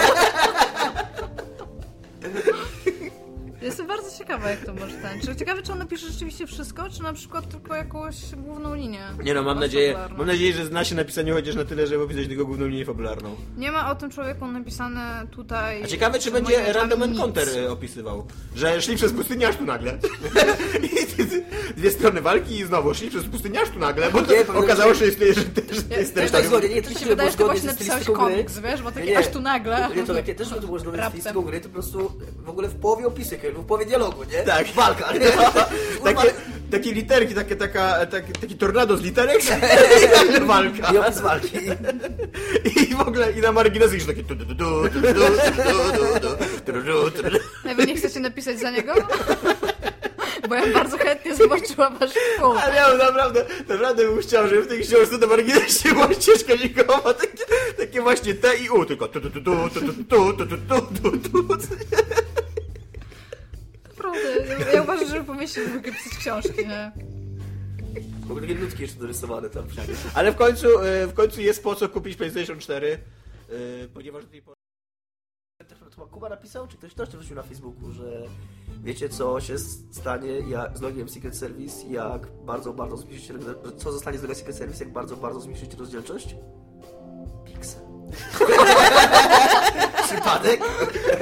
Jestem bardzo ciekawa, jak to może ten. Czy ciekawe, czy on napisze rzeczywiście wszystko, czy na przykład tylko jakąś główną linię? Nie no, mam nadzieję, fabularną. mam nadzieję, że zna się na pisaniu chociaż na tyle, żeby opisać tylko główną linię fabularną. Nie ma o tym człowieku napisane tutaj... A ciekawe, czy moimi będzie oczami Random nic. Encounter y, opisywał. Że szli przez pustynię, aż tu nagle. I dwie strony walki i znowu szli przez pustynię, aż tu nagle, bo to Nie, powiem, okazało że- się, że to jest, że to jest, to jest Też treść tak tak zgodnie, nie, to Mi się nie wydaje, było że ty zgodnie właśnie ze napisałeś stylistyką gry. komiks, wiesz, bo takie Nie, nie. aż tu nagle. Nie, to takie też to było zgodne z Raptem. stylistyką gry, to po prostu w ogóle w połowie opisek, w połowie dialogu, nie? Tak. Walka, nie? Takie, takie literki, takie, taka, taki, taki tornado z literek i nagle walka. I opis walki. I w ogóle i na marginesie już takie tu, tu, tu, tu, tu, tu, tu, tu, tu, tu, tu, tu. A wy nie chcecie napisać za niego? Bo ja bym bardzo chętnie zobaczyła wasz film. Ale ja bym naprawdę, naprawdę bym chciał, żeby w tej książce na marginesie była ścieżka dźwiękowa, takie, takie właśnie T i U, tylko tu, tu, tu, tu, tu, tu, tu, tu, tu, tu, tu. Naprawdę, ja- ja uważam, że powinniście zwykle pisać książki, nie? W ogóle takie nutki jeszcze dorysowane tam. Ale w końcu, e, w końcu jest po co kupić PlayStation cztery. Yy, ponieważ do tej pory... To chyba Kuba napisał, czy ktoś też wrzucił na Facebooku, że wiecie co się stanie jak z logiem Secret Service, jak bardzo, bardzo zmniejszyć, co zostanie z logiem Secret Service, jak bardzo, bardzo zmniejszyć rozdzielczość? Pixel. Przypadek?